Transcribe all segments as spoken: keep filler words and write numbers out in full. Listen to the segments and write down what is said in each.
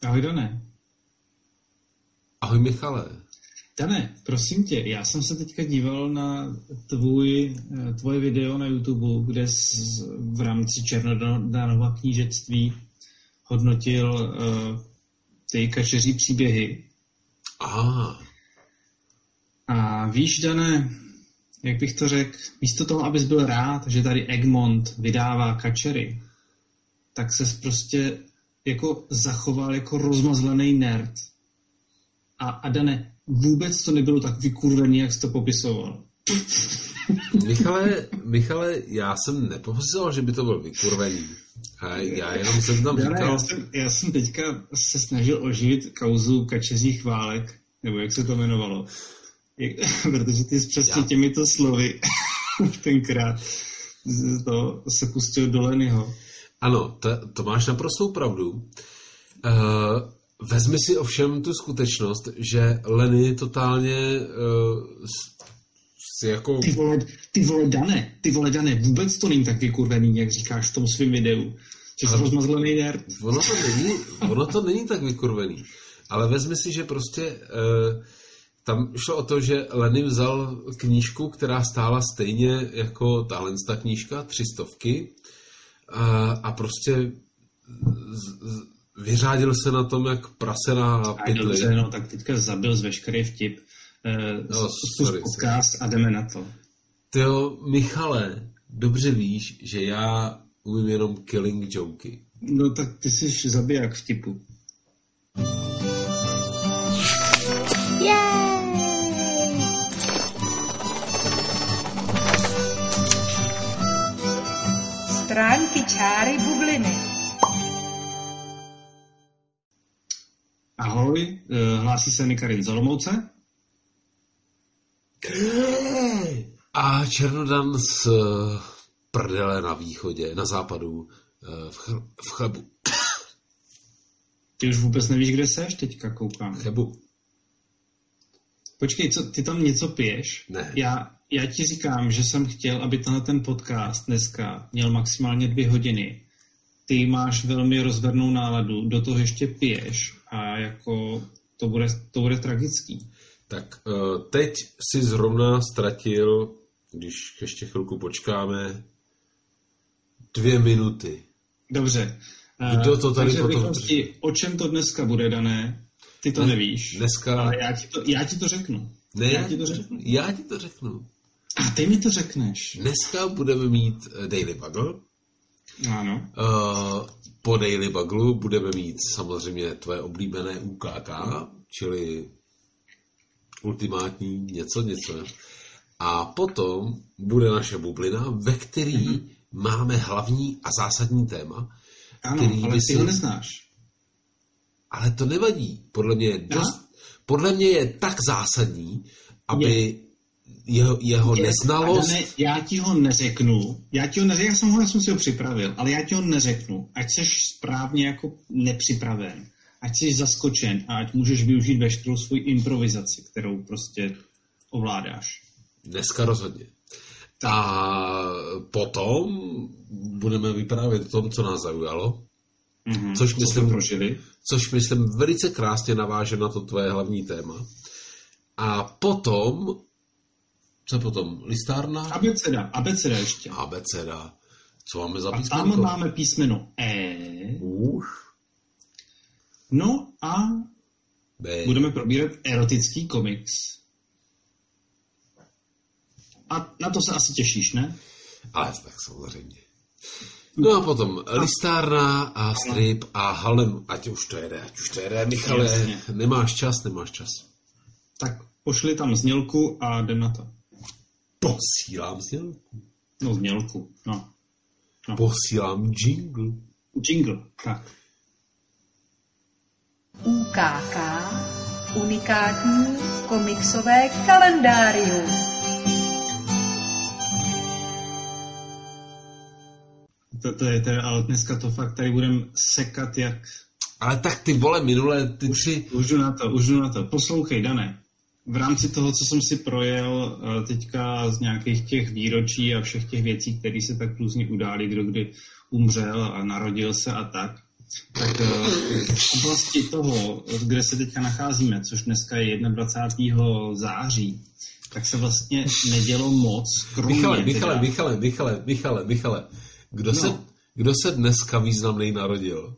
Ahoj, Dané. Ahoj, Michale. Dané, prosím tě, já jsem se teďka díval na tvůj, tvoje video na YouTube, kde jsi v rámci Černodanova knížectví hodnotil uh, ty kačeří příběhy. Aha. A víš, Dané, jak bych to řekl, místo toho, abys byl rád, že tady Egmont vydává kačery, tak ses prostě jako zachoval jako rozmazlený nerd. A, a Dané, vůbec to nebylo tak vykurvený, jak jsi to popisoval. Michale, Michale, já jsem nepopisoval, že by to byl vykurvený. A já jenom jsem tam Dané, říkal... Já jsem, já jsem teďka se snažil oživit kauzu kačeřích válek, nebo jak se to jmenovalo. Jak, protože ty jsi přesně já. těmito slovy tenkrát to se pustil do Lennyho. Ano, to, to máš naprostou pravdu. Uh, vezmi si ovšem tu skutečnost, že Lenny totálně uh, si jako... Ty vole, ty vole, Dané, ty vole, Dané, vůbec to není tak vykurvený, jak říkáš v tom svém videu. Že jsi rozmazlený nerd. Ono to není, ono to není tak vykurvený. Ale vezmi si, že prostě... Uh, Tam šlo o to, že Lenny vzal knížku, která stála stejně jako tahle ta knížka, tři stovky, a, a prostě z, z, vyřádil se na tom, jak prase na pytli. Dobře, no, tak teďka zabil z veškerý vtip. Uh, no, sorry, podcast a jdeme na to. Tyjo, Michale, dobře víš, že já umím jenom killing joky. No tak ty jsi zabiják vtipu. Yeah! Stránky čáry bubliny. Ahoj, hlásí se mi Karin z Olomouce. A Černodan z prdele na východě, na západu, v, chl- v Chebu. Ty už vůbec nevíš, kde seš, teďka koukám. Chebu. Počkej, co, ty tam něco piješ? Ne. Já, já ti říkám, že jsem chtěl, aby tenhle ten podcast dneska měl maximálně dvě hodiny. Ty máš velmi rozvernou náladu, do toho ještě piješ a jako to bude, to bude tragický. Tak teď si zrovna ztratil, když ještě chvilku počkáme, dvě minuty. Dobře. Kdo to tady Takže potom... rychlosti, o čem to dneska bude, Dané? Ty to ne, nevíš. Dneska... Ale já ti to, já ti to řeknu. Ne, já ti to řeknu. Já ti to řeknu. A ty mi to řekneš. Dneska budeme mít Daily Bugle. Ano. Uh, po Daily Bugle budeme mít samozřejmě tvoje oblíbené U K K, čili ultimátní něco, něco. A potom bude naše bublina, ve který mm-hmm. máme hlavní a zásadní téma. Ano, ale ty si... ho neznáš. Ale to nevadí. Podle mě je dost, podle mě je tak zásadní, aby je. jeho, jeho je. neznalost... Ne, já ti ho neřeknu. Já ti ho neřeknu, já jsem ho, já jsem si ho připravil, ale já ti ho neřeknu. Ať jsi správně jako nepřipraven. Ať jsi zaskočen a ať můžeš využít veškerou svou improvizaci, kterou prostě ovládáš. Dneska rozhodně. A potom budeme vyprávět o tom, co nás zaujalo. Mm-hmm. Což, myslím, prožili. což myslím velice krásně naváže na to tvoje hlavní téma. A potom, co potom? Listárna? Abeceda, abeceda ještě. Abeceda. Co máme za a písmenko? tam máme písmeno E. Už. No a B. Budeme probírat erotický komiks. A na to se asi těšíš, ne? Ale tak samozřejmě. No a potom listárna a strip a halem, ať už to jede, ať už to jede, Michale, jasně. Nemáš čas, nemáš čas. Tak pošli tam znělku a jdem na to. Posílám znělku. No znělku, no. no. Posílám jingle. Jingle, tak. U K K, unikátní komiksové kalendárium. To, to je teda, ale dneska to fakt tady budeme sekat jak... Ale tak ty vole, minule, ty už, tři... Už jdu na to, už jdu na to. Poslouchej, Dané. V rámci toho, co jsem si projel teďka z nějakých těch výročí a všech těch věcí, které se tak různě udály, kdo kdy umřel a narodil se a tak, tak v oblasti toho, kde se teďka nacházíme, což dneska je dvacátého prvního září, tak se vlastně nedělo moc. Michale, Michale, Michale, Michale, Michale, Michale, kdo, no. se, kdo se dneska významnej narodil?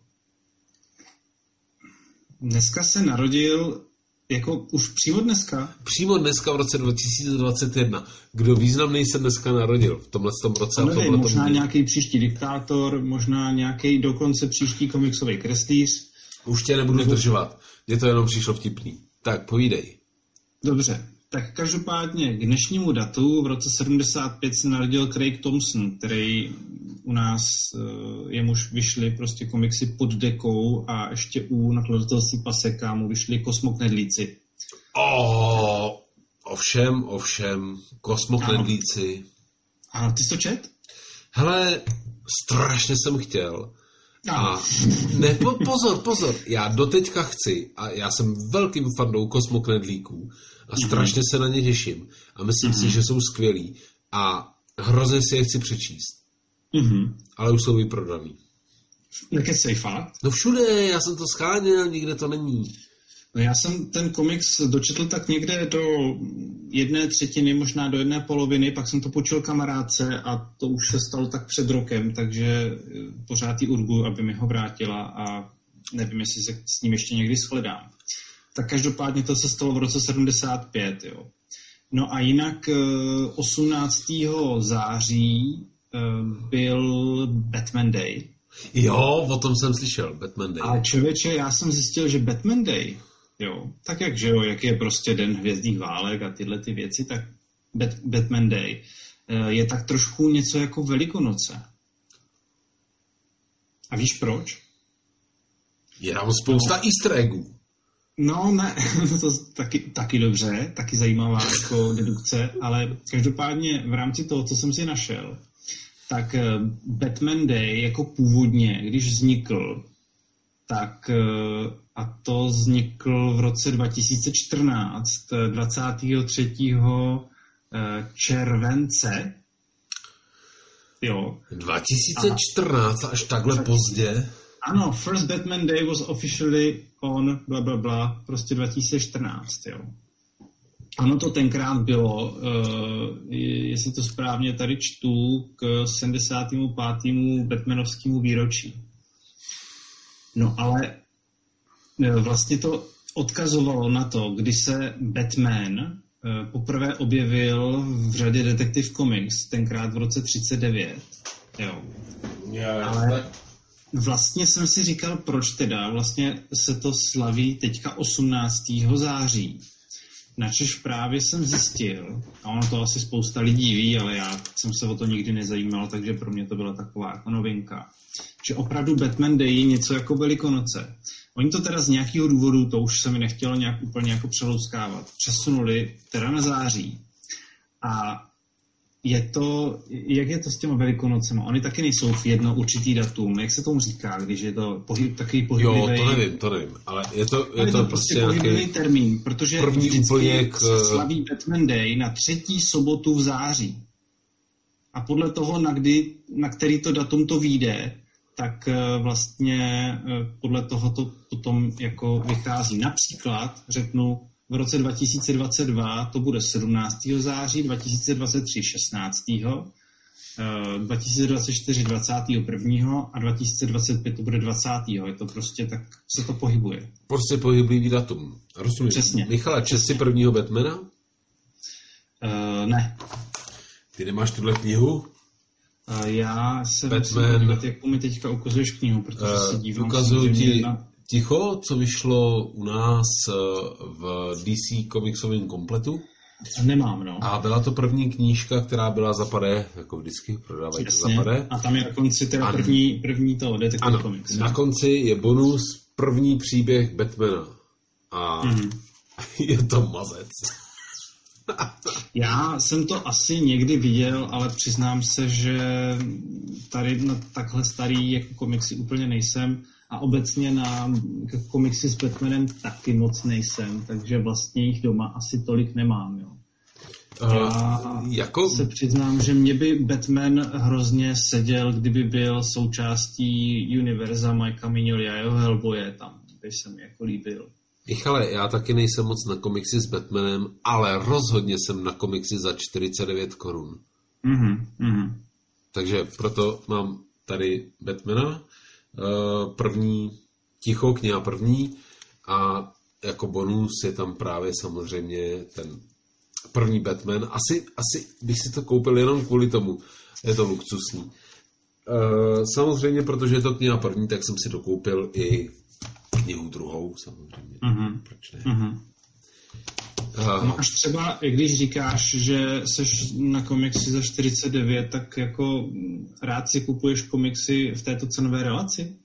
Dneska se narodil, jako už přímo dneska? Přímo dneska v roce dva tisíce dvacet jedna. Kdo významnej se dneska narodil v tomhle tom roce? A nevím, možná nějaký příští diktátor, možná nějaký dokonce příští komiksový kreslíř. Už tě nebudu Nebo... zdržovat, mně to jenom přišlo vtipný. Tak, povídej. Dobře, tak každopádně k dnešnímu datu v roce sedmdesát pět se narodil Craig Thompson, který u nás, jemuž vyšly prostě komiksy pod dekou a ještě u nakladatelství Paseka mu vyšly Kosmoknedlíci. Oh, ovšem, ovšem, Kosmoknedlíci. Ano, ty jsi to čet? Hele, strašně jsem chtěl. A ne, po, pozor, pozor, já doteďka chci a já jsem velkým fandou Kosmoknedlíků a strašně se na ně těším a myslím mm-hmm. si, že jsou skvělí a hrozně si je chci přečíst. Mm-hmm. Ale už jsou vyprodaný. Nekecej fakt? No všude, já jsem to scháněl, nikde to není. No já jsem ten komiks dočetl tak někde do jedné třetiny, možná do jedné poloviny, pak jsem to počul kamarádce a to už se stalo tak před rokem, takže pořád jí urgu, aby mi ho vrátila a nevím, jestli se s ním ještě někdy shledám. Tak každopádně to se stalo v roce sedmdesát pět, jo. No a jinak osmnáctého září byl Batman Day. Jo, o tom jsem slyšel, Batman Day. A člověče, já jsem zjistil, že Batman Day, jo, tak jak, že jo, jak je prostě den hvězdných válek a tyhle ty věci, tak Bat- Batman Day je tak trošku něco jako Velikonoce. A víš proč? Je tam spousta no. easter eggů. No, ne, to taky, taky dobře, taky zajímavá jako dedukce, ale každopádně v rámci toho, co jsem si našel, tak Batman Day jako původně, když vznikl, tak a to vznikl v roce dva tisíce čtrnáct, dvacátého třetího července. Jo. dva tisíce čtrnáct a, až takhle tak, pozdě? Ano, first Batman Day was officially on bla bla bla, prostě dva tisíce čtrnáct, jo. Ano, to tenkrát bylo, uh, jestli to správně tady čtu, k sedmdesátému pátému Batmanovskému výročí. No ale uh, vlastně to odkazovalo na to, kdy se Batman uh, poprvé objevil v řadě Detective Comics, tenkrát v roce třicet devět. Jo. Já, ale vlastně jsem si říkal, proč teda vlastně se to slaví teďka osmnáctého září. Načež právě jsem zjistil, a ono to asi spousta lidí ví, ale já jsem se o to nikdy nezajímal, takže pro mě to byla taková jako novinka, že opravdu Batman Day je něco jako Velikonoce. Oni to teda z nějakého důvodu, to už se mi nechtělo nějak úplně jako přelouskávat, přesunuli teda na září. A je to, jak je to s těma Velikonocema? Oni taky nejsou v jedno určitý datum. Jak se tomu říká, když je to pohyb, takový pohyblivý... Jo, to nevím, to nevím, ale je to, je je to, to prostě pohyblivý termín, protože první úplně k... se slaví Batman Day na třetí sobotu v září. A podle toho, na, kdy, na který to datum to vyjde, tak vlastně podle toho to potom jako vychází. Například, řeknu, v roce dva tisíce dvacet dva to bude sedmnáctého září, dva tisíce dvacet tři šestnáctého dva tisíce dvacet čtyři dvacátého prvního a dva tisíce dvacet pět to bude dvacátého Je to prostě tak, se to pohybuje. Prostě pohybujý datum. Rozumím. Přesně. Michala, čet si prvního Batmana? Uh, ne. Ty nemáš tuhle knihu? Uh, já se Batman... musím podívat, jakou mi teďka ukazuješ knihu, protože uh, se dívám. Ukazuju ti na... Ticho, co vyšlo u nás v D C komiksovém kompletu. Nemám, no. A byla to první knížka, která byla za padé, jako vždycky, prodávají to za padé. A tam je na konci teda první, první to Detective Comics. Na konci je bonus první příběh Batmana. A mm-hmm. je to mazec. Já jsem to asi někdy viděl, ale přiznám se, že tady na takhle starý jako komiksy úplně nejsem. A obecně na komiksy s Batmanem taky moc nejsem, takže vlastně jich doma asi tolik nemám, jo. Já jako... se přiznám, že mě by Batman hrozně seděl, kdyby byl součástí univerza Mikea Mignola a jeho Hellboye tam, když se mi jako líbil. Michale, já taky nejsem moc na komiksy s Batmanem, ale rozhodně jsem na komiksy za čtyřicet devět korun. Mhm, mhm. Takže proto mám tady Batmana, první, Ticho, kniha první, a jako bonus je tam právě samozřejmě ten první Batman. Asi, asi bych si to koupil jenom kvůli tomu. Je to luxusní. Samozřejmě, protože je to kniha první, tak jsem si dokoupil i knihu druhou, samozřejmě. Mhm. Proč ne? Mhm. Uh, Máš třeba, když říkáš, že seš na komiksy za čtyřicet devět, tak jako rád si kupuješ komiksy v této cenové relaci?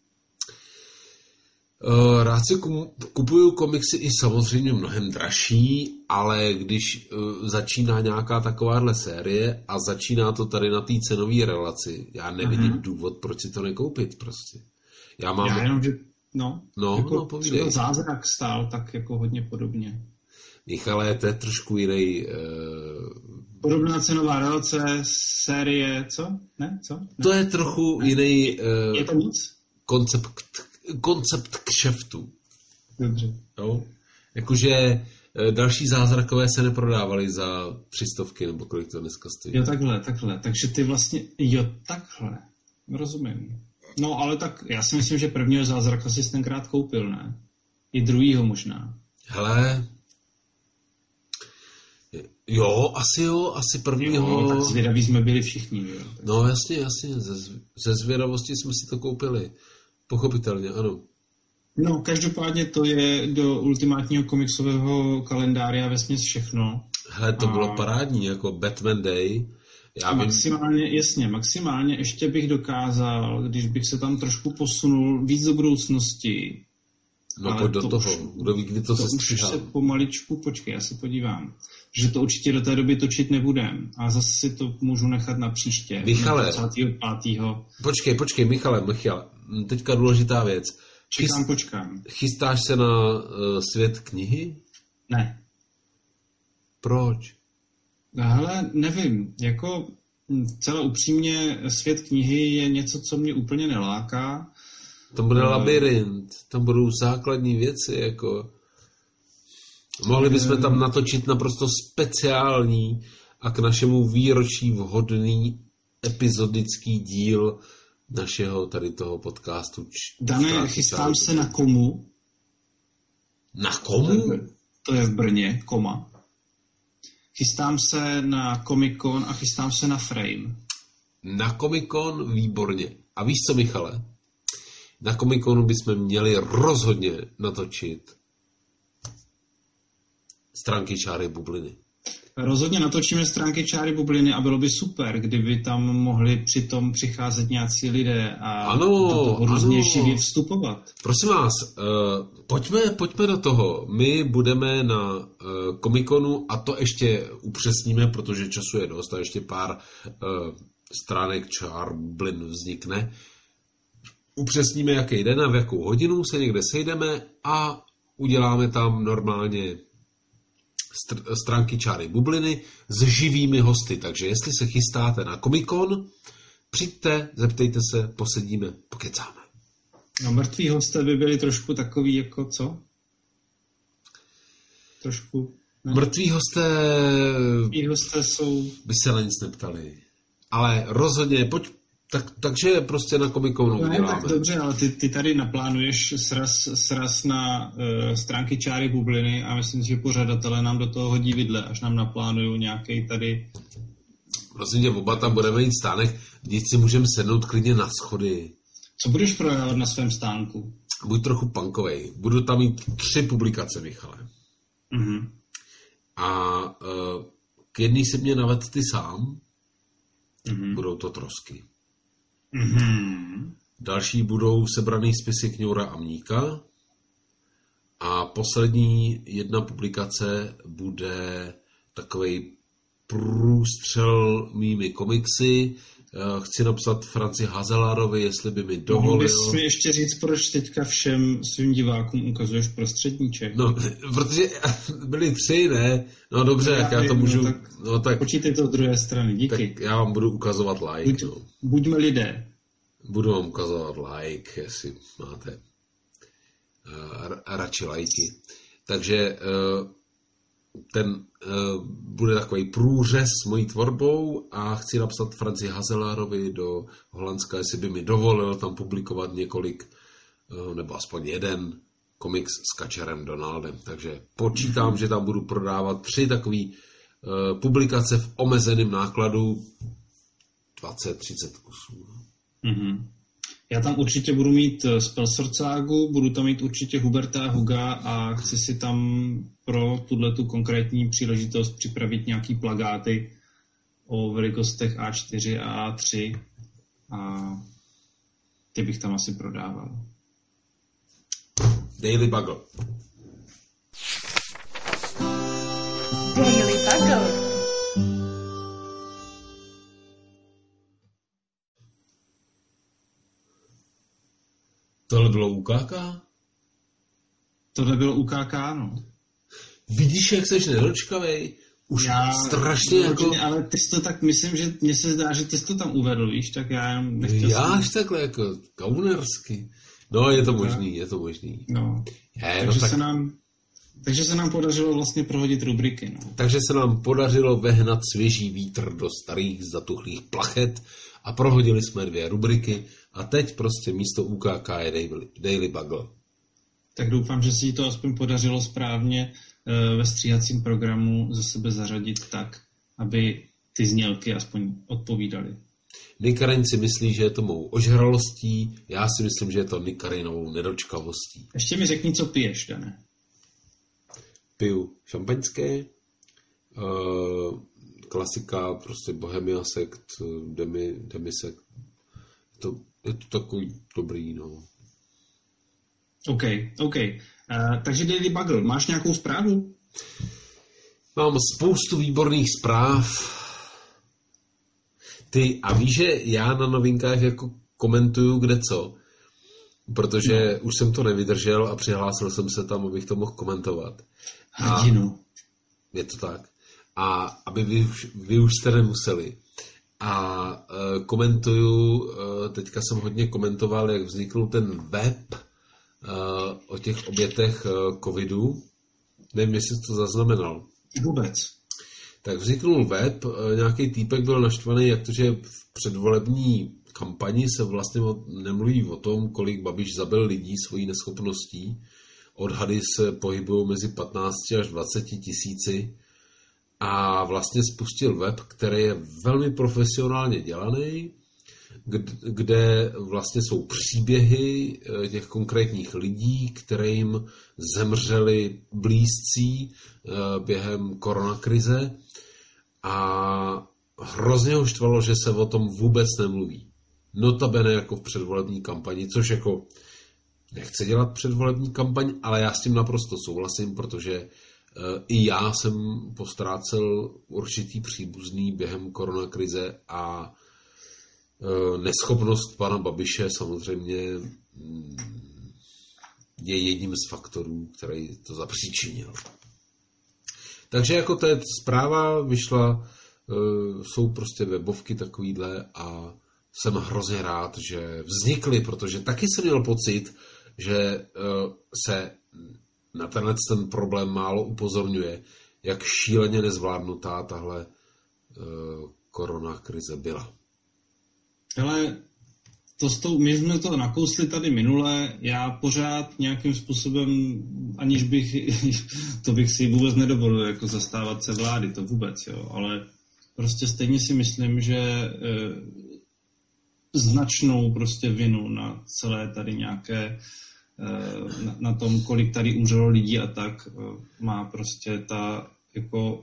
Uh, rád si kupuju komiksy i samozřejmě mnohem dražší, ale když uh, začíná nějaká takováhle série a začíná to tady na té cenové relaci, já nevidím uh-huh. důvod, proč si to nekoupit prostě. Já mám... Já jenom, že no, no, jako no povídej. Zázrak stál tak jako hodně podobně. Michale, to je trošku jiný... Uh... Podobná cenová relace, série, co? Ne? Co? Ne? To je trochu ne. jiný... Uh... Je to nic? Koncept, koncept kšeftu. Dobře. Jo? Jakože další zázrakové se neprodávaly za tři stovky, nebo kolik to dneska stojí. Jo, takhle, takhle. Takže ty vlastně... Jo, takhle. Rozumím. No, ale tak já si myslím, že prvního zázraka jsi tenkrát koupil, ne? I druhýho možná. Hele... Jo, asi jo, asi prvního... Jo, tak zvědaví jsme byli všichni, jo. Tak... No jasně, jasně, ze, ze zvědavosti jsme si to koupili. Pochopitelně, ano. No, každopádně to je do ultimátního komiksového kalendária vesměs všechno. Hele, to a... bylo parádní, jako Batman Day. Já a vím... maximálně, jasně, maximálně ještě bych dokázal, když bych se tam trošku posunul víc do budoucnosti. No pojď do to toho, už, kdo ví, kdy to, to se stříhá. To už se pomaličku, počkej, já se podívám. Že to určitě do té doby točit nebudem. A zase si to můžu nechat na příště. Michale. dvacátého pátého Počkej, počkej, Michale, Michale. Teďka důležitá věc. Čekám, počkám. Chystáš se na uh, svět knihy? Ne. Proč? Hele, nevím. Jako celé upřímně svět knihy je něco, co mě úplně neláká. Tam bude uh, labirint, tam budou základní věci, jako... Mohli bychom tam natočit naprosto speciální a k našemu výročí vhodný epizodický díl našeho tady toho podcastu. Dané, chystám se na Komu. Na Komu? To je v Brně, Koma. Chystám se na Comic-Con a chystám se na Frame. Na Comic-Con výborně. A víš co, Michale? Na Comic-Conu bychom měli rozhodně natočit stránky čáry bubliny. Rozhodně natočíme stránky čáry bubliny a bylo by super, kdyby tam mohli přitom přicházet nějací lidé a ano, do toho různě ano. živě vstupovat. Prosím vás, uh, pojďme, pojďme do toho. My budeme na uh, Comic-Conu a to ještě upřesníme, protože času je dost a ještě pár uh, stránek čár bublin vznikne. Upřesníme, jaký den a v jakou hodinu se někde sejdeme a uděláme tam normálně stránky čáry bubliny s živými hosty. Takže jestli se chystáte na Comic-Con, přijďte, zeptejte se, posedíme, pokecáme. No, mrtví hosté by byli trošku takový jako co? Trošku... Ne? Mrtví hosté... Mrtví hosté jsou... by se na nic neptali. Ale rozhodně, pojď, tak, takže prostě na Comic-Conu no, uděláme. Tak dobře, ale ty, ty tady naplánuješ sraz, sraz na uh, stránky čáry bubliny a myslím si, že pořadatelé nám do toho hodí vidle, až nám naplánují nějaký tady... Prosím tě, oba tam budeme jít stánek, když si můžeme sednout klidně na schody. Co budeš prodávat na svém stánku? Buď trochu punkovej. Budu tam mít tři publikace, Michale. Mhm. A uh, k jedný si mě naved ty sám. Mhm. Budou to trosky. Mhm. Další budou sebraný spisy Kňoura a Mníka. A poslední jedna publikace bude takovej průstřel mými komiksy chci napsat Franci Hazelarovi, jestli by mi dovolil. Mohl bys mi ještě říct, proč teďka všem svým divákům ukazuješ prostředníček? No, protože byli tři, ne? No dobře, jak já to můžu... No, tak no, tak, počítej to z druhé strany, díky. Tak já vám budu ukazovat like. Buď, no. Buďme lidé. Budu vám ukazovat like, jestli máte uh, radši lajky. Takže uh, ten uh, bude takový průřez s mojí tvorbou a chci napsat Franci Hazelarovi do Holandska, jestli by mi dovolil tam publikovat několik, uh, nebo aspoň jeden komiks s Kačerem Donaldem. Takže počítám, mm-hmm. že tam budu prodávat tři takové uh, publikace v omezeném nákladu dvacet třicet kusů. Mm-hmm. Já tam určitě budu mít Spellsorcagu, budu tam mít určitě Huberta Huga a chci si tam pro tuhletu konkrétní příležitost připravit nějaký plagáty o velikostech A čtyři a A tři a ty bych tam asi prodával. Daily Bugle. Daily Bugle. Tohle bylo U K K? Tohle bylo U K K, no. Vidíš, jak seš nedočkavej? Už já, strašně jako... Ročně, ale ty jsi to tak, myslím, že mně se zdá, že ty jsi to tam uvedl, víš, tak já nechtěl Já jsem... až takhle jako kaunersky. No, je to možný, je to možný. No, je, takže, no tak... se nám, takže se nám podařilo vlastně prohodit rubriky, no. Takže se nám podařilo vehnat svěží vítr do starých zatuchlých plachet a prohodili jsme dvě rubriky a teď prostě místo U K K je Daily, Daily Bugle. Tak doufám, že si jí to aspoň podařilo správně e, ve stříhacím programu za sebe zařadit tak, aby ty znělky aspoň odpovídaly. Nikarin si myslí, že je to mou ožralostí, já si myslím, že je to Nikarinovou nedočkavostí. Ještě mi řekni, co piješ, Dane. Piju šampaňské, uh, klasika, prostě Bohemia Sekt, Demi, Demisekt. To, je to takový dobrý, no. OK, OK. Uh, takže Daily Bugle, máš nějakou zprávu? Mám spoustu výborných zpráv. Ty, a víš, že já na novinkách jako komentuju kde co, protože no. už jsem to nevydržel a přihlásil jsem se tam, abych to mohl komentovat. Hrdinu. Je to tak. A aby vy, vy už jste nemuseli. A e, komentuju, e, teďka jsem hodně komentoval, jak vznikl ten web e, o těch obětech e, covidu. Nevím, jestli jsi to zaznamenal. Vůbec. Tak vzniknul web, e, nějaký týpek byl naštvaný, jak to, že v předvolební kampani se vlastně nemluví o tom, kolik Babiš zabil lidí svojí neschopností. Odhady se pohybují mezi patnáct až dvacet tisíci a vlastně spustil web, který je velmi profesionálně dělaný, kde vlastně jsou příběhy těch konkrétních lidí, kterým zemřeli blízcí během koronakrize a hrozně ho štvalo, že se o tom vůbec nemluví. Notabene jako v předvolební kampani, což jako nechci dělat předvolební kampaň, ale já s tím naprosto souhlasím, protože uh, i já jsem postrácel určitý příbuzný během koronakrize a uh, neschopnost pana Babiše samozřejmě mm, je jedním z faktorů, který to zapříčinil. Takže jako to je zpráva, vyšla, uh, jsou prostě webovky takovýhle a jsem hrozně rád, že vznikly, protože taky jsem měl pocit, že uh, se na tenhle ten problém málo upozorňuje, jak šíleně nezvládnutá tahle uh, koronakrize byla. Ale to s tou, my jsme to nakousli tady minule, já pořád nějakým způsobem, aniž bych, to bych si vůbec nedovolil jako zastávat se vlády, to vůbec, jo, ale prostě stejně si myslím, že uh, značnou prostě vinu na celé tady nějaké, na, na tom, kolik tady umřelo lidí a tak, má prostě ta jako,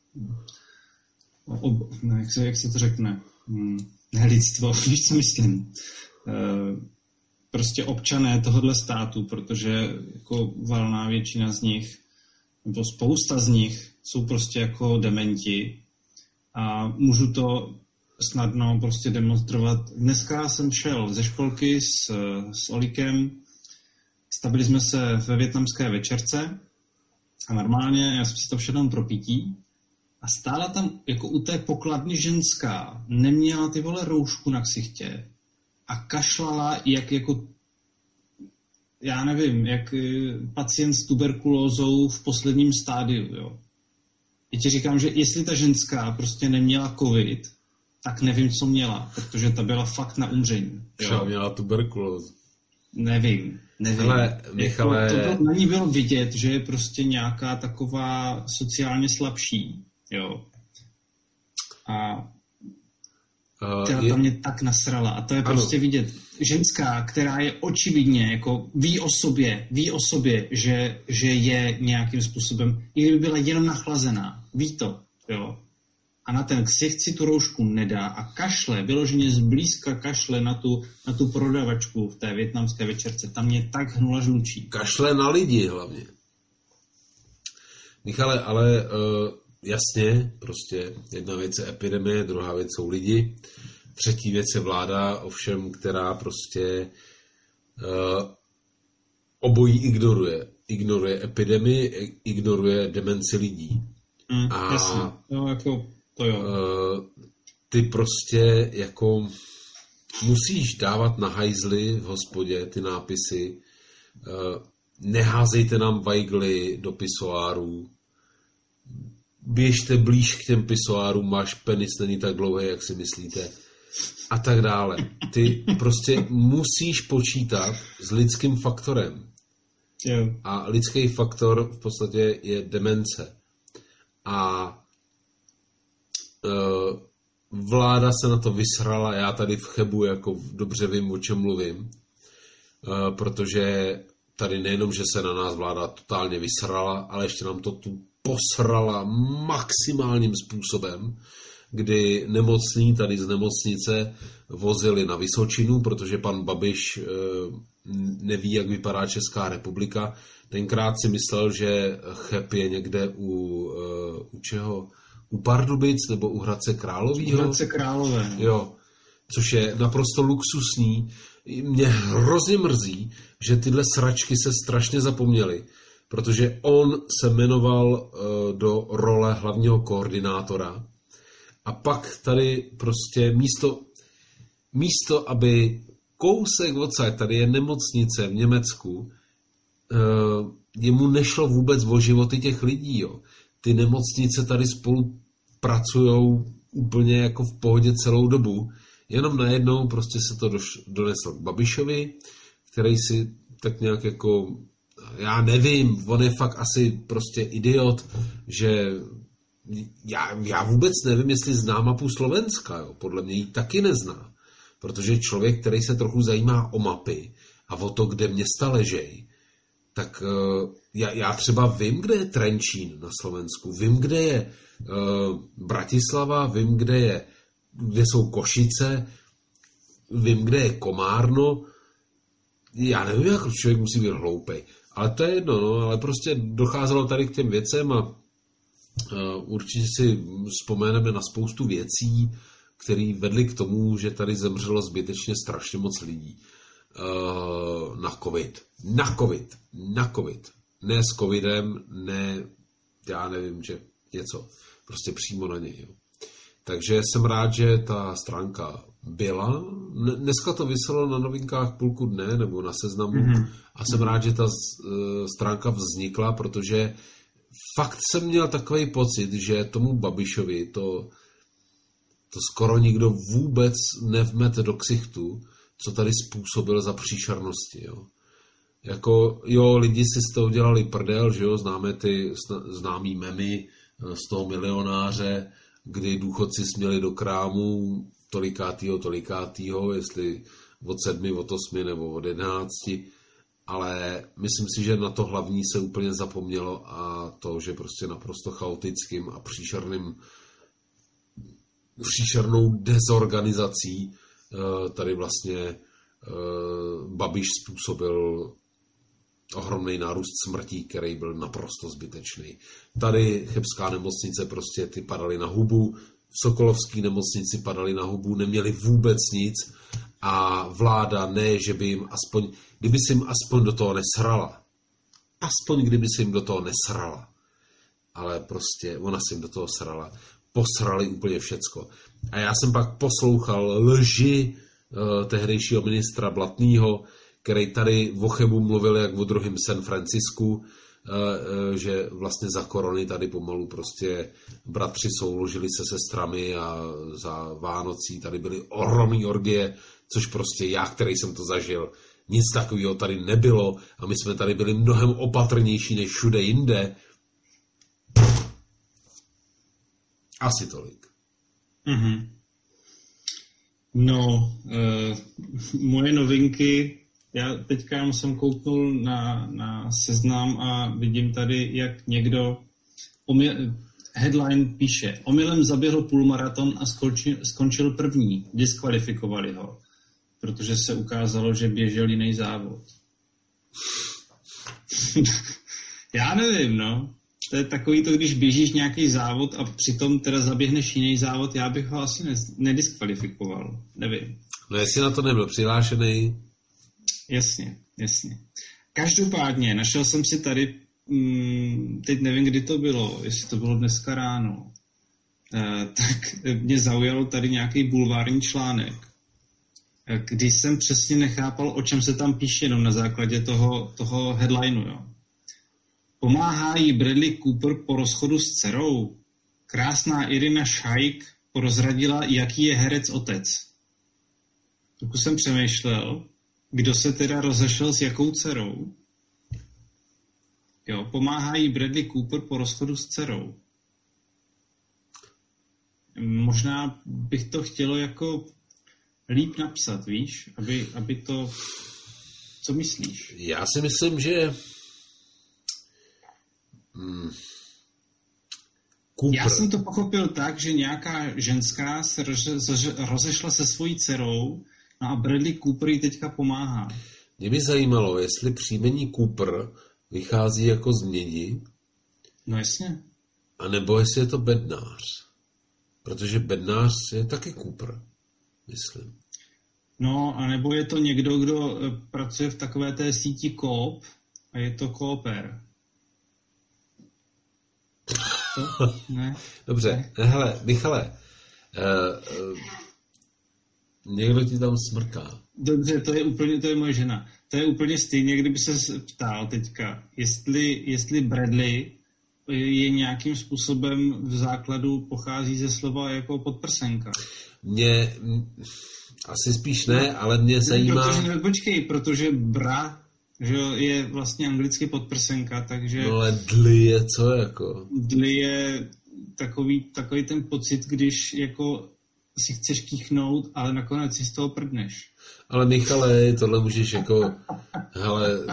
ob, ne, jak, se, jak se to řekne, ne lidstvo, víš, co myslím, prostě občané tohohle státu, protože jako valná většina z nich, nebo spousta z nich jsou prostě jako dementi a můžu to snadno prostě demonstrovat. Dneska jsem šel ze školky s, s Olikem, stavili jsme se ve vietnamské večerce a normálně já jsem si to všedl pro pití a stála tam jako u té pokladny ženská, neměla ty vole roušku na ksichtě a kašlala jak jako já nevím, jak pacient s tuberkulózou v posledním stádiu, jo. Já ti říkám, že jestli ta ženská prostě neměla covid, tak nevím, co měla, protože ta byla fakt na umření. Třeba měla tuberkulózu. Nevím, nevím. Hele, Michale... To, to bylo, na ní bylo vidět, že je prostě nějaká taková sociálně slabší, jo. A která uh, je... tam mě tak nasrala. A to je ano. Prostě vidět. Ženská, která je očividně, jako ví o sobě, ví o sobě, že, že je nějakým způsobem, i kdyby byla jenom nachlazená, ví to, jo. A na ten ksicht si tu roušku nedá a kašle, vyloženě zblízka kašle na tu, na tu prodavačku v té vietnamské večerce. Tam mě tak hnula žlučí. Kašle na lidi hlavně. Michale, ale uh, jasně, prostě jedna věc je epidemie, druhá věc jsou lidi, třetí věc je vláda, ovšem, která prostě uh, obojí ignoruje. Ignoruje epidemii, ignoruje demenci lidí. Mm, a jasně. No, jako to jo. Uh, ty prostě jako musíš dávat na hajzly v hospodě ty nápisy. Uh, neházejte nám vajgly do pisoárů. Běžte blíž k těm pisoárům, váš penis není tak dlouhý, jak si myslíte. A tak dále. Ty prostě musíš počítat s lidským faktorem. Jo. A lidský faktor v podstatě je demence. A uh, vláda se na to vysrala, já tady v Chebu jako dobře vím, o čem mluvím, uh, protože tady nejenom, že se na nás vláda totálně vysrala, ale ještě nám to tu posrala maximálním způsobem, kdy nemocní tady z nemocnice vozili na Vysočinu, protože pan Babiš uh, neví, jak vypadá Česká republika. Tenkrát si myslel, že Cheb je někde u, uh, u čeho? U Pardubic nebo u Hradce Královýho? U Hradce Králové. Jo, což je naprosto luxusní. Mě hrozně mrzí, že tyhle sračky se strašně zapomněly, protože on se jmenoval uh, do role hlavního koordinátora a pak tady prostě místo, místo aby kousek odsaď, tady je nemocnice v Německu, jemu nešlo vůbec o životy těch lidí. Jo. Ty nemocnice tady spolu pracujou úplně jako v pohodě celou dobu. Jenom najednou prostě se to doneslo k Babišovi, který si tak nějak jako, já nevím, on je fakt asi prostě idiot, že já, já vůbec nevím, jestli zná mapu Slovenska. Jo. Podle mě ji taky nezná. Protože člověk, který se trochu zajímá o mapy a o to, kde města ležejí, tak uh, já, já třeba vím, kde je Trenčín na Slovensku, vím, kde je uh, Bratislava, vím, kde, je, kde jsou Košice, vím, kde je Komárno. Já nevím, jak člověk musí být hloupej. Ale to je jedno, no, ale prostě docházelo tady k těm věcem a uh, určitě si vzpomeneme na spoustu věcí, které vedly k tomu, že tady zemřelo zbytečně strašně moc lidí. Uh, na covid. Na covid. Na covid. Ne s covidem, ne, já nevím, že něco. Prostě přímo na něj. Jo. Takže jsem rád, že ta stránka byla. Dneska to vyselo na novinkách půlku dne, nebo na Seznamu. Mm-hmm. A jsem rád, že ta uh, stránka vznikla, protože fakt jsem měl takový pocit, že tomu Babišovi to to skoro nikdo vůbec nevmete do ksichtu, co tady způsobil za příšernosti. Jo. Jako, jo, lidi si z toho dělali prdel, že jo, známe ty známý memy z toho milionáře, kdy důchodci směli do krámu tolikátýho, tolikátýho, jestli od sedmi, od osmi nebo od jedenácti, ale myslím si, že na to hlavní se úplně zapomnělo a to, že prostě naprosto chaotickým a příšerným příšernou dezorganizací tady vlastně Babiš způsobil ohromný nárůst smrtí, který byl naprosto zbytečný. Tady chebská nemocnice prostě ty padaly na hubu, v Sokolovské nemocnici padali na hubu, neměli vůbec nic a vláda ne, že by jim aspoň, kdyby se jim aspoň do toho nesrala. Aspoň kdyby se jim do toho nesrala. Ale prostě ona se jim do toho srala. Posrali úplně všecko. A já jsem pak poslouchal lži uh, tehdejšího ministra Blatnýho, který tady o Chebu mluvil jak o druhém San Francisku, uh, uh, že vlastně za korony tady pomalu prostě bratři souložili se sestrami a za Vánocí tady byly ohromný orgie, což prostě já, který jsem to zažil, nic takového tady nebylo a my jsme tady byli mnohem opatrnější než všude jinde. Asi tolik. Mm-hmm. No, e, moje novinky, já teďka jsem kouknul na, na Seznam a vidím tady, jak někdo, omyl, headline píše, omylem zaběhl půlmaraton a skončil, skončil první, diskvalifikovali ho, protože se ukázalo, že běžel jiný závod. Já nevím, no. To je takový to, když běžíš nějaký závod a přitom teda zaběhneš jiný závod, já bych ho asi nediskvalifikoval. Nevím. No jestli na to nebyl přihlášený. Jasně, jasně. Každopádně, našel jsem si tady, mm, teď nevím, kdy to bylo, jestli to bylo dneska ráno, e, tak mě zaujalo tady nějaký bulvární článek, když jsem přesně nechápal, o čem se tam píše, jenom na základě toho, toho headlineu, jo. Pomáhá jí Bradley Cooper po rozchodu s dcerou. Krásná Irina Shayk prozradila, jaký je herec otec. Pokud jsem přemýšlel, kdo se teda rozešel s jakou dcerou. Jo, pomáhá jí Bradley Cooper po rozchodu s dcerou. Možná bych to chtělo jako líp napsat, víš, aby, aby to... Co myslíš? Já si myslím, že... Hmm. Já jsem to pochopil tak, že nějaká ženská se rozešla se svojí dcerou, no a Bradley Cooper jí teďka pomáhá. Mě by zajímalo, jestli příjmení Cooper vychází jako z mědi. No jasně. A nebo jestli je to bednář. Protože bednář je taky Cooper, myslím. No, a nebo je to někdo, kdo pracuje v takové té síti Coop a je to Cooper. To? Ne? Dobře, ne? Hele, Michale, uh, uh, někdo ti tam smrká. Dobře, to je úplně, to je moje žena. To je úplně stejně, kdyby se ptal teďka, jestli, jestli Bradley je nějakým způsobem v základu pochází ze slova jako podprsenka. Mě, asi spíš ne, ale mě zajímá... Protože, počkej, protože bra... že je vlastně anglicky podprsenka, takže... No ale dli je co jako? Dli je takový, takový ten pocit, když jako si chceš kýchnout, ale nakonec si z toho prdneš. Ale Michale, tohle můžeš jako... Hele...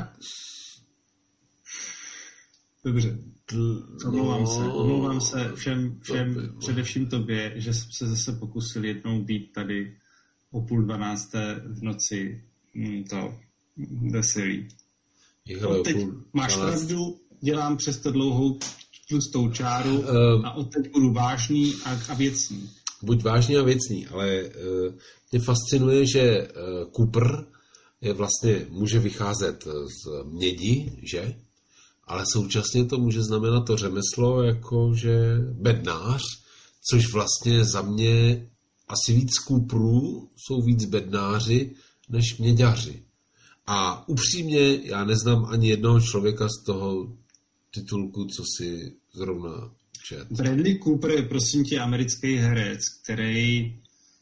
Dobře. Dl... Omlouvám no... se. Omlouvám se všem, všem Dobře. především tobě, že jsem se zase pokusil jednou být tady o půl dvanácté v noci to veselý. No, teď máš pravdu, dělám přesto dlouhou tlustou čáru uh, a od teď budu vážný a, a věcný. Buď vážný a věcný, ale uh, mě fascinuje, že uh, Cooper je vlastně, může vycházet z mědi, že? Ale současně to může znamenat to řemeslo, jako že bednář, což vlastně za mě asi víc Cooperů jsou víc bednáři než měďaři. A upřímně, já neznám ani jednoho člověka z toho titulku, co si zrovna čet. Bradley Cooper je prosím tě americký herec, který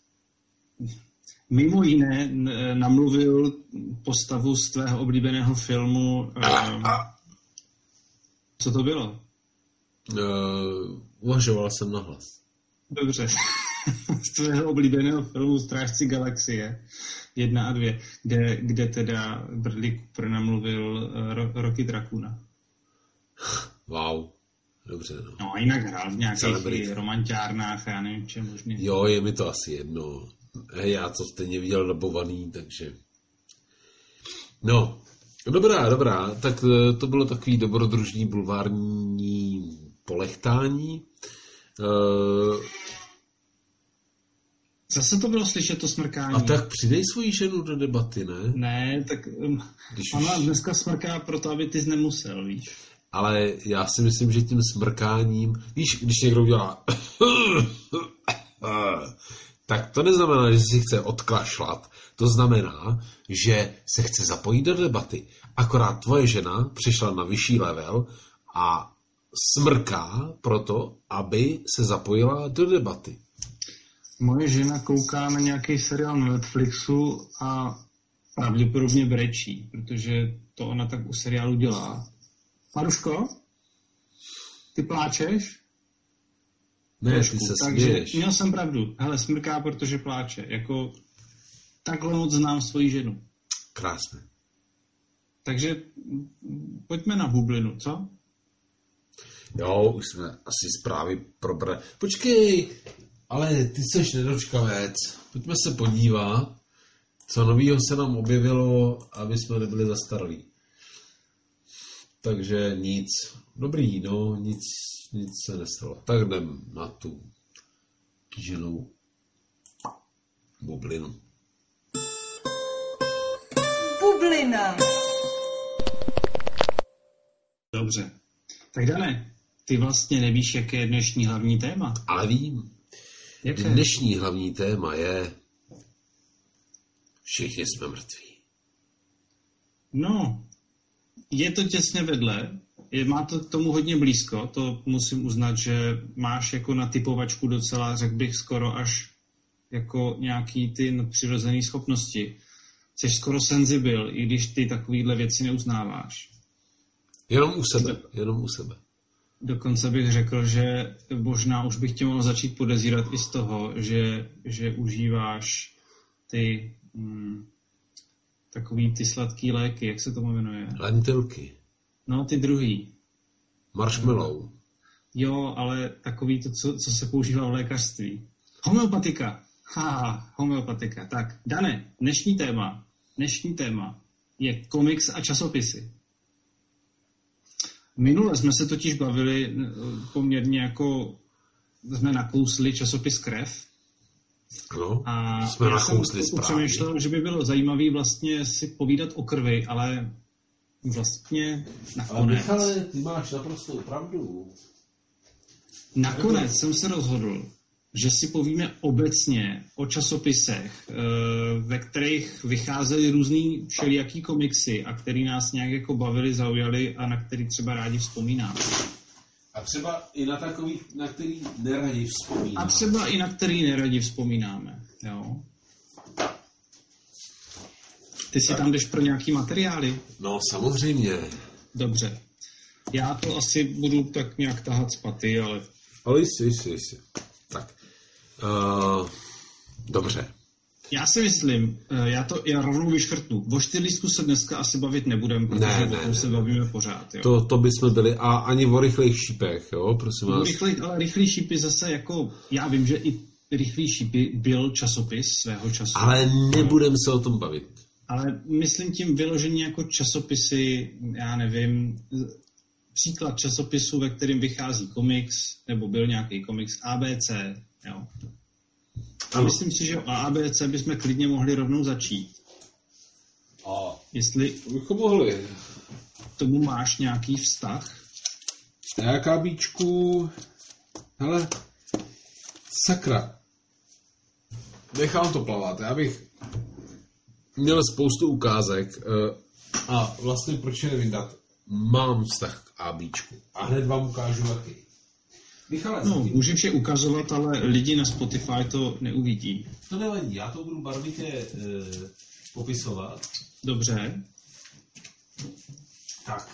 mimo jiné namluvil postavu z tvého oblíbeného filmu. Um, co to bylo? Uh, uvažoval jsem nahlas. Dobře. Z tvého oblíbeného filmu Strážci galaxie jedna a dvě, kde, kde teda Bradley Cooper namluvil ro, Rocky Dracuna. Wow. Dobře, no. No a jinak hrál v nějakých Celebrity. romanťárnách a já nevím, čem možný. Jo, je mi to asi jedno. Hej, já to stejně viděl dabovaný, takže... No, dobrá, dobrá. Tak to bylo takový dobrodružný bulvární polechtání. Uh, Zase to bylo slyšet, to smrkání. A tak přidej svoji ženu do debaty, ne? Ne, tak um, ona už... dneska smrká proto, aby ty jsi nemusel, víš. Ale já si myslím, že tím smrkáním, víš, když někdo udělá tak to neznamená, že si chce odklašlat. To znamená, že se chce zapojit do debaty. Akorát tvoje žena přišla na vyšší level a smrká proto, aby se zapojila do debaty. Moje žena kouká na nějaký seriál na Netflixu a pravděpodobně brečí, protože to ona tak u seriálu dělá. Maruško, ty pláčeš? Ne, Trošku, ty se takže směješ. Měl jsem pravdu. Hele, smrká, protože pláče. Jako takhle moc znám svoji ženu. Krásné. Takže pojďme na bublinu, co? Jo, už jsme asi zprávy probrali. Počkej, ale ty seš nedočkavec. Pojďme se podívat, co novýho se nám objevilo, aby jsme nebyli zastaralí. Takže nic. Dobrý, no, nic, nic se nestalo. Tak jdem na tu kýženou bublinu. Bublina. Dobře. Tak Dané, ty vlastně nevíš, jaké je dnešní hlavní téma. Ale vím. Jaké? Dnešní hlavní téma je všichni jsme mrtví. No, je to těsně vedle, je, má to k tomu hodně blízko, to musím uznat, že máš jako na typovačku docela, řekl bych, skoro až jako nějaký ty nadpřirozené schopnosti. Jsi skoro senzibil, i když ty takovýhle věci neuznáváš. Jenom u sebe, jenom u sebe. Dokonce bych řekl, že možná už bych tě mohl začít podezírat i z toho, že, že užíváš ty hm, takový ty sladký léky, jak se tomu jmenuje? Lentilky. No, ty druhý. Marshmallow. Jo, ale takový to, co, co se používá v lékařství. Homeopatika. Ha, homeopatika. Tak, Dane, dnešní téma, dnešní téma je komiks a časopisy. Minule jsme se totiž bavili poměrně jako, jsme nakousli časopis Krev. No, a jsme já jsem správně. přemýšlel, že by bylo zajímavé vlastně si povídat o krvi, ale vlastně nakonec. Ale Michale, ty máš naprostou pravdu. Nakonec jsem se rozhodl, že si povíme obecně o časopisech, ve kterých vycházely různý všelijaký komiksy a který nás nějak jako bavili, zaujali a na který třeba rádi vzpomínáme. A třeba i na takový, na který neradi vzpomínáme. A třeba i na který neradi vzpomínáme, jo. Ty si tak tam jdeš pro nějaký materiály? No, samozřejmě. Dobře. Já to asi budu tak nějak tahat z paty, ale... Ale jsi, jsi, jsi. Tak. Uh, dobře. Já si myslím, já to já rovnou vyškrtnu. O čtyřlístku se dneska asi bavit nebudem, protože ne, ne, o tom se bavíme pořád. Jo. To, to bychom byli. A ani o rychlých šípech, jo, prosím vás. Rychlej, ale rychlý šípy zase jako... Já vím, že i rychlý šípy byl časopis svého času. Ale nebudem se o tom bavit. Ale myslím tím vyloženě jako časopisy, já nevím, příklad časopisu, ve kterém vychází komiks, nebo byl nějaký komiks A B C, jo. A myslím si, že o A B C bychom klidně mohli rovnou začít. A Jestli bychom mohli. tomu máš nějaký vztah? Já bíčku, hele, sakra. Nechám to plavat, já bych měl spoustu ukázek a vlastně proč je nevyndat? Mám vztah k ABčku a hned vám ukážu jaký. Michale, No, můžeš je ukazovat, ale lidi na Spotify to neuvidí. To nevadí, já to budu barvitě e, popisovat. Dobře. Tak.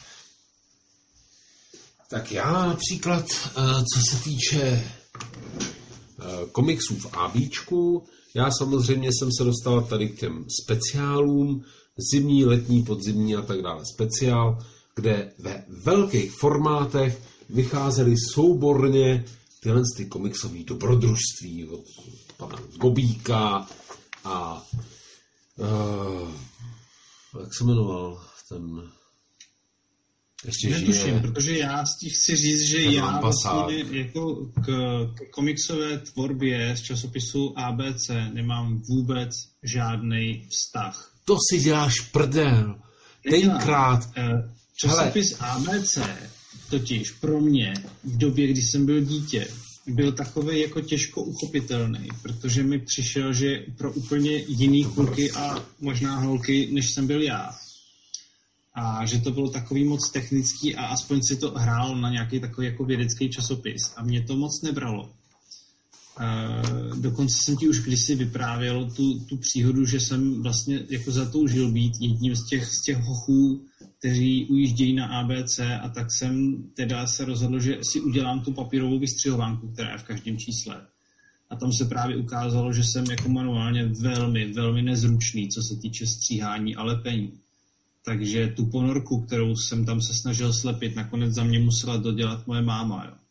Tak já například, e, co se týče e, komiksů v ABčku, já samozřejmě jsem se dostal tady k těm speciálům, zimní, letní, podzimní a tak dále. Speciál, kde ve velkých formátech vycházely souborně tyhle ty komiksové dobrodružství od pana Gobíka a uh, jak se jmenoval ten Ještě Netuším, žije. protože já ti chci říct, že Ten já Lampasák. vlastně jako k, k komiksové tvorbě z časopisu A B C nemám vůbec žádný vztah. To si děláš prdel. Tenkrát. Eh, Časopis A B C totiž pro mě v době, kdy jsem byl dítě, byl takový jako těžko uchopitelný, protože mi přišel, že pro úplně jiný kluky a možná holky, než jsem byl já. A že to bylo takový moc technický a aspoň si to hrálo na nějaký takový jako vědecký časopis. A mě to moc nebralo. Uh, dokonce jsem ti už kdysi vyprávěl tu, tu příhodu, že jsem vlastně jako zatoužil být jedním z těch, z těch hochů, kteří ujíždějí na A B C, a tak jsem teda se rozhodl, že si udělám tu papírovou vystřihovánku, která je v každém čísle. A tam se právě ukázalo, že jsem jako manuálně velmi, velmi nezručný, co se týče stříhání a lepení. Takže tu ponorku, kterou jsem tam se snažil slepit, nakonec za mě musela dodělat moje máma. Jo.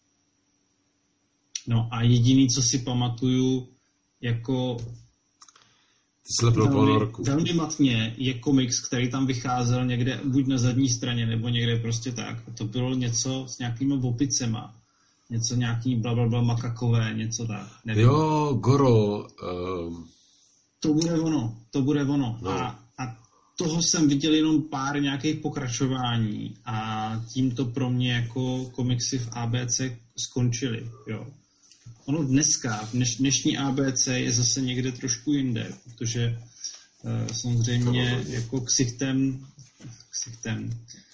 No a jediný, co si pamatuju, jako Ty slepil velmi, ponorku. velmi matně, je komiks, který tam vycházel někde buď na zadní straně, nebo někde prostě tak. A to bylo něco s nějakýma opicema. Něco nějaký blablabla makakové, něco tak. Nevím. Jo, Goro. Um... To bude ono, to bude ono. No. A, a toho jsem viděl jenom pár nějakých pokračování a tím to pro mě jako komiksy v A B C skončily. Jo. Ono dneska, dneš, dnešní A B C je zase někde trošku jinde, protože uh, samozřejmě jako ksichtem, ksichtem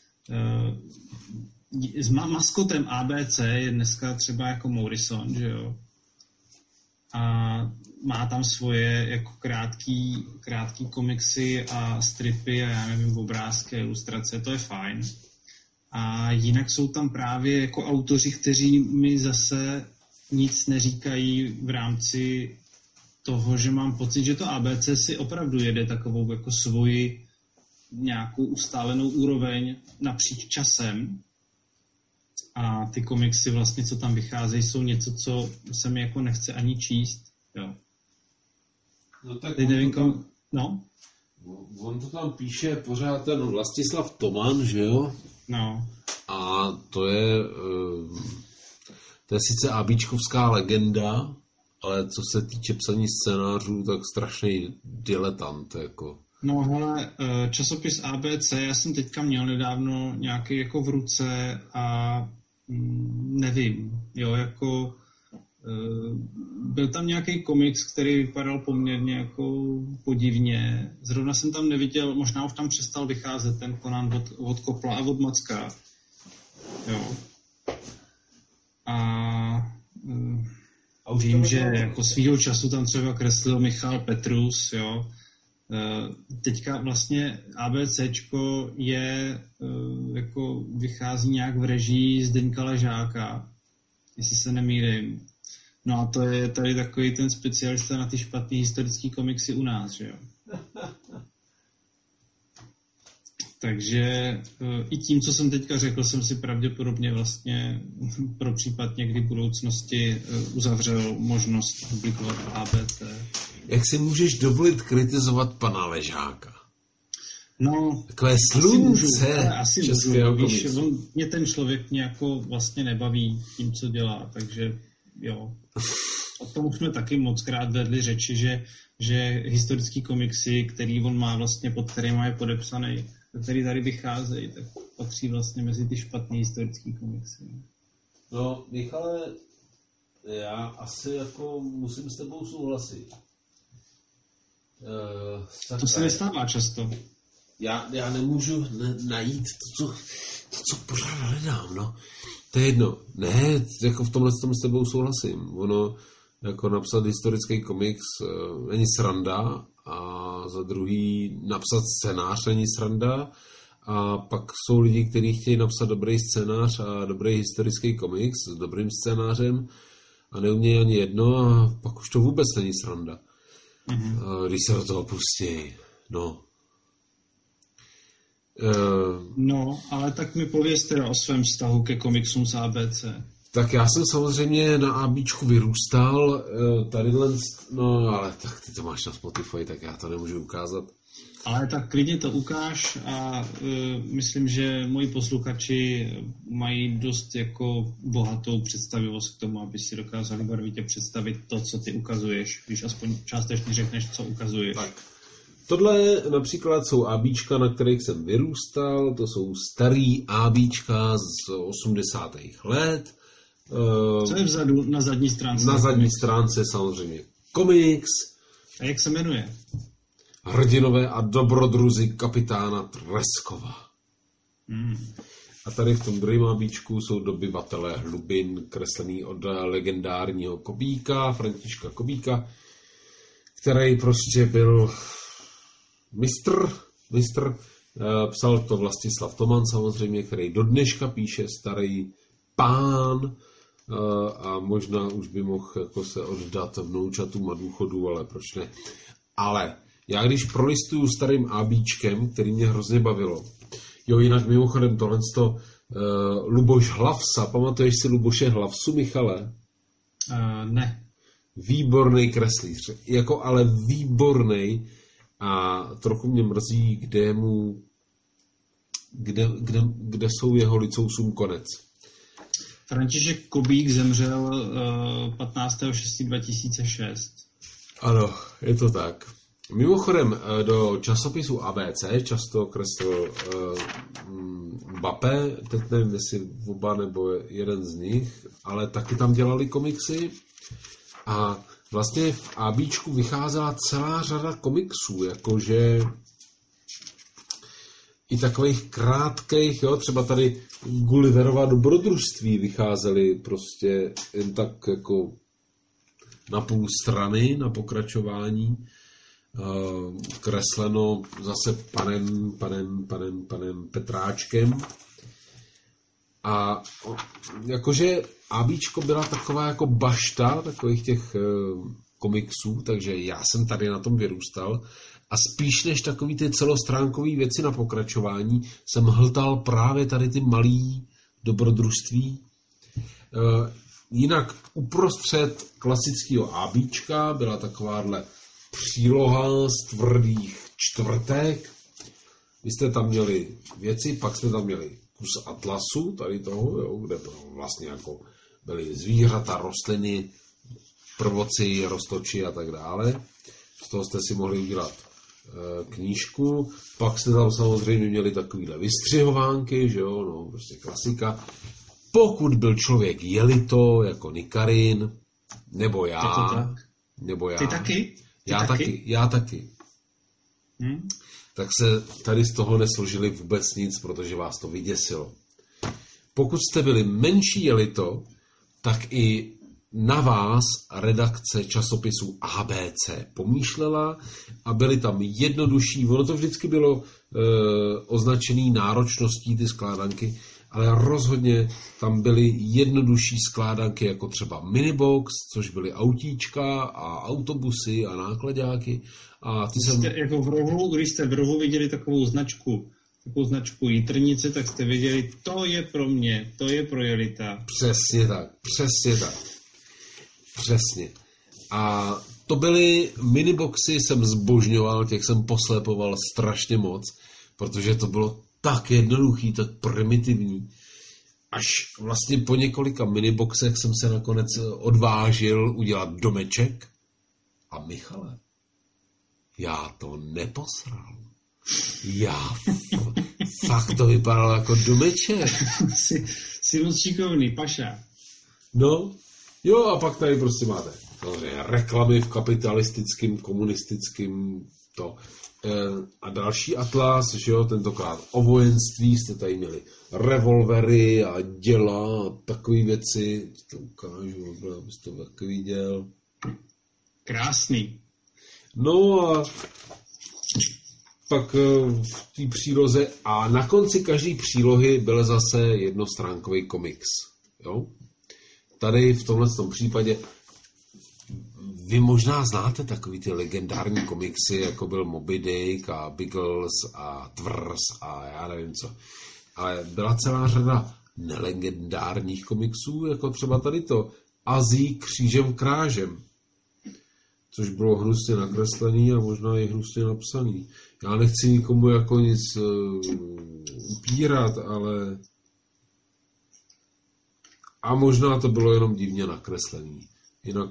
uh, s ma- maskotem A B C je dneska třeba jako Morrison, že jo. A má tam svoje jako krátký, krátký komiksy a stripy a já nevím, obrázky, ilustrace, to je fajn. A jinak jsou tam právě jako autoři, kteří mi zase nic neříkají v rámci toho, že mám pocit, že to A B C si opravdu jede takovou jako svoji nějakou ustálenou úroveň napříč časem. A ty komiksy vlastně, co tam vycházejí, jsou něco, co se mi jako nechce ani číst. Jo. No tak Teď nevím, kom... No? On to tam píše pořád ten Vlastislav Toman, že jo? No. A to je, to je sice ábíčkovská legenda, ale co se týče psaní scénářů, tak strašný diletant, jako. No hele, časopis A B C, já jsem teďka měl nedávno nějaký jako v ruce a nevím, jo, jako byl tam nějaký komiks, který vypadal poměrně jako podivně. Zrovna jsem tam neviděl, možná už tam přestal vycházet ten Conan od, od Kopla a od Macka. Jo. A, a vím, že jako svýho času tam třeba kreslil Michal Petrus, jo. Teďka vlastně ABCčko je, jako vychází nějak v režii Zdeňka Ležáka, jestli se nemýlím. No a to je tady takový ten specialista na ty špatný historický komiksy u nás, že jo. Takže i tím, co jsem teďka řekl, jsem si pravděpodobně vlastně pro případ někdy budoucnosti uzavřel možnost publikovat A B C. Jak si můžeš dovolit kritizovat pana Ležáka? No, takové slunce asi můžu, českého víš, komiksu. on, mě ten člověk nějako vlastně nebaví tím, co dělá, takže jo. O tom jsme taky mockrát vedli řeči, že, že historický komiksy, který on má vlastně, pod kterýma je podepsaný, který tady vycházejí, tak patří vlastně mezi ty špatné historické komiksy. No, Michale, já asi jako musím s tebou souhlasit. Uh, to se nestává často. Já, já nemůžu ne, najít to co, to, co pořád hledám, no. To je jedno. Ne, jako v tomhle s tebou souhlasím. Ono, jako napsat historický komiks uh, není sranda a za druhý napsat scénář není sranda a pak jsou lidi, kteří chtějí napsat dobrý scénář a dobrý historický komiks s dobrým scénářem a neumějí ani jedno a pak už to vůbec není sranda. Mm-hmm. Když se do toho pustí. No. Uh, no, ale tak mi pověz teda o svém vztahu ke komiksům z A B C. Tak já jsem samozřejmě na ABčku vyrůstal. Uh, tadyhle, no ale tak ty to máš na Spotify, tak já to nemůžu ukázat. Ale tak klidně to ukáž a uh, myslím, že moji posluchači mají dost jako bohatou představivost k tomu, aby si dokázali barvitě představit to, co ty ukazuješ, když aspoň částečně řekneš, co ukazuješ. Tak. Tohle například jsou ábíčka, na kterých jsem vyrůstal, to jsou starý ábíčka z osmdesátých let. Co je vzadu na zadní stránce? Na zadní stránce samozřejmě komiks. A jak se jmenuje? Hrdinové a dobrodruzi kapitána Treskova. Hmm. A tady v tom druhém ábíčku jsou dobyvatelé hlubin, kreslený od legendárního Kobíka, Františka Kobíka, který prostě byl mistr, mistr, psal to Vlastislav Toman samozřejmě, který do dneška píše starý pán a možná už by mohl jako se oddat vnoučatům a důchodu, ale proč ne. Ale já když prolistuju starým ábíčkem, který mě hrozně bavilo, jo, jinak mimochodem tohle to uh, Luboš Hlavsa, pamatuješ si Luboše Hlavsu, Michale? Uh, ne. Výborný kreslíř, jako ale výborný a trochu mě mrzí, kde mu, kde, kde, kde jsou jeho licousům konec. František Kobík zemřel uh, patnáctého šestého dva tisíce šest. Ano, je to tak. Mimochodem, do časopisu A B C často kreslil uh, Mbappé, teď nevím, jestli oba nebo jeden z nich, ale taky tam dělali komiksy a vlastně v ábíčku vycházela celá řada komiksů, jakože i takových krátkých, jo, třeba tady Gulliverova dobrodružství vycházely prostě jen tak jako na půl strany, na pokračování, uh, kresleno zase panem, panem, panem, panem Petráčkem. A jakože ábíčko byla taková jako bašta takových těch uh, komiksů, takže já jsem tady na tom vyrůstal a spíš než takový ty celostránkový věci na pokračování jsem hltal právě tady ty malý dobrodružství. Uh, jinak uprostřed klasického ábíčka byla takováhle příloha z tvrdých čtvrtek. Vy jste tam měli věci, pak jste tam měli kus atlasu, tady toho, jo, kde vlastně jako byly zvířata, rostliny, prvoci, roztoči a tak dále. Z toho jste si mohli udělat e, knížku. Pak jste tam samozřejmě měli takovýhle vystřihovánky, že jo, no, prostě klasika. Pokud byl člověk jelito, jako Nikarin, nebo já, tak. nebo já. Ty taky? Ty já taky? taky, já taky. Hmm? Tak se tady z toho nesložili vůbec nic, protože vás to vyděsilo. Pokud jste byli menší jelito, tak i na vás redakce časopisu A B C pomýšlela a byly tam jednodušší, ono to vždycky bylo e, označené náročností ty skládanky, ale rozhodně tam byly jednodušší skládanky, jako třeba minibox, což byly autíčka a autobusy a nákladáky. A ty jsem... jsem... Jako v rohu, když jste v rohu viděli takovou značku, takovou značku jitrnice, tak jste věděli, to je pro mě, to je pro jelita. Přesně tak, přesně tak. Přesně. A to byly miniboxy, jsem zbožňoval, těch jsem poslepoval strašně moc, protože to bylo tak jednoduchý, tak primitivní. Až vlastně po několika miniboxech jsem se nakonec odvážil udělat domeček. A Michale, já to neposral. Já fakt to vypadalo jako domeček. jsi, jsi moc šikovný, paša. No, jo, a pak tady prostě máte samozřejmě reklamy v kapitalistickém, komunistickém to. A další atlas, že jo, tentokrát o vojenství, jste tady měli revolvery a děla a takové věci. To ukážu, abys to taky viděl. Krásný. No a pak v té příloze a na konci každé přílohy byl zase jednostránkový komiks. Jo? Tady v tomhle tom případě vy možná znáte takový ty legendární komiksy, jako byl Moby Dick a Biggles a Twrs a já nevím co. Ale byla celá řada nelegendárních komiksů, jako třeba tady to Azí křížem krážem. což bylo hnusně nakreslený a možná i hnusně napsaný. Já nechci nikomu jako nic uh, upírat, ale a možná to bylo jenom divně nakreslený. Jinak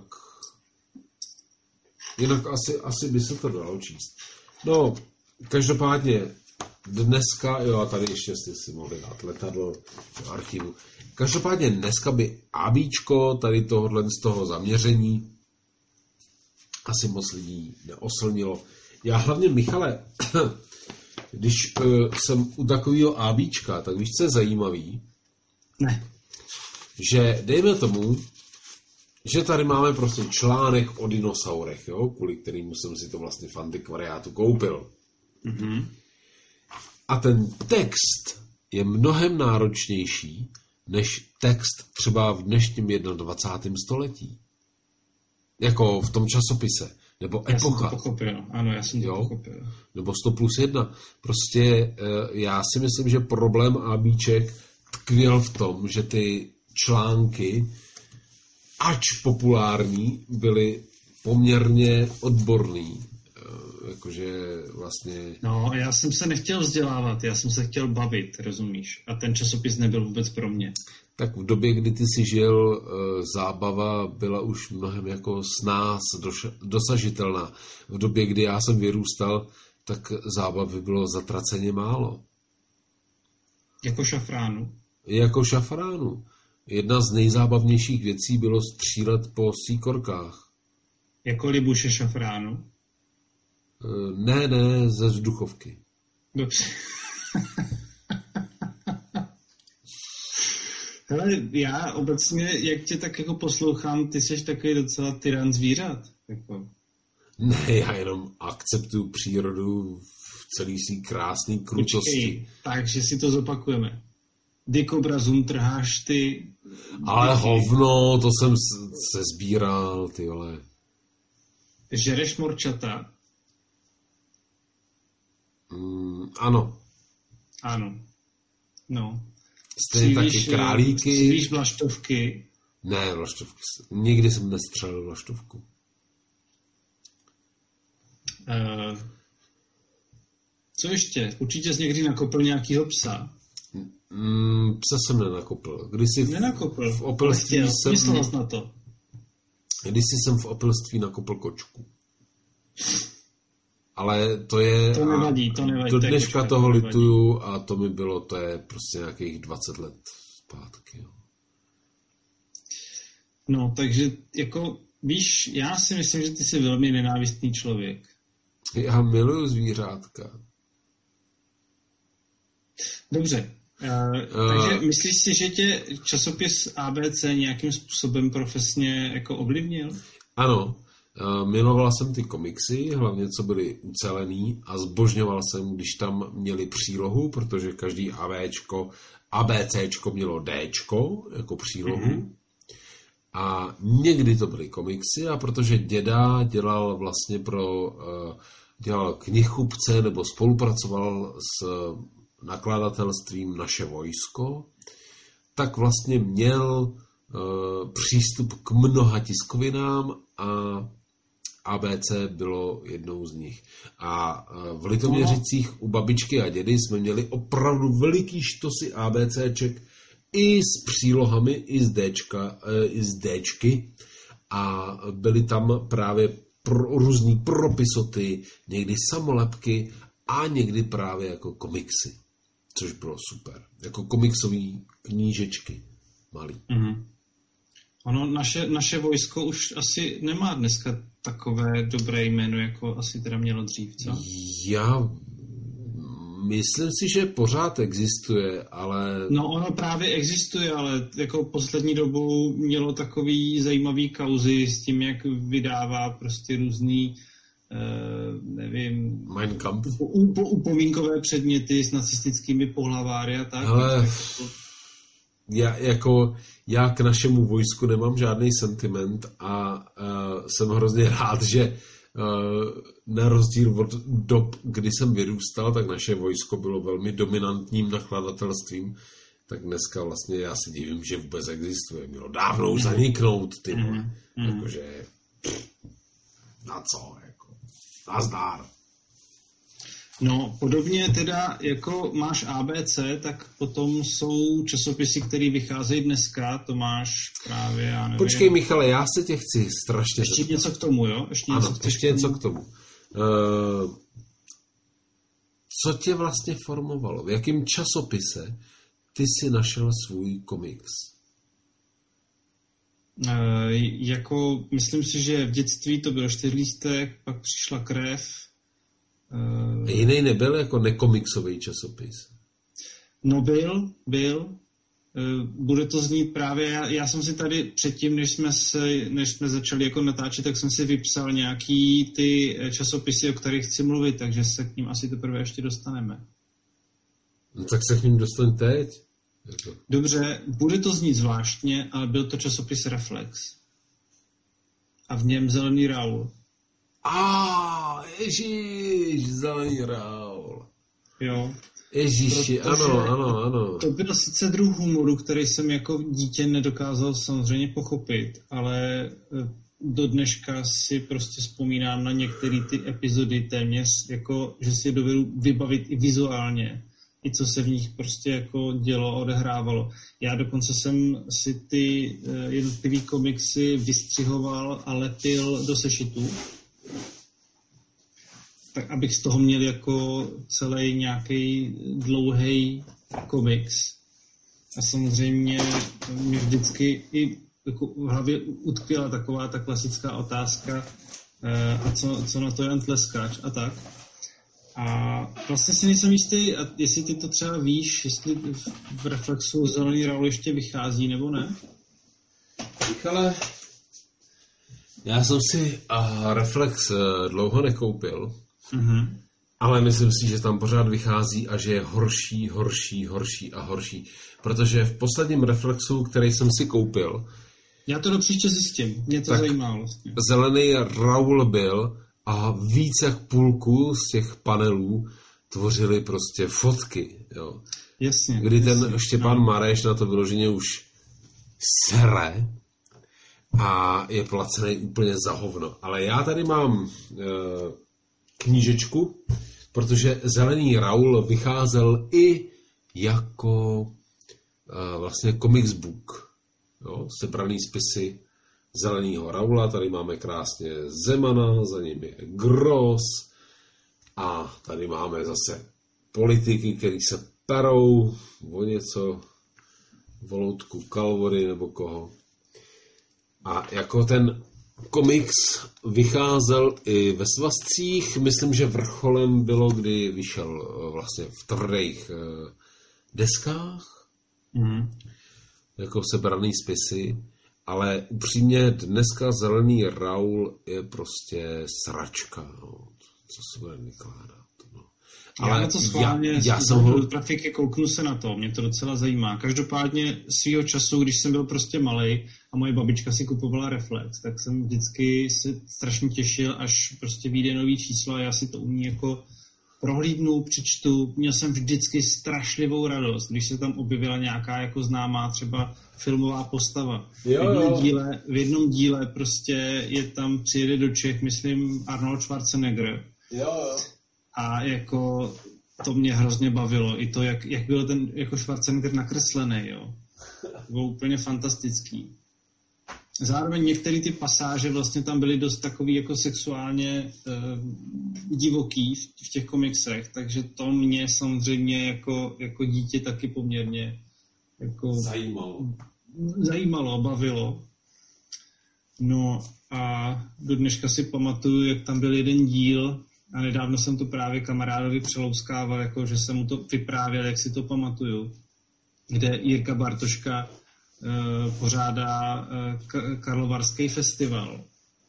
jinak asi, asi by se to dalo číst. No, každopádně dneska, jo a tady ještě jste si mohli dát letadlo do archivu. Každopádně dneska by ABčko tady tohohle z toho zaměření asi moc lidí neoslnilo. Já hlavně, Michale, když uh, jsem u takového ABčka, tak víš, co je zajímavý? Ne. Že dejme tomu, že tady máme prostě článek o dinosaurech, jo, kvůli kterému jsem si to vlastně v antikvariátu koupil. Mm-hmm. A ten text je mnohem náročnější než text třeba v dnešním dvacátém prvním století. Jako v tom časopise. Nebo já epocha. Já jsem to pochopil. Ano, já jsem to jo? pochopil. Nebo sto plus jedna. Prostě já si myslím, že problém ABček tkvěl v tom, že ty články, ač populární, byly poměrně odborný. Jakože vlastně... No, já jsem se nechtěl vzdělávat, já jsem se chtěl bavit, rozumíš? A ten časopis nebyl vůbec pro mě. Tak v době, kdy ty jsi žil, zábava byla už mnohem jako s nás dosažitelná. V době, kdy já jsem vyrůstal, tak zábavy bylo zatraceně málo. Jako šafránu? Jako šafránu. Jedna z nejzábavnějších věcí bylo střílet po síkorkách. Jako Libuše šafránu? Ne, ne, ze vzduchovky. Dobře. Hele, já obecně, jak tě tak jako poslouchám, ty jsi takový docela tyran zvířat. Jako. Ne, já jenom akceptuju přírodu v celý svý krásný krutosti. Počkej, takže si to zopakujeme. Dikobrazum trháš ty... Ale hovno, to jsem se sbíral, ty vole. Žereš morčata? Mm, ano. Ano. No. Stejně taky králíky. Střílíš vlaštovky? Ne, vlaštovky. Nikdy jsem nestřelil vlaštovku. Uh, co ještě? Určitě jsi někdy nakopl nějakýho psa? Mm, psa jsem nenakopl. Když jsi nenakopl. V opilství jsem... Myslel jsi na to? Když jsem v opilství nakopl kočku. Ale to je... To nevadí, to nevadí. Do dneška to toho lituju a to mi bylo, to je prostě nějakých dvacet let zpátky. Jo. No, takže jako, víš, já si myslím, že ty jsi velmi nenávistný člověk. Já miluju zvířátka. Dobře. Uh, uh, takže myslíš si, že tě časopis A B C nějakým způsobem profesně jako ovlivnil? Ano. Uh, miloval jsem ty komiksy, hlavně co byly ucelený a zbožňoval jsem, když tam měli přílohu, protože každý ABčko, ABCčko mělo Dčko jako přílohu. Mm-hmm. A někdy to byly komiksy a protože děda dělal vlastně pro uh, dělal knihkupce nebo spolupracoval s nakladatelstvím Naše vojsko, tak vlastně měl uh, přístup k mnoha tiskovinám a A B C bylo jednou z nich. A uh, v Litoměřicích u babičky a dědy jsme měli opravdu veliký štosy ABCček i s přílohami, i z Dčka, uh, i z Dčky a byly tam právě pro, různý propisoty, někdy samolepky a někdy právě jako komiksy. Což bylo super. Jako komiksový knížečky malý. Mm-hmm. Ono, naše, naše vojsko už asi nemá dneska takové dobré jméno, jako asi teda mělo dřív, co? Já myslím si, že pořád existuje, ale... No ono právě existuje, ale jako poslední dobou mělo takový zajímavý kauzy s tím, jak vydává prostě různý Uh, nevím, Mein Kampf. Upo, upomínkové předměty s nacistickými pohlaváry a tak. Hele, tak já, jako, já k našemu vojsku nemám žádný sentiment a uh, jsem hrozně rád, že uh, na rozdíl od dob, kdy jsem vyrůstal, tak naše vojsko bylo velmi dominantním nakladatelstvím, tak dneska vlastně já si divím, že vůbec existuje. Mělo dávno už zaniknout, ty vole. Mm. Jakože... Na co, jako. Nazdár. No, podobně teda, jako máš A B C, tak potom jsou časopisy, které vycházejí dneska, to máš právě, já nevím. Počkej, Michale, já se tě chci strašně Ještě zeptat. něco k tomu, jo? Ještě ano, něco, ještě něco k tomu. Uh, co tě vlastně formovalo? V jakém časopise ty jsi našel svůj komiks? Uh, jako, myslím si, že v dětství to byl čtyřlístek, pak přišla krev. Uh, Jiný nebyl jako nekomiksový časopis? No byl, byl. Uh, bude to znít právě, já, já jsem si tady předtím, než jsme, se, než jsme začali jako natáčet, tak jsem si vypsal nějaký ty časopisy, o kterých chci mluvit, takže se k ním asi teprve ještě dostaneme. No tak se k ním dostaň teď. Jako. Dobře, bude to znít zvláštně, ale byl to časopis Reflex. A v něm Zelený Raul. A ježíš, Zelený Raul. Jo. Ježíši, Protože ano, ano, ano. To byl sice druh humoru, který jsem jako dítě nedokázal samozřejmě pochopit, ale do dneška si prostě vzpomínám na některé ty epizody téměř, jako, že si je dovedu vybavit i vizuálně, i co se v nich prostě jako dělo, odehrávalo. Já dokonce jsem si ty jednotlivý komiksy vystřihoval a lepil do sešitů, tak abych z toho měl jako celý nějaký dlouhý komiks. A samozřejmě mě vždycky i jako v hlavě utkvěla taková ta klasická otázka, a co, co na to Jan Tleskáč a tak. A vlastně si nejsem jistý, jestli ty to třeba víš, jestli v Reflexu Zelený Raul ještě vychází, nebo ne? Michale, já jsem si uh, Reflex uh, dlouho nekoupil, mm-hmm. ale myslím si, že tam pořád vychází a že je horší, horší, horší a horší. Protože v posledním Reflexu, který jsem si koupil... Já to do příště zjistím, mě to zajímá vlastně. Zelený Raul byl a víc jak půlku z těch panelů tvořili prostě fotky. Jo. Jasně. Kdy jasně, ten Štěpán no. Mareš na to vyloženě už sere a je placený úplně za hovno. Ale já tady mám e, knížečku, protože Zelený Raul vycházel i jako e, vlastně comics book. Jo, sebraný spisy Zeleného Raula. Tady máme krásně Zemana, za ním je Gross a tady máme zase politiky, který se perou o něco, Voloutku Kalvory nebo koho. A jako ten komiks vycházel i ve svazcích, myslím, že vrcholem bylo, kdy vyšel vlastně v tvrdých deskách, mm. jako sebraný spisy, ale upřímně dneska Zelený Raul je prostě sračka, no. Co se bude vykládat. No. Ale já na to schválně já, já jsem do trafiky, kouknu se na to, mě to docela zajímá. Každopádně svýho času, když jsem byl prostě malej a moje babička si kupovala Reflex, tak jsem vždycky se strašně těšil, až prostě vyjde nový číslo a já si to u ní jako prohlídnu, přečtu. Měl jsem vždycky strašlivou radost, když se tam objevila nějaká jako známá třeba filmová postava. Jo, v, jednom jo. díle, v jednom díle prostě je tam, přijede do Čech, myslím, Arnold Schwarzenegger. Jo, jo. A jako to mě hrozně bavilo. I to, jak, jak byl ten jako Schwarzenegger nakreslený, jo. To bylo úplně fantastický. Zároveň některé ty pasáže vlastně tam byly dost takový jako sexuálně uh, divoký v, v těch komiksech, takže to mě samozřejmě jako, jako dítě taky poměrně jako zajímalo. zajímalo, bavilo. No a do dneška si pamatuju, jak tam byl jeden díl a nedávno jsem to právě kamarádovi přelouskával, jako že jsem mu to vyprávěl, jak si to pamatuju, kde Jirka Bartoška pořádá Karlovarský festival.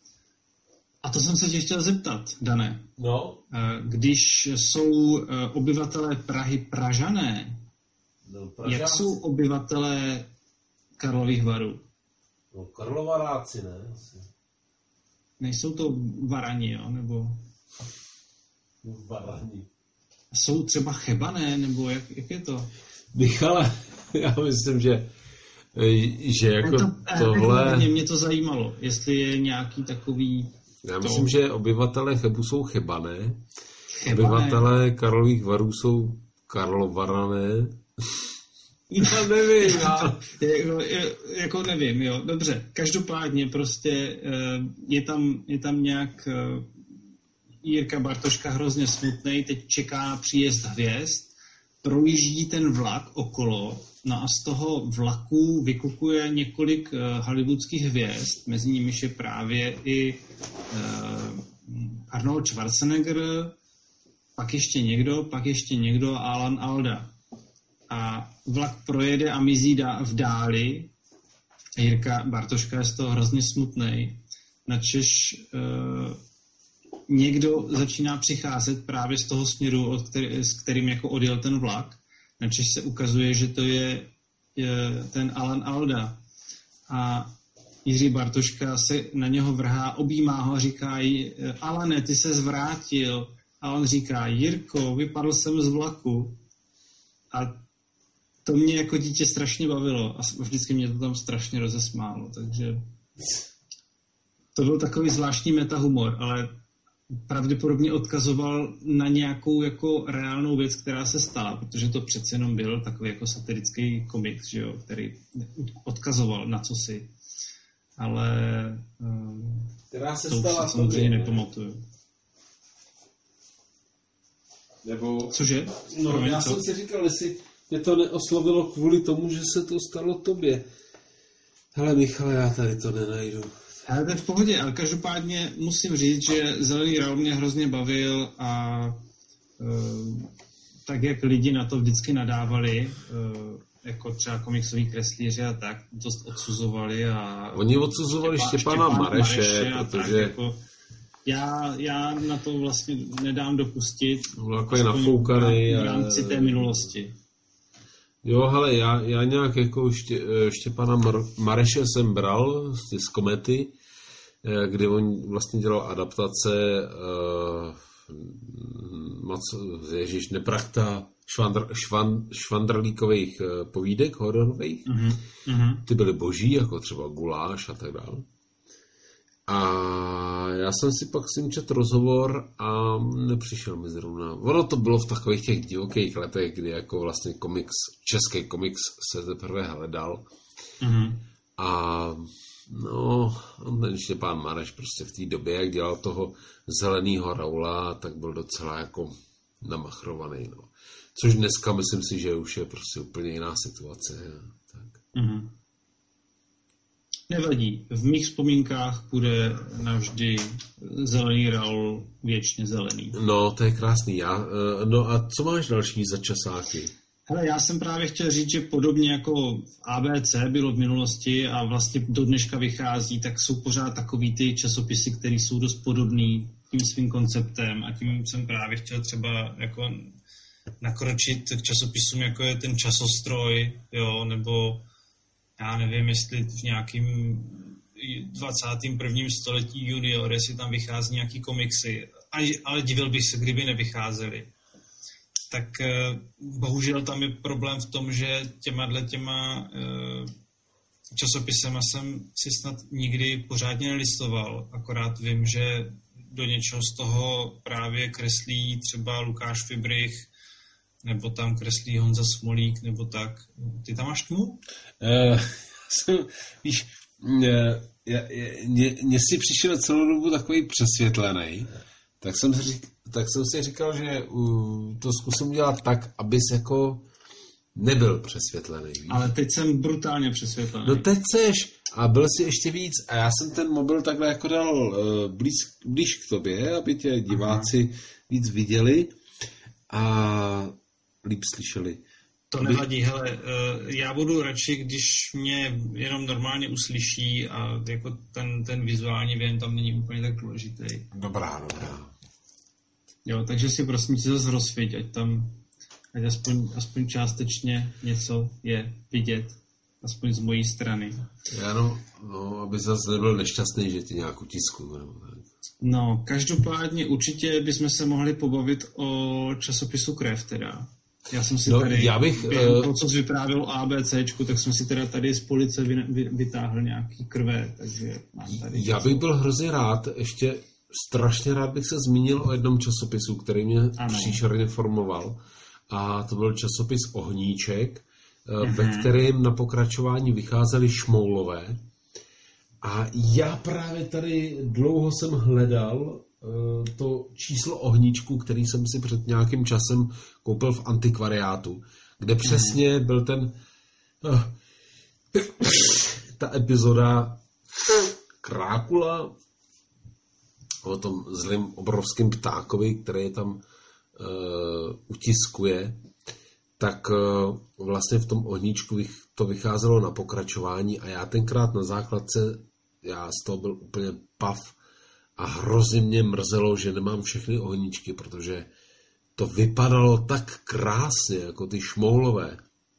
A to jsem se tě chtěl zeptat, Dané. No. Když jsou obyvatelé Prahy Pražané, No, jak jsou obyvatelé Karlových Varů? No, Karlovaráci, ne? Asi. Nejsou to Varani, jo? Nebo... Varani. Jsou třeba Chebané, nebo jak, jak je to? Michale, já myslím, že že jako to, tohle... Mě, mě to zajímalo, jestli je nějaký takový Já myslím, to... že obyvatelé Chebu jsou Chebané, Chebané. Obyvatelé Karlových Varů jsou Karlovarané. Já nevím, já, jako, jako nevím, jo, dobře. Každopádně prostě je tam, je tam nějak Jirka Bartoška hrozně smutnej, teď čeká na příjezd hvězd, projíždí ten vlak okolo, no a z toho vlaku vykukuje několik hollywoodských hvězd, mezi nimiž je právě i Arnold Schwarzenegger, pak ještě někdo, pak ještě někdo, Alan Alda. A vlak projede a mizí v dáli. Jirka Bartoška je z toho hrozně smutnej. Načež uh, někdo začíná přicházet právě z toho směru, od který, s kterým jako odjel ten vlak. Načež se ukazuje, že to je, je ten Alan Alda. A Jiří Bartoška se na něho vrhá, objímá ho a říká jí, Alane, ty se zvrátil. A on říká, Jirko, vypadl jsem z vlaku. A to mě jako dítě strašně bavilo a vždycky mě to tam strašně rozesmálo, takže to byl takový zvláštní metahumor, ale pravděpodobně odkazoval na nějakou jako reálnou věc, která se stala, protože to přece jenom byl takový jako satirický komik, že jo, který odkazoval na cosi, ale která se to stala už se samozřejmě ne? nepamatuju. Nebo... Cože? No, Promiň, já co? jsem si říkal, jestli mě to neoslovilo kvůli tomu, že se to stalo tobě. Hele, Michale, já tady to nenajdu. Ale to je v pohodě, ale každopádně musím říct, že Zelený Raul mě hrozně bavil a uh, tak, jak lidi na to vždycky nadávali, uh, jako třeba komiksový kreslíři a tak, dost odsuzovali a... Oni odsuzovali Štěpá, Štěpána Štěpán Mareše, Mareše protože... Tak, jako, já, já na to vlastně nedám dopustit. No, jako je nafoukaný. V rámci té minulosti. Jo, hele, já, já nějak jako Ště, Štěpána Mar- Mareše jsem bral z, z Komety, kdy on vlastně dělal adaptace uh, moc, ježiš, Neprachta švandr, švand, švandrlíkových uh, povídek hororových. Mm-hmm. Ty byly boží, jako třeba Guláš a tak dále. A já jsem si pak s ním četl rozhovor a nepřišel mi zrovna. Ono to bylo v takových těch divokých letech, kdy jako vlastně komiks, český komiks se teprve hledal. Mm-hmm. A no, ten Štěpán Mareš prostě v té době, jak dělal toho Zelenýho Raula, tak byl docela jako namachrovaný. No. Což dneska myslím si, že už je prostě úplně jiná situace. Tak. Mm-hmm. Nevadí. V mých vzpomínkách bude navždy Zelený Raul věčně zelený. No, to je krásný. Já, no a co máš další za časáky? Hele, já jsem právě chtěl říct, že podobně jako v A B C bylo v minulosti a vlastně do dneška vychází, tak jsou pořád takový ty časopisy, které jsou dost podobný tím svým konceptem a tím jsem právě chtěl třeba jako nakročit k časopisům, jako je ten Časostroj, jo, nebo já nevím, jestli v nějakým dvacátém prvním století junior, jestli tam vychází nějaký komiksy, ale divil bych se, kdyby nevycházely. Tak bohužel tam je problém v tom, že těma těma časopisema jsem si snad nikdy pořádně nelistoval, akorát vím, že do něčeho z toho právě kreslí třeba Lukáš Fibrich, nebo tam kreslí Honza Smolík, nebo tak. Ty tam máš tmu? Uh, jsem, víš, mně si přišel celou dobu takový přesvětlený, tak jsem, řík, tak jsem si říkal, že uh, to zkusím dělat tak, abys jako nebyl přesvětlený. Víš? Ale teď jsem brutálně přesvětlený. No teď seš a byl si ještě víc a já jsem ten mobil takhle jako dal uh, blíž, blíž k tobě, aby tě diváci Aha. víc viděli a líp slyšeli. To nevadí, hele, já budu radši, když mě jenom normálně uslyší a jako ten, ten vizuální věm tam není úplně tak důležitý. Dobrá, dobrá. Jo, takže si prosím tě zase rozsvěť, ať tam, ať aspoň, aspoň částečně něco je vidět, aspoň z mojí strany. Já no, no aby zase nebyl nešťastný, že ti nějak utisku. Nebo tak. No, každopádně určitě bychom se mohli pobavit o časopisu Krev teda. Já jsem si no, tady, já bych, během toho, co jsi vyprávěl o ABCčku, tak jsem si teda tady z police vy, vy, vytáhl nějaký krve, takže mám tady... Já bych byl hrozně rád, ještě strašně rád bych se zmínil o jednom časopisu, který mě ano. příšerně formoval. A to byl časopis Ohníček, Mhm. ve kterém na pokračování vycházely šmoulové. A já právě tady dlouho jsem hledal uh, to číslo Ohníčku, který jsem si před nějakým časem koupil v antikvariátu, kde přesně byl ten uh, ta epizoda Krákula o tom zlým obrovským ptákovi, který tam uh, utiskuje, tak uh, vlastně v tom Ohníčku to vycházelo na pokračování a já tenkrát na základce, já z toho byl úplně pav a hrozně mě mrzelo, že nemám všechny ohníčky, protože to vypadalo tak krásně, jako ty šmoulové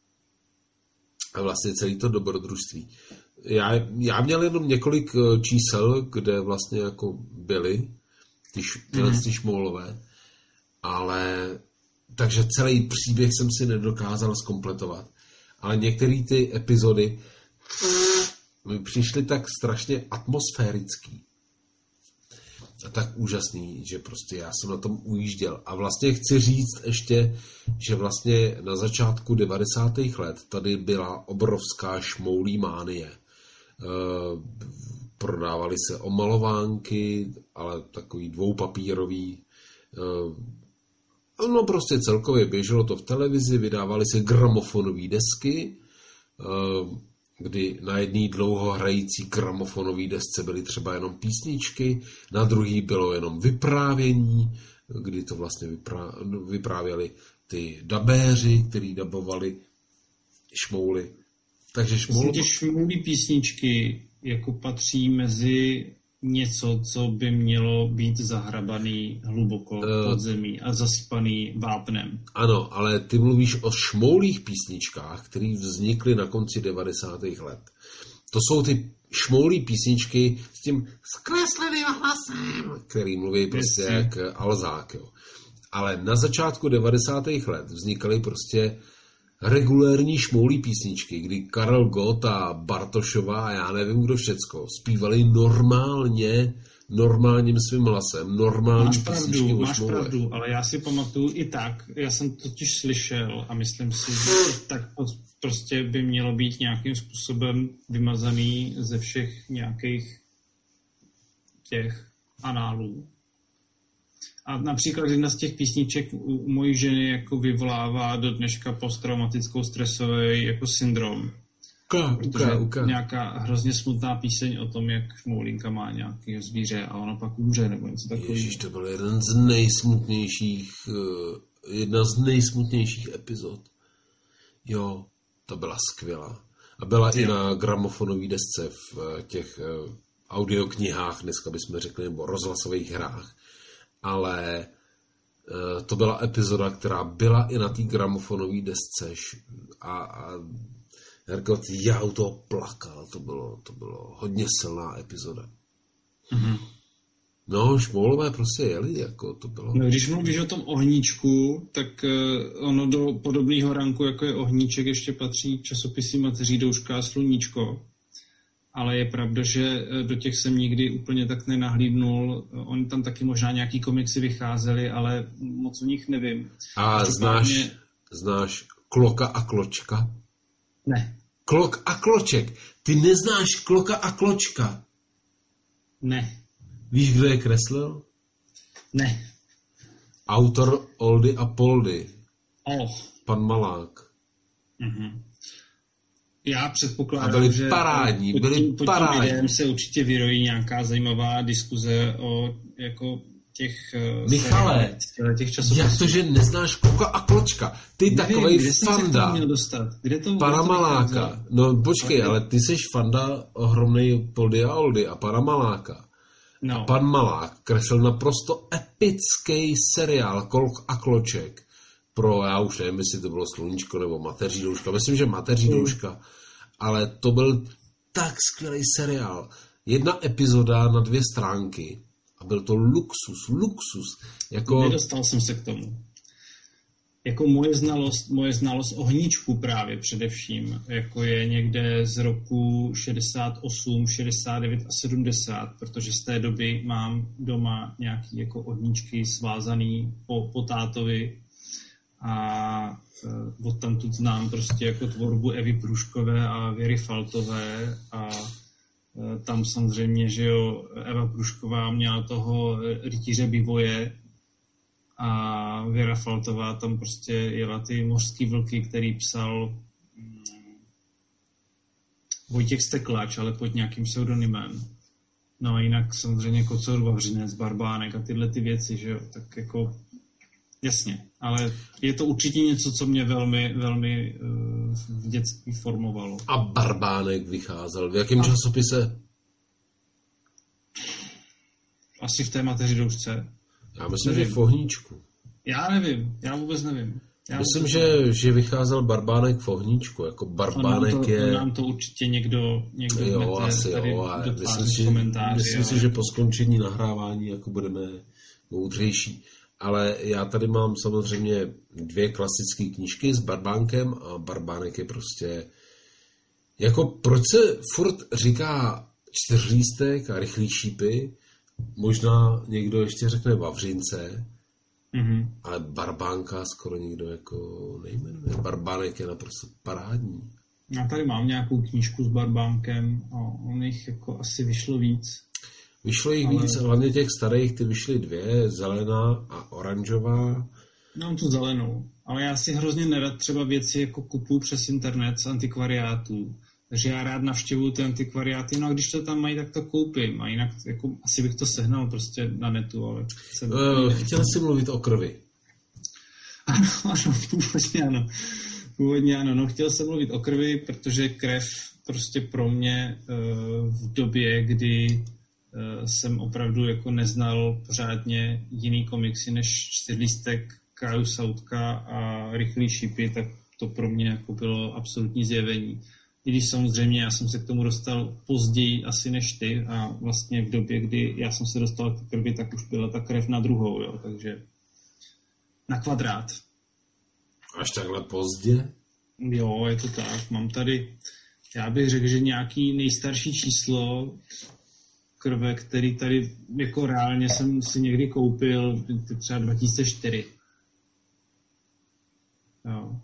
a vlastně celý to dobrodružství. Já, já měl jenom několik čísel, kde vlastně jako byly ty, tyhle mm. ty šmoulové, ale takže celý příběh jsem si nedokázal zkompletovat. Ale některé ty epizody mi přišly tak strašně atmosférický a tak úžasný, že prostě já jsem na tom ujížděl. A vlastně chci říct ještě, že vlastně na začátku devadesátých let tady byla obrovská šmoulí mánie. E, prodávali se omalovánky, ale takový dvoupapírový. E, no prostě celkově běželo to v televizi, vydávaly se gramofonové desky, e, kdy na jedné dlouho hrající gramofonové desce byly třeba jenom písničky, na druhý bylo jenom vyprávění, kdy to vlastně vyprá, vyprávěli ty dabéři, který dabovali šmouly. Takže šmoul... Ty šmoulí písničky jako patří mezi něco, co by mělo být zahrabaný hluboko uh, pod zemí a zasypaný vápnem. Ano, ale ty mluvíš o šmoulých písničkách, které vznikly na konci devadesátých let. To jsou ty šmoulí písničky s tím zkresleným hlasem, který mluví prostě Jasně. jak Alzák. Jo. Ale na začátku devadesátých let vznikaly prostě regulérní šmoulí písničky, kdy Karel Gott a Bartošová a já nevím kdo všecko zpívali normálně, normálním svým hlasem, normální máš písničky pravdu, o máš šmoulech. pravdu, ale já si pamatuju i tak, já jsem totiž slyšel a myslím si, že tak prostě by mělo být nějakým způsobem vymazaný ze všech nějakých těch análů. A například jedna z těch písniček u mojí ženy jako vyvolává do dneška posttraumatickou stresový jako syndrom. Uka, uka, uka. Nějaká hrozně smutná píseň o tom, jak šmoulinka má nějaký zvíře a ono pak umře nebo něco takového. Ježíš, to byl jeden z nejsmutnějších, jedna z nejsmutnějších epizod. Jo, to byla skvělá. A byla jo. i na gramofonové desce v těch audioknihách, dneska bychom řekli, nebo rozhlasových hrách. Ale to byla epizoda, která byla i na té gramofonové desce a, a Herkot, já u toho plakal, to bylo, to bylo hodně silná epizoda. Mm-hmm. No, šmoulové prostě jeli, jako to bylo. No, když mluvíš o tom ohníčku, tak uh, ono do podobného ranku, jako je ohníček, ještě patří časopisy Mateří douška a Sluníčko. Ale je pravda, že do těch jsem nikdy úplně tak nenahlídnul. Oni tam taky možná nějaký komiksy vycházely, ale moc o nich nevím. A znáš, mě... znáš Kloka a Kločka? Ne. Klok a Kloček. Ty neznáš Kloka a Kločka? Ne. Víš, kdo je kreslil? Ne. Autor Oldy a Poldy. Oh. Pan Malák. Mhm. Já předpokládám, a byli že parádní, pod, byli pod tím parádní. videem se určitě vyrojí nějaká zajímavá diskuze o jako těch Michale, těch časopisů. Jak to, že neznáš Kloka a Kločka? Ty Nevím, takovej kde fanda. Kde dostat? Kde to, pana kde to Maláka. No počkej, ale ty jsi fanda ohromnej Poldy a Oldy a pana Maláka. No. A pan Malák kreslil naprosto epický seriál Klok a Kloček pro, já už nevím, jestli to bylo Sluníčko nebo Mateří douška. Myslím, že Mateří douška. Mm. Ale to byl tak skvělý seriál. Jedna epizoda na dvě stránky. A byl to luxus, luxus. Jako... Nedostal jsem se k tomu. jako moje znalost, moje znalost o hníčku právě především, jako je někde z roku šedesát osm, šedesát devět a sedmdesát, protože z té doby mám doma nějaký jako ohníčky svázaný po, po tátovi a e, odtamtud znám prostě jako tvorbu Evy Pruškové a Věry Faltové a e, tam samozřejmě, že jo, Eva Prušková měla toho rytíře Bivoje a Věra Faltová tam prostě jela ty mořský vlky, který psal mm, Vojtěch Steklač, ale pod nějakým pseudonymem. No a jinak samozřejmě Kocour, Vavřinec, Barbánek a tyhle ty věci, že jo, tak jako jasně, ale je to určitě něco, co mě velmi, velmi uh, v dětství formovalo. A Barbánek vycházel v jakém a... časopise? Asi v té mateři doušce. Já myslím, nevím. Že v Ohníčku. Já nevím, já vůbec nevím. Já myslím, vůbec že, nevím. že vycházel Barbánek v Ohníčku, jako Barbánek nám to, je... nám to určitě někdo, někdo jo, mete asi tady jo, ale do myslím, si, myslím ale... si, že po skončení nahrávání jako budeme moudřejší. Ale já tady mám samozřejmě dvě klasické knížky s Barbánkem a Barbánek je prostě... Jako proč se furt říká čtyřlístek a rychlý šípy? Možná někdo ještě řekne Vavřince, mm-hmm. ale Barbánka skoro nikdo jako nejmenuje. Barbánek je naprosto parádní. Já tady mám nějakou knížku s Barbánkem a on jich jako asi vyšlo víc. Vyšlo jich ale... víc, hlavně těch starých, ty vyšly dvě, zelená a oranžová. Mám tu zelenou, ale já si hrozně nerad třeba věci jako kupuju přes internet z antikvariátů. Takže já rád navštěvuju ty antikvariáty, no a když to tam mají, tak to koupím. A jinak jako, asi bych to sehnal prostě na netu, ale... Jsem... Uh, chtěl jsi mluvit o krvi. Ano, ano, původně ano. Původně ano, no chtěl jsem mluvit o krvi, protože krev prostě pro mě uh, v době, kdy uh, jsem opravdu jako neznal pořádně jiný komiksy než Čtyřlístek, Káju Sautka a Rychlý šípy, tak to pro mě jako bylo absolutní zjevení. I když samozřejmě já jsem se k tomu dostal později asi než ty a vlastně v době, kdy já jsem se dostal k krvi, tak už byla ta krev na druhou, jo, takže na kvadrát. Až takhle pozdě? Jo, je to tak. Mám tady, já bych řekl, že nějaký nejstarší číslo krve, který tady jako reálně jsem si někdy koupil, třeba dva tisíce čtyři. Jo.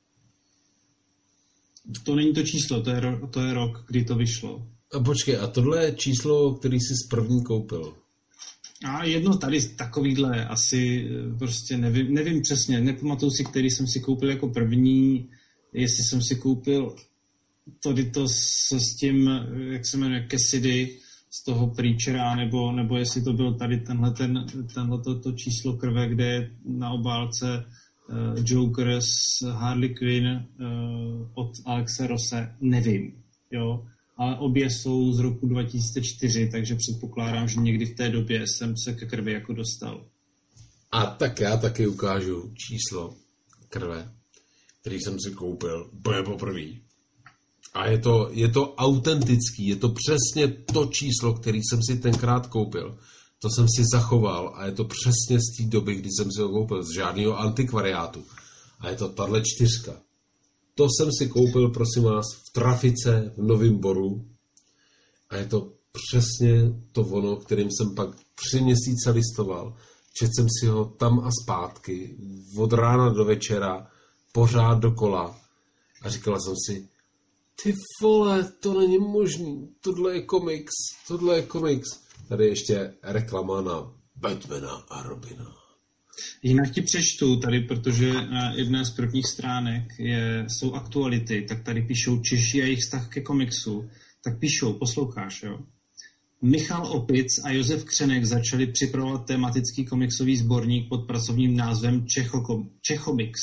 To není to číslo, to je, ro, to je rok, kdy to vyšlo. A počkej, a tohle je číslo, který jsi z první koupil? A jedno tady takovýhle asi prostě nevím, nevím přesně, nepamatuju si, který jsem si koupil jako první, jestli jsem si koupil tady to s, s tím, jak se jmenuje, Cassidy, z toho Preachera, nebo, nebo jestli to byl tady tenhle, ten, tenhle to, to číslo krve, kde je na obálce uh, Joker s Harley Quinn uh, od Alexe Rosse, nevím, jo. Ale obě jsou z roku dva tisíce čtyři, takže předpokládám, že někdy v té době jsem se ke krvi jako dostal. A tak já taky ukážu číslo krve, který jsem si koupil úplně poprvé. A je to, je to autentický, je to přesně to číslo, který jsem si tenkrát koupil. To jsem si zachoval a je to přesně z té doby, kdy jsem si ho koupil, z žádného antikvariátu. A je to tahle čtyřka. To jsem si koupil, prosím vás, v trafice v Novém Boru. A je to přesně to ono, kterým jsem pak tři měsíce listoval. Četl jsem si ho tam a zpátky, od rána do večera, pořád dokola. A říkala jsem si, ty vole, to není možný, tohle je komiks, tohle je komiks. Tady ještě reklama na Batmana a Robina. Jinak ti přečtu tady, protože na jedné z prvních stránek je, jsou aktuality, tak tady píšou Češi a jejich vztah ke komiksu. Tak píšou, posloucháš, jo? Michal Opic a Josef Křenek začali připravovat tematický komiksový sborník pod pracovním názvem Čechokom, Čechomix.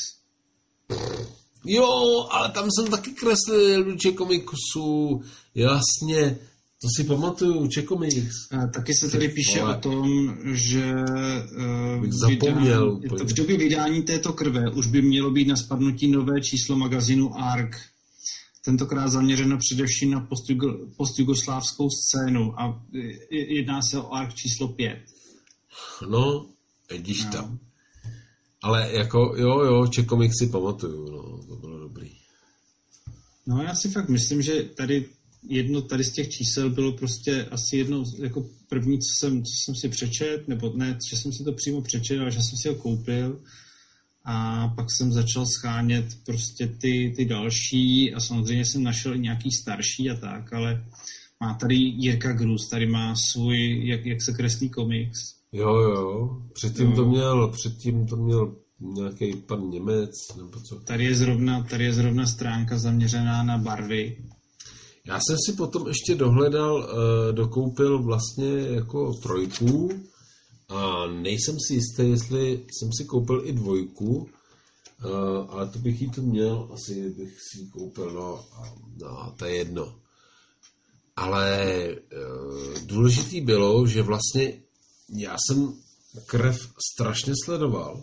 Jo, ale tam jsem taky kreslil do Čekomiksu, jasně. To si pamatuju, Čekomix. Taky se tady píše ale... o tom, že bych zapomněl, vydání, v době vydání této krve už by mělo být na spadnutí nové číslo magazínu Ark. Tentokrát zaměřeno především na postjugo, postjugoslávskou scénu a jedná se o Ark číslo pět. No, vidíš tam. Ale jako, jo, jo, Čekomik si pamatuju, no, to bylo dobrý. No já si fakt myslím, že tady jedno tady z těch čísel bylo prostě asi jedno, jako první, co jsem, co jsem si přečet, nebo ne, že jsem si to přímo přečet, ale že jsem si ho koupil a pak jsem začal schánět prostě ty, ty další a samozřejmě jsem našel i nějaký starší a tak, ale má tady Jirka Grus, tady má svůj, jak, jak se kreslí komiks. Jo, jo, předtím jo. to měl, předtím to měl nějaký pan Němec, nebo co. Tady je zrovna, tady je zrovna stránka zaměřená na barvy. Já jsem si potom ještě dohledal, dokoupil vlastně jako trojku a nejsem si jistý, jestli jsem si koupil i dvojku, ale to bych jí to měl, asi bych si ji koupil, no, no to je jedno. Ale důležitý bylo, že vlastně já jsem Krev strašně sledoval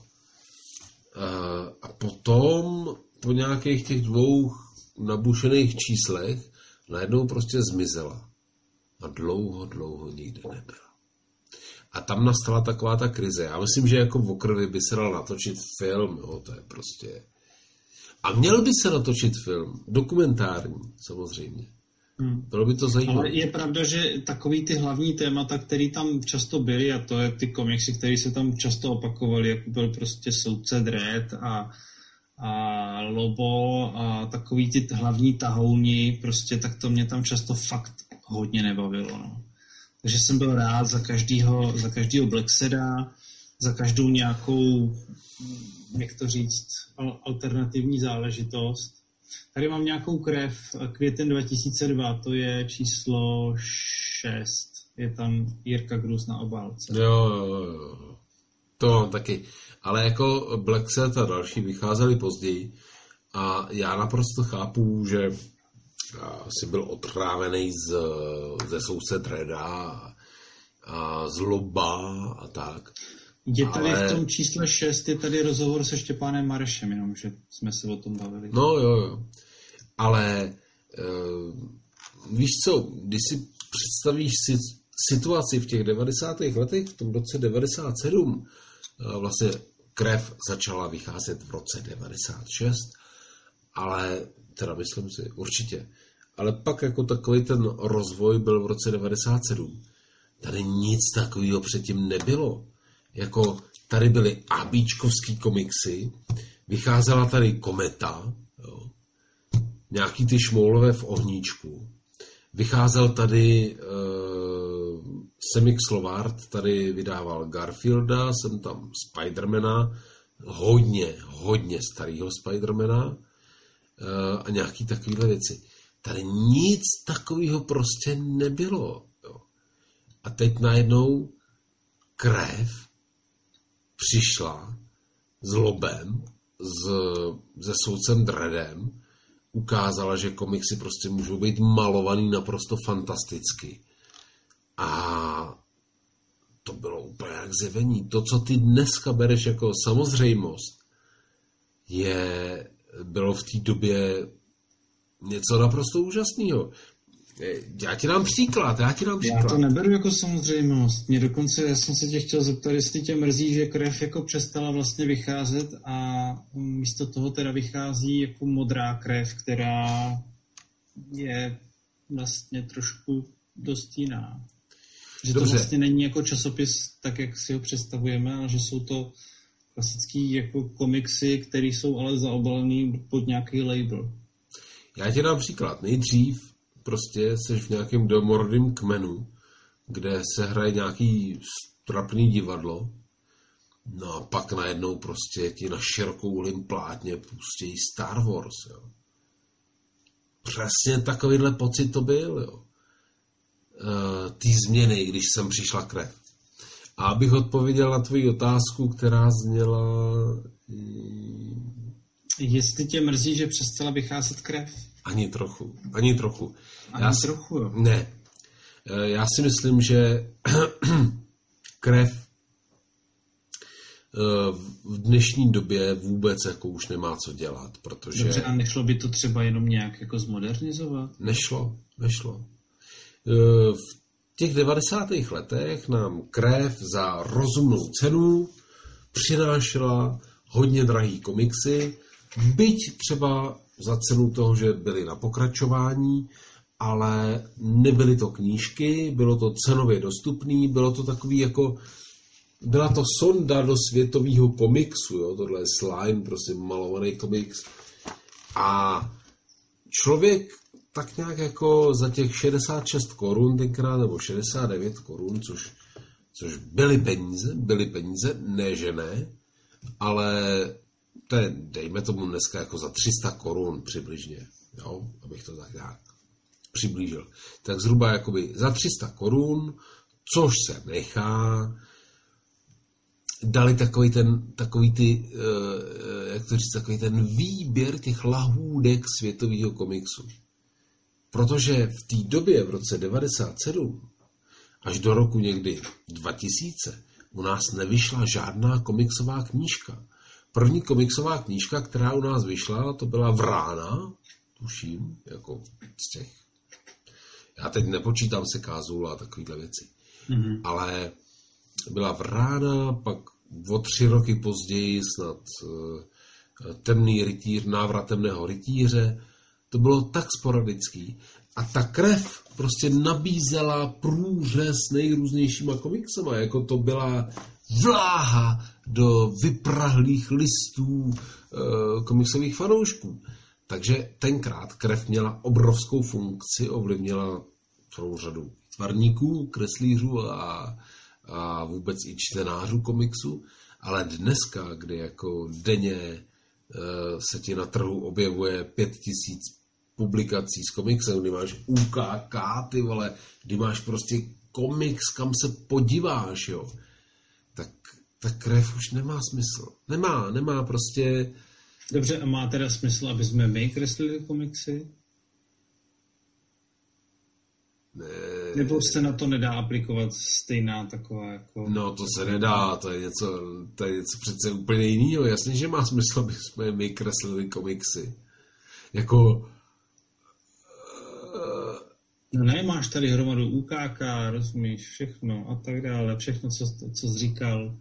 a potom po nějakých těch dvou nabušených číslech najednou prostě zmizela. A dlouho, dlouho nikde nebyla. A tam nastala taková ta krize. Já myslím, že jako o Krvi by se dal natočit film, jo, to je prostě... A měl by se natočit film, dokumentární, samozřejmě. Hmm. Bylo by to zajímavé. Ale je pravda, že takový ty hlavní témata, které tam často byly, a to je ty komiksy, které se tam často opakovaly, jako byl prostě Soudce Dredd a, a Lobo a takový ty hlavní tahouni, prostě tak to mě tam často fakt hodně nebavilo. No. Takže jsem byl rád za každýho, za každýho Blackseda, za každou nějakou, jak to říct, alternativní záležitost. Tady mám nějakou Krev, květen dva tisíce dva, to je číslo šest. Je tam Jirka Grus na obálce. Jo, jo, jo. To mám taky. Ale jako Black Set a další vycházely později a já naprosto chápu, že jsi byl otrávený z, ze Soudce Dredda a, a z Loba a tak. Je tady ale... v tom čísle šest, je tady rozhovor se Štěpánem Marešem, jenom že jsme se o tom bavili. No jo, jo. Ale e, víš co, když si představíš si situaci v těch devadesátých letech, v tom roce devadesát sedm, e, vlastně Krev začala vycházet v roce devadesát šest, ale teda myslím si, určitě. Ale pak jako takový ten rozvoj byl v roce devadesát sedm. Tady nic takového předtím nebylo. Jako tady byly abíčkovský komiksy, vycházela tady Kometa, jo, nějaký ty šmoulové v ohníčku, vycházel tady uh, Semik Slovart, tady vydával Garfielda, jsem tam Spidermana, hodně, hodně starého Spidermana uh, a nějaký takovýhle věci. Tady nic takového prostě nebylo. Jo. A teď najednou Krev přišla s Lobem, s, se Soudcem Dreddem, ukázala, že komiksy prostě můžou být malovaný naprosto fantasticky. A to bylo úplně jak zjevení. To, co ty dneska bereš jako samozřejmost, je, bylo v té době něco naprosto úžasného. Já ti dám příklad, já ti dám příklad. Já to neberu jako samozřejmost. Mě dokonce, já jsem se tě chtěl zeptat, jestli tě mrzí, že Krev jako přestala vlastně vycházet a místo toho teda vychází jako Modrá krev, která je vlastně trošku dost jiná. Že Dobře. To vlastně není jako časopis tak, jak si ho představujeme, ale že jsou to klasický jako komiksy, které jsou ale zaobalený pod nějaký label. Já ti dám příklad. Nejdřív prostě seš v nějakém domorodém kmenu, kde se hraje nějaký trapný divadlo, no a pak najednou prostě ti na širokouhlým plátně pustí Star Wars, jo. Přesně takovýhle pocit to byl, jo. E, ty změny, když sem přišla Krev. A abych odpověděl na tvoji otázku, která zněla... Jestli tě mrzí, že přestala vycházet Krev? Ani trochu, ani trochu. Ani já trochu, jo? Ne. Já si myslím, že Krev v dnešní době vůbec jako už nemá co dělat, protože... Dobře, a nešlo by to třeba jenom nějak jako zmodernizovat? Nešlo, nešlo. V těch devadesátých letech nám Krev za rozumnou cenu přinášela hodně drahý komiksy, byť třeba za cenu toho, že byly na pokračování, ale nebyly to knížky, bylo to cenově dostupný, bylo to takový jako, byla to sonda do světového komiksu, jo? Tohle je Slime, prostě malovaný komiks. A člověk tak nějak jako za těch šedesát šest korun tenkrát, nebo šedesát devět korun, což, což byly peníze, byly peníze, ne že ne, ale to je, dejme tomu dneska jako za tři sta korun přibližně, jo, abych to tak nějak přiblížil. Tak zhruba jakoby za tři sta korun, což se nechá, dali takový ten, takový ty, uh, jak to říct, takový ten výběr těch lahůdek světového komiksu. Protože v té době, v roce devadesát sedm, až do roku někdy dva tisíce, u nás nevyšla žádná komiksová knížka. První komiksová knížka, která u nás vyšla, to byla Vrána, tuším, jako z těch. Já teď nepočítám se Kázula a takovýhle věci. Mm-hmm. Ale byla Vrána, pak o tři roky později snad uh, Temný rytíř, Návrat temného rytíře. To bylo tak sporadický. A ta krev prostě nabízela průřez nejrůznějšíma komiksama. Jako to byla vláha do vyprahlých listů e, komiksových fanoušků. Takže tenkrát krev měla obrovskou funkci, ovlivnila celou řadu tvarníků, kreslířů a, a vůbec i čtenářů komiksu. Ale dneska, kdy jako denně e, se ti na trhu objevuje pět tisíc publikací s komiksem, kdy máš U K K, ty vole, kdy máš prostě komiks, kam se podíváš, jo, tak ta krev už nemá smysl. Nemá, nemá prostě... Dobře, a má teda smysl, aby jsme my kreslili komiksy? Ne. Nebo se na to nedá aplikovat stejná taková jako... No, to se nedá, to je něco, to je něco přece úplně jiného. Jasně, že má smysl, aby jsme my kreslili komiksy. Jako... No ne, máš tady hromadu U K K, rozumíš, všechno a tak dále, všechno, co, co jsi říkal.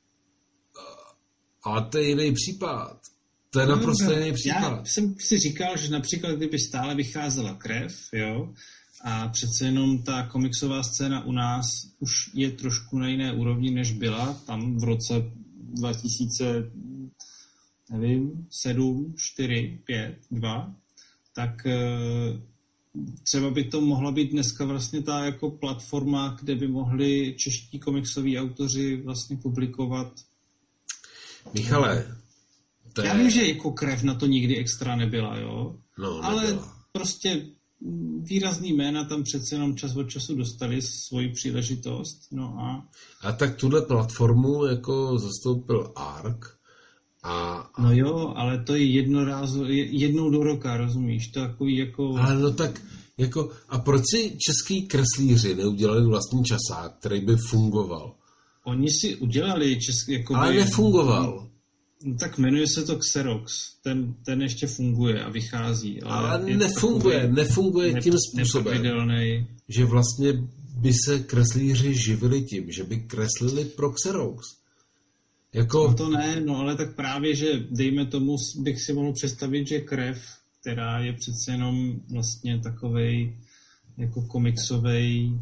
A to je jiný případ. To je naprosto no, jiný případ. Já jsem si říkal, že například kdyby stále vycházela krev, jo, a přece jenom ta komiksová scéna u nás už je trošku na jiné úrovni, než byla tam v roce dva tisíce, nevím, sedm, čtyři, pět, dva, tak třeba by to mohla být dneska vlastně ta jako platforma, kde by mohli čeští komiksoví autoři vlastně publikovat. Michale, to je... Já vím, že jako krev na to nikdy extra nebyla, jo? No, ale nebyla. Prostě výrazný jména tam přece jenom čas od času dostali svoji příležitost. No a... a tak tuhle platformu jako zastoupil Ark. A, a... No jo, ale to je jednorázo, jednou do roka, rozumíš? To takový jako... Ale no tak, jako, a proč si český kreslíři neudělali vlastní časák, který by fungoval? Oni si udělali český... Jako ale by, nefungoval. No, tak jmenuje se to Xerox. Ten, ten ještě funguje a vychází. Ale, ale nefunguje, takový, nefunguje tím způsobem, že vlastně by se kreslíři živili tím, že by kreslili pro Xerox. Jako... No to ne, no ale tak právě, že dejme tomu, bych si mohl představit, že krev, která je přece jenom vlastně takovej jako komiksovej,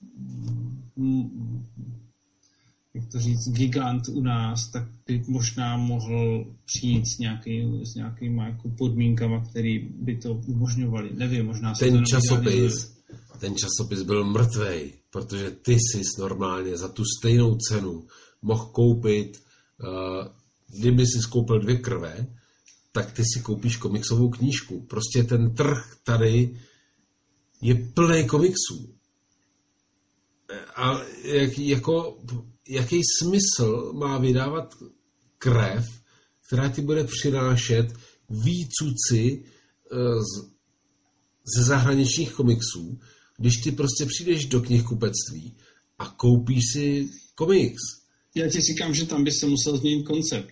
jak to říct, gigant u nás, tak by možná mohl přijít s, nějaký, s nějakýma jako podmínkama, který by to umožňovali. Nevím, možná... Ten časopis, ten časopis byl mrtvej, protože ty jsi normálně za tu stejnou cenu mohl koupit. Uh, kdyby si koupil dvě krve, tak ty si koupíš komiksovou knížku. Prostě ten trh tady je plný komiksů. A jak, jako, jaký smysl má vydávat krev, která ti bude přinášet výcuci uh, z, ze zahraničních komiksů, když ty prostě přijdeš do knihkupectví a koupíš si komiks. Já ti říkám, že tam by se musel změnit koncept.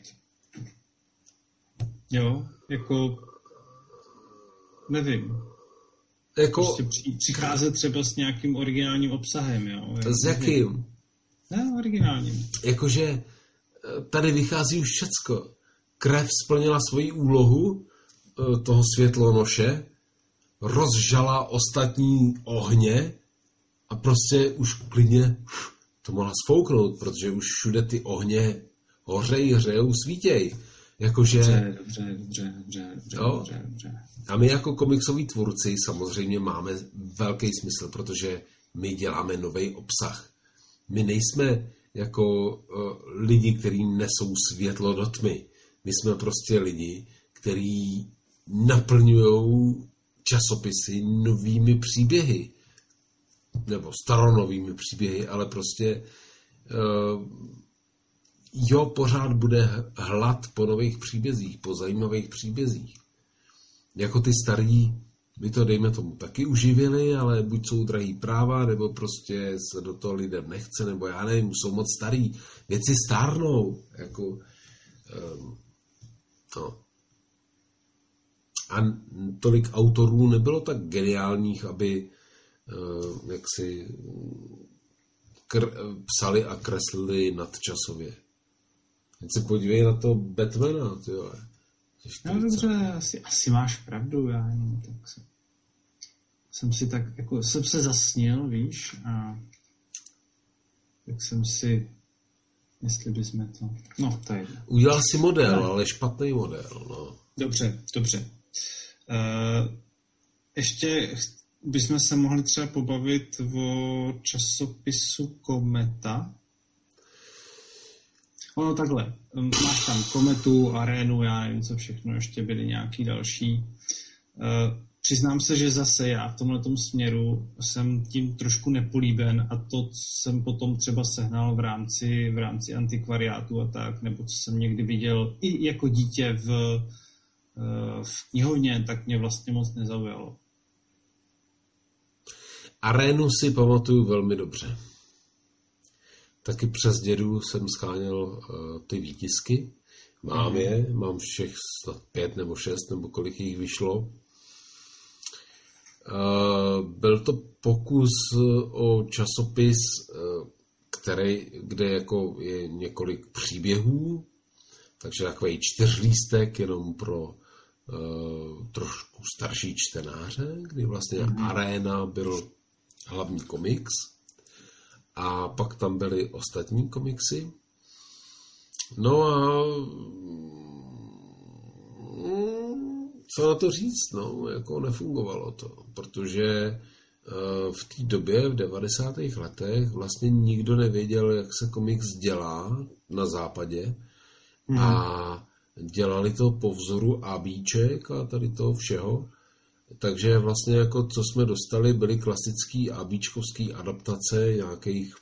Jo, jako... Nevím. Jako... Prostě přicházet třeba s nějakým originálním obsahem, jo. Jako s jakým? Ne, originálním. Jakože tady vychází už všecko. krev splnila svoji úlohu toho světlonoše, rozžala ostatní ohně a prostě už klidně to mohla sfouknout, protože už všude ty ohně hořejí, hřejou, svítěj. Jakože... Dobře, dobře, dobře, dobře, dobře, dobře, dobře. A my jako komiksoví tvůrci samozřejmě máme velký smysl, protože my děláme nový obsah. My nejsme jako uh, lidi, kteří nesou světlo do tmy. My jsme prostě lidi, kteří naplňují časopisy novými příběhy. Nebo staronovými příběhy, ale prostě uh, jo, pořád bude hlad po nových příbězích, po zajímavých příbězích. Jako ty starý by to, dejme tomu, taky uživili, ale buď jsou drahý práva, nebo prostě se do toho lidem nechce, nebo já nevím, jsou moc starý. Věci stárnou. Jako, um, no. A tolik autorů nebylo tak geniálních, aby uh, jak si kr- psali a kreslili nadčasově. Teď se podívej na to Batmana, tyjo. No dobře, asi, asi máš pravdu, já jenom tak se, jsem si tak, jako jsem se zasnil, víš, a tak jsem si, jestli bychom to, no tady. Udělal si model, no. Ale špatný model, no. Dobře, dobře. Uh, ještě bychom se mohli třeba pobavit o časopisu Kometa. Ono takhle, máš tam Kometu, Arénu, já nevím, co všechno, ještě byly nějaký další. Uh, přiznám se, že zase já v tomhletom směru jsem tím trošku nepolíben a to jsem potom třeba sehnal v rámci, v rámci antikvariátu a tak, nebo co jsem někdy viděl i jako dítě v, uh, v knihovně, tak mě vlastně moc nezaujalo. Arénu si pamatuju velmi dobře. Taky přes dědu jsem sháněl uh, ty výtisky. Mám mm. je, mám všech snad pět nebo šest, nebo kolik jich vyšlo. Uh, byl to pokus o časopis, uh, který, kde jako je několik příběhů, takže takový čtyřlístek jenom pro uh, trošku starší čtenáře, kdy vlastně mm. Aréna byl hlavní komiks. A pak tam byly ostatní komiksy. No a co na to říct, no, jako nefungovalo to, protože v té době, v devadesátých letech, vlastně nikdo nevěděl, jak se komiks dělá na západě mm. a dělali to po vzoru ABček a tady toho všeho. Takže vlastně jako co jsme dostali, byly klasický ABčkovský adaptace nějakých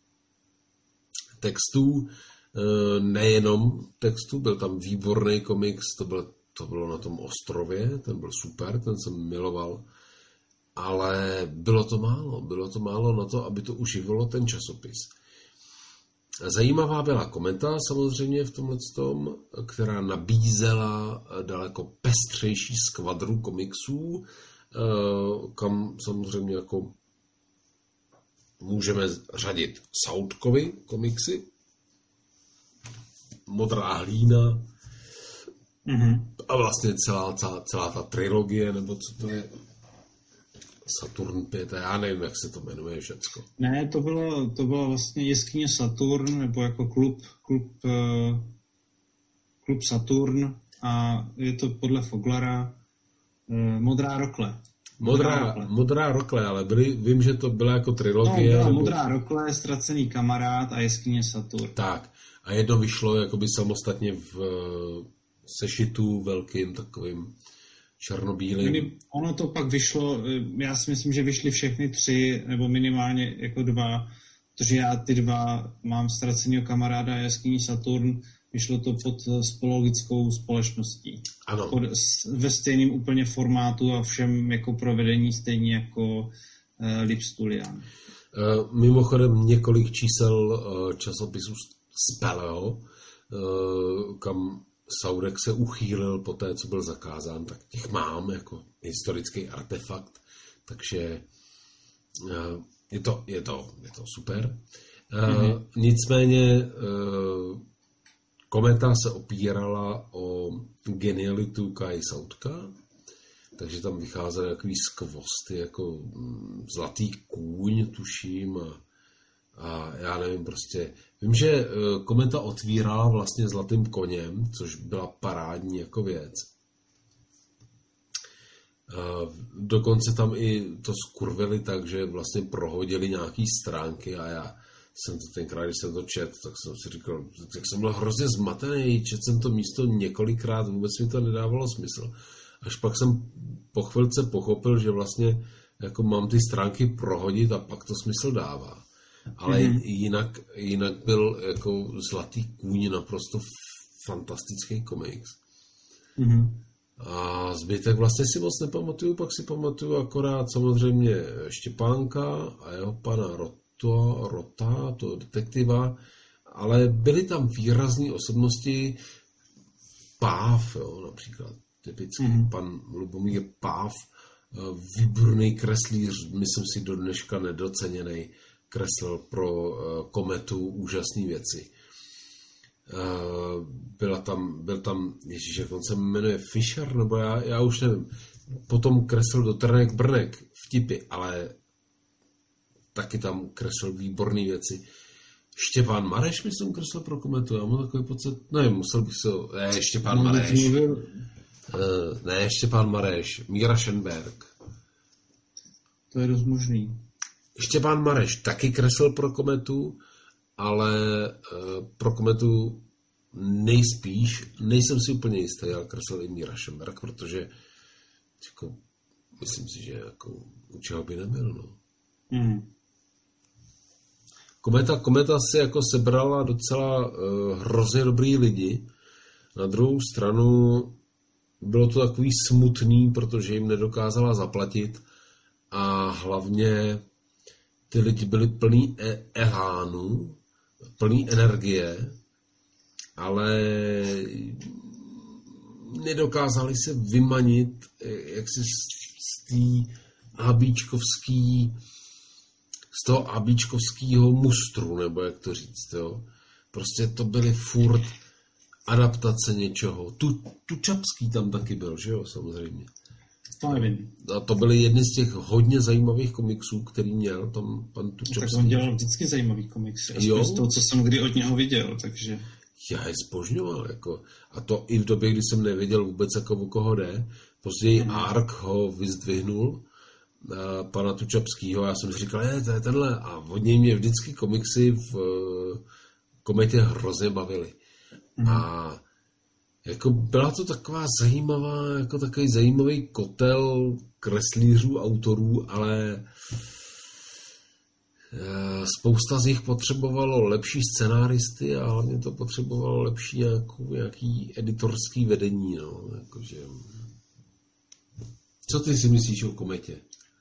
textů, nejenom textů, byl tam výborný komiks, to bylo, to bylo na tom ostrově, ten byl super, ten jsem miloval, ale bylo to málo, bylo to málo na to, aby to uživilo ten časopis. Zajímavá byla Kometa samozřejmě v tomhletom, která nabízela daleko pestřejší skvadru komiksů, kam samozřejmě jako můžeme řadit Soutkovy komiksy, Modrá hlína mm-hmm. a vlastně celá, celá, celá ta trilogie, nebo co to je, Saturn pět, já nevím, jak se to jmenuje všecko. Ne, to bylo, to bylo vlastně Jeskyně Saturn, nebo jako klub, klub, uh, klub Saturn a je to podle Foglara uh, Modrá rokle. Modrá, modrá, rokle. modrá rokle, ale byli, vím, že to byla jako trilogie. No, byla nebo... Modrá rokle, Ztracený kamarád a Jeskyně Saturn. Tak, a jedno vyšlo jakoby samostatně v uh, sešitu velkým takovým černobílým. Ono to pak vyšlo, já si myslím, že vyšly všechny tři, nebo minimálně jako dva, protože já ty dva mám Ztracenýho kamaráda a Jeskyní Saturn, vyšlo to pod spolologickou společností. Ano. Pod, ve stejném úplně formátu a všem jako provedení stejně jako uh, Lipstulian. Uh, mimochodem několik čísel uh, časopisů z Peleo, uh, kam Saurek se uchýlil po té, co byl zakázán, tak těch mám jako historický artefakt, takže uh, je, to, je, to, je to super. Uh, mm-hmm. Nicméně uh, Kometa se opírala o genialitu Kai Sautka, takže tam vycházely takový skvosty, jako zlatý kůň, tuším, a, a já nevím, prostě. Vím, že Kometa otvírala vlastně zlatým koněm, což byla parádní jako věc. Dokonce tam i to skurvili tak, že vlastně prohodili nějaký stránky a já jsem to tenkrát, když jsem to čet, tak jsem si říkal, tak jsem byl hrozně zmatený, čet jsem to místo několikrát, vůbec mi to nedávalo smysl. Až pak jsem po chvilce pochopil, že vlastně jako mám ty stránky prohodit a pak to smysl dává. Ale mm-hmm. jinak, jinak byl jako Zlatý kůň naprosto fantastický komiks. Mm-hmm. A zbytek vlastně si moc nepamatuju, pak si pamatuju akorát samozřejmě Štěpánka a jeho pana Rota, Rota, toho detektiva, ale byly tam výrazné osobnosti, Páv, jo, například, typicky mm. pan Lubomír Páv, výborný kreslíř, myslím si do dneška nedoceněný, kreslil pro Kometu úžasné věci. Byla tam, byl tam, ježíš, jak on se jmenuje, Fischer, nebo já, já už nevím. Potom kreslil do Trnek Brnek vtipy, ale taky tam kreslil výborné věci. Štěpán Mareš, myslím, kreslil pro Kometu, já mám takový pocit, ne, musel bych se, ne, Štěpán no, Mareš, ne, Štěpán Mareš, Míra Šenberg. To je dost možný. Štěpán Mareš taky kreslil pro Kometu, ale uh, pro Kometu nejspíš, nejsem si úplně jistý, ale kreslil i Míra Šenberg, protože jako, myslím si, že jako, u čeho by nebyl, no. Mm. Kometa, Kometa si jako sebrala docela uh, hrozně dobrý lidi. Na druhou stranu bylo to takový smutný, protože jim nedokázala zaplatit a hlavně ty lidi byli plný e- elánu, plný energie, ale nedokázali se vymanit jaksi z té abíčkovský, z toho abíčkovského mustru, nebo jak to říct, jo. Prostě to byly furt adaptace něčeho. Tu, tu Čapský tam taky byl, že jo, samozřejmě. To nevím. A to byly jedny z těch hodně zajímavých komiksů, který měl tam pan Tučovský. Tak on dělal vždycky zajímavý komiksy. Aspoň z toho, co jsem kdy od něho viděl, takže... Já je zbožňoval, jako. A to i v době, kdy jsem nevěděl vůbec, jako o koho jde. Později hmm. Ark ho vyzdvihnul, a pana Tučapskýho, a já jsem si říkal, je, to je tenhle. A od něj mě vždycky komiksy v uh, Kometě hrozně bavily. Hmm. A jako byla to taková zajímavá, jako takový zajímavý kotel kreslířů, autorů, ale spousta z nich potřebovalo lepší scenáristy a hlavně to potřebovalo lepší nějakou, nějaký editorský vedení. No. Jakože... Co ty si myslíš o Kometě?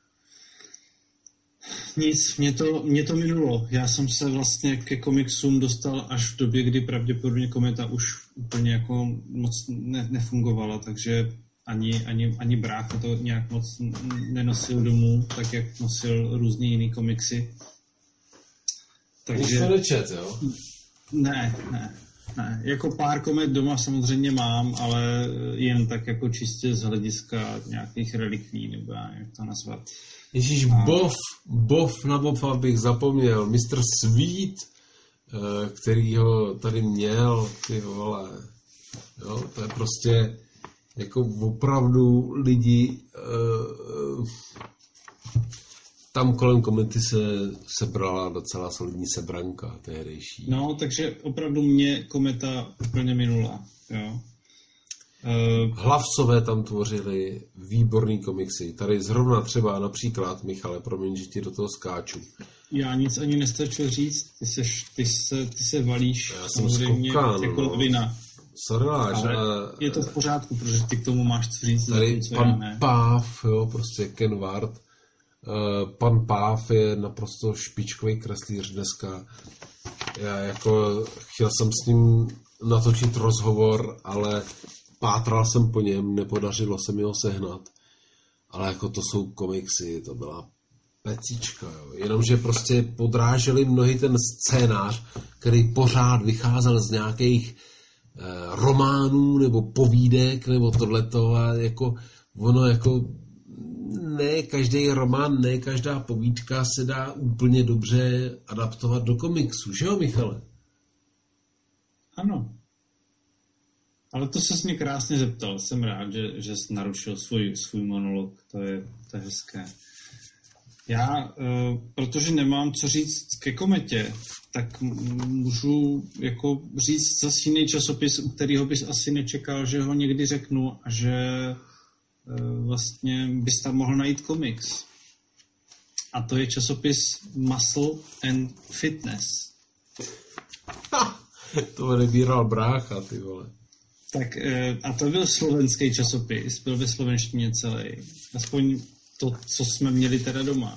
Nic, mě to, mě to minulo. Já jsem se vlastně ke komiksům dostal až v době, kdy pravděpodobně Kometa už úplně jako moc ne, nefungovala, takže ani, ani, ani brácha to nějak moc nenosil domů, tak jak nosil různý jiný komiksy. Takže... Už to nečet, jo? Ne, ne, ne. Jako pár Komet doma samozřejmě mám, ale jen tak jako čistě z hlediska nějakých relikví, nebo jak to nazvat. Ježíš, a... Bof, Bof na Bofa bych zapomněl. mistr Sweet, který ho tady měl, ty vole. Jo, to je prostě jako opravdu lidi uh, tam kolem Komety se sebrala docela solidní sebranka tehdejší. No, takže opravdu mě Kometa úplně minula, jo. Uh, Hlavsové tam tvořili výborný komiksy. Tady zrovna třeba například, Michale, promiň, že ti do toho skáču. Já nic ani nestačil říct, ty, seš, ty, se, ty se valíš já samozřejmě jako lavina. Sorry, ale a... je to v pořádku, protože ty k tomu máš co říct. Tady co pan já ne. Páv, jo, prostě Ken Ward. Uh, pan Páv je naprosto špičkový kreslíř dneska. Já jako chtěl jsem s ním natočit rozhovor, ale pátral jsem po něm, nepodařilo se mi ho sehnat. Ale jako to jsou komiksy, to byla pecíčka, jo. Jenomže prostě podráželi mnohý ten scénář, který pořád vycházel z nějakých románů nebo povídek nebo tohleto a jako ono jako ne každý román, ne každá povídka se dá úplně dobře adaptovat do komiksu, že jo, Michale? Ano. Ale to se mě krásně zeptal. Jsem rád, že, že jsi narušil svůj, svůj monolog. To je, to je hezké. Já, uh, protože nemám co říct ke Kometě, tak můžu jako říct zase jiný časopis, u kterého bys asi nečekal, že ho někdy řeknu a že uh, vlastně bys tam mohl najít komiks. A to je časopis Muscle and Fitness. Ha, to vybíral brácha, ty vole. Tak uh, a to byl slovenský časopis, byl ve slovenštině celý. Aspoň to, co jsme měli teda doma.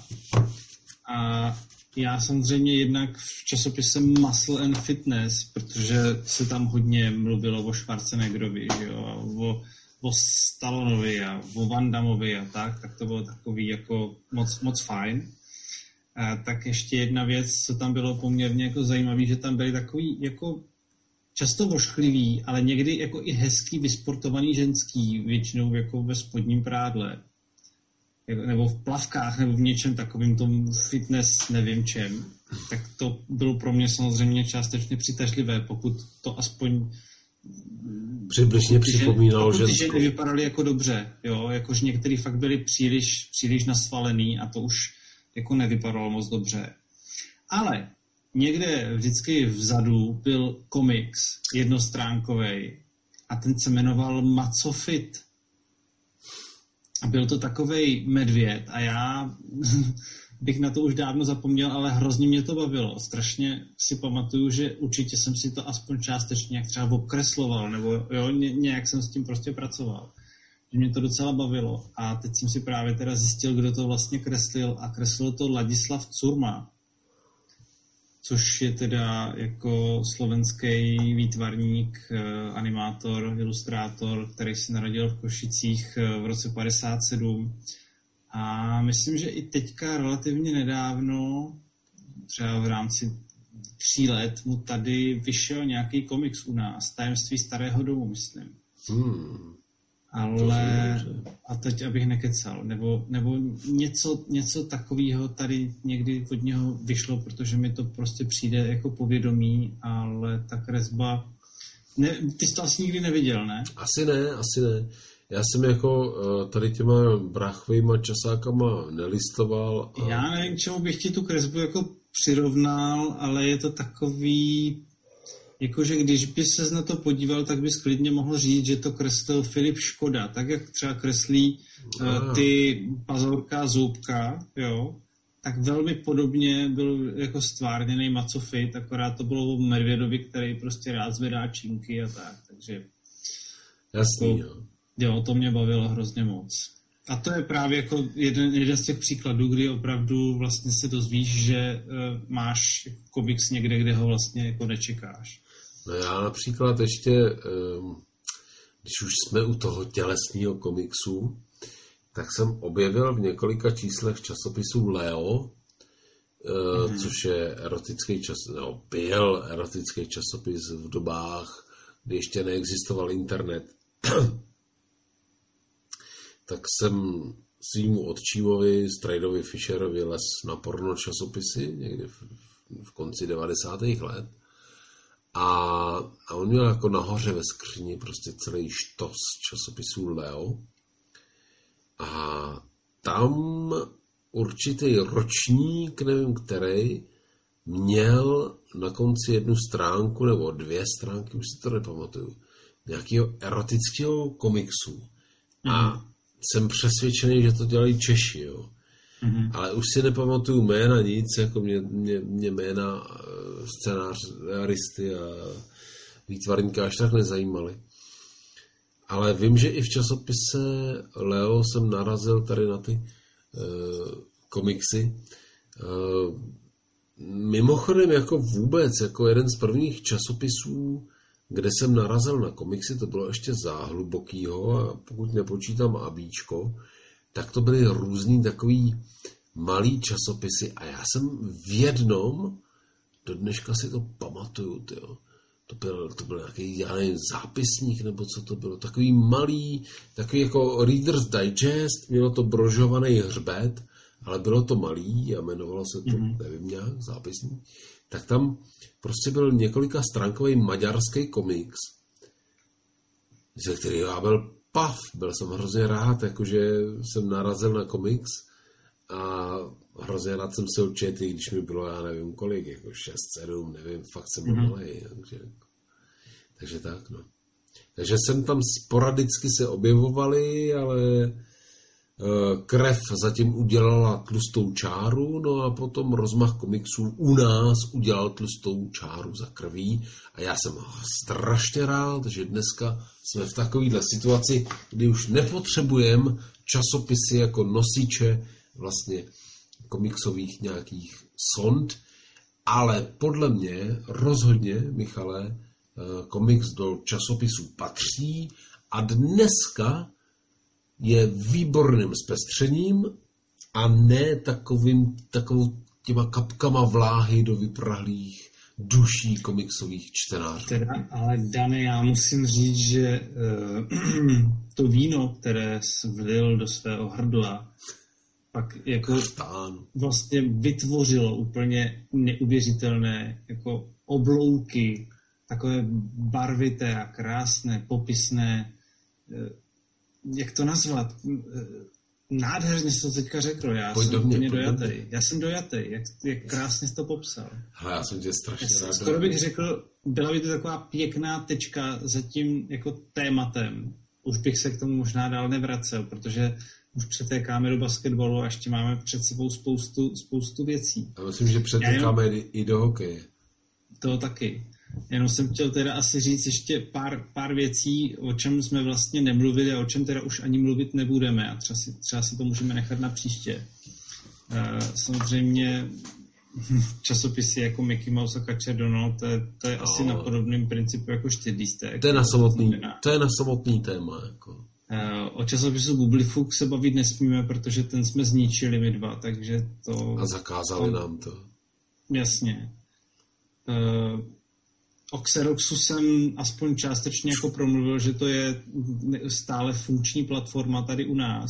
A já samozřejmě jednak v časopise Muscle and Fitness, protože se tam hodně mluvilo o Schwarzeneggerovi, že jo, a o, o Stallonovi a o Van Dammovi a tak, tak to bylo takový jako moc, moc fajn. A tak ještě jedna věc, co tam bylo poměrně jako zajímavý, že tam byly takový jako často vošklivý, ale někdy jako i hezký, vysportovaný ženský, většinou jako ve spodním prádle. Nebo v plavkách, nebo v něčem takovým tom fitness, nevím čem, tak to bylo pro mě samozřejmě částečně přitažlivé, pokud to aspoň přibližně připomínalo ženskou. Pokud ty ženy vypadaly jako dobře, jo, jakož některý fakt byli příliš, příliš nasvalený a to už jako nevypadalo moc dobře. Ale někde vždycky vzadu byl komiks jednostránkovej a ten se jmenoval Maco Fit. A byl to takovej medvěd a já bych na to už dávno zapomněl, ale hrozně mě to bavilo. Strašně si pamatuju, že určitě jsem si to aspoň částečně nějak třeba obkresloval, nebo jo, ně, nějak jsem s tím prostě pracoval. Že mě to docela bavilo. A teď jsem si právě teda zjistil, kdo to vlastně kreslil a kreslil to Ladislav Curma, což je teda jako slovenský výtvarník, animátor, ilustrátor, který se narodil v Košicích v roce padesát sedm. A myslím, že i teďka relativně nedávno, třeba v rámci tří let, mu tady vyšel nějaký komiks u nás, Tajemství starého domu, myslím. Hmm. Ale, a teď abych nekecal, nebo, nebo něco, něco takového tady někdy od něho vyšlo, protože mi to prostě přijde jako povědomí, ale ta kresba, ne, ty jsi to asi nikdy neviděl, ne? Asi ne, asi ne. Já jsem jako tady těma brachvejma časákama nelistoval. A... Já nevím, čemu bych ti tu kresbu jako přirovnal, ale je to takový... Jakože když bys se na to podíval, tak bys klidně mohl říct, že to kreslil Filip Škoda, tak jak třeba kreslí uh, ty Pazurka, Zůbka, jo, tak velmi podobně byl jako stvárněný Maco Fit, akorát to bylo o medvědovi, který prostě rád zvedá činky a tak, takže jasný, jako, jo, to mě bavilo hrozně moc. A to je právě jako jeden, jeden z těch příkladů, kdy opravdu vlastně se dozvíš, že uh, máš komiks někde, kde ho vlastně jako nečekáš. No já například ještě, když už jsme u toho tělesného komiksu, tak jsem objevil v několika číslech časopisu Leo, mm. což je erotický čas, no, byl erotický časopis v dobách, kdy ještě neexistoval internet. Tak jsem svýmu otčímovi, Strajdovi Fischerovi, les na porno časopisy někdy v, v konci devadesátých let. A, a on měl jako nahoře ve skříni prostě celý štos časopisů Leo. A tam určitý ročník, nevím který, měl na konci jednu stránku nebo dvě stránky, už si to nepamatuju, nějakého erotického komiksu. Mm. A jsem přesvědčený, že to dělají Češi, jo. Mm-hmm. Ale už si nepamatuju jména nic, jako mě, mě, mě jména scénářisty a výtvarníka až tak nezajímaly. Ale vím, že i v časopise Leo jsem narazil tady na ty uh, komiksy. Uh, mimochodem jako vůbec, jako jeden z prvních časopisů, kde jsem narazil na komiksy, to bylo ještě za hlubokýho, a pokud nepočítám ABčko, tak to byly různý takový malý časopisy a já jsem v jednom, do dneška si to pamatuju, tyjo, to byl, to byl nějaký, já nevím, zápisník, nebo co to bylo, takový malý, takový jako Reader's Digest, mělo to brožovaný hřbet, ale bylo to malý a jmenovalo se to, mm-hmm. nevím nějak, zápisník. Tak tam prostě byl několika stránkový maďarský komiks, ze kterého já byl pav, byl jsem hrozně rád, jakože jsem narazil na komiks a hrozně rád jsem se ho četl, když mi bylo, já nevím kolik, jako šest, sedm, nevím, fakt jsem byl mm-hmm. malej, takže, takže tak, no. Takže jsem tam sporadicky se objevovali, ale krev zatím udělala tlustou čáru, no a potom rozmach komiksů u nás udělal tlustou čáru za krví a já jsem strašně rád, že dneska jsme v takovéhle situaci, kdy už nepotřebujeme časopisy jako nosiče vlastně komiksových nějakých sond, ale podle mě rozhodně, Michale, komiks do časopisů patří a dneska je výborným zpestřením a ne takovým, takovou těma kapkama vláhy do vyprahlých duší komiksových čtenářů. Teda, ale Dane, já musím říct, že uh, to víno, které jsi vlil do svého hrdla, pak jako Chtán. vlastně vytvořilo úplně neuvěřitelné jako oblouky, takové barvité a krásné, popisné, jak to nazvat? Nádherně jsi to teďka řekl, já pojď jsem mě, úplně dojatý. Já jsem dojatý, jak, jak krásně jsi to popsal. Hele, já jsem tě strašně rád. Skoro bych řekl, byla by to taková pěkná tečka za tím jako tématem. Už bych se k tomu možná dál nevracel, protože už přetékáme do basketbalu a ještě máme před sebou spoustu, spoustu věcí. Já myslím, že přetékáme jenom i do hokeje. To taky. Jenom jsem chtěl teda asi říct ještě pár, pár věcí, o čem jsme vlastně nemluvili a o čem teda už ani mluvit nebudeme a třeba si, třeba si to můžeme nechat na příště. Uh, samozřejmě časopisy jako Mickey Mouse a Kačer Donald, to je, to je no. asi na podobném principu jako Štědlístek. To je na samotný, to je na samotný téma. Jako. Uh, o časopisu Bublifuk se bavit nesmíme, protože ten jsme zničili my dva, takže to... A zakázali to, nám to. Jasně. Uh, O Xeroxu jsem aspoň částečně jako promluvil, že to je stále funkční platforma tady u nás,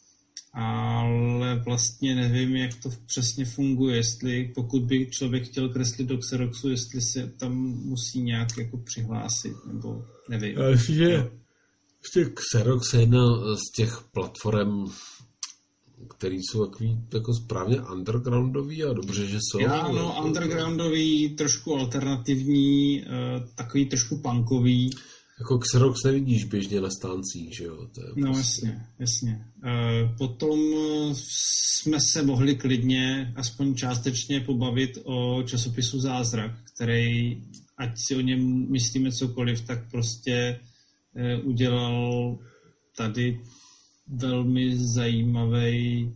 ale vlastně nevím, jak to přesně funguje, jestli pokud by člověk chtěl kreslit do Xeroxu, jestli se tam musí nějak jako přihlásit, nebo nevím. Já myslím, že Xerox je jedna z těch platform, který jsou takový jako správně undergroundový a dobře, že jsou. Já, no, undergroundový, trošku alternativní, uh, takový trošku punkový. Jako Xerox nevidíš běžně na stáncích, že jo? To je no prostě... jasně, jasně. Uh, potom jsme se mohli klidně, aspoň částečně pobavit o časopisu Zázrak, který, ať si o něm myslíme cokoliv, tak prostě uh, udělal tady velmi zajímavý,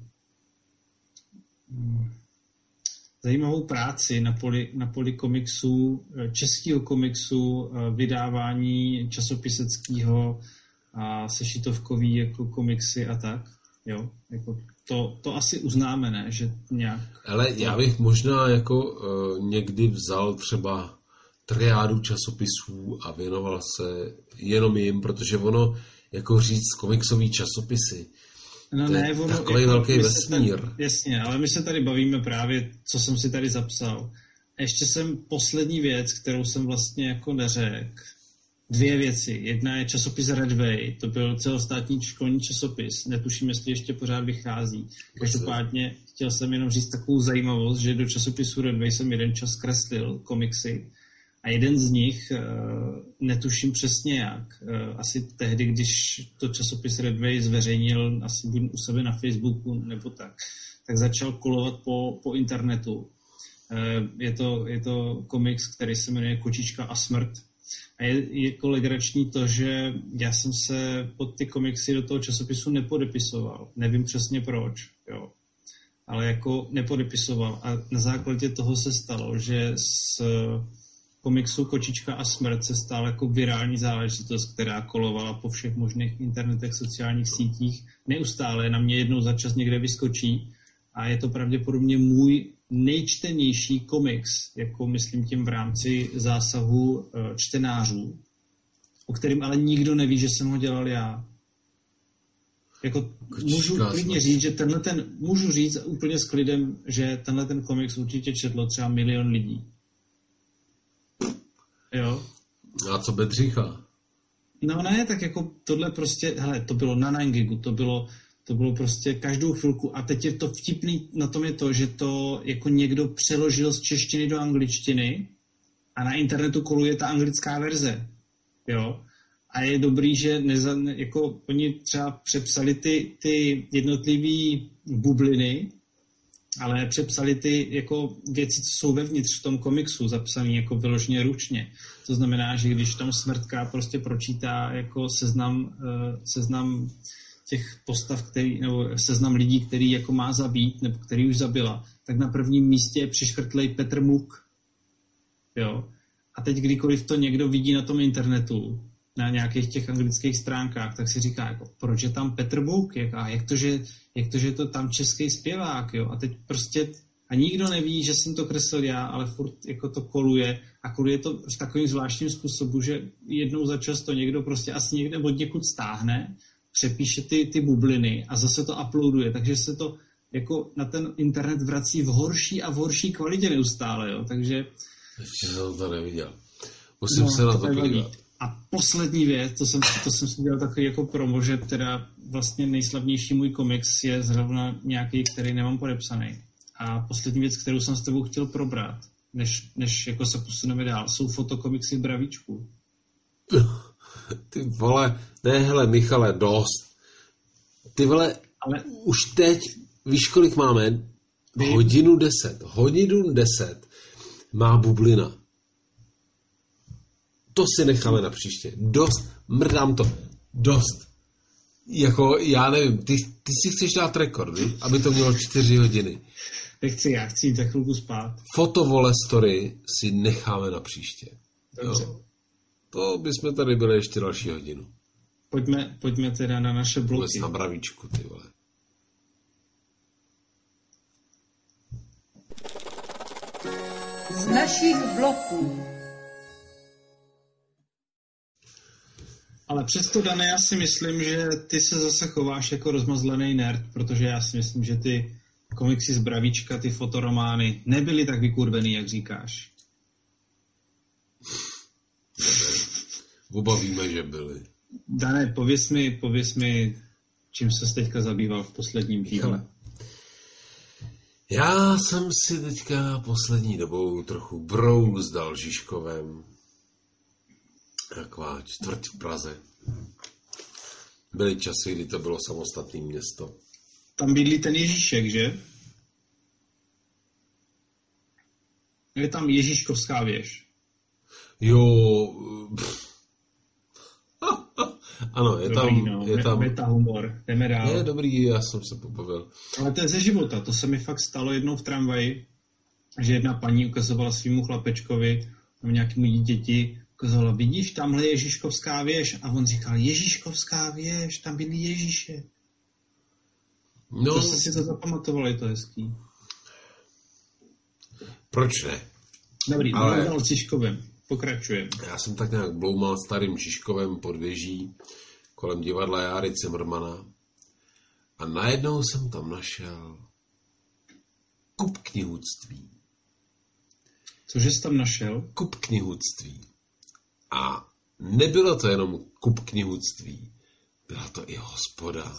zajímavou práci na poli, na poli komiksu, českého komiksu, vydávání časopiseckého a sešitovkový jako komiksy a tak. Jo, jako to, to asi uznáme, ne? Že nějak... Ale já bych možná jako uh, někdy vzal třeba triádu časopisů a věnoval se jenom jim, protože ono jako říct komiksový časopisy. No to ne, je ono, takový jako, velký vesmír. Tady, jasně, ale my se tady bavíme právě, co jsem si tady zapsal. Ještě jsem poslední věc, kterou jsem vlastně jako neřekl. Dvě věci. Jedna je časopis Redway, to byl celostátní školní časopis. Netuším, jestli ještě pořád vychází. Každopádně chtěl jsem jenom říct takovou zajímavost, že do časopisu Redway jsem jeden čas kreslil komiksy. A jeden z nich, netuším přesně jak, asi tehdy, když to časopis Redway zveřejnil asi buď u sebe na Facebooku nebo tak, tak začal kolovat po, po internetu. Je to, je to komiks, který se jmenuje Kočička a smrt. A je, je legrační to, že já jsem se pod ty komiksy do toho časopisu nepodepisoval. Nevím přesně proč, jo. Ale jako nepodepisoval. A na základě toho se stalo, že s komiksu Kočička a smrt se stala jako virální záležitost, která kolovala po všech možných internetech, sociálních sítích. Neustále na mě jednou za čas někde vyskočí a je to pravděpodobně můj nejčtenější komiks, jako myslím tím v rámci zásahu uh, čtenářů, o kterým ale nikdo neví, že jsem ho dělal já. Jako můžu klidně říct, že tenhle ten, můžu říct úplně s klidem, že tenhle ten komiks určitě četlo třeba milion lidí. Jo? A co Bedřicha? No ne, tak jako tohle prostě, hele, to bylo na nine gigu, to bylo, to bylo prostě každou chvilku a teď je to vtipný, na tom je to, že to jako někdo přeložil z češtiny do angličtiny a na internetu koluje ta anglická verze, jo? A je dobrý, že neza, jako oni třeba přepsali ty, ty jednotlivý bubliny, ale přepsali ty jako věci, co jsou vevnitř v tom komiksu, zapsaný jako vyloženě ručně. To znamená, že když tam Smrtka prostě pročítá jako seznam, uh, seznam těch postav, který, nebo seznam lidí, který jako má zabít, nebo který už zabila, tak na prvním místě je přiškrtlej Petr Muk. Jo? A teď kdykoliv to někdo vidí na tom internetu, na nějakých těch anglických stránkách, tak si říká, jako, proč je tam Petr Bouk, jak, a jak to, že, jak to, že je to tam český zpěvák, jo, a teď prostě, a nikdo neví, že jsem to kreslil já, ale furt jako to koluje, a koluje to v takovým zvláštním způsobu, že jednou za čas to někdo prostě asi někde od někud stáhne, přepíše ty, ty bubliny a zase to uploaduje, takže se to jako na ten internet vrací v horší a v horší kvalitě neustále, jo, takže... Ještě jsem to neviděl. Musím no, se na to podívat. A poslední věc, to jsem, to jsem si dělal takový jako promo, že teda vlastně nejslavnější můj komiks je zrovna nějaký, který nemám podepsaný. A poslední věc, kterou jsem s tebou chtěl probrat, než, než jako se posuneme dál, jsou fotokomiksy v Bravíčku. Ty vole, ne hele Michale, dost. Ty vole, ale už teď, víš kolik máme? Hodinu deset. Hodinu deset má bublina. To si necháme na příště. Dost, mrdám to. Dost. Jako, já nevím, ty, ty si chceš dát rekord, vi? Aby to mělo čtyři hodiny. Nechci, já chci jít za chvilku spát. Fotovole story si necháme na příště. Dobře. Jo. To bychom tady byli ještě další hodinu. Pojďme, pojďme teda na naše bloky. Vůbec na Bravíčku, ty vole. Z našich bloků. Ale přesto, Dane, já si myslím, že ty se zase chováš jako rozmazlený nerd, protože já si myslím, že ty komiksy z Bravíčka, ty fotoromány, nebyly tak vykurvený, jak říkáš. Oba víme, že byly. Dane, pověz mi, pověz mi, čím ses teďka zabýval v posledním týdnu. Já jsem si teďka poslední dobou trochu brouzdal Žižkovem. Taková čtvrť v Praze. Byly časy, kdy to bylo samostatné město. Tam bydlí ten Ježíšek, že? Je tam Ježíškovská věž. Jo. Ano, je dobrý, tam... No. Je tam meta humor. Jdeme dál. Je dobrý, já jsem se pobavil. Ale to je ze života. To se mi fakt stalo jednou v tramvaji, že jedna paní ukazovala svýmu chlapečkovi nebo nějakému dítěti, ukazovala, vidíš, tamhle je Ježíškovská věž. A on říkal, Ježíškovská věž, tam bydlí Ježíše. No, to jste si to zapamatovali, to je hezký. Proč ne? Dobrý, ale ale dal s Žižkovem. Pokračujeme. Já jsem tak nějak bloumal starým Žižkovem pod věží kolem divadla Járy Cimrmana a najednou jsem tam našel kup knihůctví. Cože jsi tam našel? Kup knihůctví. A nebylo to jenom kup knihůctví. Byla to i hospoda.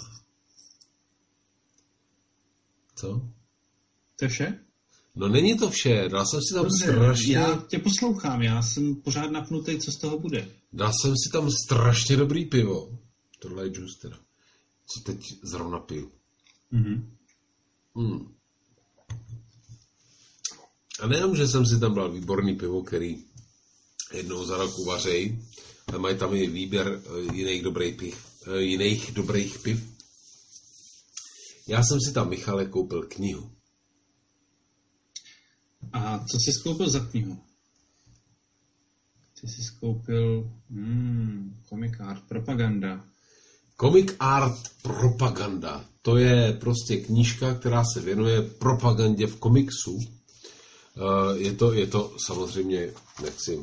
Co? To je vše? No není to vše. Dal jsem si tam Dobře, strašně... já tě poslouchám. Já jsem pořád napnutý, co z toho bude. Dal jsem si tam strašně dobrý pivo. Tohle je juice teda. Co teď zrovna piju. Mm-hmm. Hmm. A nejenom, že jsem si tam dal výborný pivo, který jednou za rok uvařej, ale mají tam i výběr jiných dobrých piv. Jiných dobrých piv. Já jsem si tam, Michale, koupil knihu. A co jsi koupil za knihu? Ty jsi koupil hmm, Comic Art Propaganda. Comic Art Propaganda. To je prostě knížka, která se věnuje propagandě v komiksu. Je to, je to samozřejmě, jaksi,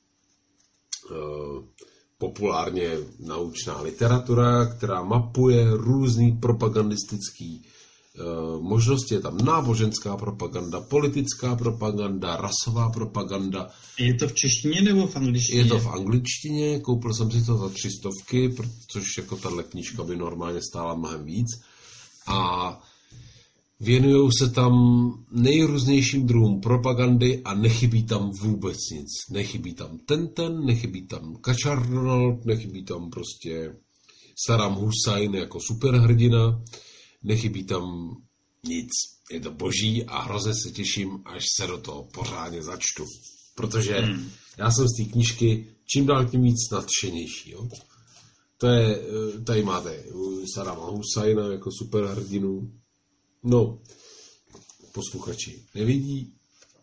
populárně naučná literatura, která mapuje různý propagandistický možnosti. Je tam náboženská propaganda, politická propaganda, rasová propaganda. Je to v češtině nebo v angličtině? Je to v angličtině, koupil jsem si to za tři stovky, což jako tahle knížka by normálně stála mnohem víc. A věnujou se tam nejrůznějším druhům propagandy a nechybí tam vůbec nic. Nechybí tam Tenten, nechybí tam Kačardonald, nechybí tam prostě Saddam Hussein jako superhrdina, nechybí tam nic. Je to boží a hrozně se těším, až se do toho pořádně začtu. Protože hmm. já jsem z té knížky čím dál tím víc nadšenější. Jo? To je, tady máte Saddama Husajna jako superhrdinu. No, posluchači nevidí,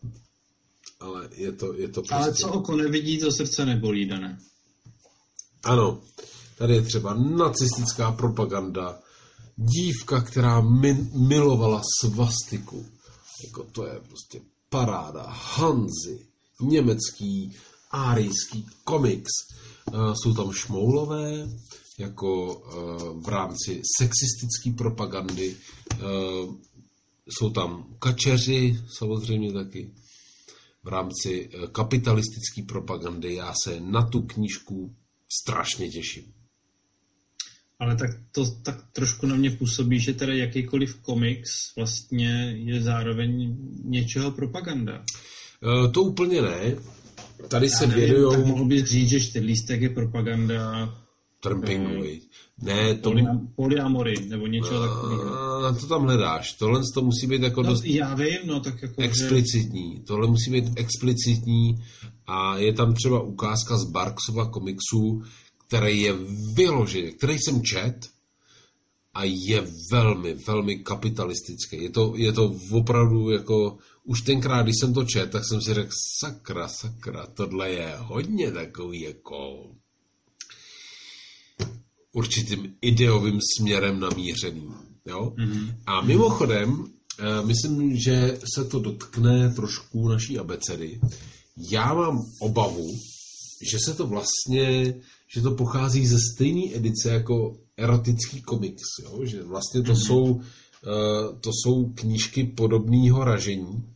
ale je to, je to prostě... Ale co oko nevidí, to srdce nebolí, Dané. Ano, tady je třeba nacistická propaganda, dívka, která min, milovala svastiku. Jako to je prostě paráda. Hanzy, německý, árijský komiks. Uh, jsou tam šmoulové, jako uh, v rámci sexistické propagandy. Uh, jsou tam kačeři, samozřejmě taky. V rámci uh, kapitalistické propagandy. Já se na tu knížku strašně těším. Ale tak to tak trošku na mě působí, že teda jakýkoliv komiks vlastně je zároveň něčeho propaganda. Uh, to úplně ne. Tady Já se nevím, věnujou... Tak mohl bys říct, že čtyřlístek je propaganda... Trumpingu, uh, ne, to... Polyam, polyamory, nebo něčeho uh, takového. Na to tam hledáš. Tohle to musí být jako no, dost... Já vím, no tak jako... Explicitní. Že... Tohle musí být explicitní a je tam třeba ukázka z Barksova komiksu, který je vyložený, který jsem čet a je velmi, velmi kapitalistický. Je to, je to opravdu jako... Už tenkrát, když jsem to čet, tak jsem si řekl, sakra, sakra, tohle je hodně takový jako určitým ideovým směrem namířený. Jo? Mm-hmm. A mimochodem, myslím, že se to dotkne trošku naší abecedy. Já mám obavu, že se to vlastně, že to pochází ze stejné edice jako erotický komiks. Jo? Že vlastně to, mm-hmm. jsou, to jsou knížky podobného ražení.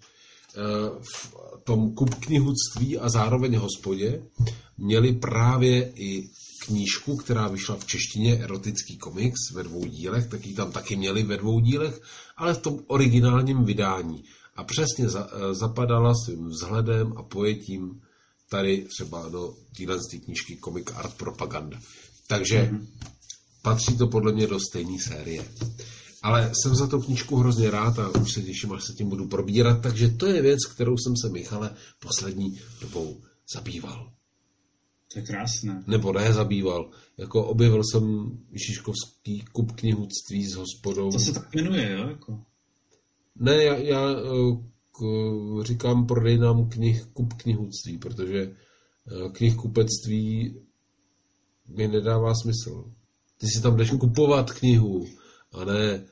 V tom kupknihutství a zároveň hospodě měli právě i knížku, která vyšla v češtině, erotický komiks ve dvou dílech, taky tam taky měli ve dvou dílech, ale v tom originálním vydání. A přesně za, zapadala svým vzhledem a pojetím tady třeba do téhle knížky Comic Art Propaganda. Takže mm-hmm. patří to podle mě do stejné série. Ale jsem za tu knížku hrozně rád a už se těším, až se tím budu probírat, takže to je věc, kterou jsem se, Michale, poslední dobou zabýval. To je krásné. Nebo ne zabýval. Jako objevil jsem Žižkovský kup knihutství s hospodou. To se tak jmenuje, jo? Jako? Ne, já, já k, říkám prodejnám knih kup knihutství, protože knihkupectví mi nedává smysl. Ty si tam jdeš kupovat knihu, a ne...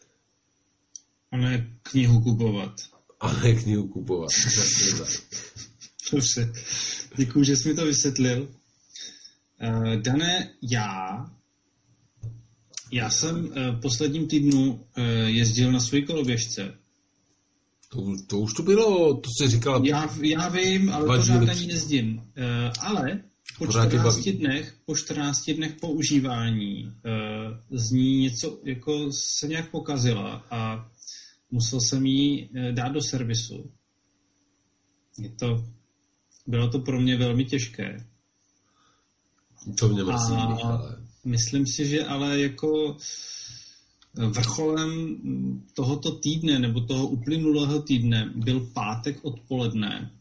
A ne knihu kupovat. A ne knihu kupovat. Dobře. Děkuju, že jsi mi to vysvětlil. Uh, Dané, já já jsem uh, posledním týdnu uh, jezdil na své koloběžce. To, to už to bylo, to jsi říkala... Já, já vím, ale pořád na ní jezdím. Uh, ale po čtrnácti dnech, po čtrnácti dnech používání uh, z ní něco jako se nějak pokazila a musel jsem ji uh, dát do servisu. Je to, bylo to pro mě velmi těžké. To mě mrzí, Michale. Myslím si, že ale jako vrcholem tohoto týdne nebo toho uplynulého týdne byl pátek odpoledne,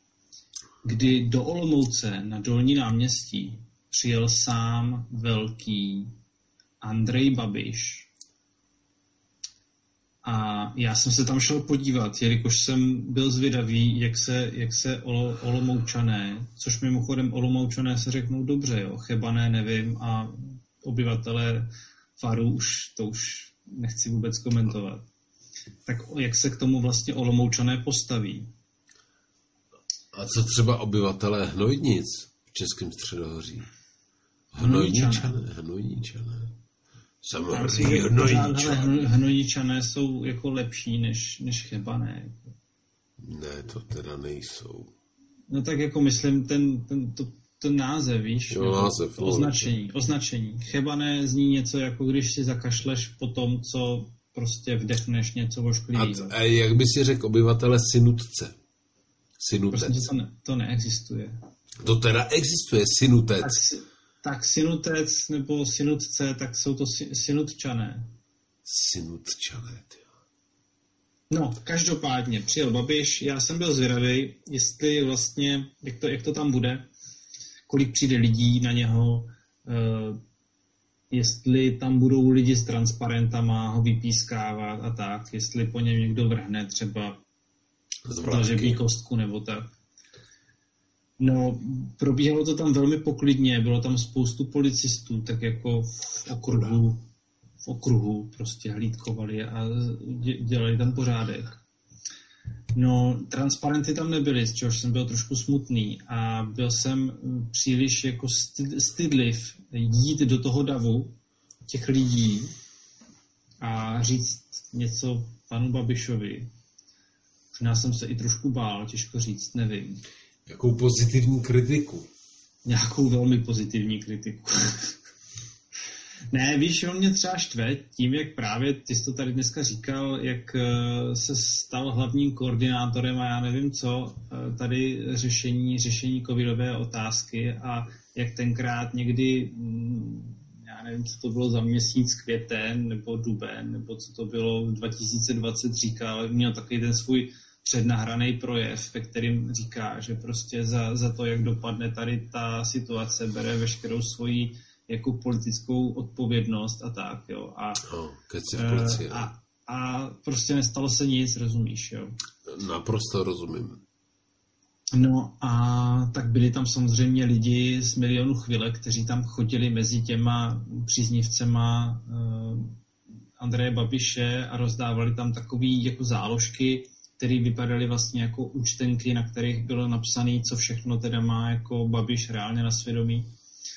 kdy do Olomouce na Dolní náměstí přijel sám velký Andrej Babiš. A já jsem se tam šel podívat, jelikož jsem byl zvědavý, jak se, jak se olo, Olomoučané, což mimochodem Olomoučané se řeknou dobře, jo, Chebané nevím a obyvatelé Faru už, to už nechci vůbec komentovat. Tak jak se k tomu vlastně Olomoučané postaví. A co třeba obyvatelé Hnojnic v Českém Středohoří? Hnojničané, Hnojničané. Samozřejmě Hnojničané. Hnojničané jsou jako lepší než, než Chebané. Ne, to teda nejsou. No tak jako myslím ten, ten, to, ten název, víš? Jo, název. To označení, označení. Chebané zní něco jako když si zakašleš po tom, co prostě vdechneš něco ošklivého. A, a jak by si řekl obyvatele Sinutce? Sinutec. Prostě to, ne, to neexistuje. To teda existuje, Sinutec. Tak, tak Sinutec nebo Sinutce, tak jsou to Sinutčané. Sinutčané, ty. No, každopádně přijel Babiš, já jsem byl zvědavý, jestli vlastně, jak to, jak to tam bude, kolik přijde lidí na něho, uh, jestli tam budou lidi s transparentama ho vypískávat a tak, jestli po něm někdo vrhne třeba dlažební kostku nebo tak. No, probíhalo to tam velmi poklidně, bylo tam spoustu policistů, tak jako v okruhu, v okruhu prostě hlídkovali a dělali tam pořádek. No, transparenty tam nebyly, z čehož jsem byl trošku smutný a byl jsem příliš jako stydliv jít do toho davu těch lidí a říct něco panu Babišovi. Možná jsem se i trošku bál, těžko říct, nevím. Jakou pozitivní kritiku? Nějakou velmi pozitivní kritiku. Ne, víš, on mě třeba štve tím, jak právě, ty jsi to tady dneska říkal, jak se stal hlavním koordinátorem a já nevím co, tady řešení, řešení covidové otázky a jak tenkrát někdy, já nevím, co to bylo za měsíc, květen nebo duben, nebo co to bylo dva tisíce dvacet říkal, měl takový ten svůj přednahraný projev, ve kterým říká, že prostě za, za to, jak dopadne tady ta situace, bere veškerou svoji jako politickou odpovědnost a tak, jo. A, no, policie, a, a prostě nestalo se nic, rozumíš, jo. Naprosto rozumím. No a tak byli tam samozřejmě lidi z Milionu chvilek, kteří tam chodili mezi těma příznivcema uh, Andreje Babiše a rozdávali tam takový jako záložky, které vypadaly vlastně jako účtenky, na kterých bylo napsané, co všechno teda má jako Babiš reálně na svědomí.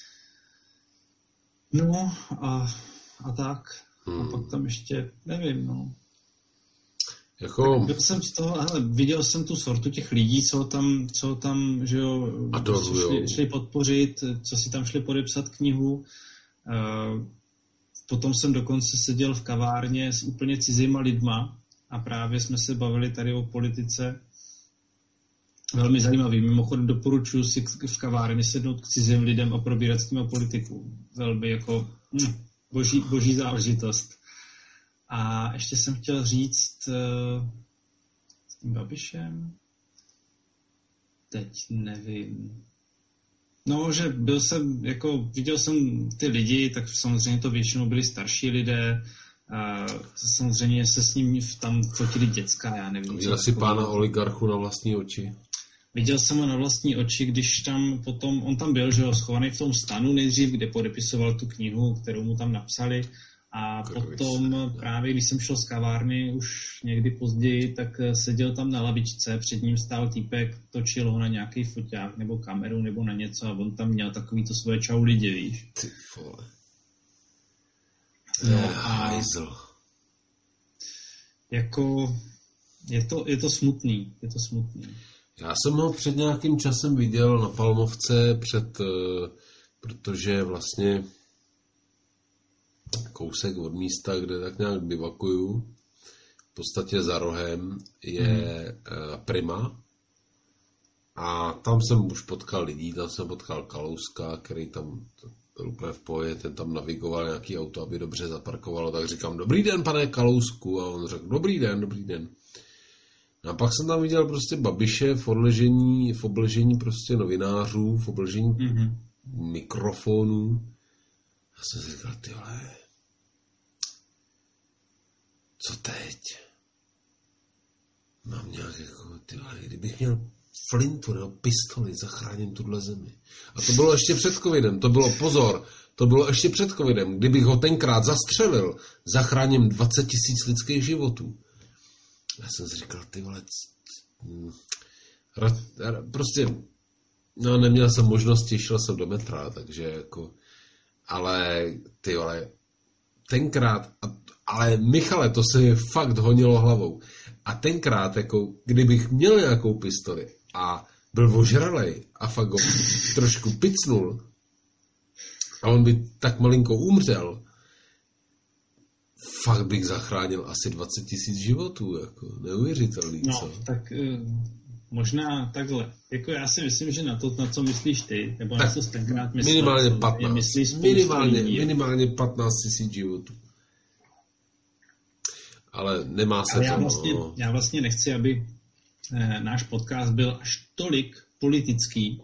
No a, a tak. Hmm. A pak tam ještě, nevím, no. Jako... Byl jsem z toho, hele, viděl jsem tu sortu těch lidí, co tam, co tam, že jo, šli, šli podpořit, co si tam šli podepsat knihu. Uh, potom jsem dokonce seděl v kavárně s úplně cizíma lidma a právě jsme se bavili tady o politice. Velmi zajímavý. Mimochodem doporučuji si v kavárně sednout k cizím lidem a probírat s nimi politiku. Velmi jako hm, boží, boží záležitost. A ještě jsem chtěl říct uh, s tím Babišem. Teď nevím. No, že byl jsem, jako viděl jsem ty lidi, tak samozřejmě to většinou byli starší lidé. Uh, samozřejmě se s ním tam fotili děcka, já nevím. Viděl jsi pána oligarchu na vlastní oči? Viděl jsem ho na vlastní oči, když tam potom, on tam byl, že jo, schovaný v tom stanu nejdřív, kde podepisoval tu knihu, kterou mu tam napsali. A potom právě, když jsem šel z kavárny už někdy později, tak seděl tam na lavičce, před ním stál týpek, točil ho na nějaký foťák nebo kameru nebo na něco a on tam měl takový to svoje čau lidi, víš. Ty vole. No a jako je to, je to smutný, je to smutný. Já jsem ho před nějakým časem viděl na Palmovce před, protože vlastně kousek od místa, kde tak nějak bivakuju, v podstatě za rohem je hmm. Prima a tam jsem už potkal lidí, tam jsem potkal Kalouska, který tam byl úplně v pohodě, ten tam navigoval nějaký auto, aby dobře zaparkovalo, tak říkám, dobrý den, pane Kalousku, a on řekl, dobrý den, dobrý den. A pak jsem tam viděl prostě Babiše v odležení, v obležení prostě novinářů, v obležení mm-hmm. mikrofonů. A jsem si říkal, ty vole, co teď? Mám nějak jako, ty vole, kdybych měl flintu nebo pistoli, zachráním tuhle zemi. A to bylo ještě před covidem, to bylo, pozor, to bylo ještě před covidem. Kdybych ho tenkrát zastřelil, zachráním dvacet tisíc lidských životů. Já jsem si říkal, ty vole, Prostě, no neměl jsem možnosti, šel jsem do metra, takže jako, ale ty vole, tenkrát, ale Michale, to se mi fakt honilo hlavou. A tenkrát, jako, kdybych měl nějakou pistoli a byl ožralej a fakt ho trošku picnul a on by tak malinko umřel, fakt bych zachránil asi dvacet tisíc životů, jako neuvěřitelný, no, co? No, tak možná takhle. Jako já si myslím, že na to, na co myslíš ty, nebo tak na co jsi tenkrát myslel, minimálně patnáct. Myslíš minimálně, lidí, minimálně patnáct tisíc životů. Ale nemá se Ale to. Já vlastně, no. já vlastně nechci, aby eh, náš podcast byl až tolik politický.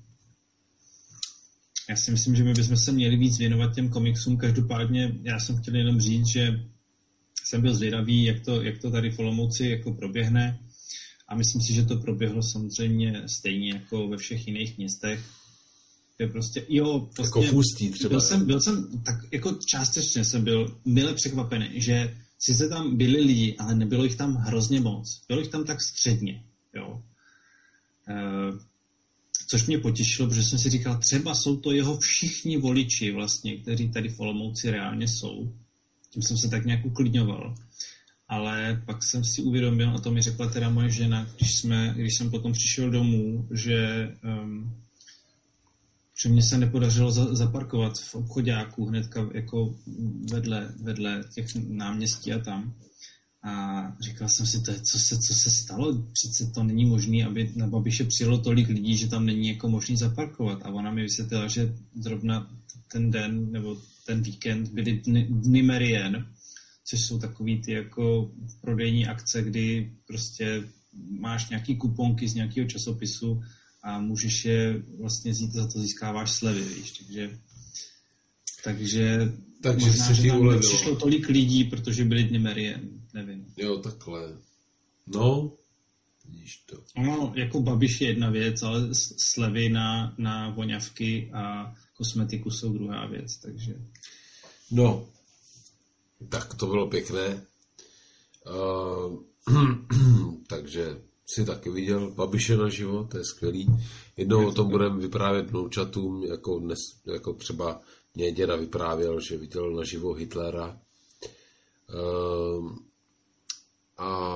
Já si myslím, že my bychom se měli víc věnovat těm komiksům. Každopádně já jsem chtěl jenom říct, že jsem byl zvědavý, jak to, jak to tady v Olomouci jako proběhne. A myslím si, že to proběhlo samozřejmě stejně jako ve všech jiných městech. Je prostě, jo, vlastně, jako v Ústí třeba. Byl jsem, byl jsem, tak jako částečně jsem byl mile překvapený, že sice tam byli lidi, ale nebylo jich tam hrozně moc. Bylo jich tam tak středně, jo. E, což mě potěšilo, protože jsem si říkal, třeba jsou to jeho všichni voliči vlastně, kteří tady v Olomouci reálně jsou. Tím jsem se tak nějak uklidňoval. Ale pak jsem si uvědomil, a to mi řekla teda moje žena, když, jsme, když jsem potom přišel domů, že, um, že mě se nepodařilo za, zaparkovat v obchoďáku hnedka jako vedle, vedle těch náměstí a tam. A říkal jsem si, to je, co, se, co se stalo? Přece to není možné, aby na Babiše přijelo tolik lidí, že tam není jako možný zaparkovat. A ona mi vysvětlila, že zrovna ten den nebo ten víkend byly dny, dny Merien, což jsou takový ty jako prodejní akce, kdy prostě máš nějaký kuponky z nějakého časopisu a můžeš je vlastně vzít, za to získáváš slevy, víš, takže takže, takže možná, že tam nepřišlo tolik lidí, protože byly dny Merien, nevím. Jo, takhle. No, vidíš to. Ono, jako Babiš je jedna věc, ale slevy na, na voňavky a kosmetiku jsou druhá věc, takže... No, tak to bylo pěkné. Uh, takže si taky viděl Babiše naživo, to je skvělý. Jednou o tom budeme vyprávět vnoučatům, jako, dnes, jako třeba mě děda vyprávěl, že viděl naživo Hitlera. Uh, a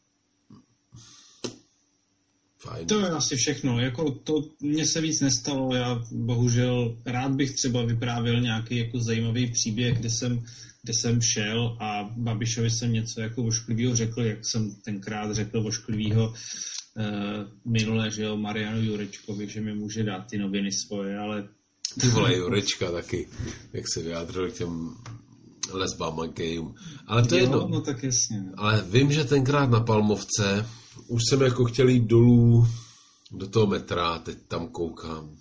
fajn. To je asi všechno. Jako to mně se víc nestalo. Já bohužel rád bych třeba vyprávěl nějaký jako zajímavý příběh, kde jsem, kde jsem šel a Babišovi jsem něco jako ošklivýho řekl, jak jsem tenkrát řekl ošklivýho eh, minule, že jo, Marianu Jurečkovi, že mi může dát ty noviny svoje, ale... Ty vole, Jurečka taky, jak se vyjádřil k těm lesbám a gejům. Ale to je jedno. No tak jasně. Ale vím, že tenkrát na Palmovce už jsem jako chtěl jít dolů do toho metra, teď tam koukám.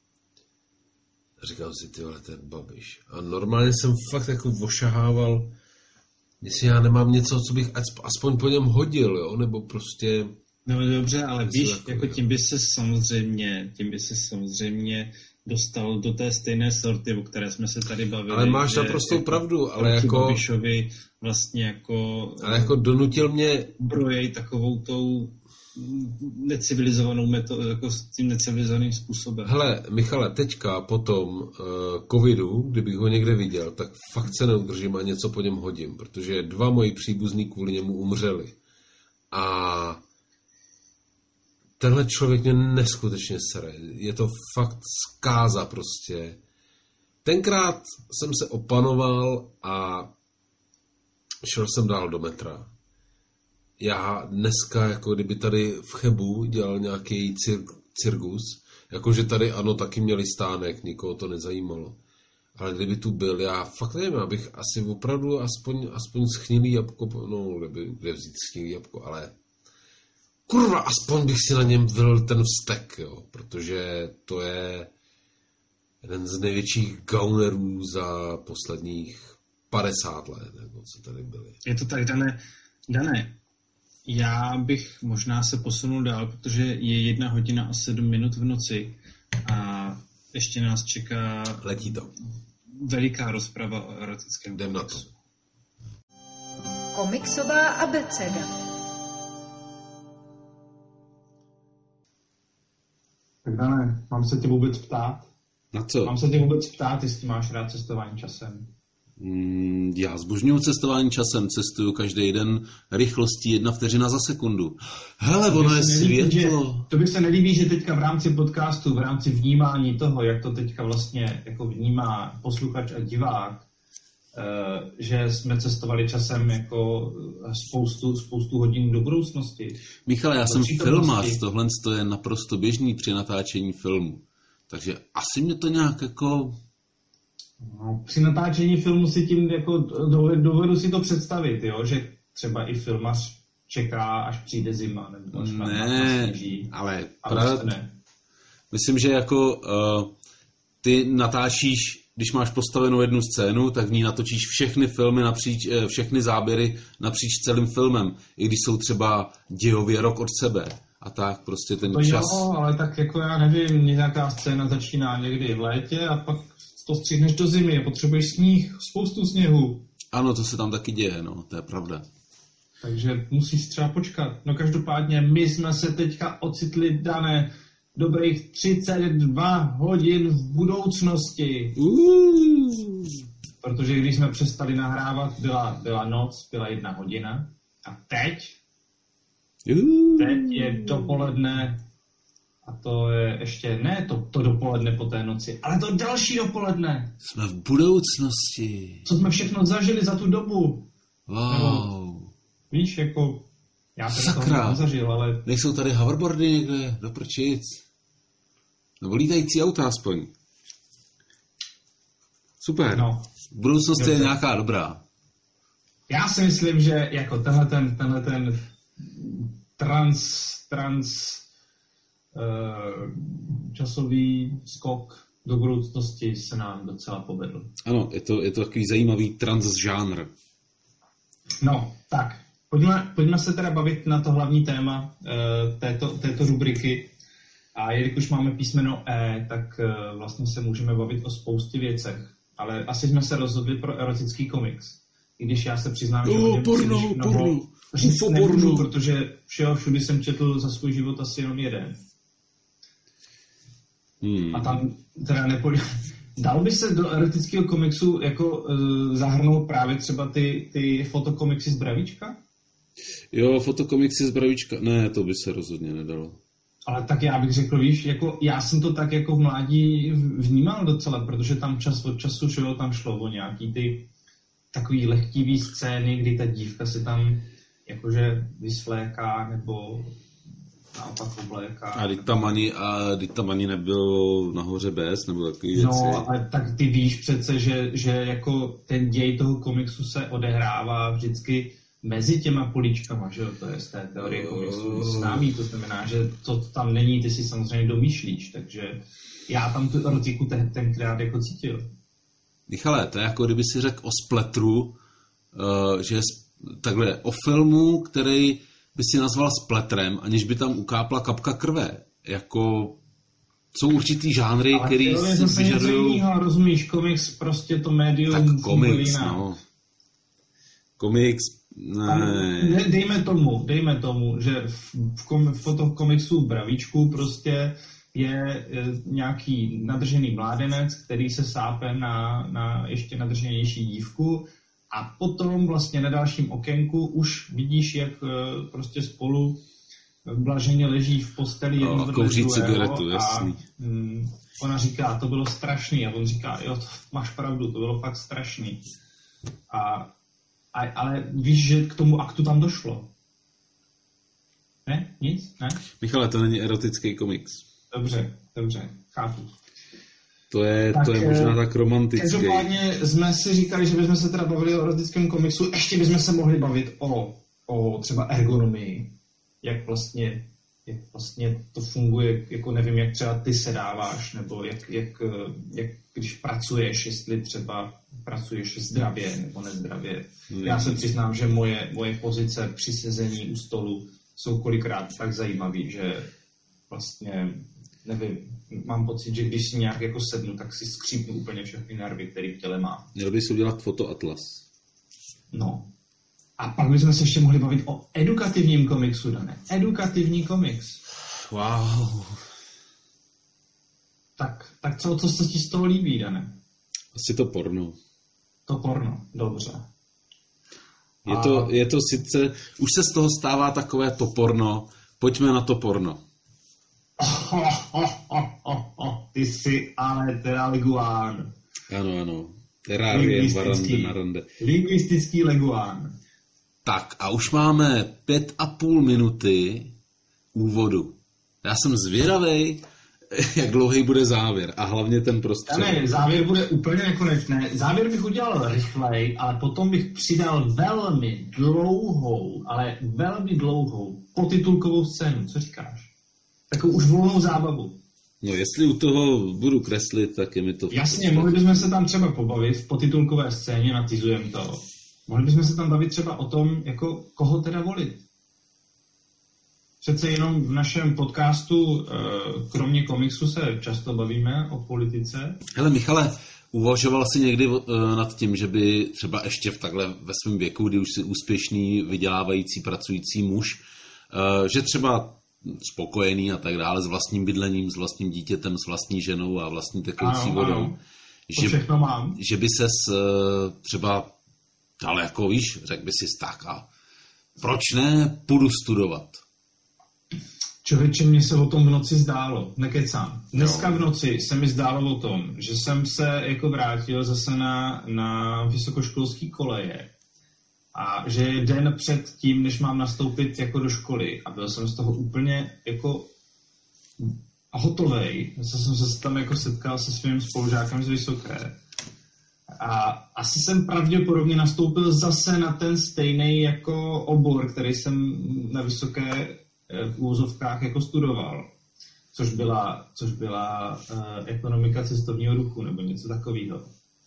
A říkám si, ty vole, ten Babiš. A normálně jsem fakt jako ošahával, jestli já nemám něco, co bych aspoň po něm hodil, jo, nebo prostě... No dobře, ale víš, jako, jako tím by se samozřejmě, tím by se samozřejmě dostal do té stejné sorty, o které jsme se tady bavili. Ale máš naprostou pravdu, ale jako... Babišovi vlastně jako... Ale jako donutil mě... Brojej takovou tou necivilizovanou metodou, jako s tím necivilizovaným způsobem. Hele, Michale, teďka po tom uh, covidu, kdybych ho někde viděl, tak fakt se neudržím a něco po něm hodím, protože dva moji příbuzní kvůli němu umřeli. A tenhle člověk mě neskutečně sere. Je to fakt zkáza prostě. Tenkrát jsem se opanoval a šel jsem dál do metra. Já dneska, jako kdyby tady v Chebu dělal nějaký cir- cirkus, jakože tady ano, taky měli stánek, nikoho to nezajímalo. Ale kdyby tu byl, já fakt nevím, abych asi opravdu aspoň, aspoň schnilý jabko, no, kde, kde vzít schnilý jabko, ale kurva, aspoň bych si na něm vylil ten vztek, jo, protože to je jeden z největších gaunerů za posledních padesát let, nebo co tady byly. Je to tak, Dané, Dané, já bych možná se posunul dál, protože je jedna hodina a sedm minut v noci a ještě nás čeká Letí to. veliká rozprava o erotickém Jdem na to. Komiksová abeceda. Tak Dane, mám se tě vůbec ptát? Na co? Mám se tě vůbec ptát, jestli máš rád cestování časem. Mm, já zbožňuju cestování časem, cestuju každý den rychlostí jedna vteřina za sekundu. Hele, ono je světlo. To by se nelíbí, že teďka v rámci podcastu, v rámci vnímání toho, jak to teďka vlastně jako vnímá posluchač a divák, že jsme cestovali časem jako spoustu, spoustu hodin do budoucnosti. Michale, já jsem filmář, tohle je naprosto běžný při natáčení filmu. Takže asi mě to nějak jako... No, při natáčení filmu si tím jako dovedu, dovedu si to představit, jo? Že třeba i filmař čeká, až přijde zima, nebo až ne, sníží, ale právě ne. Myslím, že jako uh, ty natáčíš, když máš postavenou jednu scénu, tak v ní natočíš všechny filmy napříč, všechny záběry napříč celým filmem, i když jsou třeba dějově rok od sebe. A tak prostě ten to čas... Jo, ale tak jako já nevím, nějaká scéna začíná někdy v létě a pak to stříhneš do zimy, potřebuješ sníh, spoustu sněhu. Ano, to se tam taky děje, no, to je pravda. Takže musíš třeba počkat. No každopádně my jsme se teďka ocitli, Dané, dobrých třicet dva hodin v budoucnosti. Uh. Protože když jsme přestali nahrávat, byla, byla noc, byla jedna hodina. A teď, uh. teď je dopoledne. A to je ještě ne to, to dopoledne po té noci, ale to další dopoledne. Jsme v budoucnosti. Co jsme všechno zažili za tu dobu. Wow. Nebo, víš, jako, já jsem to nezažil, ale... Nejsou tady hoverboardy někde, do prčic. Nebo lítající auta aspoň. Super. No. Budoucnost je nějaká dobrá. Já si myslím, že jako tenhle ten, tenhle ten trans, trans uh, časový skok do budoucnosti se nám docela povedl. Ano, je to, je to takový zajímavý transžánr. No, tak. Pojďme, pojďme se teda bavit na to hlavní téma uh, této, této rubriky. A jelikož máme písmeno E, tak uh, vlastně se můžeme bavit o spoustě věcech. Ale asi jsme se rozhodli pro erotický komiks. I když já se přiznám, že oh, porno, porno, říct nemůžu, protože všeho všudy jsem četl za svůj život asi jenom jeden. Hmm. A tam teda nepojde... Dal by se do erotického komiksu jako uh, zahrnout právě třeba ty, ty fotokomiksy z Bravíčka? Jo, fotokomiksy z Bravíčka, ne, to by se rozhodně nedalo. Ale tak já bych řekl, víš, jako já jsem to tak jako v mládí vnímal docela, protože tam čas od času, že jo, tam šlo o nějaký ty takový lehtivý scény, kdy ta dívka se tam jakože vysvléká nebo naopak obléká. A teď tam ani, a teď tam ani nebylo nahoře bez, nebo takový věci. No, ale tak ty víš přece, že, že jako ten děj toho komiksu se odehrává vždycky mezi těma políčkama, že jo, to je z té teorie komiksu známý, to znamená, že to tam není, ty si samozřejmě domýšlíš, takže já tam tu erotiku ten, tenkrát jako cítil. Michale, to je jako kdyby si řekl o Splatteru, uh, že takhle, o filmu, který by si nazval Splatterem, aniž by tam ukápla kapka krve. Jako jsou určitý žánry, ale který si vyžadují... Ale rozumíš, komiks prostě to médium... Tak komiks, no. Komiks, ne. Dejme tomu, dejme tomu, že v, v, kom, v tom komiksu Bravíčku prostě je nějaký nadržený mládenec, který se sápe na, na ještě nadrženější dívku a potom vlastně na dalším okénku už vidíš, jak prostě spolu blaženě leží v posteli jedno no, vedle cigaretu, a mm, ona říká, to bylo strašný a on říká, jo, to máš pravdu, to bylo fakt strašný. A, a, ale víš, že k tomu aktu tam došlo. Ne? Nic? Ne? Michale, to není erotický komiks. Dobře, dobře, chápu. To je, tak, to je možná tak romantický. Každopádně jsme si říkali, že bychom se teda bavili o erotickém komiksu, ještě bychom se mohli bavit o, o třeba ergonomii, jak vlastně, jak vlastně to funguje, jako nevím, jak třeba ty sedáváš, nebo jak, jak, jak když pracuješ, jestli třeba pracuješ zdravě nebo nezdravě. Hmm. Já se přiznám, že moje, moje pozice při sezení u stolu jsou kolikrát tak zajímavý, že vlastně, nevím, mám pocit, že když si nějak jako sednu, tak si skřípnu úplně všechny nervy, které v těle mám. Měl bys udělat fotoatlas. No. A pak bychom se ještě mohli bavit o edukativním komiksu, Dané. Edukativní komiks. Wow. Tak, tak co, co se ti z toho líbí, Dane? Asi to porno. To porno, dobře. Je to, je to sice, už se z toho stává takové to porno, pojďme na to porno. Oh, oh, oh, oh, oh, ty jsi ale teda leguán. Ano, ano. Terárie, varandy, narande. Lingvistický leguán. Tak a už máme pět a půl minuty úvodu. Já jsem zvědavej, jak dlouhý bude závěr a hlavně ten prostřed. Ne, závěr bude úplně nekonečný. Závěr bych udělal rychlej, ale potom bych přidal velmi dlouhou, ale velmi dlouhou potitulkovou scénu. Co říkáš? Takovou už volnou zábavu. No jestli u toho budu kreslit, tak je mi to... Jasně, mohli bychom se tam třeba pobavit v potitulkové scéně, natizujeme to. Mohli bychom se tam bavit třeba o tom, jako koho teda volit. Přece jenom v našem podcastu, kromě komiksu, se často bavíme o politice. Hele Michale, uvažoval jsi někdy nad tím, že by třeba ještě v takhle ve svém věku, kdy už jsi úspěšný, vydělávající, pracující muž, že třeba spokojený a tak dále s vlastním bydlením, s vlastním dítětem, s vlastní ženou a vlastní tekoucí vodou. Ano. Že, všechno mám. Že by ses třeba, ale jako víš, řekl by si tak a proč ne, půjdu studovat. Člověče, mně se o tom v noci zdálo, nekecám. Dneska v noci se mi zdálo o tom, že jsem se jako vrátil zase na, na vysokoškolský koleje a že je den před tím, než mám nastoupit jako do školy a byl jsem z toho úplně jako hotovej. Zase jsem se tam jako setkal se svým spolužákem z vysoké a asi jsem pravděpodobně nastoupil zase na ten stejný jako obor, který jsem na vysoké v úvozovkách jako studoval, což byla, což byla uh, ekonomika cestovního ruchu nebo něco takového.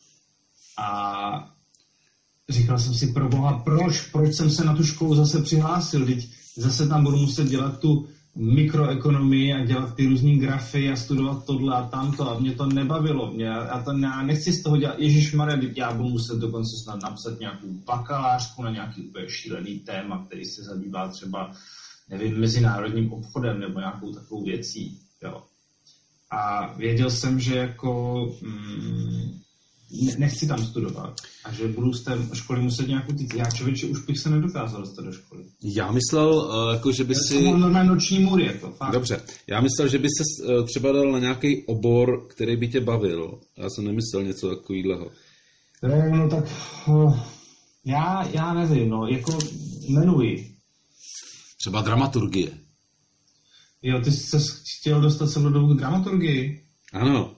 A říkal jsem si, pro boha, proč? Proč jsem se na tu školu zase přihlásil? Teď zase tam budu muset dělat tu mikroekonomii a dělat ty různý grafy a studovat tohle a tamto a mě to nebavilo. Mě, a to, já nechci z toho dělat, ježišmarja, já budu muset dokonce snad napsat nějakou bakalářku na nějaký úplně šílený téma, který se zabývá třeba nevím, mezinárodním obchodem nebo nějakou takovou věcí, jo. A věděl jsem, že jako mm, ne, nechci tam studovat a že budu z té školy muset nějakou týct. Já člověče už bych se nedokázal dostat do školy. Já myslel, uh, jako, že by já si... Já jsem normální noční můry, jako, fakt. Dobře, já myslel, že by se uh, třeba dal na nějaký obor, který by tě bavil. Já jsem nemyslel něco takovýhleho. No, no tak uh, já, já nevím, no, jako jmenuji. Třeba dramaturgie. Jo, ty jsi se chtěl dostat celou dobu k dramaturgii? Ano.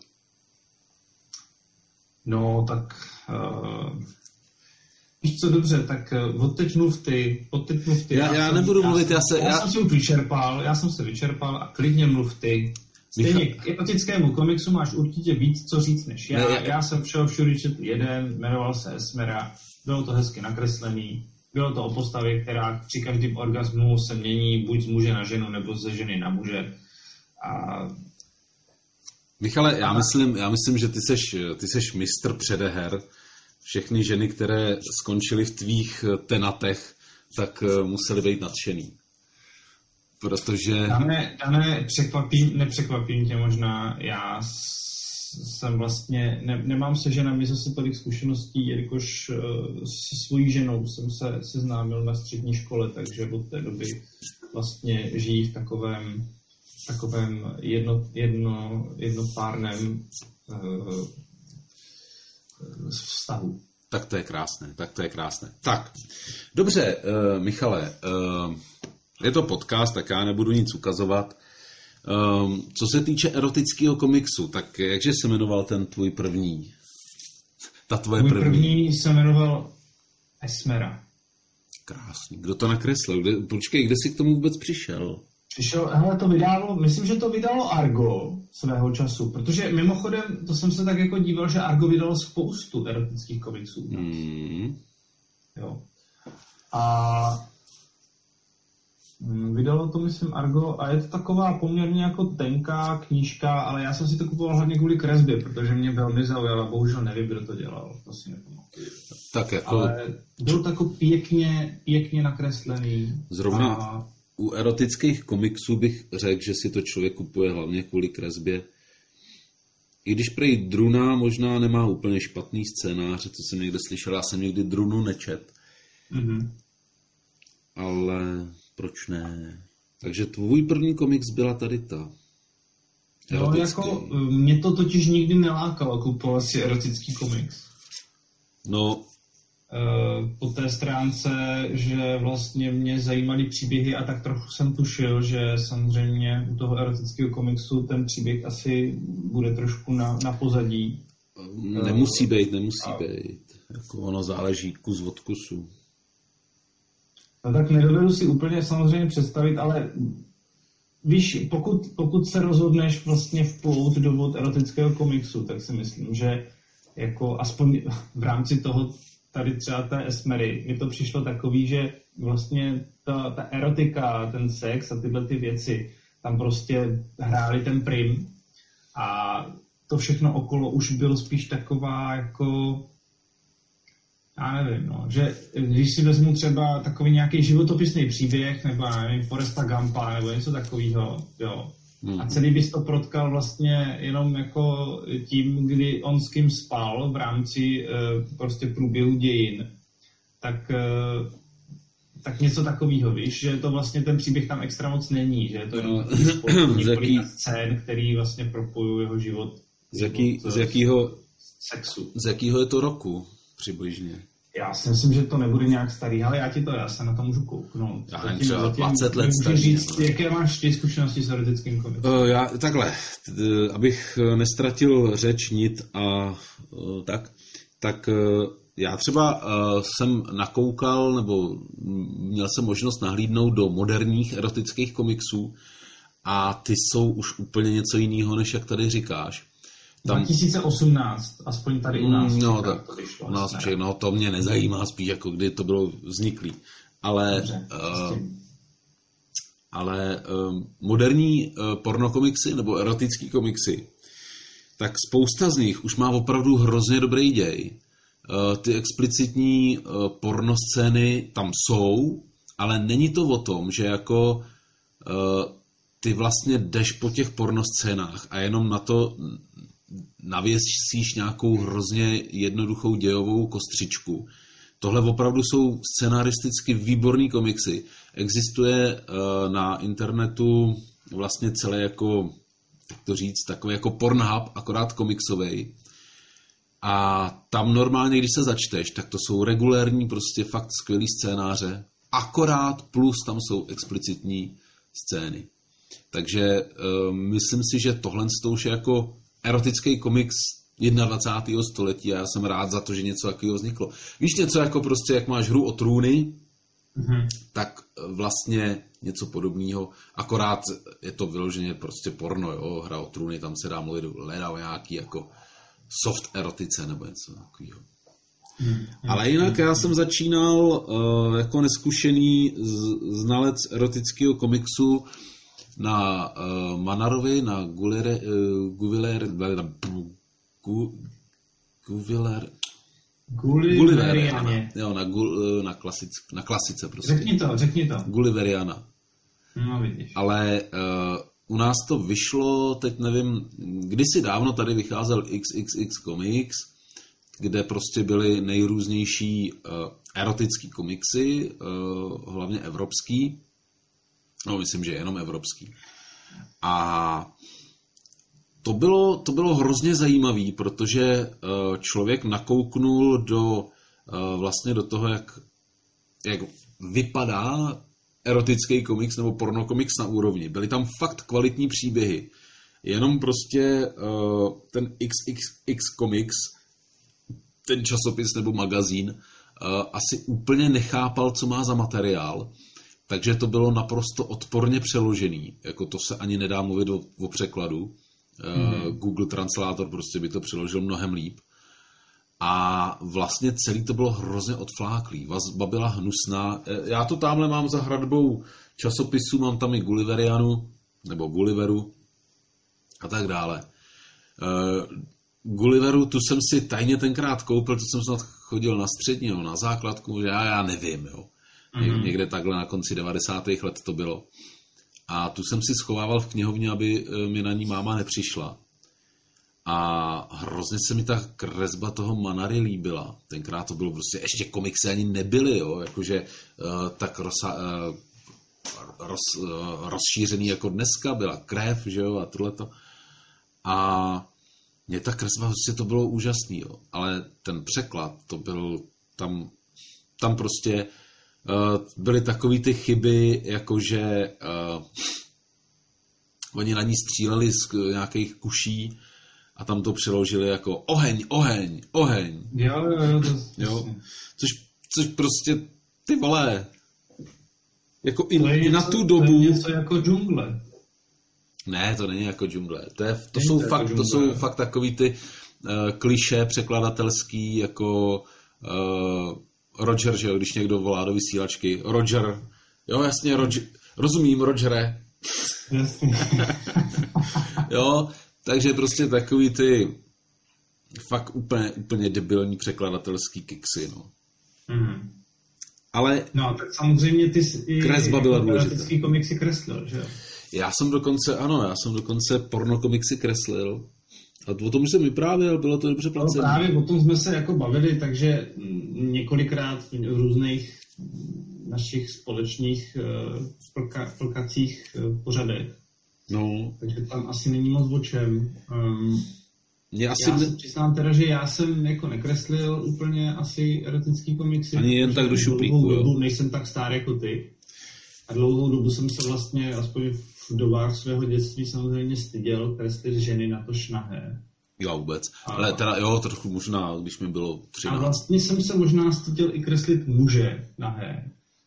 No, tak... Uh, víš co, dobře, tak uh, odteď mluv ty, odteď mluv ty. Já, já, já jsem, nebudu já mluvit, jsem, já se... Já, já jsem si už vyčerpal, já jsem se vyčerpal a klidně mluv ty. Stejně Michal... k erotickému komiksu máš určitě víc co říct než já. Ne, já, já jsem všeho všude četl jeden, jmenoval se Esmera, bylo to hezky nakreslený. Bylo to o postavě, která při každém orgasmu se mění buď z muže na ženu, nebo ze ženy na muže. A... Michale, já myslím, já myslím, že ty seš, ty seš mistr předeher. Všechny ženy, které skončily v tvých tenatech, tak musely být nadšený. Protože... Dane, Dane překvapím, nepřekvapím tě možná, já jsem vlastně, ne, nemám se ženami zase tolik zkušeností, jelikož uh, se svojí ženou jsem se seznámil na střední škole, takže od té doby vlastně žijí v takovém, takovém jedno, jedno, jednopárném uh, vztahu. Tak to je krásné, tak to je krásné. Tak, dobře, uh, Michale, uh, je to podcast, tak já nebudu nic ukazovat. Um, co se týče erotického komiksu, tak jakže se jmenoval ten tvůj první? Ta tvoje Můj první? první se jmenoval Esmera. Krásný. Kdo to nakreslil? Kde, počkej, kde jsi k tomu vůbec přišel? Přišel, hele, to vydalo, myslím, že to vydalo Argo svého času, protože mimochodem, to jsem se tak jako díval, že Argo vydalo spoustu erotických komiksů. Hmm. Jo. A vydalo to, myslím, Argo a je to taková poměrně jako tenká knížka, ale já jsem si to kupoval hlavně kvůli kresbě, protože mě velmi zaujala, bohužel nevím, kdo to dělal, to si nepamatuju. Tak jako... Ale byl tako pěkně, pěkně nakreslený. Zrovna a... u erotických komiksů bych řekl, že si to člověk kupuje hlavně kvůli kresbě. I když prej Druna možná nemá úplně špatný scénář, co jsem někde slyšel, já jsem někdy Drunu nečet. Mm-hmm. Ale proč ne? Takže tvůj první komiks byla tady ta. No, jako mě to totiž nikdy nelákalo kupovat si erotický komiks. No. E, po té stránce, že vlastně mě zajímaly příběhy a tak trochu jsem tušil, že samozřejmě u toho erotického komiksu ten příběh asi bude trošku na, na pozadí. Nemusí být, nemusí a... být. Jako ono záleží kus od kusu. No tak nedovedu si úplně samozřejmě představit, ale víš, pokud, pokud se rozhodneš vlastně vplout do vod erotického komiksu, tak si myslím, že jako aspoň v rámci toho tady třeba té Esmery, mi to přišlo takový, že vlastně ta, ta erotika, ten sex a tyhle ty věci tam prostě hrály ten prim a to všechno okolo už bylo spíš taková jako já nevím, no, že když si vezmu třeba takový nějaký životopisný příběh, nebo já nevím, Foresta Gumpa, nebo něco takového, jo, mm-hmm. a celý bys to protkal vlastně jenom jako tím, kdy on s kým spal v rámci uh, prostě průběhu dějin, tak, uh, tak něco takového, víš, že to vlastně ten příběh tam extra moc není, že je to jenom několika scén, který vlastně propojují jeho život. Z, jaký, z jakýho sexu. Z jakýho je to roku? Přibližně. Já si myslím, že to nebude nějak starý, ale já ti to, já se na to můžu kouknout. Já nevím, třeba dvacet let starý. Říct, jaké máš ty zkušenosti s erotickým komiksem? Uh, já, takhle, abych nestratil řeč, nit a uh, tak, tak uh, já třeba uh, jsem nakoukal, nebo měl jsem možnost nahlídnout do moderních erotických komiksů a ty jsou už úplně něco jiného, než jak tady říkáš. Tam... dva tisíce osmnáct, aspoň tady u nás. No, tak to vyšlo. U nás všechno, to mě nezajímá, spíš jako kdy to bylo vzniklý. Ale, Dobře, uh, ale uh, moderní uh, pornokomiksy nebo erotický komiksy, tak spousta z nich už má opravdu hrozně dobrý děj. Uh, ty explicitní uh, pornoscény tam jsou, ale není to o tom, že jako uh, ty vlastně jdeš po těch pornoscénách a jenom na to navěsíš nějakou hrozně jednoduchou dějovou kostřičku. Tohle opravdu jsou scenaristicky výborný komiksy. Existuje uh, na internetu vlastně celé jako, jak to říct, takový jako Pornhub, akorát komiksovej. A tam normálně, když se začteš, tak to jsou regulérní, prostě fakt skvělý scénáře. Akorát plus tam jsou explicitní scény. Takže uh, myslím si, že tohle už je jako erotický komiks dvacátého prvního století a já jsem rád za to, že něco takového vzniklo. Víš něco jako prostě, jak máš hru o trůny, mm-hmm. tak vlastně něco podobného, akorát je to vyloženě prostě porno, jo, hra o trůny, tam se dá mluvit o nějaký jako soft erotice nebo něco takového. Mm-hmm. Ale jinak já jsem začínal uh, jako neskušený znalec erotického komiksu na uh, Manarovi, na Gulere, uh, Guviler, gu, Guviler, Gulliveriana. Jo, na, gul, na, klasic, na klasice prostě. Řekni to, řekni to. Gulliveriana. No, vidíš. Ale uh, u nás to vyšlo, teď nevím, kdysi dávno tady vycházel X X X Comics, kde prostě byly nejrůznější uh, erotický komiksy, uh, hlavně evropský. No, myslím, že jenom evropský. A to bylo, to bylo hrozně zajímavý, protože uh, člověk nakouknul do, uh, vlastně do toho, jak, jak vypadá erotický komiks nebo pornokomiks na úrovni. Byly tam fakt kvalitní příběhy. Jenom prostě uh, ten X X X Comics, ten časopis nebo magazín, uh, asi úplně nechápal, co má za materiál. Takže to bylo naprosto odporně přeložený. Jako to se ani nedá mluvit o, o překladu. Mm-hmm. Google Translator prostě by to přeložil mnohem líp. A vlastně celý to bylo hrozně odfláklý. Vazba byla hnusná. Já to tamhle mám za hradbou časopisů, mám tam i Gulliverianu, nebo Gulliveru a tak dále. Uh, Gulliveru, tu jsem si tajně tenkrát koupil, to jsem snad chodil na střední, no, na základku, já, já nevím, jo. Mm-hmm. Někde takhle na konci devadesátých let to bylo. A tu jsem si schovával v knihovně, aby mi na ní máma nepřišla. A hrozně se mi ta kresba toho Manary líbila. Tenkrát to bylo prostě, ještě komiksy ani nebyly, jo, jakože uh, tak rosa, uh, roz, uh, rozšířený jako dneska, byla krev, že jo, a tohleto. A mě ta kresba, prostě to bylo úžasný, jo. Ale ten překlad, to byl, tam, tam prostě uh, byly takový ty chyby, jakože uh, oni na ní stříleli z nějakých kuší a tam to přeložili jako oheň, oheň, oheň. Jo, jo, jo. To, jo. Což, což prostě, ty vole, jako i, i na tu dobu... To je něco jako džungle. Ne, to není jako džungle. To, je, to, jsou, to, fakt, jako to jsou fakt takový ty uh, klišé překladatelský, jako uh, Roger, že jo, když někdo volá do vysílačky. Roger, jo, jasně, Roger, rozumím, Rogere. Jasně. Jo, takže prostě takový ty fakt úplně, úplně debilní překladatelský kiksy, no. Mm. Ale... No, tak samozřejmě ty i kresba byla důležitá. Komiksy kreslil, že jo? Já jsem dokonce, ano, já jsem dokonce pornokomiksy kreslil. A o tom jsem vyprávěl, bylo to dobře placené. No právě o tom jsme se jako bavili, takže několikrát v různých našich společných uh, plkacích uh, pořadech. No. Takže tam asi není moc o čem. Um, Mě asi já ne... se přiznám teda, že já jsem jako nekreslil úplně asi erotický komiksy. Ani jen tak do šuplíku, jo. Nejsem tak starý jako ty. A dlouhou dobu jsem se vlastně, aspoň v dobách svého dětství samozřejmě styděl kreslit ženy na to šnahé. Jo, vůbec. A... Ale teda jo, trochu možná, když mi bylo třináct. A vlastně jsem se možná styděl i kreslit muže nahé.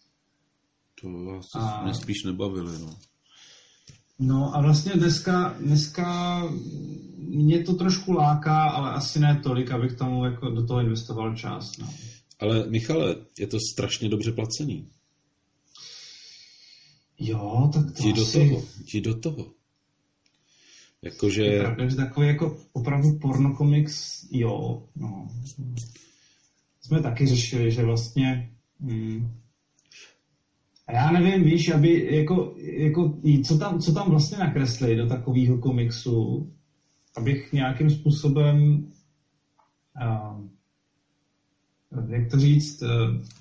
To se a... mě spíš nebavili, no. No a vlastně dneska, dneska mě to trošku láká, ale asi ne tolik, abych tomu jako do toho investoval čas. No. Ale Michale, je to strašně dobře placený. Jo, tak to jdi asi... do toho, jdi do toho. Jakože... Je pravda, že takový jako opravdu pornokomiks, jo, no. Jsme taky řešili, že vlastně... Hmm, a já nevím, víš, aby jako, jako co, tam, co tam vlastně nakresli do takového komiksu, abych nějakým způsobem, uh, jak to říct, uh,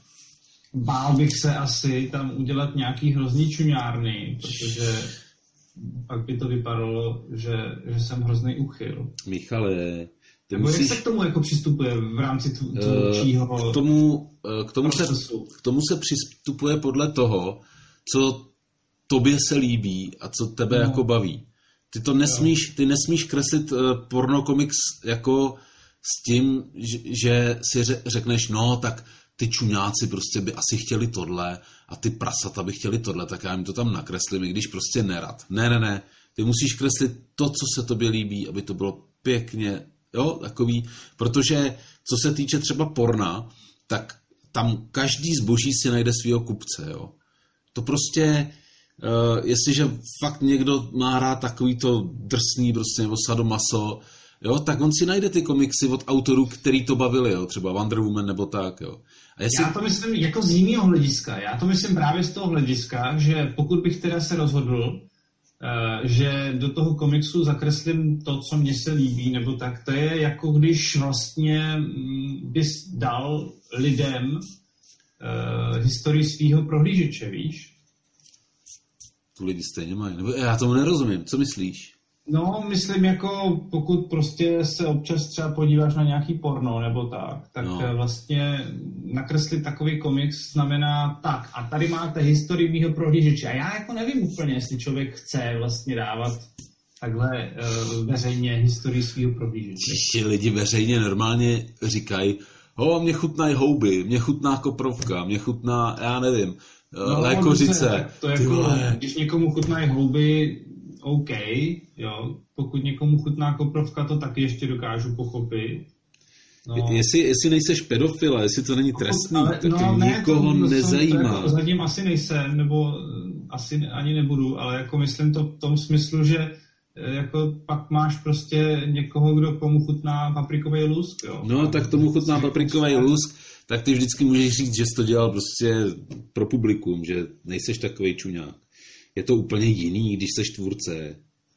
bál bych se asi tam udělat nějaký hrozný čuňárny, protože pak by to vypadalo, že, že jsem hrozný uchyl. Michale, ty Nebo musíš... jak se k tomu jako přistupuje v rámci tvůrčího uh, k tomu, k tomu, se, procesu? k tomu se přistupuje podle toho, co tobě se líbí a co tebe no. jako baví. Ty to nesmíš, ty nesmíš kreslit uh, pornokomiks jako s tím, že, že si řekneš, no tak ty čuňáci prostě by asi chtěli tohle a ty prasata by chtěli tohle, tak já jim to tam nakreslím, i když prostě nerad. Ne, ne, ne. Ty musíš kreslit to, co se tobě líbí, aby to bylo pěkně, jo, takový, protože co se týče třeba porna, tak tam každý zboží si najde svýho kupce, jo. To prostě, uh, jestliže fakt někdo má rád takový to drsný prostě, nebo sadomaso, jo, tak on si najde ty komiksy od autorů, který to bavili, jo, třeba Wonder Woman nebo tak, jo. A jestli... Já to myslím jako z jiného hlediska. Já to myslím právě z toho hlediska, že pokud bych teda se rozhodl, uh, že do toho komiksu zakreslím to, co mně se líbí, nebo tak, to je jako když vlastně bys dal lidem uh, historii svýho prohlížeče, víš? Tu lidi stejně mají. Nebo já tomu nerozumím. Co myslíš? No, myslím jako, pokud prostě se občas třeba podíváš na nějaký porno nebo tak, tak no. vlastně nakreslit takový komiks znamená tak, a tady máte historii mýho prohlížeče. A já jako nevím úplně, jestli člověk chce vlastně dávat takhle uh, veřejně historii svýho prohlížeče. Ještě lidi veřejně normálně říkají, ho, mě chutnají houby, mě chutná koprovka, mě chutná, já nevím, no, lékořice. To jako, když někomu chutnají houby, OK, jo, pokud někomu chutná koprovka, to taky ještě dokážu pochopit. No. Jestli, jestli nejseš pedofila, jestli to není trestný, ale, tak no, ne, nikoho to, to nezajímá. To jako, zatím asi nejsem, nebo asi ani nebudu, ale jako myslím to v tom smyslu, že jako pak máš prostě někoho, kdo komu chutná paprikový lusk, jo. No, tak tomu chutná paprikový lusk, tak ty vždycky můžeš říct, že jsi to dělal prostě pro publikum, že nejseš takovej čuňák. Je to úplně jiný, když seš tvůrce.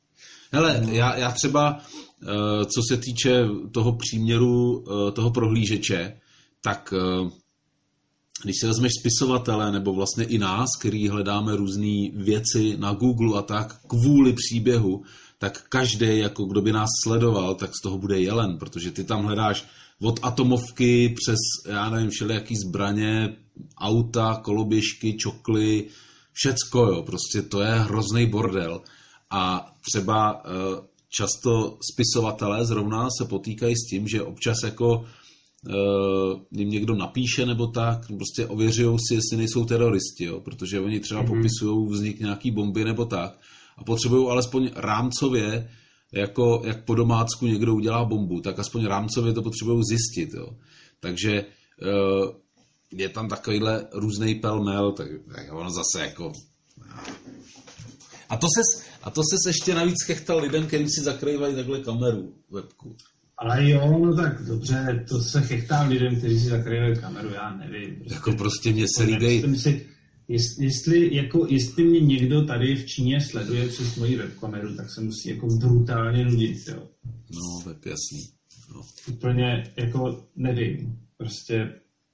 Hele, já, já třeba, co se týče toho příměru, toho prohlížeče, tak když si vezmeš spisovatele, nebo vlastně i nás, který hledáme různé věci na Google a tak, kvůli příběhu, tak každý, jako kdo by nás sledoval, tak z toho bude jelen, protože ty tam hledáš od atomovky přes, já nevím, všelijaký zbraně, auta, koloběžky, čokly, všecko, jo, prostě to je hrozný bordel. A třeba často spisovatelé zrovna se potýkají s tím, že občas jako jim někdo napíše nebo tak, prostě ověřují si, jestli nejsou teroristi, jo, protože oni třeba mm-hmm. popisují vznik nějaký bomby nebo tak a potřebují alespoň rámcově, jako jak po domácku někdo udělá bombu, tak aspoň rámcově to potřebují zjistit, jo. Takže je tam takovýhle různej pelmel, tak, tak ono zase jako... A to ses, a to ses ještě navíc chechtal lidem, kteří si zakrývají takhle kameru, webku. Ale jo, no tak dobře, to se chechtá lidem, kteří si zakrývají kameru, já nevím. Prostě, jako prostě mě se líbí. Si, jestli, jako, jestli mě někdo tady v Číně sleduje přes moji webkameru, tak se musí jako brutálně nudit, jo. No, tak jasný. No. Úplně, jako, nevím, prostě...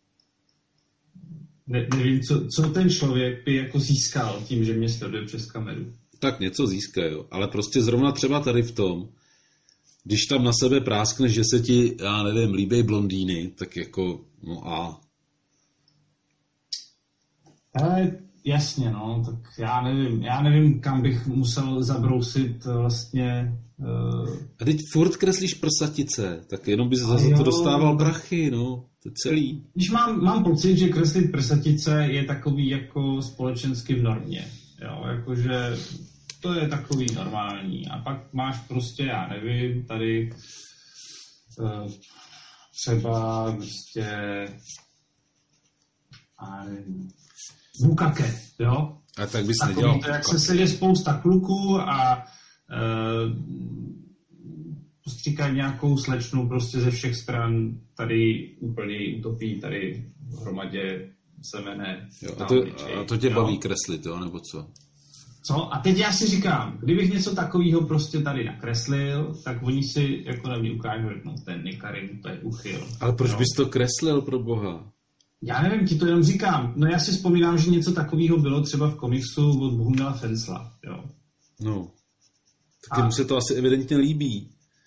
Ne, nevím, co, co ten člověk by jako získal tím, že mě sleduje přes kameru. Tak něco získá, jo. Ale prostě zrovna třeba tady v tom, když tam na sebe práskneš, že se ti, já nevím, líbí blondýny, tak jako, no a... Ale jasně, no, tak já nevím, já nevím, kam bych musel zabrousit vlastně... Uh... A teď furt kreslíš prsatice, tak jenom bys za to dostával prachy, no, to je celý. Když mám, mám pocit, že kreslit prsatice je takový jako společensky v normě, jo, jakože... To je takový normální. A pak máš prostě, já nevím, tady uh, třeba prostě a nevím, bukake, jo? A tak bys takový nedělal. To, jak se sedě spousta kluků a uh, postříkají nějakou slečnu prostě ze všech stran, tady úplně utopí, tady v hromadě semene. Jo, a, to, a to tě jo? baví kreslit, jo, nebo co? Co? A teď já si říkám, kdybych něco takového prostě tady nakreslil, tak oni si jako na mě ukážou, no ten Nikarin, to je uchyl. Ale proč no? bys to kreslil, pro boha? Já nevím, ti to jenom říkám. No já si vzpomínám, že něco takového bylo třeba v komiksu od Bohumila Fencla, jo. No, tak jemu se to asi evidentně líbí.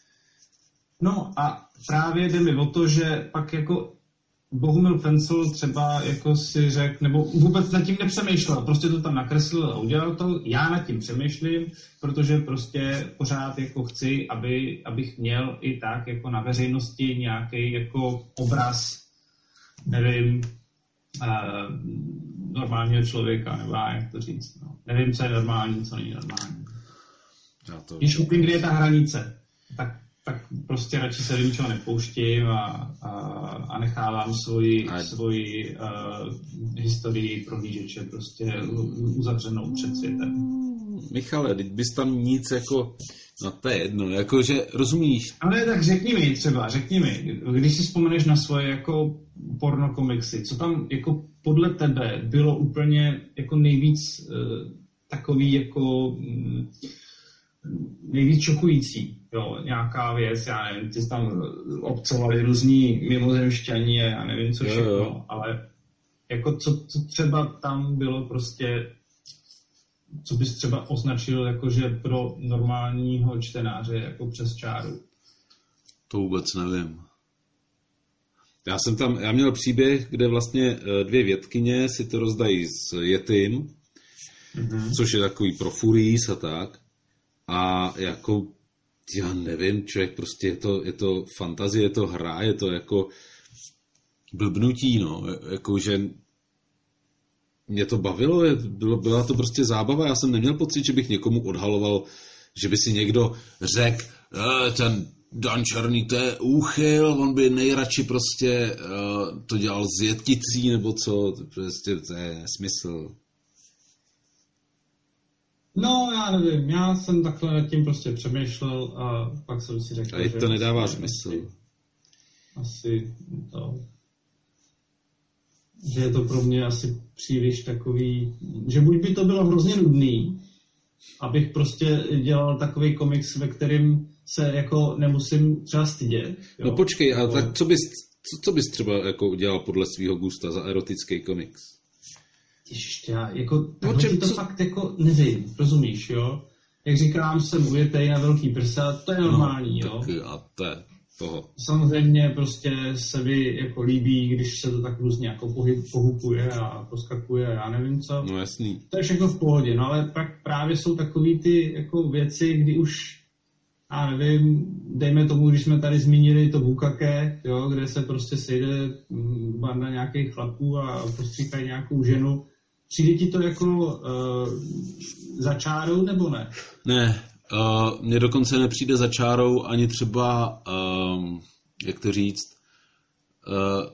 No a právě jde mi o to, že pak jako Bohumil Fencl třeba jako si řekl, nebo vůbec nad tím nepřemýšlel, prostě to tam nakreslil a udělal to, já nad tím přemýšlím, protože prostě pořád jako chci, aby, abych měl i tak jako na veřejnosti nějaký jako obraz, nevím, uh, normálního člověka, nebo jak to říct, no. Nevím, co je normální, co není normální. To... Když upím, kde je ta hranice, tak tak prostě radši se do ničeho nepouštím a, a, a nechávám svoji, a... svoji uh, historii prohlížeče prostě uzavřenou před světem. Michale, teď bys tam nic jako, no to je jedno, jakože rozumíš. Ale tak řekni mi třeba, řekni mi, když si vzpomeneš na svoje jako pornokomiksy, co tam jako podle tebe bylo úplně jako nejvíc uh, takový jako... Um, nejvíc šokující, jo, nějaká věc, já nevím, ty jsi tam obcovali různí mimozemšťaní a já nevím, co všechno, jo, jo. Ale jako co, co třeba tam bylo prostě, co bys třeba označil jakože pro normálního čtenáře jako přes čáru? To vůbec nevím. Já jsem tam, já měl příběh, kde vlastně dvě vědkyně si to rozdají s Yetim, mm-hmm. což je takový pro furís a tak. A jako, já nevím, člověk prostě je to, je to fantazie, je to hra, je to jako blbnutí, no, jako, že mě to bavilo, je, bylo, byla to prostě zábava, já jsem neměl pocit, že bych někomu odhaloval, že by si někdo řekl, e, ten Dan Černý, to je úchyl, on by nejradši prostě e, to dělal s jeticí, nebo co, to prostě to je nesmysl. No, já nevím, já jsem takhle nad tím prostě přemýšlel a pak jsem si řekl, že... to nedává smysl. Asi, asi to... Že je to pro mě asi příliš takový... Že buď by to bylo hrozně nudný, abych prostě dělal takový komiks, ve kterým se jako nemusím třeba stydět. Jo? No počkej, a tak co bys, co, co bys třeba jako udělal podle svého gusta za erotický komiks? Ještě já, jako, takhle ti to co? Fakt jako nevím, rozumíš, jo? Jak říkám, jsem ujetej na velký prsa, to je normální, no, tak jo? A to je toho. Samozřejmě prostě se mi jako líbí, když se to tak různě jako pohyb, pohupuje a poskakuje a já nevím co. No jasný. To je všechno v pohodě, no ale pak právě jsou takový ty jako věci, kdy už, já nevím, dejme tomu, když jsme tady zmínili to bukake, jo, kde se prostě sejde banda nějakých chlapů a postříkají nějakou ženu. Přijde ti to jako uh, za čárou, nebo ne? Ne, uh, mně dokonce nepřijde za čárou ani třeba, um, jak to říct, uh,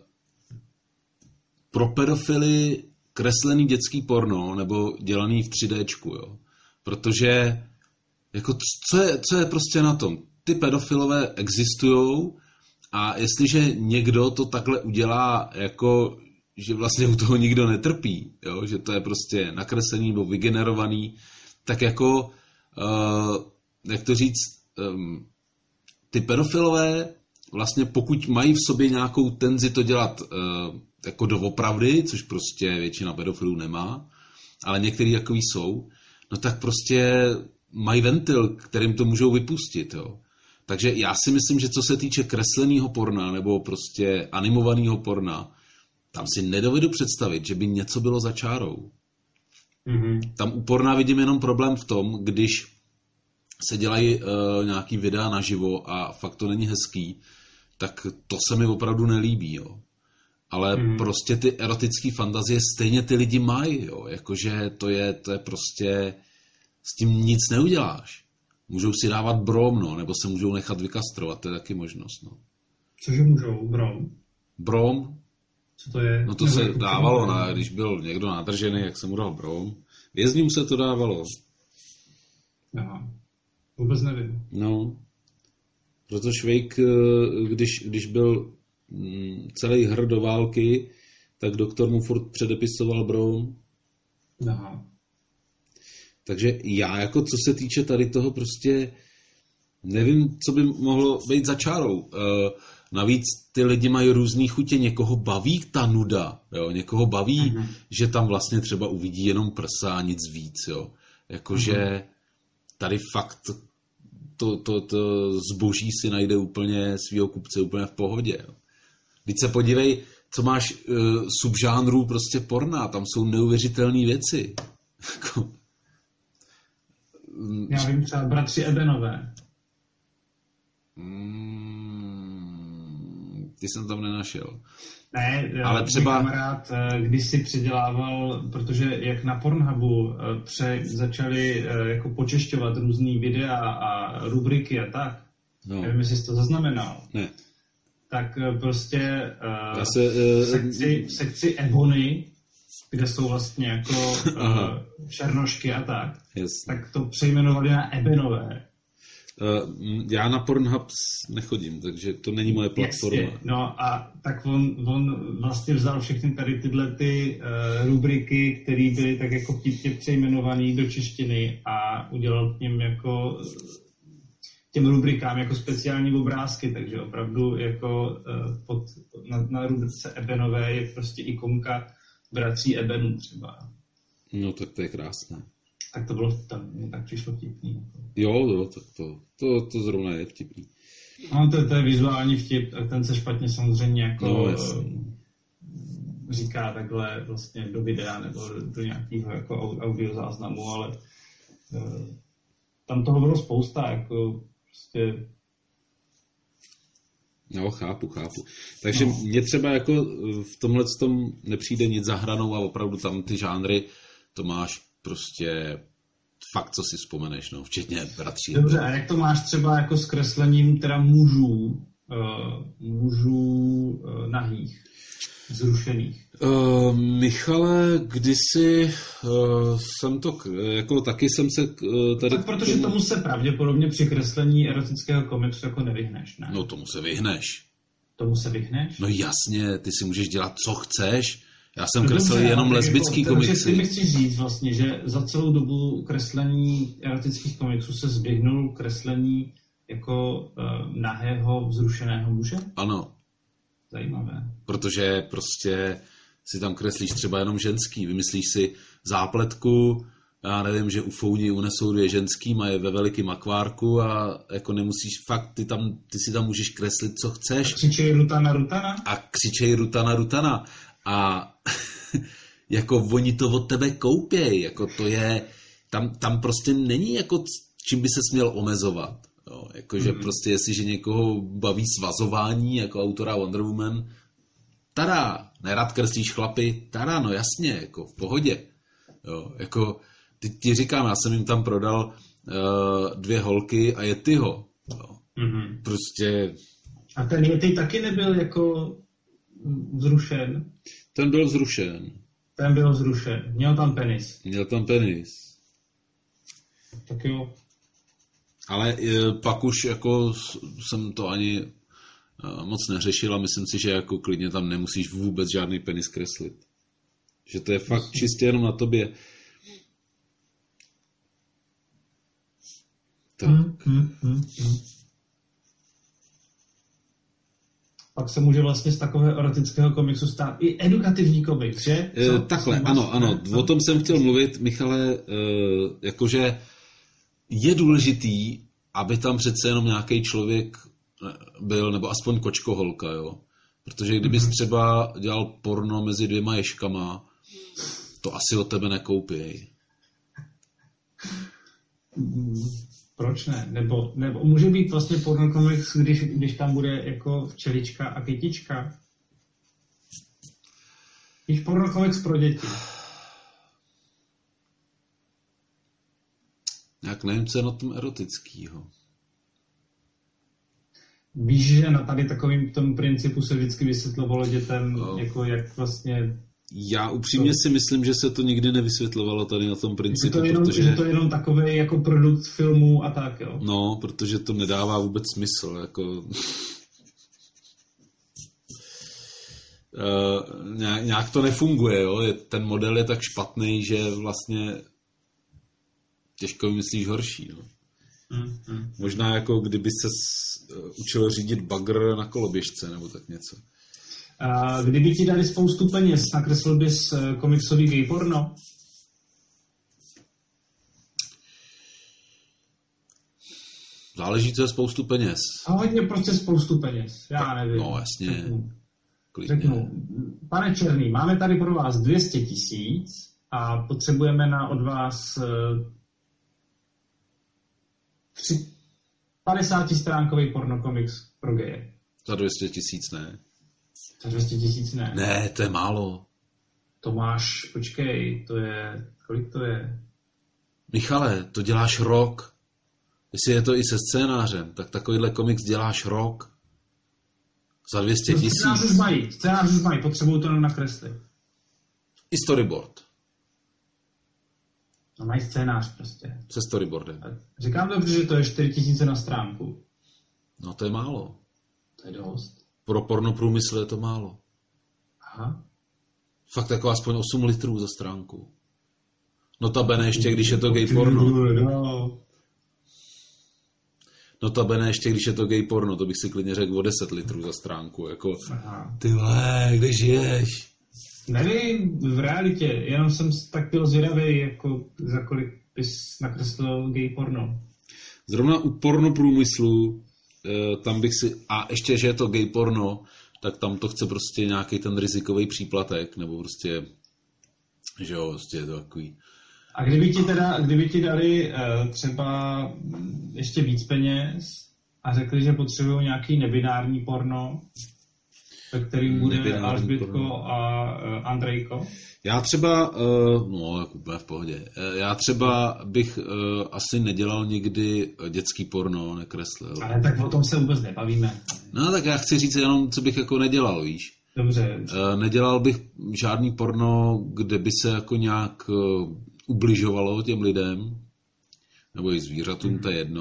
pro pedofily kreslený dětský porno nebo dělaný v tři déčku, jo. Protože jako co je, co je prostě na tom? Ty pedofilové existujou a jestliže někdo to takhle udělá jako že vlastně u toho nikdo netrpí, jo? Že to je prostě nakreslený nebo vygenerovaný, tak jako, uh, jak to říct, um, ty pedofilové vlastně pokud mají v sobě nějakou tenzi to dělat uh, jako doopravdy, což prostě většina pedofilů nemá, ale některý takový jsou, no tak prostě mají ventil, kterým to můžou vypustit, jo. Takže já si myslím, že co se týče kresleného porna nebo prostě animovaného porna, tam si nedovedu představit, že by něco bylo za čárou. Mm-hmm. Tam u porna vidím jenom problém v tom, když se dělají uh, nějaký videa naživo a fakt to není hezký, tak to se mi opravdu nelíbí, jo. Ale mm-hmm. prostě ty erotické fantazie stejně ty lidi mají, jo. Jakože to je, to je prostě, s tím nic neuděláš. Můžou si dávat brom, no, nebo se můžou nechat vykastrovat, to je taky možnost, no. Cože můžou? Brom? Brom? Co to je? No to se dávalo, na, když byl někdo nadržený, jak se mu dal brom. Vězňům se to dávalo. Aha. Vůbec nevím. No. Proto Švejk, když, když byl celý hr do války, tak doktor mu furt předepisoval brom. Aha. Takže já jako co se týče tady toho prostě nevím, co by mohlo být za čárou. E, navíc ty lidi mají různý chutě, někoho baví ta nuda, jo? Někoho baví, uh-huh. že tam vlastně třeba uvidí jenom prsa a nic víc, jo. Jakože uh-huh. tady fakt to, to, to zboží si najde úplně svýho kupce úplně v pohodě, jo. Teď se podívej, co máš uh, subžánrů prostě porna, tam jsou neuvěřitelné věci. Já vím, třeba bratři Ebenové. Hmm, ty jsem tam nenašel. Ne, ale třeba kamarád, když si předělával, protože jak na Pornhubu pře, začali jako počešťovat různý videa a rubriky a tak, no. Nevím, jestli jsi to zaznamenal. Ne. Tak prostě Já se, v, sekci, v sekci Ebony, kde jsou vlastně jako uh, černošky a tak, yes. tak to přejmenovali na Ebenové. Uh, já na Pornhub nechodím, takže to není moje platforma. Jasně, no a tak on, on vlastně vzal všechny tady tyhle ty uh, rubriky, které byly tak jako vtipně přejmenované do češtiny a udělal k něm jako těm rubrikám jako speciální obrázky, takže opravdu jako uh, pod, na, na rubrice Ebenové je prostě ikonka bratří Ebenů třeba. No tak to je krásné. Tak to bylo, tam mě tak přišlo vtipný. Jo, jo, tak to, to, to zrovna je vtipný. No to, to je vizuální vtip, ten se špatně samozřejmě jako no, říká takhle vlastně do videa nebo do nějakého jako audio záznamu, ale uh, tam toho bylo spousta, jako prostě. No, chápu, chápu. Takže no. Mně třeba jako v tomhle tom nepřijde nic za hranou a opravdu tam ty žánry, to máš prostě fakt, co si vzpomeneš, no, včetně bratří. Dobře, a jak to máš třeba jako s kreslením teda mužů, uh, mužů uh, nahých, zrušených? Uh, Michale, kdysi uh, jsem to, jako taky jsem se uh, tady... Tak protože tomu se pravděpodobně při kreslení erotického komiksu jako nevyhneš, ne? No tomu se vyhneš. Tomu se vyhneš? No jasně, ty si můžeš dělat, co chceš. Já jsem kreslil Dobře, jenom tak lesbický jako, komiksy. Takže ty mi chci říct vlastně, že za celou dobu kreslení erotických komiksů se zběhnul kreslení jako uh, nahého vzrušeného muže? Ano. Zajímavé. Protože prostě si tam kreslíš třeba jenom ženský. Vymyslíš si zápletku, já nevím, že u founi unesou dvě ženský, mají ve velikým akvárku a jako nemusíš fakt, ty, tam, ty si tam můžeš kreslit, co chceš. A křičej Rutana Rutana? A křičej Rutana Rutana. A jako oni to od tebe koupěj. Jako to je, tam, tam prostě není jako čím by se směl omezovat. Jo, jakože mm. prostě jestliže někoho baví svazování jako autora Wonder Woman, tada, nerad kreslíš chlapy, tada, no jasně, jako v pohodě. Jo, jako ty, ti říkám, já jsem jim tam prodal uh, dvě holky a Yetiho. Jo. Mm-hmm. Prostě... A ten Yeti taky nebyl jako vzrušen? Ten byl vzrušen. Ten byl vzrušen. Měl tam penis. Měl tam penis. Tak jo. Ale e, pak už jako jsem to ani e, moc neřešil a myslím si, že jako klidně tam nemusíš vůbec žádný penis kreslit. Že to je fakt myslím. Čistě jenom na tobě. Tak. Hmm, hmm, hmm, hmm. Pak se může vlastně z takového erotického komiksu stát i edukativní komiks, že? E, takhle, ano, ano. O tom jsem chtěl mluvit, Michale, e, jakože je důležitý, aby tam přece jenom nějaký člověk byl, nebo aspoň kočkoholka, jo. Protože kdybys třeba dělal porno mezi dvěma ješkama, to asi od tebe nekoupěj. Proč ne? Nebo, nebo může být vlastně porno komiks, když, když tam bude jako včelička a kytička? Když porno komiks pro děti. Jak nevím, co je na tom erotickýho. Víš, že na tady takovým tomu principu se vždycky vysvětlovalo dětem, no. Jako jak vlastně... Já upřímně si myslím, že se to nikdy nevysvětlovalo tady na tom principu, že to jenom, protože... Že to je jenom takový jako produkt filmů a tak, jo? No, protože to nedává vůbec smysl, jako... uh, nějak, nějak to nefunguje, jo? Ten model je tak špatný, že vlastně těžko vymyslíš horší, no. Hmm, hmm. Možná jako kdyby se učil řídit bagr na koloběžce, nebo tak něco. Uh, kdyby ti dali spoustu peněz, nakreslil bys komiksový gay porno? Záleží, co je spoustu peněz. A hodně prostě spoustu peněz, já nevím. No jasně. Řeknu, Řeknu, pane Černý, máme tady pro vás dvě stě tisíc a potřebujeme na od vás tři, padesátistránkový pornokomiks pro geje. Za dvě stě tisíc ne. Za dvě stě tisíc ne. Ne, to je málo. To máš, počkej, to je, kolik to je? Michale, to děláš rok. Jestli je to i se scénářem, tak takovýhle komiks děláš rok. Za dvě stě tisíc. Scénář už mají, scénář už mají, potřebují to jenom nakreslit. I storyboard. No mají scénář prostě. Se storyboardem. Říkám dobře, že to je čtyři tisíce na stránku. No to je málo. To je dost. Pro pornoprůmysl je to málo. Aha. Fakt jako aspoň osm litrů za stránku. Notabene ještě, když je to gay porno. Notabene ještě, když je to gay porno, to bych si klidně řekl o deset litrů za stránku. Jako, aha. Ty vole, kde žiješ? Nevím, v realitě, jenom jsem tak byl zvědavý, jako za kolik bys nakreslil gay porno. Zrovna u pornoprůmyslu, tam bych si, a ještě, že je to gay porno, tak tam to chce prostě nějaký ten rizikový příplatek, nebo prostě, že jo, prostě je to takový. A kdyby ti teda, kdyby ti dali uh, třeba ještě víc peněz a řekli, že potřebují nějaký nebinární porno, ve kterým bude Alžbětko a uh, Andrejko? Já třeba, uh, no, jak úplně v pohodě, já třeba bych uh, asi nedělal nikdy dětský porno, nekreslil. Ale tak o tom se vůbec nebavíme. No tak já chci říct jenom, co bych jako nedělal, víš. Dobře. Uh, nedělal bych žádný porno, kde by se jako nějak uh, ubližovalo těm lidem, nebo i zvířatům, hmm. to je jedno.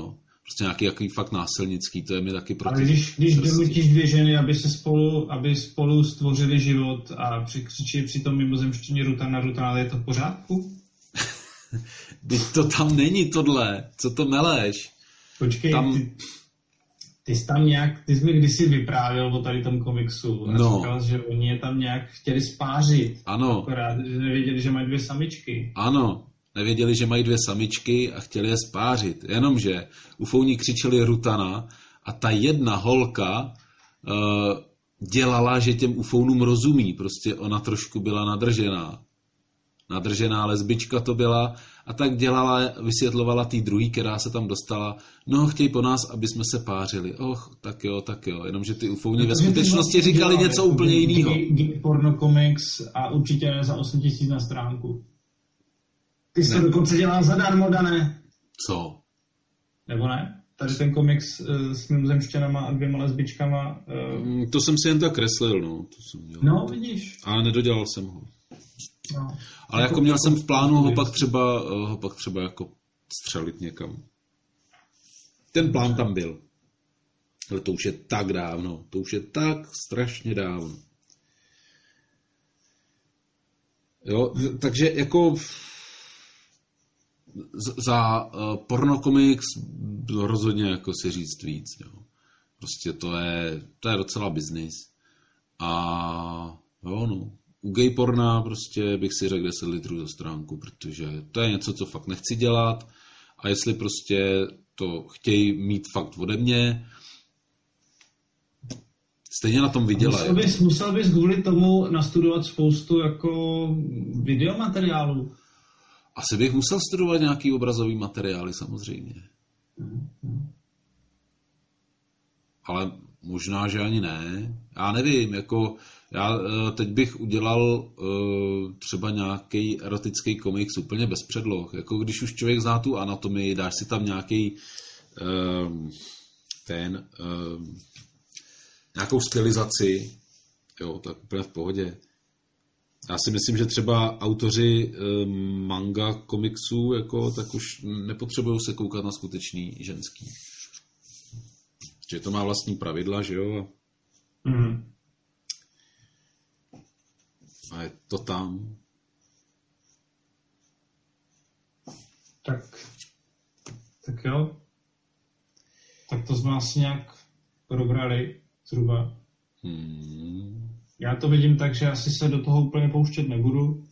prostě nějaký jaký fakt násilnický, to je mi taky proti. Ale když, když donutíš dvě ženy, aby se spolu, aby spolu stvořili život a přikřičí při tom mimozemštění Rutana, Rutana, je to v pořádku? Teď to tam není tohle, co to meleš? Počkej, tam... ty, ty jsi tam nějak, ty jsi mi kdysi vyprávěl o tady tom komiksu a no. říkal, že oni je tam nějak chtěli spářit. Ano. Akorát, že nevěděli, že mají dvě samičky. Ano, nevěděli, že mají dvě samičky a chtěli je spářit. Jenomže ufouni křičeli Rutana a ta jedna holka uh, dělala, že těm ufounům rozumí. Prostě ona trošku byla nadržená. Nadržená lesbička to byla a tak dělala, vysvětlovala tý druhý, která se tam dostala, no chtějí po nás, aby jsme se pářili. Och, tak jo, tak jo, jenomže ty ufouni ve skutečnosti říkali něco úplně jiného. Porno comics a určitě ne za osm tisíc na stránku. Ty jsi to dokonce dělal zadarmo, Dané. Co? Nebo ne? Tady ten komiks uh, s mimozemštěnama a dvěma lesbičkama. Uh... To jsem si jen tak kreslil, no. To jsem dělal. No, vidíš. Ale nedodělal jsem ho. No. Ale jako měl jsem v plánu ho pak třeba, ho pak třeba jako střelit někam. Ten plán tam byl. Ale to už je tak dávno. To už je tak strašně dávno. Jo, takže jako za uh, pornokomiks rozhodně jako si říct víc. Jo. Prostě to je, to je docela biznis. A jo, no. U gay porna prostě bych si řekl deset litrů za stránku, protože to je něco, co fakt nechci dělat a jestli prostě to chtějí mít fakt ode mě, stejně na tom vydělají. Musel bys, musel bys kvůli tomu nastudovat spoustu jako videomateriálů. Asi bych musel studovat nějaký obrazový materiály samozřejmě. Ale možná, že ani ne. Já nevím, jako já teď bych udělal uh, třeba nějaký erotický komiks úplně bez předloh. Jako když už člověk zná tu anatomii, dáš si tam nějaký uh, ten uh, nějakou stylizaci, jo, tak úplně v pohodě. Já si myslím, že třeba autoři uh, manga komiksů, jako, tak už nepotřebují se koukat na skutečný ženský. Že to má vlastní pravidla, že jo? Mm. A je to tam. Tak, tak jo. Tak to jsme asi nějak probrali zhruba. Hmm. Já to vidím tak, že asi se do toho úplně pouštět nebudu.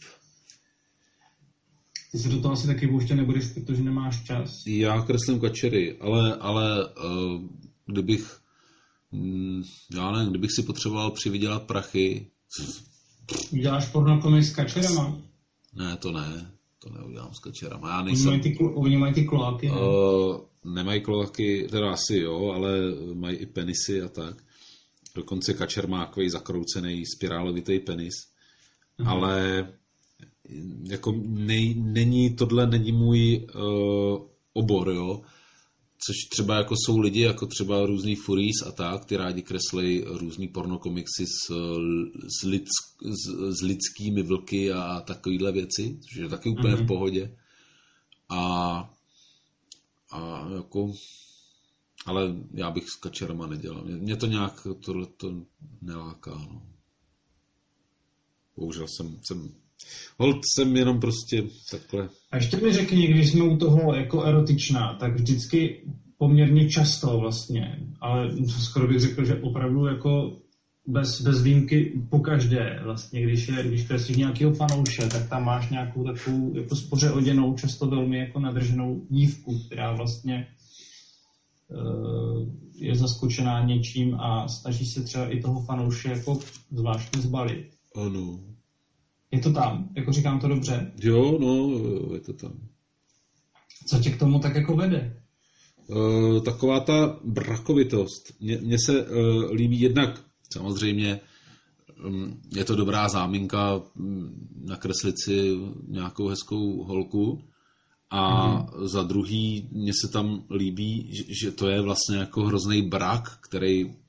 Ty se do toho asi taky pouštět nebudeš, protože nemáš čas. Já kreslím kačery, ale, ale uh, kdybych mm, já nevím, kdybych si potřeboval přivydělat prachy. Uděláš porno komiks s kačerama? Ne, to ne. To neudělám s kačerama. Já nejsem... Oni mají ty, klo, oni mají ty kloaky, ne? Uh, nemají kloaky, teda asi jo, ale mají i penisy a tak. Dokonce kačer má takový zakroucený spirálovitý penis. Mhm. Ale jako nej, není, tohle není můj uh, obor, jo. Což třeba jako jsou lidi, jako třeba různý furies a tak, ty rádi kreslej různý pornokomiksy s, s, lidsk, s, s lidskými vlky a takovýhle věci, což je taky úplně mm-hmm. v pohodě. A, a jako, ale já bych s kačerama nedělal. Mě, mě to nějak tohleto neláká, no. Bohužel jsem, jsem Holt jsem jenom prostě takhle. A ještě mi řekni, když jsme u toho jako erotičná, tak vždycky poměrně často vlastně, ale skoro bych řekl, že opravdu jako bez, bez výjimky pokaždé vlastně, když, je, když kreslíš nějakého fanouše, tak tam máš nějakou takovou jako spoře oděnou, často velmi jako nadrženou dívku, která vlastně uh, je zaskočená něčím a snaží se třeba i toho fanouše jako zvláštně zbalit. Ano. Je to tam? Jako říkám to dobře? Jo, no, je to tam. Co tě k tomu tak jako vede? Uh, taková ta brakovitost. Mně se uh, líbí jednak, samozřejmě, um, je to dobrá záminka um, nakreslit si nějakou hezkou holku a mm. za druhý mně se tam líbí, že, že to je vlastně jako hrozný brak, který uh,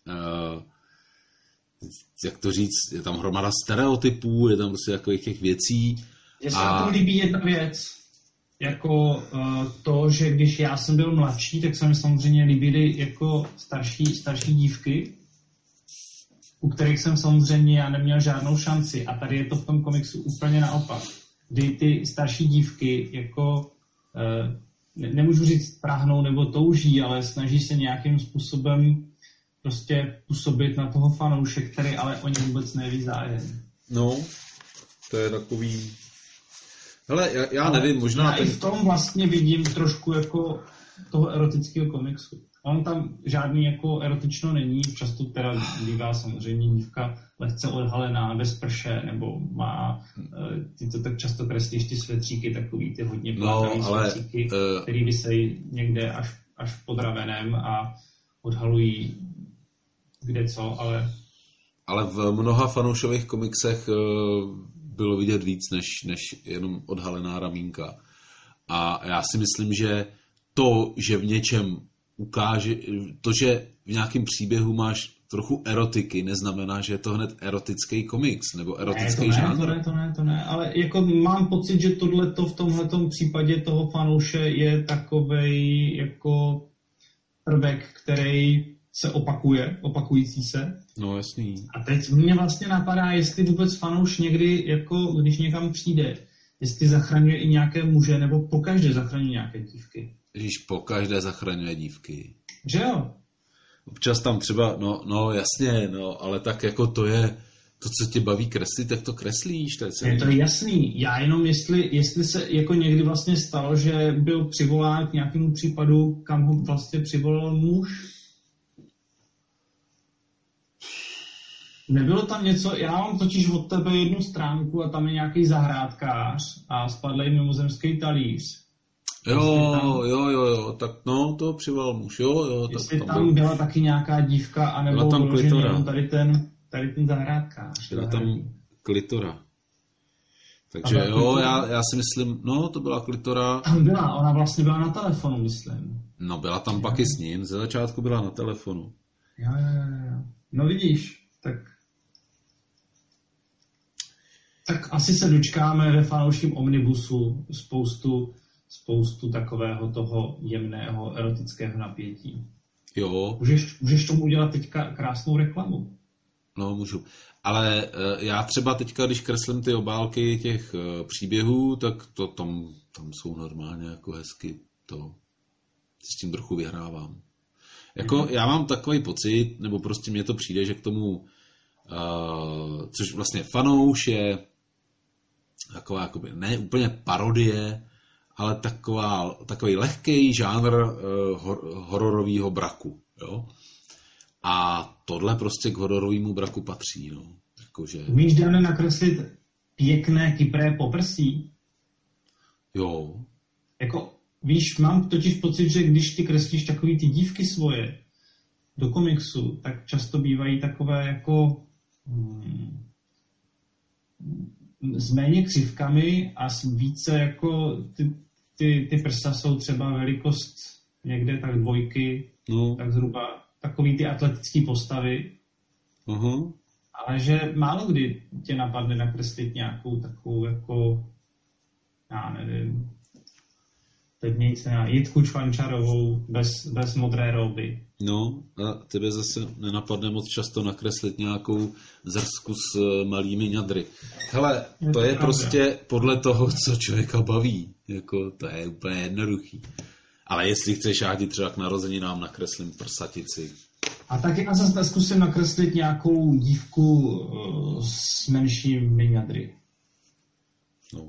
jak to říct, je tam hromada stereotypů, je tam prostě takových těch věcí. Mně se a... na tom líbí jedna věc. jako uh, to, že když já jsem byl mladší, tak se mi samozřejmě líbily jako starší, starší dívky, u kterých jsem samozřejmě já neměl žádnou šanci. A tady je to v tom komiksu úplně naopak. Kdy ty starší dívky jako, uh, ne, nemůžu říct prahnou nebo touží, ale snaží se nějakým způsobem prostě působit na toho fanouše, který ale o ně vůbec neví zájem. No, to je takový... Hele, já, já nevím, možná... Já ten... i v tom vlastně vidím trošku jako toho erotického komiksu. On tam žádný jako erotično není, často teda bývá samozřejmě dívka lehce odhalená, bez prše, nebo má, ty to tak často kreslíš ty svetříky, takový ty hodně plátaný no, svetříky, uh... který vysejí někde až, až pod ravenem a odhalují kde co, ale... Ale v mnoha fanoušových komiksech bylo vidět víc, než, než jenom odhalená ramínka. A já si myslím, že to, že v něčem ukáže, to, že v nějakém příběhu máš trochu erotiky, neznamená, že je to hned erotický komiks, nebo erotický ne, to žánr. Ne, to ne, to ne, to ne, ale jako mám pocit, že tohleto v tomhletom případě toho fanouše je takovej jako prvek, který se opakuje, opakující se. No jasný. A teď mě vlastně napadá, jestli vůbec fanouš někdy, jako když někam přijde, jestli zachraňuje i nějaké muže, nebo pokaždé zachraňuje nějaké dívky. Když pokaždé zachraňuje dívky. Že jo? Občas tam třeba, no, no jasně, no, ale tak jako to je, to, co tě baví kreslit, tak to kreslíš. To je, je to jasný. Já jenom, jestli, jestli se jako někdy vlastně stalo, že byl přivolán k nějakému případu, kam ho vlastně přivolal muž. Nebylo tam něco, já mám totiž od tebe jednu stránku a tam je nějaký zahrádkář a spadlej mimozemský talíř. Jo, tam, jo, jo, jo, tak no, to přivolal muž, jo, jo. Jestli tak tam, tam tam byla taky nějaká dívka, anebo tam klitora. Tady ten, tady ten zahrádkář. Byla tam klitora. Takže jo, já, já si myslím, no, to byla klitora. Tam byla, ona vlastně byla na telefonu, myslím. No, byla tam jo. Pak i s ním, ze začátku byla na telefonu. Jo, jo, jo, no vidíš, tak tak asi se dočkáme ve fanouškém omnibusu spoustu, spoustu takového toho jemného erotického napětí. Jo. Můžeš, můžeš tomu udělat teďka krásnou reklamu. No, můžu. Ale uh, já třeba teďka, když kreslím ty obálky těch uh, příběhů, tak to tam, tam jsou normálně jako hezky. To s tím trochu vyhrávám. Jako mm. já mám takový pocit, nebo prostě mně to přijde, že k tomu, uh, což vlastně fanouš je taková, jakoby, ne úplně parodie, ale taková, takový lehký žánr uh, hor, hororového braku. Jo? A tohle prostě k hororovému braku patří. No. Jakože... Umíš, Dane, nakreslit pěkné kypré poprsí? Jo. Jako, víš, mám totiž pocit, že když ty kreslíš takový ty dívky svoje do komiksu, tak často bývají takové jako hmm, s méně křivkami a s více jako ty, ty, ty prsa jsou třeba velikost někde tak dvojky, no. Tak zhruba takový ty atletické postavy. Uh-huh. Ale že málo kdy tě napadne nakreslit nějakou takovou jako, já nevím, teď nic ne, Jitku Čvančarovou bez, bez modré rouby. No a tebe zase nenapadne moc často nakreslit nějakou zrsku s malými ňadry. Hele, to je, je prostě podle toho, co člověka baví. Jako, to je úplně jednoduchý. Ale jestli chceš, já ti třeba k narozeninám nakreslím prsatici. A taky já zase zkusím nakreslit nějakou dívku uh, s menšími ňadry. No.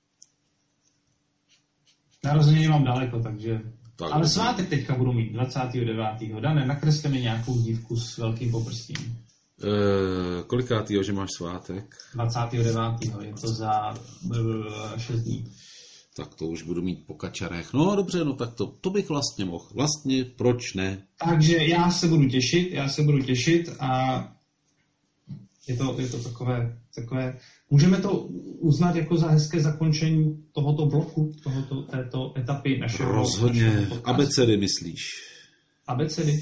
Narozeniny mám daleko, takže... Tak, ale svátek teďka budu mít dvacátého devátého Dane, nakresli mi nějakou dívku s velkým poprsím. E, kolikátýho, že máš svátek? dvacátého devátého Je to za šest dní. Tak to už budu mít po kačarech. No dobře, no tak to, to bych vlastně mohl. Vlastně, proč ne? Takže já se budu těšit, já se budu těšit a je to, je to takové, takové... Můžeme to uznat jako za hezké zakončení tohoto bloku, tohoto, této etapy našeho... Rozhodně. Našeho abecedy myslíš? Abecedy?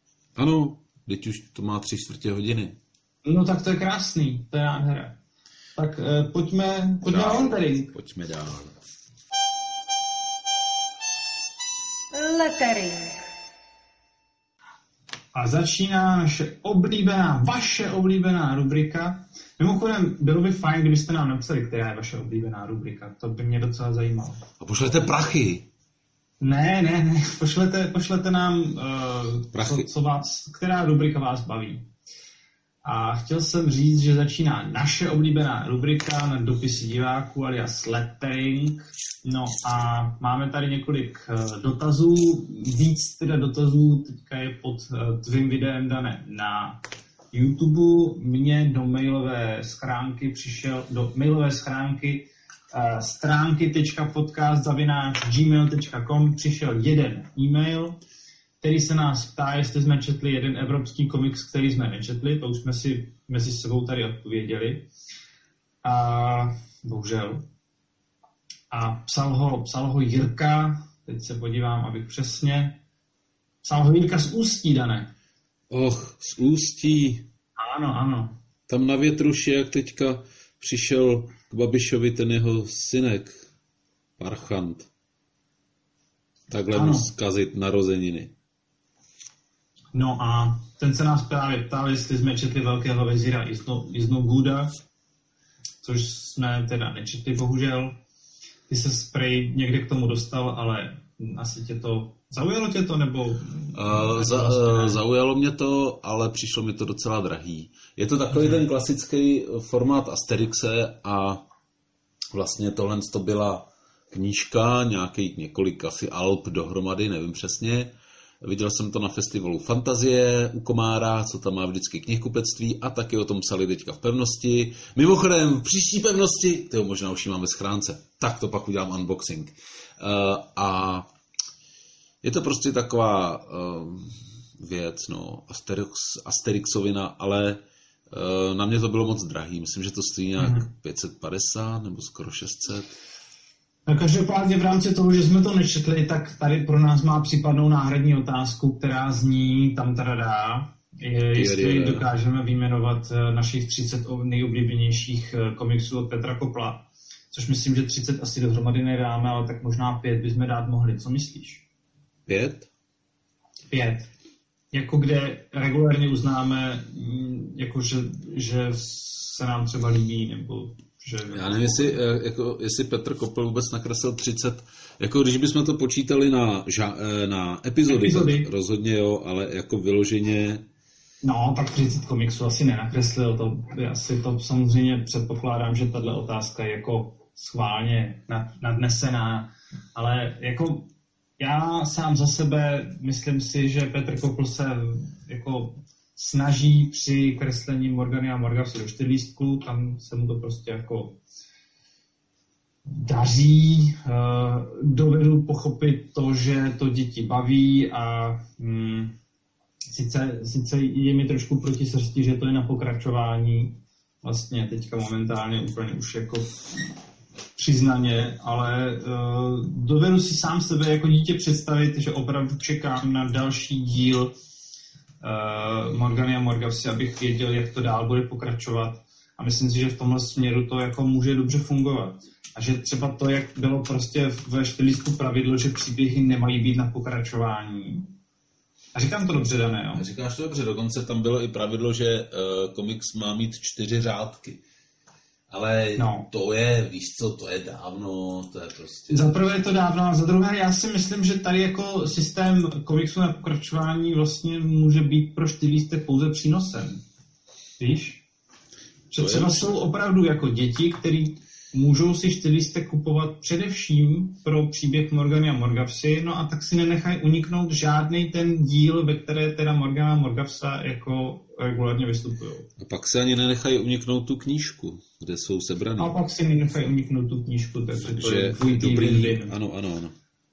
Ano, teď už to má tři čtvrtě hodiny. No tak to je krásný, to je nádhera. Tak uh, pojďme, pojďme na lettering. Pojďme dál. Lettering. A začíná naše oblíbená, vaše oblíbená rubrika. Mimochodem, bylo by fajn, kdybyste nám napsali, která je vaše oblíbená rubrika. To by mě docela zajímalo. A pošlete prachy. Ne, ne, ne. Pošlete, pošlete nám, uh, co, co vás, která rubrika vás baví. A chtěl jsem říct, že začíná naše oblíbená rubrika na dopisy diváků alias lettering. No a máme tady několik uh, dotazů. Víc teda dotazů teďka je pod uh, tvým videem dané na YouTube. Mně do mailové schránky přišel, do mailové schránky uh, stránky tečka podcast zavináč gmail tečka com přišel jeden e-mail, který se nás ptá, jestli jsme četli jeden evropský komiks, který jsme nečetli. To už jsme si mezi sebou tady odpověděli. A bohužel. A psal ho, psal ho Jirka, teď se podívám, abych přesně. Psal ho Jirka z Ústí, Dané. Och, z Ústí. Ano, ano. Tam na větruši, jak teďka přišel k Babišovi ten jeho synek, Parchant. Takhle mu zkazit narozeniny. No a ten se nás právě ptal, jestli jsme četli Velkého vezíra Iznoguda, což jsme teda nečetli, bohužel. Ty se spray někde k tomu dostal, ale asi tě to... Zaujalo tě to, nebo... Uh, za, uh, zaujalo mě to, ale přišlo mi to docela drahý. Je to takový hmm. ten klasický formát Asterixe a vlastně tohle to byla knížka, nějakých několik asi alb dohromady, nevím přesně. Viděl jsem to na festivalu Fantazie u Komára, co tam má vždycky knihkupectví a taky o tom psali teďka v Pevnosti. Mimochodem, v příští Pevnosti, to možná už ji mám ve schránce, tak to pak udělám unboxing. Uh, a je to prostě taková uh, věc, no, Asterix, Asterixovina, ale uh, na mě to bylo moc drahý. Myslím, že to stojí nějak mm-hmm. pět set padesát nebo skoro šest set. No, každopádně v rámci toho, že jsme to nečetli, tak tady pro nás má případnou náhradní otázku, která zní tam teda dá, je, jestli dokážeme vyjmenovat našich třicet nejoblíbenějších komiksů od Petra Kopla, což myslím, že třicet asi dohromady nedáme, ale tak možná pět bychom dát mohli. Co myslíš? Pět? Pět. Jako kde regulárně uznáme, jako že, že se nám třeba líbí, nebo... Že... Já nevím, jestli, jako, jestli Petr Kopl vůbec nakreslil třicet, jako když bychom to počítali na, ža, na epizody, epizody. Rozhodně jo, ale jako vyloženě... No, tak třicet komiksů asi nenakreslil, to asi to samozřejmě předpokládám, že tato otázka je jako schválně nadnesená, ale jako já sám za sebe myslím si, že Petr Kopl se jako snaží při kreslení Morgany a Morgavsy do čtyřlístků, tam se mu to prostě jako daří, dovedu pochopit to, že to děti baví a hm, sice, sice je mi trošku proti srsti, že to je na pokračování, vlastně teďka momentálně úplně už jako přiznaně, ale uh, dovedu si sám sebe jako dítě představit, že opravdu čekám na další díl Uh, Morgany a Morgavsy, abych věděl, jak to dál bude pokračovat. A myslím si, že v tomhle směru to jako může dobře fungovat. A že třeba to, jak bylo prostě ve čtyřlístku pravidlo, že příběhy nemají být na pokračování. A říkám to dobře, Dané, jo? Říkáš to dobře, dokonce tam bylo i pravidlo, že uh, komiks má mít čtyři řádky. Ale no. to je, víš co, to je dávno, to je prostě... Za prvé je to dávno a za druhé já si myslím, že tady jako systém komiksu na pokračování vlastně může být pro čtyřlístek pouze přínosem. Víš? Že třeba jsou opravdu jako děti, který můžou si čtyřlístek kupovat především pro příběh Morgany a Morgavsy, no a tak si nenechají uniknout žádný ten díl, ve které teda Morgana a Morgavsa jako regulárně vystupují. A pak se ani nenechají uniknout tu knížku, kde jsou sebraný. A pak si nenechají uniknout tu knížku, takže to že je dvojitý dobrý. Ano, ano, ano.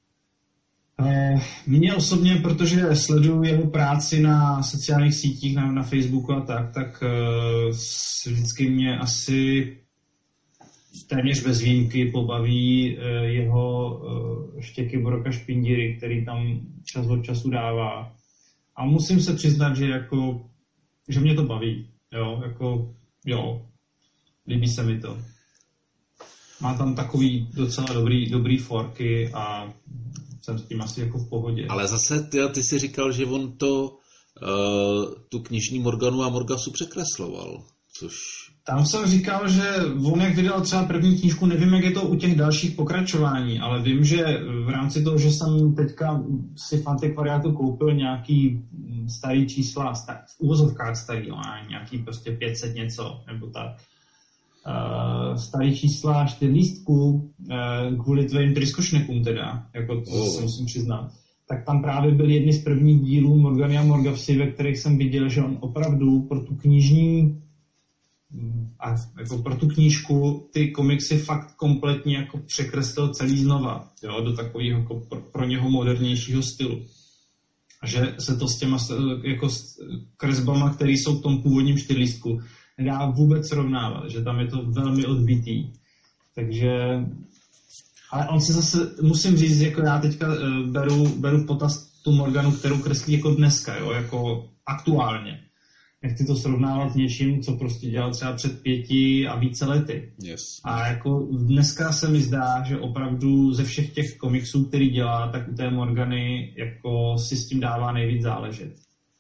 Mně osobně, protože sleduju jeho práci na sociálních sítích, na, na Facebooku a tak, tak uh, vždycky mě asi téměř bez výjimky pobaví uh, jeho uh, Štěky Boroka Špindíry, který tam čas od času dává. A musím se přiznat, že jako že mě to baví, jo, jako, jo. Líbí se mi to. Má tam takový docela dobrý, dobrý forky a jsem s tím asi jako v pohodě. Ale zase ty, ty jsi říkal, že on to uh, tu knižní Morganu a Morgasu překresloval, což... Tam jsem říkal, že on jak vydal třeba první knížku, nevím, jak je to u těch dalších pokračování, ale vím, že v rámci toho, že jsem teďka si v antikvariátu koupil nějaký starý čísla, star, v úvozovkách starý, nějaký prostě pět set něco, nebo tak, uh, starý čísla čtyřlístků uh, kvůli tvým tryskošnekům teda, jako to oh. se musím přiznat. Tak tam právě byl jedny z prvních dílů Morgany a Morgavsy, ve kterých jsem viděl, že on opravdu pro tu knižní a jako pro tu knížku ty komiksy fakt kompletně jako překreslil celý znova, jo, do takového jako pro, pro něho modernějšího stylu. A že se to s těma jako s kresbama, které jsou v tom původním čtyřlístku, nedá vůbec srovnávat, že tam je to velmi odbitý. Takže ale on se zase, musím říct, jako já teďka beru, beru potaz tu Morganu, kterou kreslí jako dneska, jo, jako aktuálně. Nechci to srovnávat s něčím, co prostě dělal třeba před pěti a více lety. Yes. A jako dneska se mi zdá, že opravdu ze všech těch komiksů, který dělá, tak u té Morgany jako si s tím dává nejvíc záležet.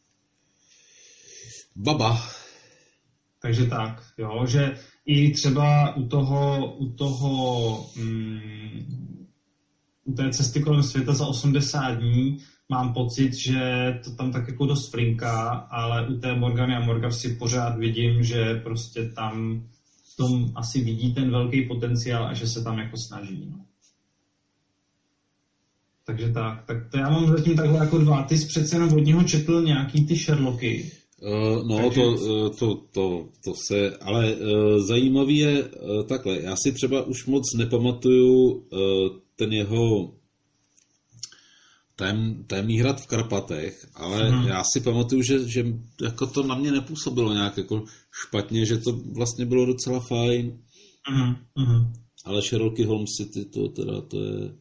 Baba. Takže tak, jo, že i třeba u toho, u toho, mm, u té cesty kolem světa za osmdesát dní mám pocit, že to tam tak jako dost flinká, ale u té Morgany a Morgavsy pořád vidím, že prostě tam v tom asi vidí ten velký potenciál a že se tam jako snaží. No. Takže tak, tak to já mám zatím takhle jako dva. Ty jsi přece jenom od něho četl nějaký ty Sherlocky. Uh, no, Takže... to, to, to, to se, ale uh, zajímavý je uh, takhle. Já si třeba už moc nepamatuju uh, ten jeho Tajem, tajemný hrad v Karpatech, ale hmm. já si pamatuju, že, že jako to na mě nepůsobilo nějak jako špatně, že to vlastně bylo docela fajn. Hmm. Hmm. Ale Sherlocky Holmesy, ty to teda, to je...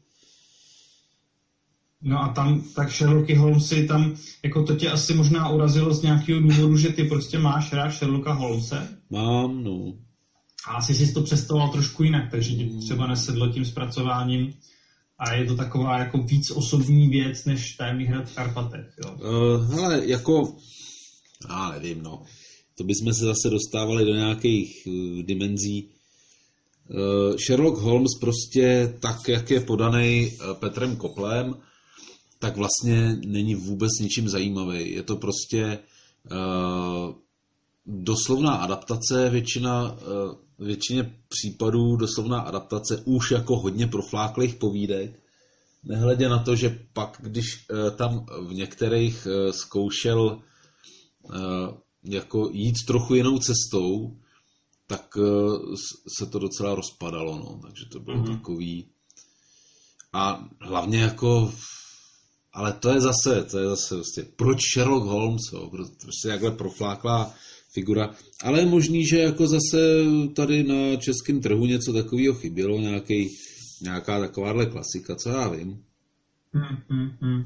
No a tam, tak Sherlocky Holmesy, tam, jako to tě asi možná urazilo z nějakého důvodu, že ty prostě máš rád Sherlocka Holmese? Mám, no. A asi jsi to představoval trošku jinak, takže ti třeba nesedlo tím zpracováním. A je to taková jako víc osobní věc, než Tajemný hrad v Karpatech, jo? Uh, hele, jako... Já nevím, no. To bychom se zase dostávali do nějakých uh, dimenzí. Uh, Sherlock Holmes prostě tak, jak je podaný uh, Petrem Koplem, tak vlastně není vůbec ničím zajímavý. Je to prostě uh, doslovná adaptace, většina... Uh, většině případů doslovná adaptace už jako hodně profláklých povídek. Nehledě na to, že pak, když e, tam v některých e, zkoušel e, jako jít trochu jinou cestou, tak e, se to docela rozpadalo. No. Takže to bylo mm-hmm. takový... A hlavně jako... Ale to je zase, to je zase vlastně, proč Sherlock Holmes, jo? Prostě jakhle profláklá figura. Ale je možný, že jako zase tady na českém trhu něco takového chybělo, nějaký, nějaká takováhle klasika, co já vím. Hmm, hmm, hmm.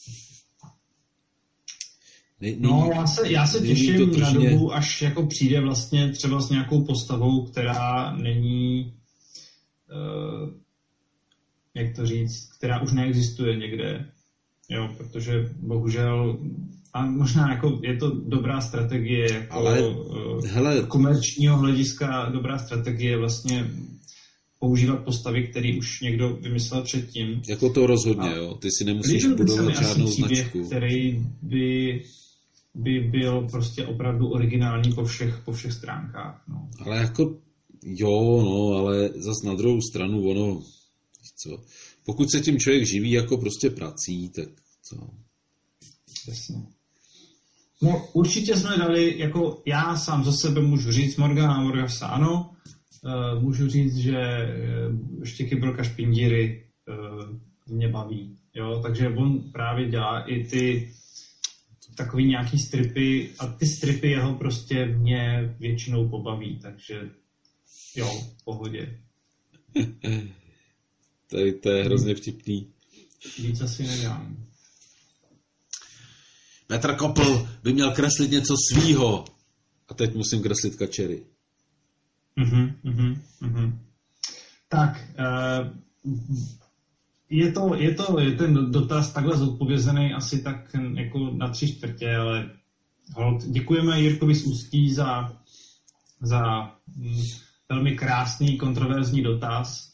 Ne, no, já se, já se těším na dobu, až jako přijde vlastně třeba s nějakou postavou, která není, uh, jak to říct, která už neexistuje někde. Jo, protože bohužel a možná jako je to dobrá strategie jako ale, uh, hele, komerčního hlediska dobrá strategie vlastně používat postavy, které už někdo vymyslel předtím. Jako to rozhodně, a jo. Ty si nemusíš budovat žádnou značku. Který by, by byl prostě opravdu originální po všech, po všech stránkách. No. Ale jako jo, no, ale zas na druhou stranu ono, co, pokud se tím člověk živí jako prostě prací, tak co? Jasně. No, určitě jsme dali, jako já sám za sebe můžu říct, Morgana a Morgavsa ano, uh, můžu říct, že uh, Štěky Brolka Špindíry uh, mě baví, jo, takže on právě dělá i ty takový nějaký stripy a ty stripy jeho prostě mě většinou pobaví, takže jo, v pohodě. Tady to je hrozně vtipný. Víc asi nedělám. Petr Kopl by měl kreslit něco svýho. A teď musím kreslit kačery. Mhm, mhm, mhm. Tak, je to, je to, je ten dotaz takhle zodpovězený asi tak jako na tři čtvrtě, ale hold, děkujeme Jirkovi z Ústí za, za velmi krásný, kontroverzní dotaz.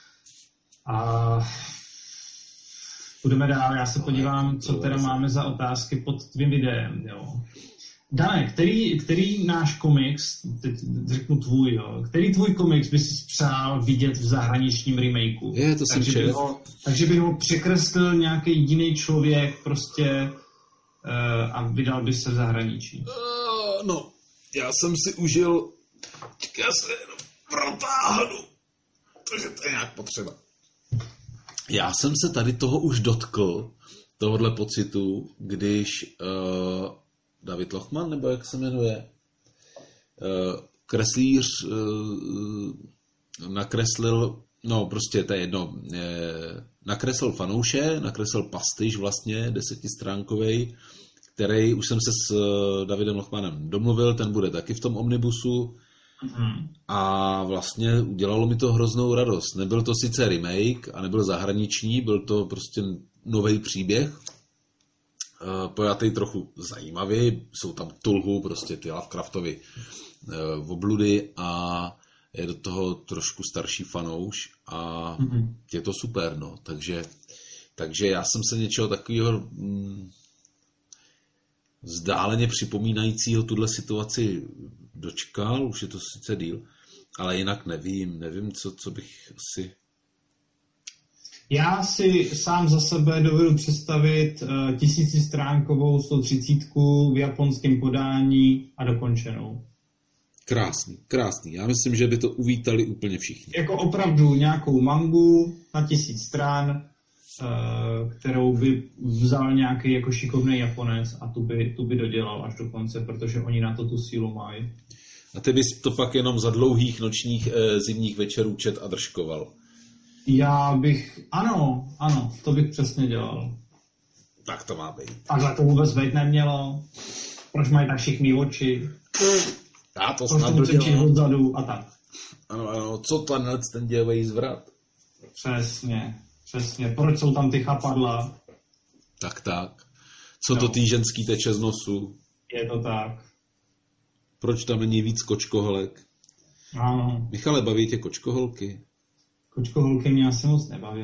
A budeme dál, já se podívám, co teda máme za otázky pod tvým videem, jo. Dane, který, který náš komiks, teď řeknu tvůj, jo, který tvůj komiks bys si přál vidět v zahraničním remakeu? Je, to takže, by ho, takže by ho překreslil nějaký jiný člověk prostě uh, a vydal by se v zahraničí. Uh, no, já jsem si užil, já se jenom protáhnu, protože to je nějak potřeba. Já jsem se tady toho už dotkl, tohohle pocitu, když uh, David Lochman, nebo jak se jmenuje, uh, kreslíř uh, nakreslil, no prostě to je jedno, uh, nakreslil fanouše, nakreslil pastiž vlastně, desetistránkovej, který už jsem se s uh, Davidem Lochmanem domluvil, ten bude taky v tom omnibusu. Mm-hmm. A vlastně udělalo mi to hroznou radost. Nebyl to sice remake a nebyl zahraniční, byl to prostě nový příběh, pojatý trochu zajímavě, jsou tam tulhu, prostě ty Lovecraftovy obludy a je do toho trošku starší fanouš a mm-hmm. je to super, no. Takže, takže já jsem se něčeho takového mm, vzdáleně připomínajícího tuhle situaci dočkal, už je to sice díl, ale jinak nevím, nevím, co, co bych asi... Já si sám za sebe dovedu představit uh, tisícistránkovou sto třicítku v japonském podání a dokončenou. Krásný, krásný. Já myslím, že by to uvítali úplně všichni. Jako opravdu nějakou mangu na tisíc strán, uh, kterou by vzal nějaký jako šikovný Japonec a tu by, tu by dodělal až do konce, protože oni na to tu sílu mají. A ty bys to pak jenom za dlouhých nočních e, zimních večerů čet a držkoval. Já bych, ano, ano, to bych přesně dělal. Tak to má být. Takhle to vůbec být nemělo. Proč mají tak všichni oči? Já to Proč snad dodělám. odzadu a tak. Ano, ano, co tenhle ten dělej zvrat? Přesně, přesně. Proč jsou tam ty chapadla? Tak, tak. Co no. to ty ženský teče z nosu? Je to tak. Proč tam není víc kočkoholek? Ano. Michale, baví tě kočkoholky? Kočkoholky mě asi moc nebaví.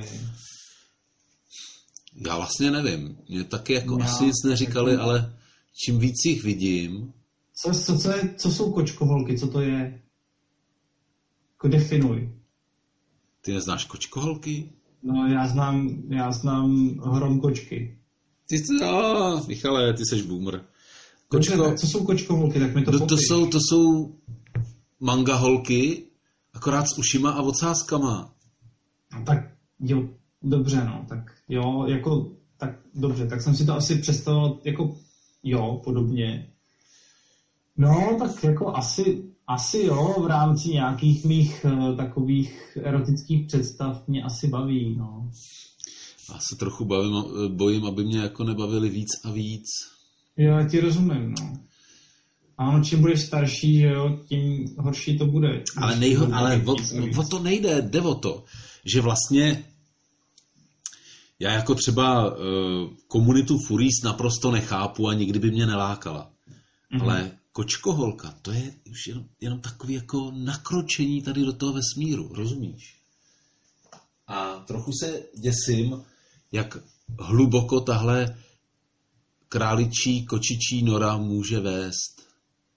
Já vlastně nevím. Mě taky jako Já, asi nic neříkali, jako... ale čím víc jich vidím... Co, co, co, je, co jsou kočkoholky? Co to je? Jako definuj. Ty neznáš kočkoholky? No já znám, já znám hrom kočky. Ty jsi... Oh, Michale, ty seš boomer. Kočko... Dobře, co jsou kočkoholky? Tak mi to no, to jsou, to jsou manga holky, akorát s ušima a ocáskama. No, tak jo, dobře, no, tak jo, jako, tak dobře, tak jsem si to asi představil, jako, jo, podobně. No, tak jako asi, asi jo, v rámci nějakých mých uh, takových erotických představ mě asi baví, no. Já se trochu bavím, bojím, aby mě jako nebavili víc a víc. Jo, já ti rozumím, no. A ono, čím budeš starší, že jo, tím horší to bude. Ale, nejho, ale o, o to nejde, jde o to, že vlastně já jako třeba uh, komunitu Furries naprosto nechápu a nikdy by mě nelákala. Mm-hmm. Ale kočkoholka, to je už jenom, jenom takový jako nakročení tady do toho vesmíru, rozumíš? A trochu se děsím, jak hluboko tahle králičí, kočičí nora může vést.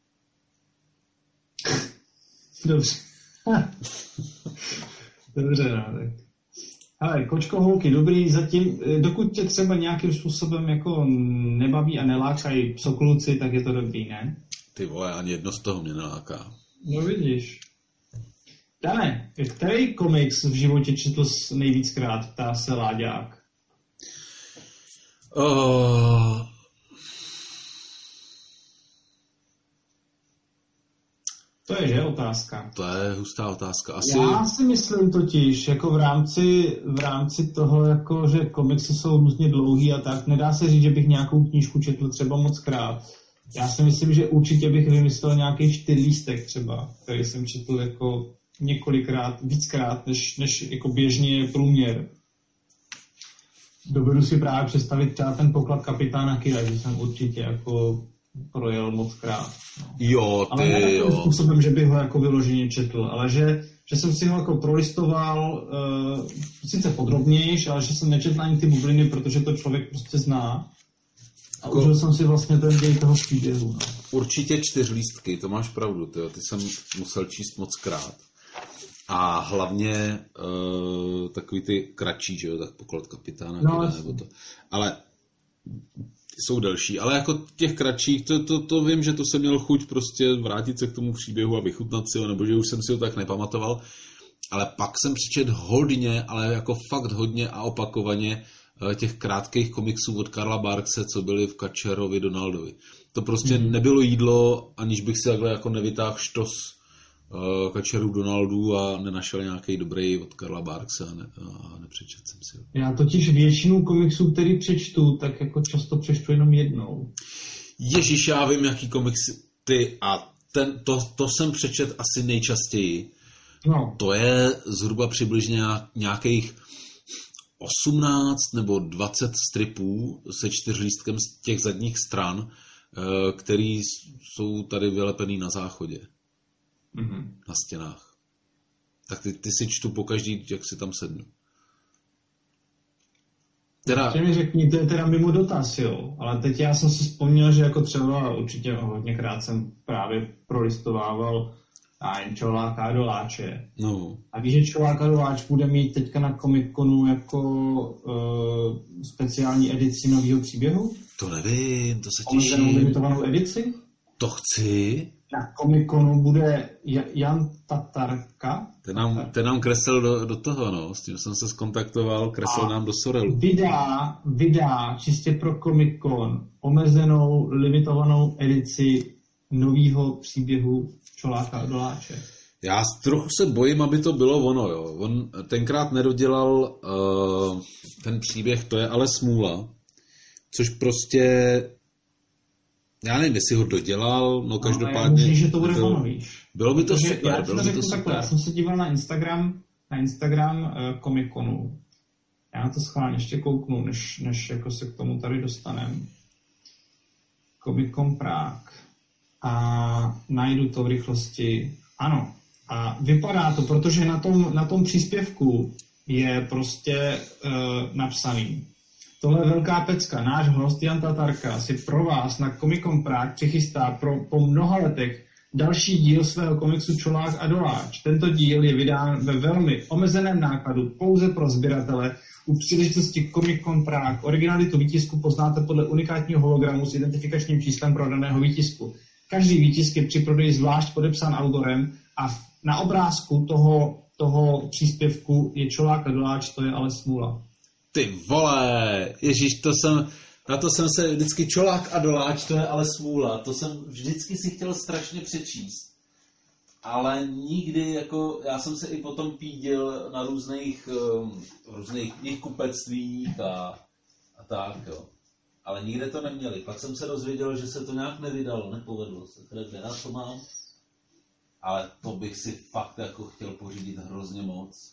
Dobře. Dobře, no, tak. Hele, kočkoholky, dobrý, zatím, dokud tě třeba nějakým způsobem jako nebaví a nelákají psokluci, tak je to dobrý, ne? Ty vole, ani jedno z toho mě neláká. No vidíš. Dane, který komiks v životě četl nejvíckrát, ptá se Láďák? Uh... To je, že, otázka? To je hustá otázka. Asi... Já si myslím totiž, jako v rámci, v rámci toho, jako, že komiksy jsou různě dlouhý a tak, nedá se říct, že bych nějakou knížku četl třeba moc krát. Já si myslím, že určitě bych vymyslel nějaký čtyřlístek třeba, který jsem četl jako několikrát, víckrát, než, než jako běžně je průměr. Dovedu si právě představit třeba ten poklad kapitána Kira, že jsem určitě jako projel moc krát. No. Jo, ty ale ne jo. takovým způsobem, že bych ho jako vyloženě četl, ale že, že jsem si ho jako prolistoval uh, sice podrobnější, ale že jsem nečetl ani ty bubliny, protože to člověk prostě zná. A Ko... užil jsem si vlastně ten děj toho příběhu. No. Určitě čtyřlístky, to máš pravdu, tyjo. Ty jsem musel číst moc krát. A hlavně uh, takový ty kratší, že jo, tak poklad kapitána no, Kira, nebo to. Ale jsou delší, ale jako těch kratších, to, to, to vím, že to jsem měl chuť prostě vrátit se k tomu příběhu a vychutnat si ho, nebo že už jsem si ho tak nepamatoval. Ale pak jsem přečet hodně, ale jako fakt hodně a opakovaně těch krátkých komiksů od Karla Barkse, co byly v Kačerovi Donaldovi. To prostě mm. nebylo jídlo, aniž bych si takhle jako nevytáhl štos uh, Kačerů Donaldů a nenašel nějaký dobrý od Karla Barkse a, ne, a nepřečet jsem si ho. Já totiž většinu komiksů, který přečtu, tak jako často přečtu jenom jednou. Ježíš, já vím, jaký komiksy ty a ten, to, to jsem přečet asi nejčastěji. No. To je zhruba přibližně nějakých osmnáct nebo dvacet stripů se čtyřlístkem z těch zadních stran, který jsou tady vylepený na záchodě. Mm-hmm. Na stěnách. Tak ty, ty si čtu pokaždý, jak si tam sednu. Teda... Ještě mi řekni, to je teda mimo dotaz, jo. Ale teď já jsem si vzpomněl, že jako třeba určitě hodněkrát jsem právě prolistovával a Čolák a Doláče. No. A víš, že Čolák a Doláč bude mít teďka na Comic-Conu jako uh, speciální edici nového příběhu? To nevím, to se těším. Omezenou limitovanou edici? To chci. Na Comic-Conu bude Jan Tatarka. Ten nám, ten nám kreslil do, do toho, no. S tím jsem se skontaktoval, kreslil nám do Sorelu. Vydá, vydá čistě pro Comic-Con omezenou limitovanou edici nového příběhu Čoláka a Doláče. Já trochu se bojím, aby to bylo ono, jo. On tenkrát nedodělal uh, ten příběh, to je ale smůla, což prostě, já nevím, jestli ho dodělal, no každopádně... No, myslím, že to bude ono, víš. Bylo by to Protože super, já bylo by to super. Takhle, já jsem se díval na Instagram, na Instagram uh, Comic-Conu. Já na to schválně ještě kouknu, než, než jako se k tomu tady dostaneme. Comic-Con Prague. A najdu to v rychlosti. Ano. A vypadá to, protože na tom, na tom příspěvku je prostě uh, napsaný. Tohle je velká pecka. Náš host Jan Tatarka si pro vás na Comic-Con Prague přichystá pro, po mnoha letech další díl svého komiksu Čolák a Doláč. Tento díl je vydán ve velmi omezeném nákladu pouze pro sběratele u příležitosti Comic-Con Prague. Originalitu výtisku poznáte podle unikátního hologramu s identifikačním číslem prodaného výtisku. Každý výtisk je při prodeji zvlášť podepsán autorem a na obrázku toho, toho příspěvku je Čolák a Doláč, to je ale smůla. Ty vole, ježíš, to jsem, na to jsem se vždycky Čolák a Doláč, to je ale smůla, to jsem vždycky si chtěl strašně přečíst. Ale nikdy, jako, já jsem se i potom pídil na různých, um, různých knihkupectvích a, a tak, jo. Ale nikde to neměli. Pak jsem se dozvěděl, že se to nějak nevydalo, nepovedlo se. Teda já to mám. Ale to bych si fakt jako chtěl pořídit hrozně moc.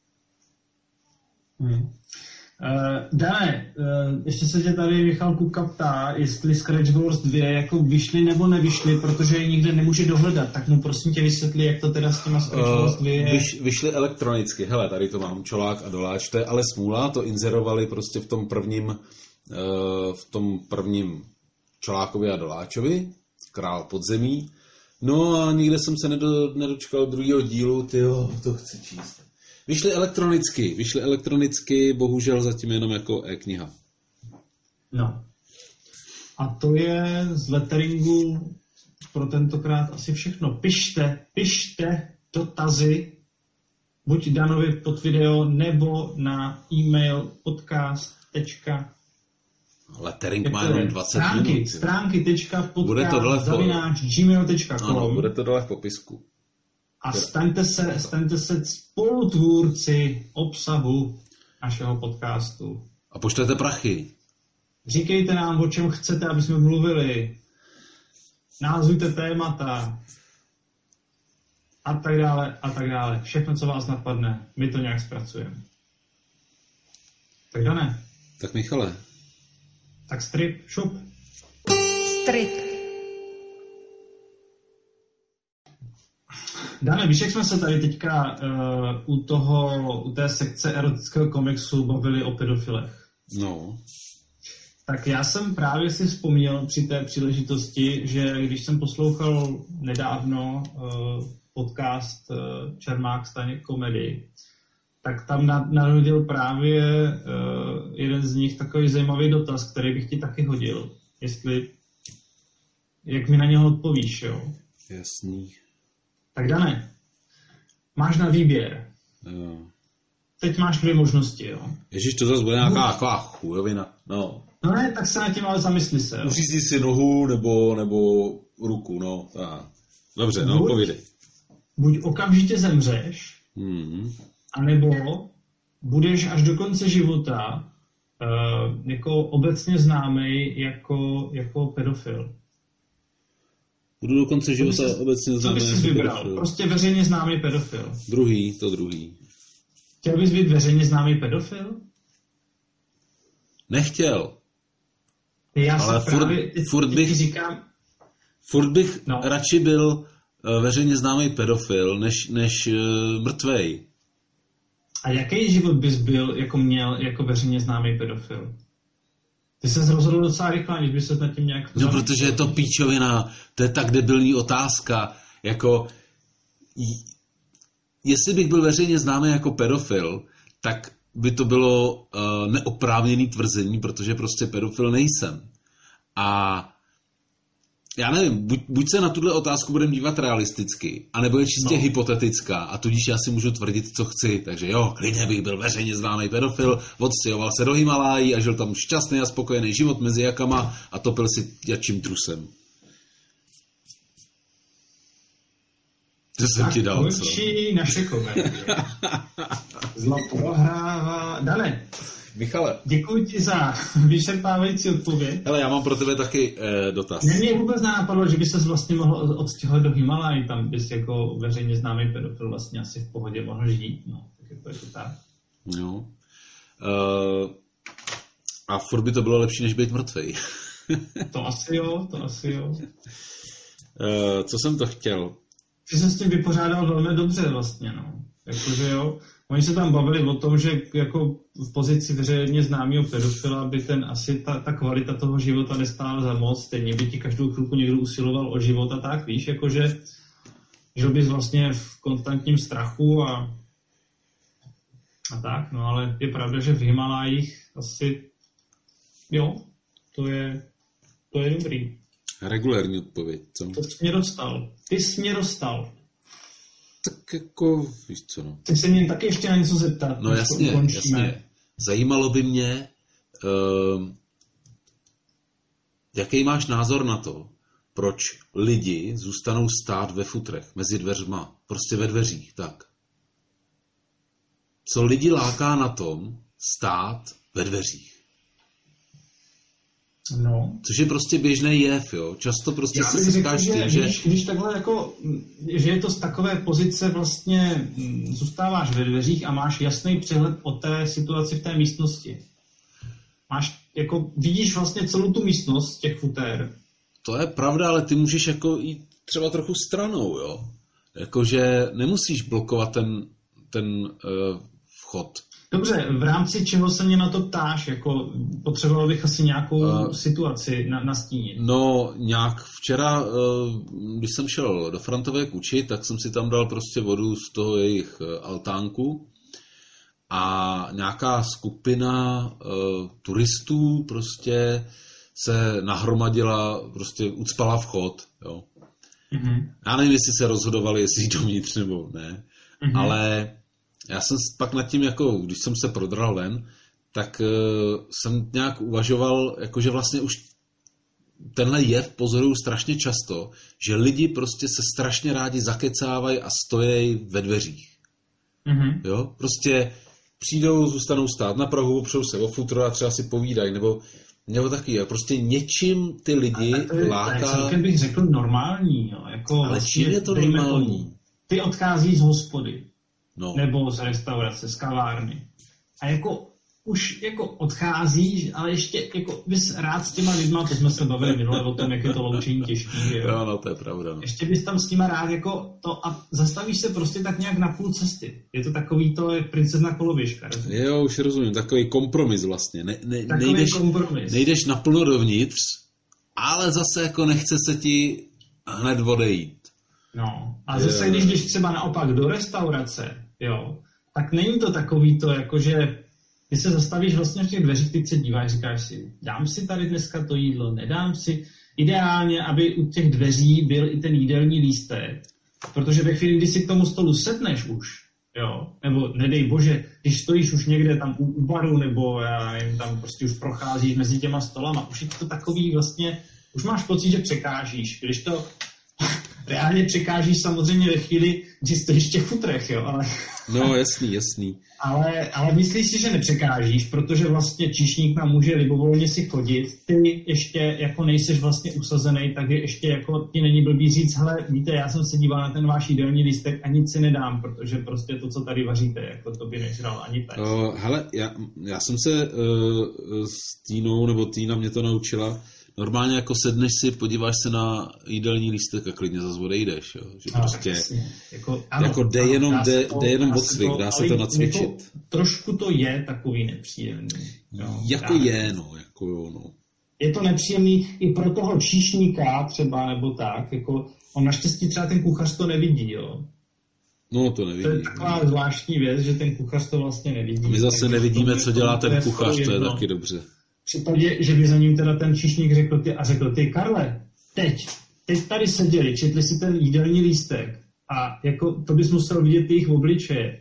Hmm. Uh, Dane, uh, ještě se tě tady Michal Kupka ptá, jestli Scratch Wars dva jako vyšly nebo nevyšly, protože je nikde nemůže dohledat. Tak mu prosím tě vysvětli, jak to teda s těma Scratch uh, Wars dva je. Vyš, vyšly elektronicky. Hele, tady to mám, Čolák a Doláč. To je ale smůla, to inzerovali prostě v tom prvním v tom prvním Čolákovi a Doláčovi, Král podzemí. No a nikde jsem se nedo, nedočkal druhého dílu, tyjo, to chci číst. Vyšly elektronicky, vyšly elektronicky, bohužel zatím jenom jako e-kniha. No. A to je z letteringu pro tentokrát asi všechno. Pište, pište dotazy buď Danovi pod video, nebo na e-mail podcast. Lettering má jenom dvacet stránky, minut. Stránky, tečka, podcast, zavináč, gmail tečka com. Ano, bude to dole v popisku. A staňte se, staňte se spolutvůrci obsahu našeho podcastu. A pošlete prachy. Říkejte nám, o čem chcete, aby jsme mluvili. názvujte témata a tak dále a tak dále. Všechno, co vás napadne, my to nějak zpracujeme. Tak Dané. Tak Michale. Tak strip, šup. Strip. Dane, víš, jak jsme se tady teďka uh, u toho, u té sekce erotického komiksu bavili o pedofilech? No. Tak já jsem právě si vzpomněl při té příležitosti, že když jsem poslouchal nedávno uh, podcast uh, Čermák Staněk komedii, tak tam narodil právě uh, jeden z nich takový zajímavý dotaz, který bych ti taky hodil. Jestli, jak mi na něho odpovíš, jo? Jasný. Tak Dané, máš na výběr. Jo. Teď máš dvě možnosti, jo? Ježíš, to zase bude nějaká taková chujovina. No. No ne, tak se na tím ale zamysli se, jo? Uřízí si nohu nebo, nebo ruku, no. Tak. Dobře, no, buď, povídej. Buď okamžitě zemřeš, Mm. anebo budeš až do konce života uh, jako obecně známý jako, jako pedofil. Budu do konce života bys, obecně známý jako jako vybral? pedofil. Prostě veřejně známý pedofil. Druhý, to druhý. Chtěl bys být veřejně známý pedofil? Nechtěl. Já Ale se furt, právě furt, bych, říkám... furt bych No. radši byl uh, veřejně známý pedofil, než, než uh, mrtvej. A jaký život bys byl, jako měl, jako veřejně známý pedofil? Ty se rozhodl docela rychle, než by se nad tím nějak... No, protože je to píčovina, to je tak debilní otázka, jako... Jestli bych byl veřejně známý jako pedofil, tak by to bylo uh, neoprávněné tvrzení, protože prostě pedofil nejsem. A já nevím, buď, buď se na tuhle otázku budeme dívat realisticky, anebo je čistě no. hypotetická a tudíž já si můžu tvrdit, co chci. Takže jo, klidně bych byl veřejně známý pedofil, odstěhoval se do Himalájí a žil tam šťastný a spokojený život mezi jakama a topil si jačím trusem. To jsem tak ti dal, co? končí naše komedie. Zlo prohrává... Dane, Michale. děkuji ti za vyčerpávající odpověď. Hele, já mám pro tebe taky eh, dotaz. Mě vůbec nenapadlo, že by se vlastně mohl odstěhovat do Himalají, tam bys jako veřejně známý pedofil vlastně asi v pohodě mohl žít, no. Tak jako je to tak. No. Uh, a furt by to bylo lepší, než být mrtvej. To asi jo, to asi jo. Uh, co jsem to chtěl? Ty se s tím vypořádal velmi dobře vlastně, no. Jakože jo, oni se tam bavili o tom, že jako v pozici veřejně známého pedofila by ten asi ta, ta kvalita toho života nestála za moc, stejně by ti každou chvilku někdo usiloval o život a tak, víš, jakože žil bys vlastně v konstantním strachu a, a tak, no ale je pravda, že v Himalájích asi, jo, to je, to je dobrý. Regulární odpověď, co? To jsi mě dostal. Ty jsi mě dostal. Tak jako, víš co, no. Ty se mě taky ještě na něco zeptat. No jasně, jasně. Zajímalo by mě, uh, jaký máš názor na to, proč lidi zůstanou stát ve futrech, mezi dveřma, prostě ve dveřích, tak. Co lidi láká na tom stát ve dveřích? No. Což je prostě běžný jev, jo. Často prostě Já se bych setkáš řekl, tím, že... že... Když, když takhle jako, že je to z takové pozice vlastně, zůstáváš ve dveřích a máš jasný přehled o té situaci v té místnosti. Máš, jako, vidíš vlastně celou tu místnost z těch futér. To je pravda, ale ty můžeš jako jít třeba trochu stranou, jo. Jakože nemusíš blokovat ten, ten uh, vchod. Dobře, v rámci čeho se mě na to ptáš? Jako, potřeboval bych asi nějakou uh, situaci na, nastínit. No, nějak včera, uh, když jsem šel do Frantové Kuči, tak jsem si tam dal prostě vodu z toho jejich uh, altánku a nějaká skupina uh, turistů prostě se nahromadila, prostě ucpala vchod, jo. Mm-hmm. Já nevím, jestli se rozhodovali, jestli jít dovnitř nebo ne, mm-hmm. ale já jsem pak nad tím, jako, když jsem se prodral ven, tak uh, jsem nějak uvažoval, jako, že vlastně už tenhle jev pozoruju strašně často, že lidi prostě se strašně rádi zakecávají a stojí ve dveřích. Mm-hmm. Jo? Prostě přijdou, zůstanou stát na prahu, opřou se o futro a třeba si povídají, nebo Nebo taky, jo. Prostě něčím ty lidi to je, láká... celkem bych řekl normální, jo. Jako ale vlastně, čím je to normální? Ty odchází z hospody. No. Nebo z restaurace, z kavárny. A jako už jako odcházíš, ale ještě jako bys rád s těma lidma, to jsme se bavili minule o tom, jak je to loučení těžký. Jo, jo no to je pravda. No. Ještě bys tam s nima rád jako to a zastavíš se prostě tak nějak na půl cesty. Je to takový to, jak princezna koloběžka. Rozumíš? Jo, už rozumím, takový kompromis vlastně. Ne, ne, takový nejdeš, kompromis. Nejdeš naplno dovnitř, ale zase jako nechce se ti hned odejít. No, a zase když jdeš třeba naopak do restaurace, jo, tak není to takový to, jakože ty se zastavíš vlastně v těch dveřích, ty se díváš, říkáš si, dám si tady dneska to jídlo, nedám si. Ideálně, aby u těch dveří byl i ten jídelní lístek, protože ve chvíli, kdy si k tomu stolu sedneš už, jo, nebo nedej bože, když stojíš už někde tam u, u baru, nebo já nevím, tam prostě už procházíš mezi těma stolama, už je to takový vlastně, už máš pocit, že překážíš, když to reálně překážíš samozřejmě ve chvíli, kdy stojíš v těch futrech, jo, ale... No, jasný, jasný. ale, ale myslíš si, že nepřekážíš, protože vlastně číšník nám může libovolně si chodit, ty ještě jako nejseš vlastně usazený, tak je ještě jako ti není blbý říct, hele, víte, já jsem se díval na ten váš jídelní lístek a nic si nedám, protože prostě to, co tady vaříte, jako to by nežral ani tak. Uh, hele, já, já jsem se uh, s Týnou, nebo Týna mě to naučila, normálně jako sedneš si, podíváš se na jídelní lístek a klidně zase odejdeš, jo. Že no, prostě, jako, ano, jako jde jenom, dá jde, to, jde jenom dá odcvik, to, dá se to nacvičit. Jako, trošku to je takový nepříjemný. Jo, jako právě. je, no, jako jo, no. Je to nepříjemný i pro toho číšníka třeba, nebo tak, jako on naštěstí třeba ten kuchař to nevidí, jo. No, to nevidí. To je taková no. zvláštní věc, že ten kuchař to vlastně nevidí. A my zase nevidíme, co dělá ten kuchař, to je jedno. taky dobře. V případě, že by za ním teda ten číšník řekl ty, a řekl, ty Karle, teď, teď tady seděli, četli si ten jídelní lístek a jako to bys musel vidět jejich obličeje.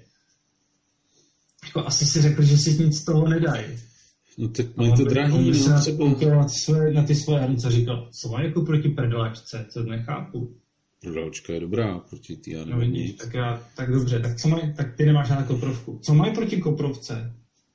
Jako asi si řekl, že si nic z toho nedají. No tak mají to drahý, no třeba. Na ty svoje, na ty svoje hrnice říkal, co má jako proti prdelačce, co nechápu. Prdelačka je dobrá proti ty, já No vidíš, tak, já, tak dobře, tak co mají, tak ty nemáš na koprovku. Co mají proti koprovce?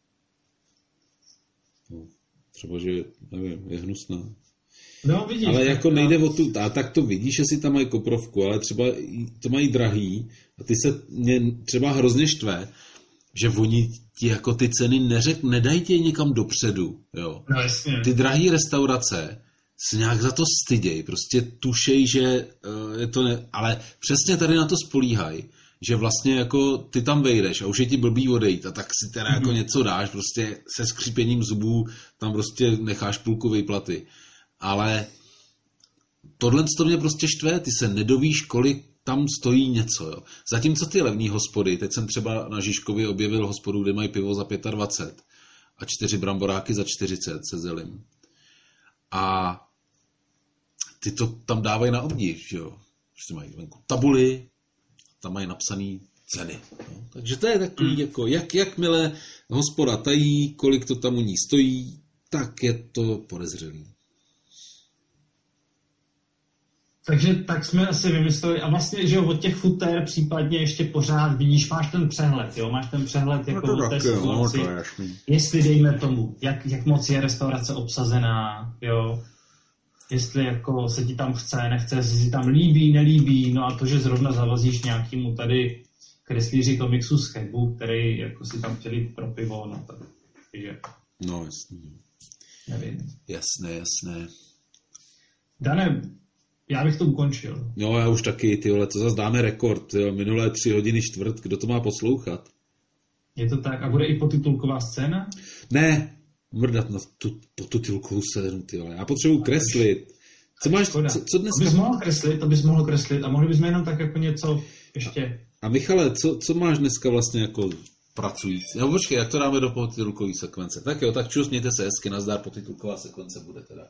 No, třeba, že, nevím, je hnusná. No, vidíš. Ale jako nejde o tu, a tak to vidíš, jestli tam mají koprovku, ale třeba to mají drahý a ty se mě třeba hrozně štve, že oni ti jako ty ceny neřek, nedají tě někam dopředu, jo. No jasně. Ty drahý restaurace se nějak za to styděj, prostě tušej, že uh, je to ne, ale přesně tady na to spolíhají, že vlastně jako ty tam vejdeš a už je ti blbý odejít a tak si teda mm-hmm. jako něco dáš, prostě se skřípěním zubů tam prostě necháš půlku výplaty. Ale tohle to mě prostě štve, ty se nedovíš, kolik tam stojí něco. Jo. Zatímco ty levní hospody, teď jsem třeba na Žižkově objevil hospodu, kde mají pivo za dvacet pět a čtyři bramboráky za čtyřicet se zelim. A ty to tam dávají na obdiv, že jo. Prostě mají venku tabuly, tam mají napsané ceny. No. Takže to je takový, mm. jako, jak, jakmile hospoda tají, kolik to tam u ní stojí, tak je to podezřelý. Takže tak jsme asi vymysleli, a vlastně, že jo, od těch futér případně ještě pořád vidíš, máš ten přehled, jo, máš ten přehled jako no od té situaci, no, jestli dejme tomu, jak, jak moc je restaurace obsazená, jo, jestli jako se ti tam chce, nechce, jestli si tam líbí, nelíbí, no a to, že zrovna zavazíš nějakému tady kreslíři komiksu z Chebu, který jako si tam chtěli pro pivo, no tak, že... No, jasný. Nevím. Jasné, jasné. Dane, já bych to ukončil. Jo, já už taky, ty vole, to zase dáme rekord, jo, minulé tři hodiny čtvrt, kdo to má poslouchat? Je to tak, a bude i potitulková scéna? Ne, mrdat na tu potitulkovou scénu, ty vole, já potřebuji kreslit. Co máš, co, co dneska? To bys mohl kreslit, to bys mohl kreslit a mohli bychom jenom tak jako něco ještě... A, a Michale, co, co máš dneska vlastně jako pracující? No počkej, jak to dáme do potitulkové sekvence? Tak jo, tak čus, mějte se hezky, nazdar, potitulková sekvence bude teda.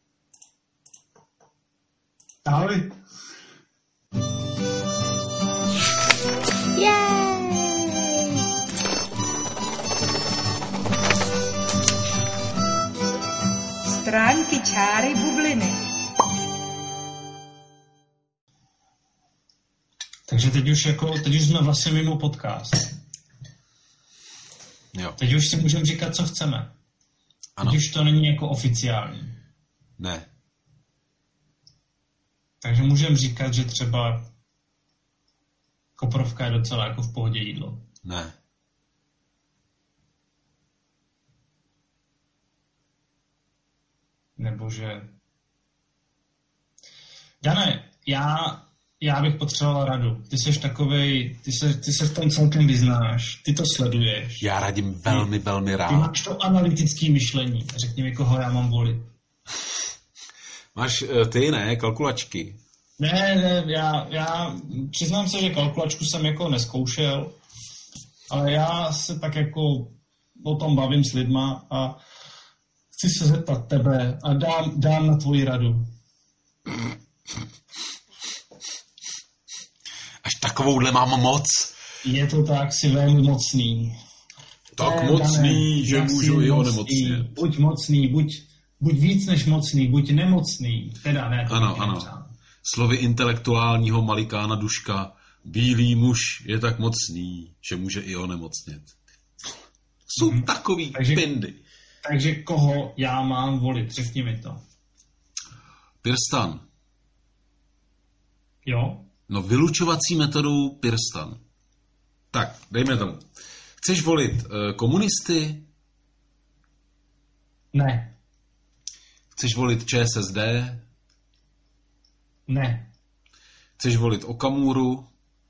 Ahoj. Yay! Stránky, čáry, bubliny. Takže teď už jako, teď už jsme vlastně mimo podcast. Jo. Teď už si můžeme říkat, co chceme. Ano. Když to není jako oficiální. Ne. Takže můžeme říkat, že třeba koprovka je docela jako v pohodě jídlo. Ne. Nebo že... Dane, já, já bych potřeboval radu. Ty jsi takovej, ty se, ty se v tom celkem vyznáš, ty to sleduješ. Já radím velmi, ty, velmi rád. Ty máš to analytické myšlení. Řekni mi, koho já mám volit. Máš ty, ne, kalkulačky. Ne, ne, já, já přiznám se, že kalkulačku jsem jako neskoušel, ale já se tak jako o tom bavím s lidma a chci se zeptat tebe a dám, dám na tvoji radu. Až takovouhle mám moc. Je to tak, jsi velmi mocný. Tak Ne, mocný, Dane, že jak můžu jsi i mocný, onemocnit. Buď mocný, buď, buď víc než mocný, buď nemocný. Teda ne, to Ano, bych ano. nepřál. Slovy intelektuálního Malikána Duška, bílý muž je tak mocný, že může i onemocnit. Jsou Mhm. takový Takže- pindy. Takže koho já mám volit? Řekni mi to. Pirstan. Jo? No vylučovací metodou Pirstan. Tak, dejme tomu. Chceš volit uh, komunisty? Ne. Chceš volit ČSSD? Ne. Chceš volit Okamuru?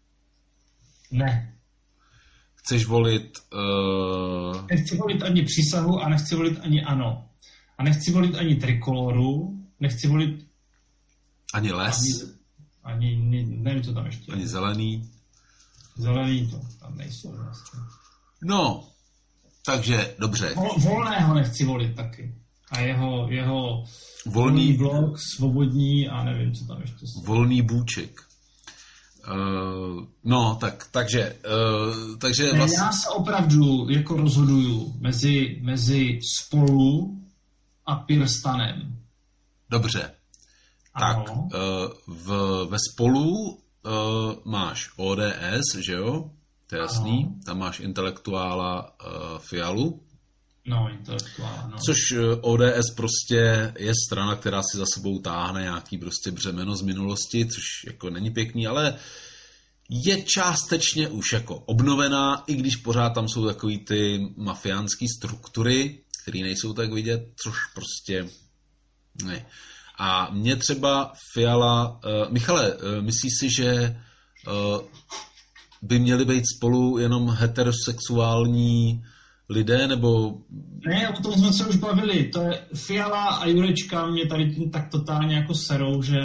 Ne. Chceš volit... Uh, Nechci volit ani přísahu a nechci volit ani ano. A nechci volit ani trikoloru, nechci volit ani les? ani, ani nevím, co tam ještě. Ani zelený? Zelený to tam nejsou vlastně. No, takže dobře. Vol, volného nechci volit taky. A jeho, jeho Volný, blok, svobodní a nevím, co tam ještě jsou. volný bůček. Uh, no, tak, takže, uh, takže Ne, vlastně... já se opravdu jako rozhoduju mezi, mezi Spolu a Pirstanem. Dobře. Tak, Ano. uh, v, ve Spolu uh, máš O D S, že jo? To je jasný. Ano. Tam máš intelektuála uh, Fialu. No, intelektuál, no. Což uh, O D S prostě je strana, která si za sebou táhne nějaký prostě břemeno z minulosti, což jako není pěkný, ale je částečně už jako obnovená, i když pořád tam jsou takový ty mafiánský struktury, které nejsou tak vidět, což prostě ne. A mě třeba Fiala... Uh, Michale, uh, myslíš si, že uh, by měli být spolu jenom heterosexuální lidé, nebo... Ne, o tom jsme se už bavili. To je Fiala a Jurečka mě tady tím tak totálně jako serou, že...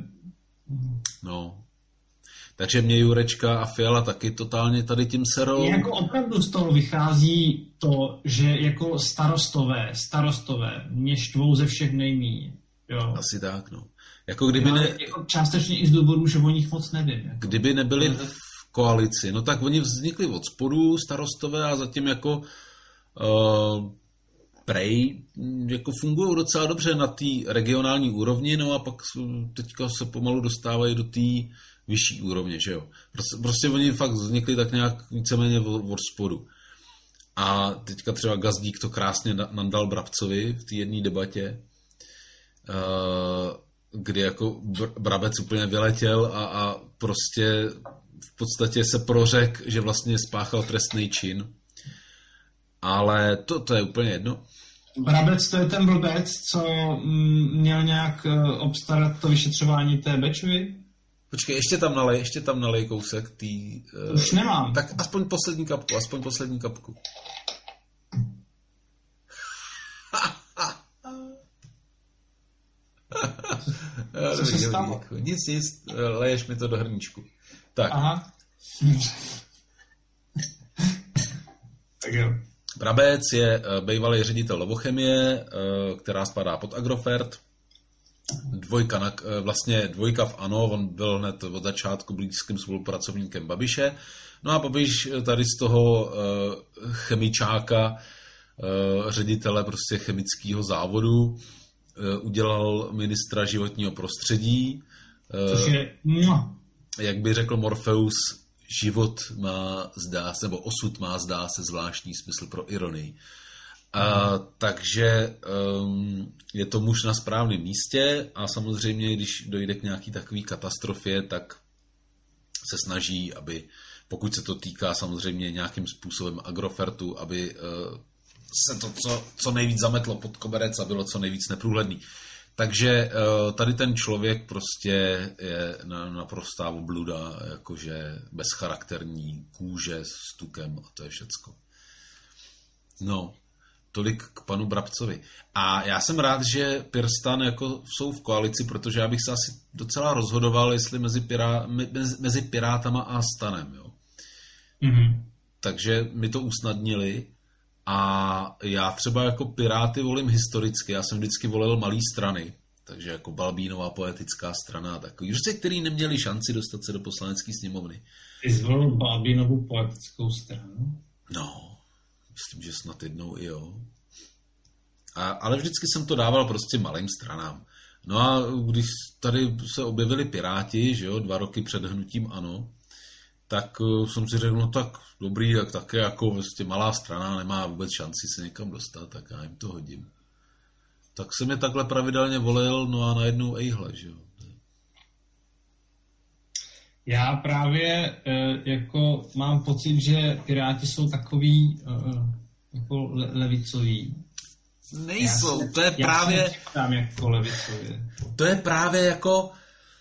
No. Takže mě Jurečka a Fiala taky totálně tady tím serou. Jako opravdu z toho vychází to, že jako starostové, starostové mě štvou ze všech nejmíň. Jo. Asi tak, no. Jako kdyby, No, ne, jako částečně i z důvodu, že o nich moc nevím. Jako. kdyby nebyli v koalici, no tak oni vznikli od spodu, starostové, a zatím jako uh, prej jako fungují docela dobře na té regionální úrovni, no a pak teďka se pomalu dostávají do té vyšší úrovně, že jo. Prostě, prostě oni fakt vznikli tak nějak víceméně od spodu. A teďka třeba Gazdík to krásně nandal Brabcovi v té jedné debatě, kdy jako Brabec úplně vyletěl a, a prostě v podstatě se prořek, že vlastně spáchal trestný čin. Ale to, to je úplně jedno. Brabec to je ten blbec, co mm, měl nějak uh, obstarat to vyšetřování té Bečvy? Počkej, ještě tam nalej, ještě tam nalej kousek tý... Uh, Už nemám. Tak aspoň poslední kapku, aspoň poslední kapku. Co se stalo? Nic, nic, leješ mi to do hrníčku. Tak. Aha. Tak jo. Brabec je bývalý ředitel Lovochemie, která spadá pod Agrofert. Dvojka, na, vlastně dvojka v ANO, on byl hned od začátku blízkým spolupracovníkem Babiše. No a Babiš tady z toho chemičáka, ředitele prostě chemického závodu, udělal ministra životního prostředí. Což je... No. Jak by řekl Morpheus, život má, zdá se, nebo osud má, zdá se, zvláštní smysl pro ironii. Uh, takže um, je to muž na správném místě a samozřejmě, když dojde k nějaký takový katastrofě, tak se snaží, aby, pokud se to týká samozřejmě nějakým způsobem Agrofertu, aby uh, se to co, co nejvíc zametlo pod koberec a bylo co nejvíc neprůhledný. Takže uh, tady ten člověk prostě je na, naprostá obluda, jakože bezcharakterní, kůže s tukem a to je všecko. No, tolik k panu Brabcovi. A já jsem rád, že Pirstan jako jsou v koalici, protože já bych se asi docela rozhodoval, jestli mezi, pirá, mezi, mezi Pirátama a Stanem. Jo. Mm-hmm. Takže mi to usnadnili a já třeba jako Piráty volím historicky. Já jsem vždycky volil malý strany, takže jako Balbínová poetická strana a takový. Prostě, který neměli šanci dostat se do poslanecké sněmovny. Ty zvolil Balbínovu poetickou stranu? No, myslím, že snad jednou i jo. A, ale vždycky jsem to dával prostě malým stranám. No a když tady se objevili Piráti, že jo, dva roky před hnutím ANO, tak uh, jsem si řekl, no tak dobrý, tak také jako vlastně malá strana nemá vůbec šanci se někam dostat, tak já jim to hodím. Tak jsem je takhle pravidelně volil, no a najednou ejhle, že jo. Já právě e, jako mám pocit, že Piráti jsou takový e, jako le, levicoví. Nejsou, se, to je právě... Já jako levicově. To je právě jako...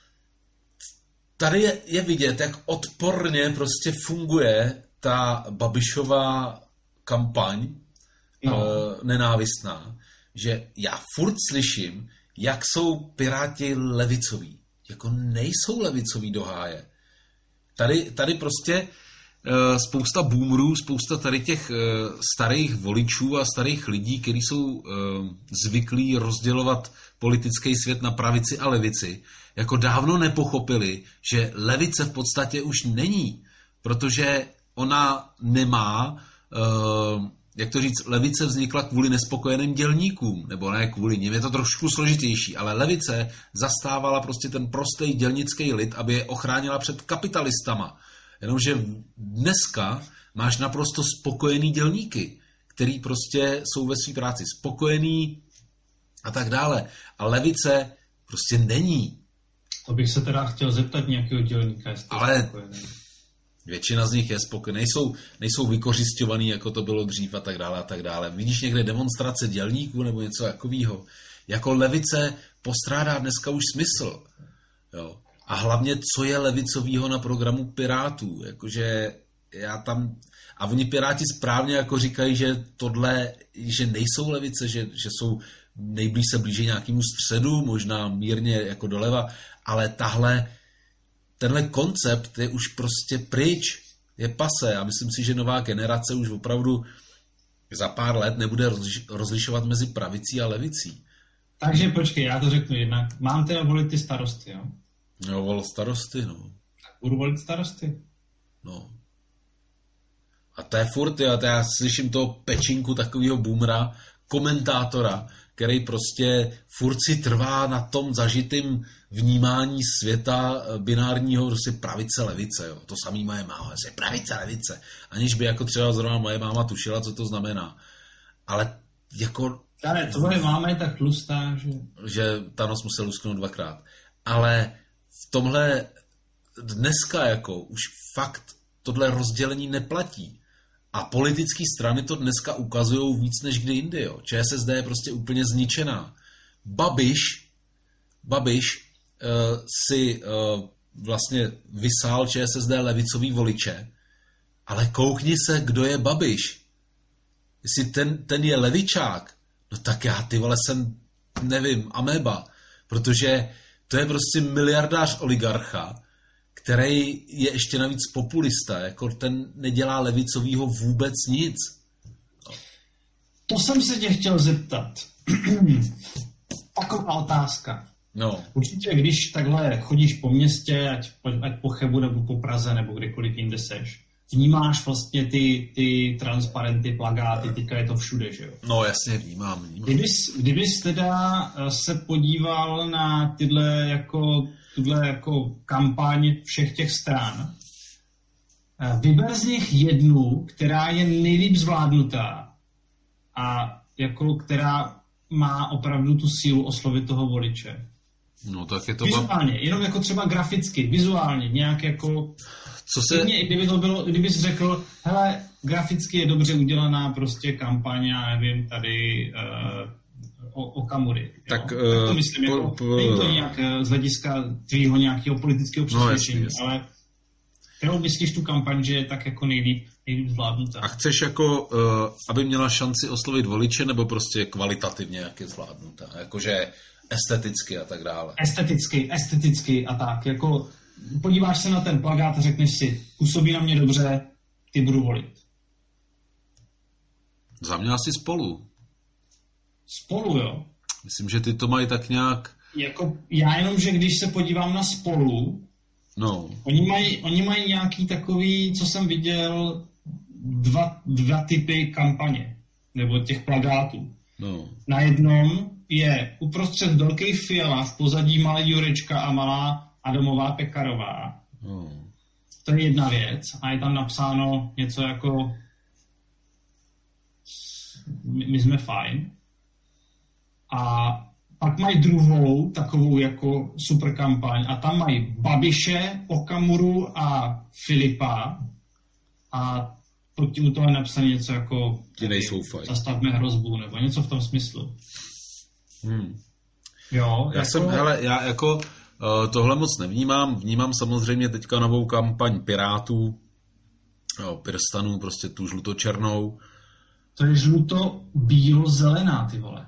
Tady je, je vidět, jak odporně prostě funguje ta Babišová kampaň no. e, nenávistná, že já furt slyším, jak jsou Piráti levicoví. Jako nejsou levicoví do háje. Tady, tady prostě e, spousta boomerů, spousta tady těch e, starých voličů a starých lidí, kteří jsou e, zvyklí rozdělovat politický svět na pravici a levici, jako dávno nepochopili, že levice v podstatě už není, protože ona nemá, e, jak to říct, levice vznikla kvůli nespokojeným dělníkům, nebo ne kvůli nim, je to trošku složitější, ale levice zastávala prostě ten prostý dělnický lid, aby je ochránila před kapitalistama. Jenomže dneska máš naprosto spokojený dělníky, který prostě jsou ve své práci spokojený a tak dále. A levice prostě není. To bych se teda chtěl zeptat nějakého dělníka, jestli ale spokojený. Většina z nich je spokojený, nejsou, nejsou vykořisťovaný, jako to bylo dřív a tak dále a tak dále. Vidíš někde demonstrace dělníků nebo něco takového? Jako levice postrádá dneska už smysl. Jo. A hlavně, co je levicovýho na programu Pirátů? Jakože já tam... A oni Piráti správně jako říkají, že tohle, že nejsou levice, že, že jsou nejblíž se blíží nějakému středu, možná mírně jako doleva, ale tahle tenhle koncept je už prostě pryč, je pase a myslím si, že nová generace už opravdu za pár let nebude rozlišovat mezi pravicí a levicí. Takže počkej, já to řeknu jednak. Mám teda volit ty starosty, jo? No, vol starosty, no. Tak budu volit starosty. No. A to je furt, jo, já slyším toho pečinku takového boomera, komentátora, který prostě furt si trvá na tom zažitým vnímání světa binárního prostě pravice, levice. Jo. To samý moje máma, je pravice, levice. Aniž by jako třeba zrovna moje máma tušila, co to znamená. Ale jako... Ale tvoje máma je tak tlustá, že... Že Thanos musel lusknout dvakrát. Ale v tomhle dneska jako už fakt tohle rozdělení neplatí. A politické strany to dneska ukazují víc než kdy jindy. Jo. ČSSD je prostě úplně zničená. Babiš, Babiš uh, si uh, vlastně vysál ČSSD levicový voliče, ale koukni se, kdo je Babiš. Jestli ten, ten je levičák, no tak já ty vole jsem, nevím, améba. Protože to je prostě miliardář oligarcha, který je ještě navíc populista, jako ten nedělá levicovýho vůbec nic. To jsem se tě chtěl zeptat. Taková otázka. No. Určitě, když takhle chodíš po městě, ať, ať po Chebu nebo po Praze nebo kdekoliv jinde seš, vnímáš vlastně ty, ty transparenty, plagáty, teďka je to všude, že jo? No jasně, vnímám. vnímám. Kdybys, kdybys teda se podíval na tyhle jako, tyhle jako kampaň všech těch stran, vyber z nich jednu, která je nejlíp zvládnutá a jako, která má opravdu tu sílu oslovit toho voliče. No tak je to... Vizuálně, jenom jako třeba graficky, vizuálně, nějak jako... Co se... Mě, kdyby to bylo, kdyby jsi řekl, hele, graficky je dobře udělaná prostě kampaň, já nevím, tady uh, o, o Kamury. Tak, tak to myslím, po, jako, po, není to nějak z hlediska tvýho nějakého politického přesvědčení, no, jasný, jasný. ale kterou myslíš tu kampaň, že je tak jako nejlíp, nejlíp zvládnutá. A chceš jako, uh, aby měla šanci oslovit voliče, nebo prostě kvalitativně, jak je zvládnutá? Jakože esteticky a tak dále. Esteticky, esteticky a tak. Jako podíváš se na ten plakát a řekneš si, působí na mě dobře, ty budu volit. Za mě asi Spolu. Spolu, jo? Myslím, že ty to mají tak nějak... Jako, já jenom, že když se podívám na Spolu, no. oni mají, oni mají nějaký takový, co jsem viděl, dva, dva typy kampaně, nebo těch plakátů. No. Na jednom je uprostřed velký Fiala, v pozadí malý Jurečka a malá Adamová Pekarová. No. To je jedna věc. A je tam napsáno něco jako my, my jsme fajn. A pak mají druhou takovou jako super kampaň a tam mají Babiše, Okamuru a Filipa a pod tím toho je napsané něco jako ti nejsou fajn. Zastavme hrozbu, nebo něco v tom smyslu. Hmm. Jo, já jako... jsem, hele, já jako uh, tohle moc nevnímám, vnímám samozřejmě teďka novou kampaň Pirátů, jo, Pirstanů, prostě tu žlutočernou. To je žluto-bílo-zelená, ty vole.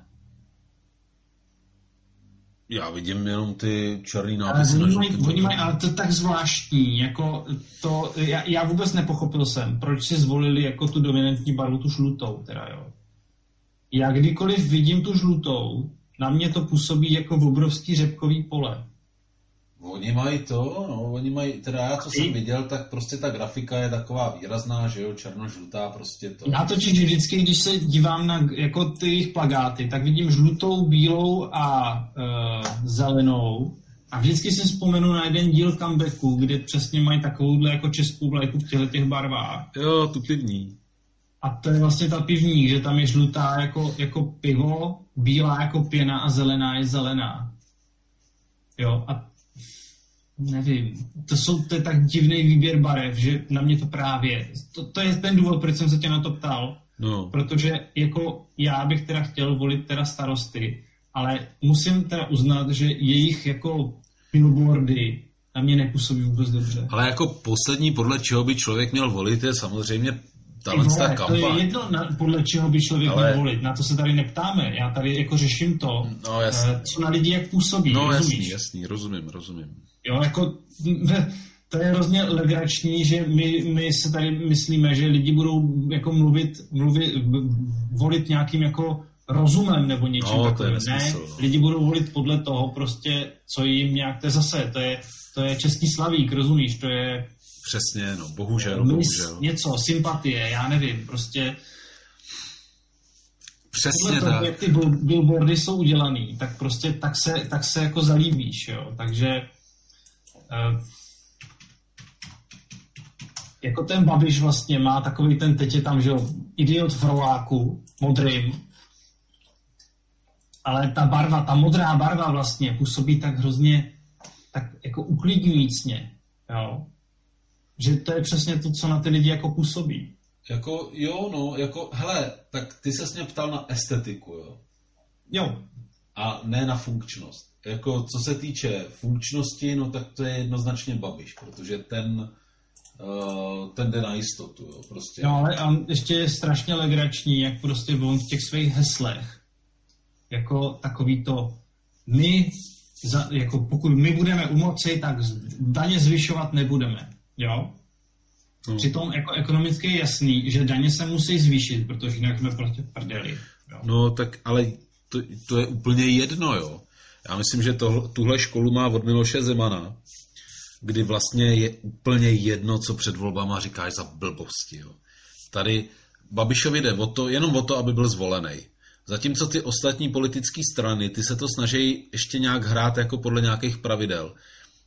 Já vidím jenom ty černý nápisy. Ale oni mají, oni mají, ale to je tak zvláštní, jako to, já, já vůbec nepochopil jsem, proč si zvolili jako tu dominantní barvu, tu žlutou, teda jo. Já kdykoliv vidím tu žlutou, na mě to působí jako obrovský řepkový pole. Oni mají to, no, oni mají, teda já, co jsem viděl, tak prostě ta grafika je taková výrazná, že jo, černožlutá, prostě to. Já totiž vždycky, když se dívám na jako ty jejich plakáty, tak vidím žlutou, bílou a e, zelenou a vždycky si vzpomenu na jeden díl comebacku, kde přesně mají takovouhle jako českou vlajku v těchto těch barvách. Jo, tu pivní. A to je vlastně ta pivní, že tam je žlutá jako, jako pivo, bílá jako pěna a zelená je zelená. Jo, a nevím, to, jsou, to je tak divný výběr barev, že na mě to právě, to, to je ten důvod, proč jsem se tě na to ptal, no. Protože jako já bych teda chtěl volit teda starosty, ale musím teda uznat, že jejich jako billboardy na mě nepůsobí vůbec dobře. Ale jako poslední, podle čeho by člověk měl volit, je samozřejmě talentská kampaň. To je jedno, na, podle čeho by člověk ale... měl volit. Na to se tady neptáme. Já tady jako řeším to, no, co na lidi jak působí. No rozumíš? jasný, jasný, rozumím, rozumím. Jo, jako to je hrozně legrační, že my, my se tady myslíme, že lidi budou jako mluvit, mluvit volit nějakým jako rozumem nebo něčím no, takovým. Ne, no. Lidi budou volit podle toho prostě, co jim nějak, to je zase, to je, to je český slavík, rozumíš, to je přesně, no, bohužel, mis, bohužel. něco, sympatie, já nevím, prostě přesně podle toho, tak. jak ty billboardy jsou udělaný, tak prostě tak se, tak se jako zalíbíš, jo, takže uh, jako ten Babiš vlastně má takový ten, teď je tam, že jo, idiot v roláku, modrým, ale ta barva, ta modrá barva vlastně působí tak hrozně, tak jako uklidňujícně, jo, že to je přesně to, co na ty lidi jako působí. Jako, jo, no, jako, hele, tak ty ses mě ptal na estetiku, jo. Jo. A ne na funkčnost. Jako, co se týče funkčnosti, no tak to je jednoznačně Babiš, protože ten, uh, ten jde na jistotu, jo, prostě. No, ale on ještě je strašně legrační, jak prostě on v těch svých heslech, jako takový to, my, za, jako pokud my budeme u moci, tak daně zvyšovat nebudeme, jo. Hmm. Přitom jako ekonomicky je jasný, že daně se musí zvýšit, protože jinak jsme prostě prdeli. Jo. No tak ale to, to je úplně jedno, jo. Já myslím, že to, tuhle školu má od Miloše Zemana, kdy vlastně je úplně jedno, co před volbama říkáš za blbosti, jo. Tady Babišovi jde o to, jenom o to, aby byl zvolený. Zatímco ty ostatní politické strany, ty se to snaží ještě nějak hrát jako podle nějakých pravidel.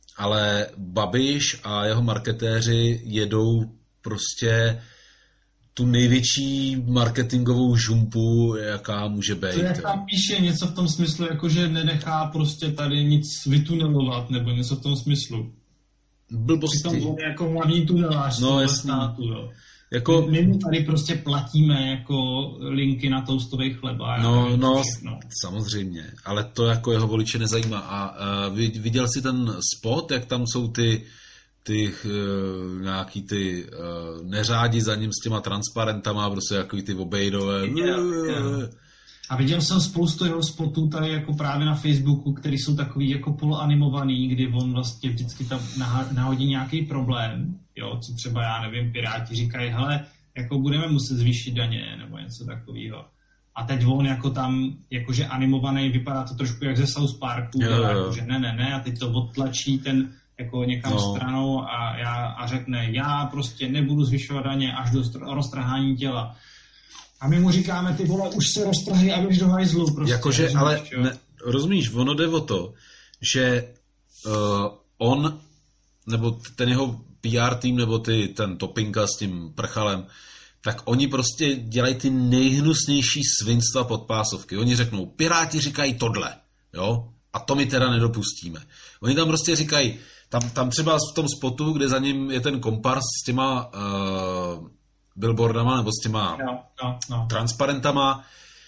Ale Babiš a jeho marketéři jedou prostě tu největší marketingovou žumpu, jaká může být. To jak tam píše něco v tom smyslu, jako že nenechá prostě tady nic vytunelovat, nebo něco v tom smyslu. Blbosti. Přitom on jako hlavní tunelář no, toho státu, jo. Jako... My, my tady prostě platíme jako linky na toastový chleba. No, nevím, no, všechno. samozřejmě, ale to jako jeho voliče nezajímá. A, a viděl jsi ten spot, jak tam jsou ty ty uh, nějaký ty uh, neřádi za ním s těma transparentama, prostě jako ty obejdové. Yeah, yeah. A viděl jsem spoustu jeho spotů tady jako právě na Facebooku, který jsou takový jako poloanimovaný, kdy on vlastně vždycky tam nahodí nějaký problém, jo, co třeba, já nevím, Piráti říkají, hele, jako budeme muset zvýšit daně, nebo něco takového. A teď on jako tam, jakože animovaný, vypadá to trošku jak ze South Parku, jo, jo. Jakože ne, ne, ne, a teď to odtlačí ten jako někam no. stranou a, já, a řekne, já prostě nebudu zvyšovat daně až do roztrhání těla. A my mu říkáme, ty vole, už se roztrhej a běž do hajzlu. Prostě, jakože, ale ne, rozumíš, ono jde o to, že uh, on, nebo ten jeho P R tým, nebo ty, ten Topinka s tím prchalem, tak oni prostě dělají ty nejhnusnější svinstva podpásovky. Oni řeknou, Piráti říkají tohle, jo, a to my teda nedopustíme. Oni tam prostě říkají, tam, tam třeba v tom spotu, kde za ním je ten kompars s těma uh, billboardama nebo s těma no, no, no. transparentama,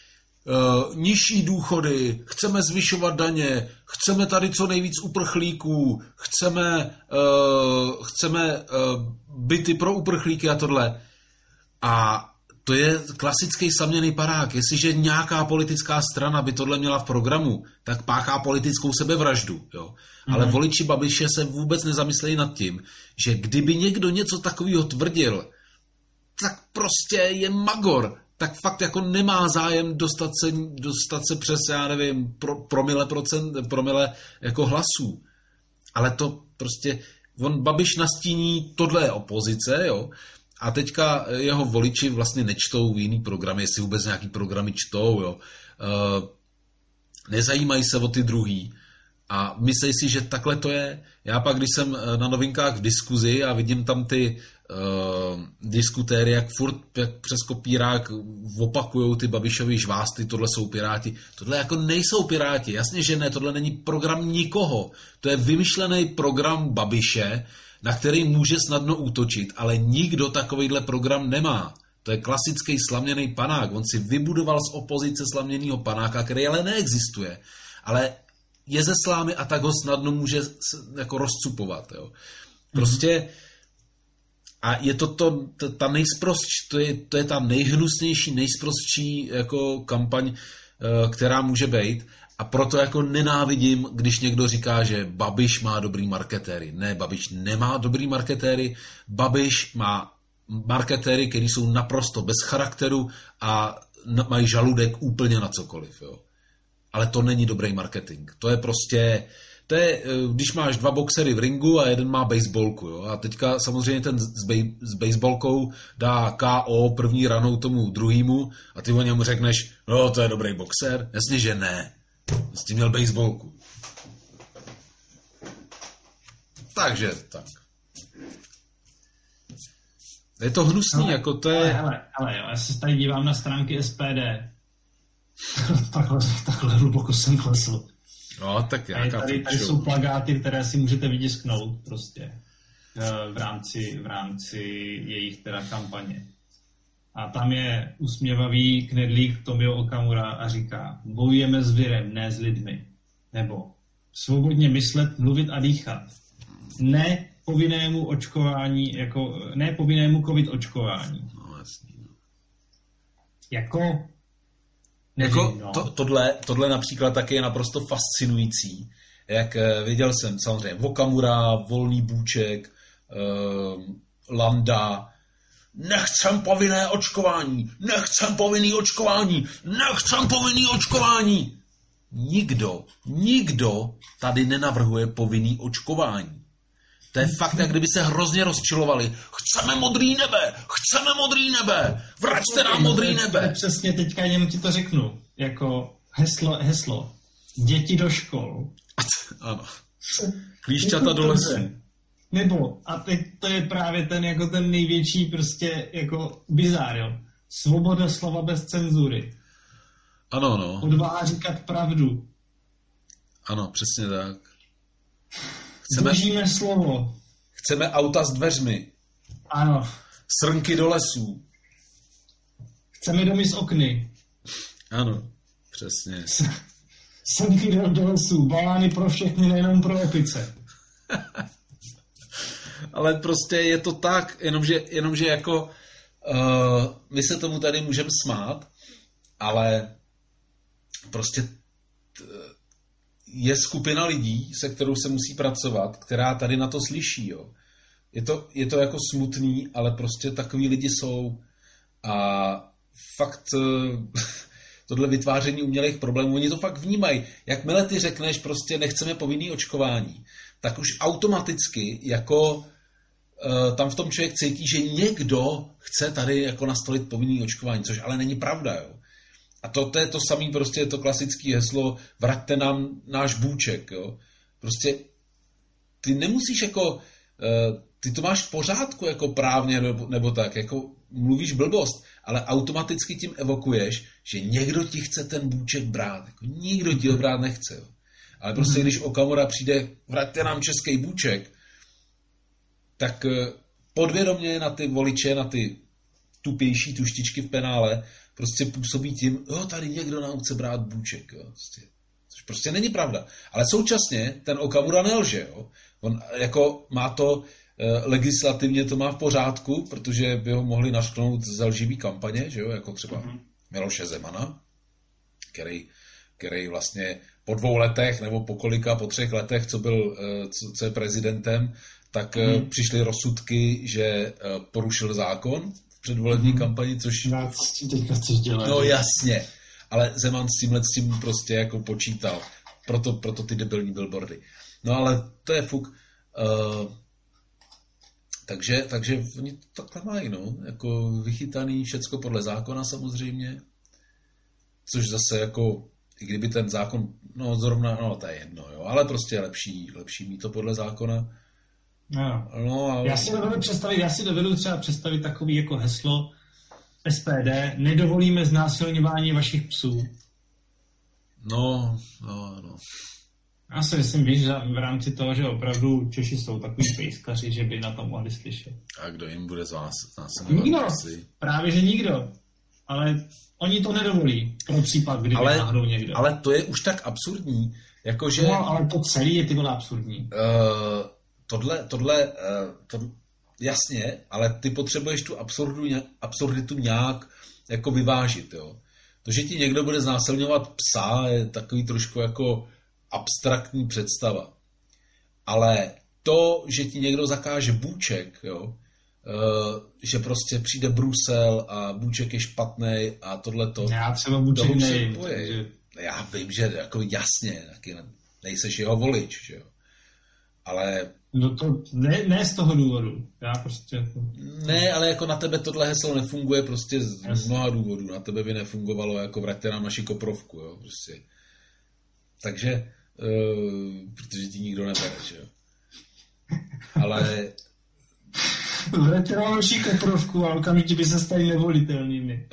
uh, nižší důchody, chceme zvyšovat daně, chceme tady co nejvíc uprchlíků, chceme, uh, chceme uh, byty pro uprchlíky a tohle. A to je klasický saměný parák. Jestliže nějaká politická strana by tohle měla v programu, tak páchá politickou sebevraždu. Jo? Mm. Ale voliči Babiše se vůbec nezamyslejí nad tím, že kdyby někdo něco takového tvrdil, tak prostě je magor. Tak fakt jako nemá zájem dostat se, dostat se přes, já nevím, pro, promile, procent, promile jako hlasů. Ale to prostě, on Babiš nastíní, tohle je opozice, jo. A teďka jeho voliči vlastně nečtou jiný programy, jestli vůbec nějaký programy čtou, jo. Uh, nezajímají se o ty druhý. A myslí si, že takhle to je. Já pak, když jsem na Novinkách v diskuzi a vidím tam ty uh, diskutéry, jak furt jak přes kopírák opakujou ty Babišovy žvásty, tohle jsou Piráti. Tohle jako nejsou Piráti, jasně, že ne, tohle není program nikoho. To je vymyšlený program Babiše, na který může snadno útočit, ale nikdo takovýhle program nemá. To je klasický slaměný panák. On si vybudoval z opozice slaměnýho panáka, který ale neexistuje. Ale je ze slámy a tak ho snadno může jako rozcupovat. Jo. Prostě a je to, to ta nejsprostší, to je, to je ta nejhnusnější, nejsprostší jako kampaň, která může být. A proto jako nenávidím, když někdo říká, že Babiš má dobrý marketéry. Ne, Babiš nemá dobrý marketéry. Babiš má marketéry, který jsou naprosto bez charakteru a mají žaludek úplně na cokoliv. Jo. Ale to není dobrý marketing. To je prostě, to je, když máš dva boxery v ringu a jeden má baseballku. Jo. A teďka samozřejmě ten s, bej, s baseballkou dá K O první ranou tomu druhýmu a ty o němu řekneš, no to je dobrý boxer. Jasně, že ne. S tím měl baseballku. Takže tak. Je to hnusný, ale, jako to je... Ale, ale, ale jo, já se tady dívám na stránky S P D. takhle, takhle hluboko jsem klesl. No, tak já tady, tady jsou plakáty, které si můžete vytisknout prostě v rámci, v rámci jejich teda kampaně. A tam je usměvavý knedlík Tomio Okamura a říká, bojujeme s virem, ne s lidmi. Nebo svobodně myslet, mluvit a dýchat. Ne povinnému očkování, jako, ne povinnému covid očkování. No, jasný. No. Jako... Nevím, jako no. to, tohle, tohle například taky je naprosto fascinující. Jak viděl jsem samozřejmě Okamura, Volný Bůček, uh, Landa. Nechcem povinné očkování, nechcem povinný očkování, nechcem povinný očkování. Nikdo, nikdo tady nenavrhuje povinný očkování. To je fakt, jak kdyby se hrozně rozčilovali. Chceme modrý nebe, chceme modrý nebe, vraťte nám modrý nebe. Přesně teďka jenom ti to řeknu, jako heslo, heslo. Děti do škol. Ano. Klíšťata do lesu. Nebo, a teď to je právě ten jako ten největší prostě jako bizár, jo. Svoboda slova bez cenzury. Ano, no. Odvaha říkat pravdu. Ano, přesně tak. Chceme, Držíme slovo. chceme auta s dveřmi. Ano. Srnky do lesů. Chceme domy z okny. Ano, přesně. Srnky do, do lesů. Balány pro všechny, nejenom pro opice. Ale prostě je to tak, jenomže, jenomže jako uh, my se tomu tady můžeme smát, ale prostě t, je skupina lidí, se kterou se musí pracovat, která tady na to slyší. Jo. Je to, je to jako smutný, ale prostě takový lidi jsou a fakt tohle vytváření umělých problémů, oni to fakt vnímají. Jakmile ty řekneš prostě nechceme povinný očkování, tak už automaticky jako uh, tam v tom člověk cítí, že někdo chce tady jako nastolit povinný očkování, což ale není pravda, jo. A to, to je to samé, prostě je to klasické heslo, vraťte nám náš bůček, jo. Prostě ty nemusíš jako, uh, ty to máš v pořádku jako právně nebo, nebo tak, jako mluvíš blbost, ale automaticky tím evokuješ, že někdo ti chce ten bůček brát, jako nikdo ti ho brát nechce, jo. Ale prostě, když Okamura přijde, vraťte nám český bůček, tak podvědomě na ty voliče, na ty tupější tuštičky v penále, prostě působí tím, jo, tady někdo nám chce brát bůček, jo. Prostě, což prostě není pravda. Ale současně ten Okamura nelže, jo. On jako má to, legislativně to má v pořádku, protože by ho mohli našknout z lživý kampaně, že jo, jako třeba mm-hmm. Miloše Zemana, který, který vlastně po dvou letech nebo po kolika, po třech letech, co byl co, co je prezidentem, tak mm. přišly rozsudky, že porušil zákon v předvolební mm. kampani, což... Já teďka chceš dělat. No jasně, ale Zeman s tímhle s tím prostě jako počítal. Proto, proto ty debilní billboardy. No ale to je fuk. Uh, takže, takže oni to takhle mají, no. Jako vychytaný, všecko podle zákona samozřejmě. Což zase jako, i kdyby ten zákon, no zrovna, no to je jedno, jo. Ale prostě je lepší, lepší mít to podle zákona. No. No, ale... Já si dovedu představit, já si dovedu třeba představit takový jako heslo S P D, nedovolíme znásilňování vašich psů. No, no, no. Já si myslím, víš, že v rámci toho, že opravdu Češi jsou takový pejskaři, že by na to mohli slyšet. A kdo jim bude znásilňovat? Nikdo, právě že nikdo. Ale oni to nedovolí pro případ, kdyby ale, náhodou někdo. Ale to je už tak absurdní, jakože... No, ale to celý je ty vole absurdní. Uh, tohle, tohle, uh, to, jasně, ale ty potřebuješ tu absurdu, absurditu nějak jako vyvážit, jo. To, že ti někdo bude znásilňovat psa, je takový trošku jako abstraktní představa. Ale to, že ti někdo zakáže bůček, jo, uh, že prostě přijde Brusel a bůček je špatnej a tohleto. Já třeba bůček nejím. Takže... Já vím, že jako jasně, taky nejseš jeho volič, že jo. Ale... No to ne, ne z toho důvodu. Já prostě... Ne, ale jako na tebe tohle heslo nefunguje prostě z jasně. mnoha důvodů. Na tebe by nefungovalo jako vraťte nám naši koprovku, jo, prostě. Takže, uh, protože ti nikdo nebere, že jo. Ale... Vraťte nám naši koprovku a okamžitě by se stali nevolitelnými.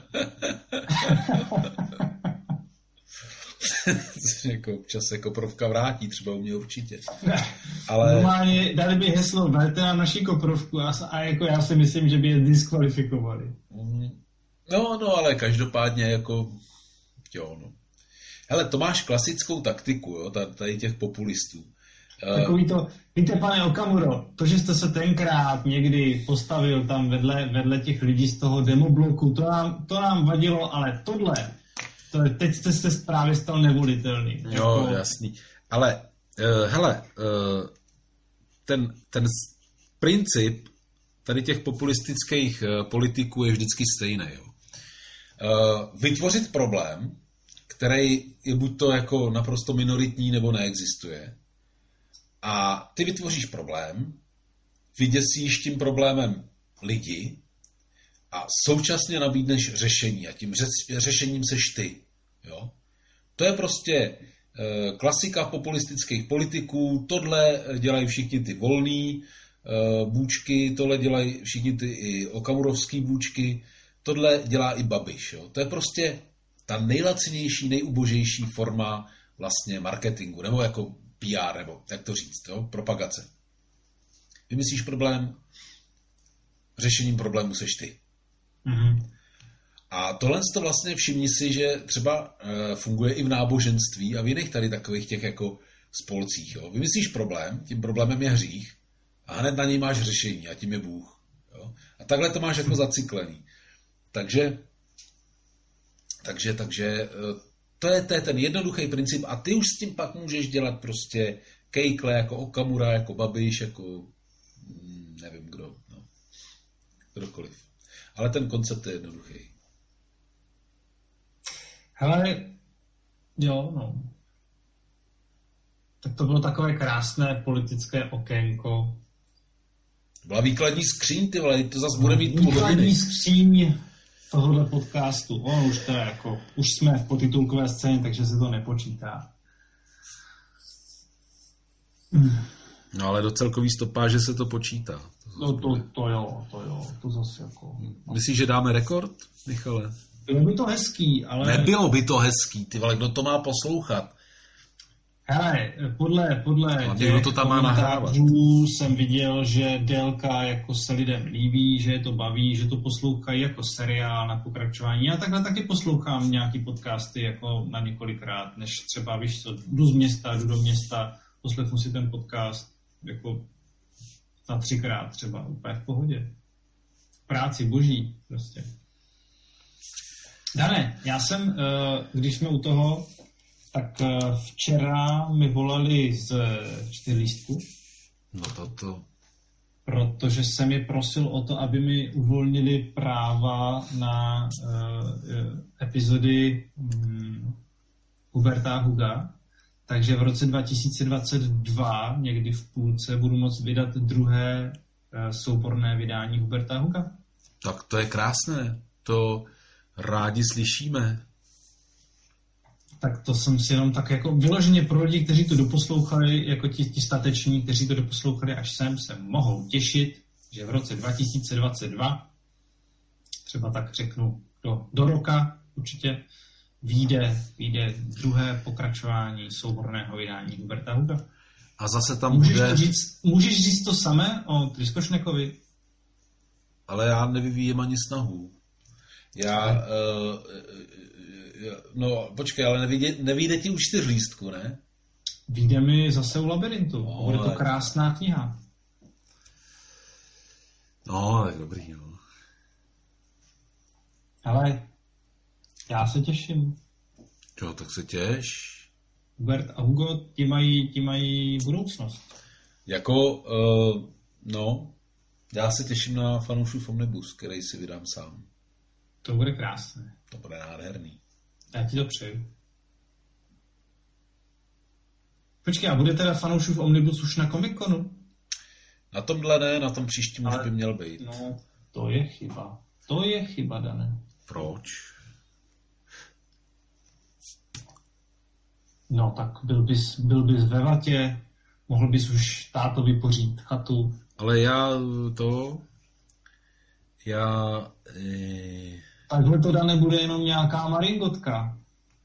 Jako občas se koprovka vrátí, třeba u mě určitě. Ale... Normálně dali by heslo vraťte nám naši koprovku a, a jako já si myslím, že by je diskvalifikovali. No, no, ale každopádně jako jo, no. Hele, to máš klasickou taktiku, jo, tady těch populistů. Takový to, víte, pane Okamuro, to, že jste se tenkrát někdy postavil tam vedle, vedle těch lidí z toho demobloku, to nám, to nám vadilo, ale tohle, to, teď jste se právě stal nevolitelný. Jo, jako... jasný. Ale, uh, hele, uh, ten, ten princip tady těch populistických uh, politiků je vždycky stejný. Jo. Uh, vytvořit problém, který je buď to jako naprosto minoritní, nebo neexistuje. A ty vytvoříš problém, vyděsíš tím problémem lidi a současně nabídneš řešení a tím řešením seš ty. Jo? To je prostě klasika populistických politiků, tohle dělají všichni ty volný bůčky, tohle dělají všichni ty i okamurovský bůčky, tohle dělá i Babiš. Jo. To je prostě ta nejlacinější, nejubožejší forma vlastně marketingu, nebo jako P R, nebo jak to říct, jo? Propagace. Vymyslíš problém, řešením problému seš ty. Mm-hmm. A tohle to vlastně všimni si, že třeba e, funguje i v náboženství a v jiných tady takových těch jako spolcích. Jo? Vymyslíš problém, tím problémem je hřích a hned na něj máš řešení a tím je Bůh. Jo? A takhle to máš jako zacyklený. Takže, takže, takže to je, to je ten jednoduchý princip a ty už s tím pak můžeš dělat prostě kejkle jako Okamura, jako Babiš, jako nevím kdo, no. Kdokoliv. Ale ten koncept je jednoduchý. Hele, jo, no. Tak to bylo takové krásné politické okénko. Byla výkladní skříň, ty vole, to zase bude mít půl hodiny. Výkladní skříň tohohle podcastu. Ono už teda jako, už jsme v podtitulkové scéně, takže se to nepočítá. No ale do celkový stopáže se to počítá. To no to, to jo, to jo, to zase jako... Myslíš, že dáme rekord, Michale? Bylo by to hezký, ale... Nebylo by to hezký, ty vole, kdo to má poslouchat? Hele, podle, podle těch to tam má nahrávat. Jsem viděl, že délka jako se lidem líbí, že je to baví, že to poslouchají jako seriál na pokračování. Já takhle taky poslouchám nějaký podcasty jako na několikrát, než třeba, víš co, jdu z města, jdu do města, poslechnu si ten podcast jako na třikrát třeba, úplně v pohodě. V práci boží prostě. Dane, já jsem, když jsme u toho, tak včera mi volali z čtyřlístku. No toto. Protože jsem je prosil o to, aby mi uvolnili práva na uh, epizody um, Huberta Huga. Takže v roce dva tisíce dvacet dva, někdy v půlce, budu moct vydat druhé uh, souborné vydání Huberta Huga. Tak to je krásné. To rádi slyšíme. Tak to jsem si jenom tak jako vyloženě pro lidi, kteří to doposlouchali, jako ti, ti stateční, kteří to doposlouchali až sem, se mohou těšit, že v roce dva tisíce dvacet dva, třeba tak řeknu do, do roka určitě, vyjde, vyjde druhé pokračování souborného vydání Huberta Huga. A zase tam můžeš bude... To říct, můžeš říct to samé o Tryskošnekovi? Ale já nevyvíjím ani snahu. Já... Uh, no, počkej, ale nevíde, nevíde ti u čtyřlístku, ne? Vyjde mi zase u Labyrintu. No, bude to krásná kniha. No, tak dobrý, no. Ale já se těším. Jo, tak se těš. Hubert a Hugo, ti mají, ti mají budoucnost. Jako, uh, no, já se těším na Fanoušův omnibus, který si vydám sám. To bude krásné. To bude nádherný. Já ti to přeju. Počkej, a bude teda Fanoušův omnibus už na Comic-Conu? Na tomhle ne, na tom příštím už by měl být. No, to je chyba. To je chyba, Dane. Proč? No, tak byl bys, byl bys ve vatě, mohl bys už táto vypořít chatu. Ale já to... Já... E... Takhle to, Dane, bude jenom nějaká maringotka.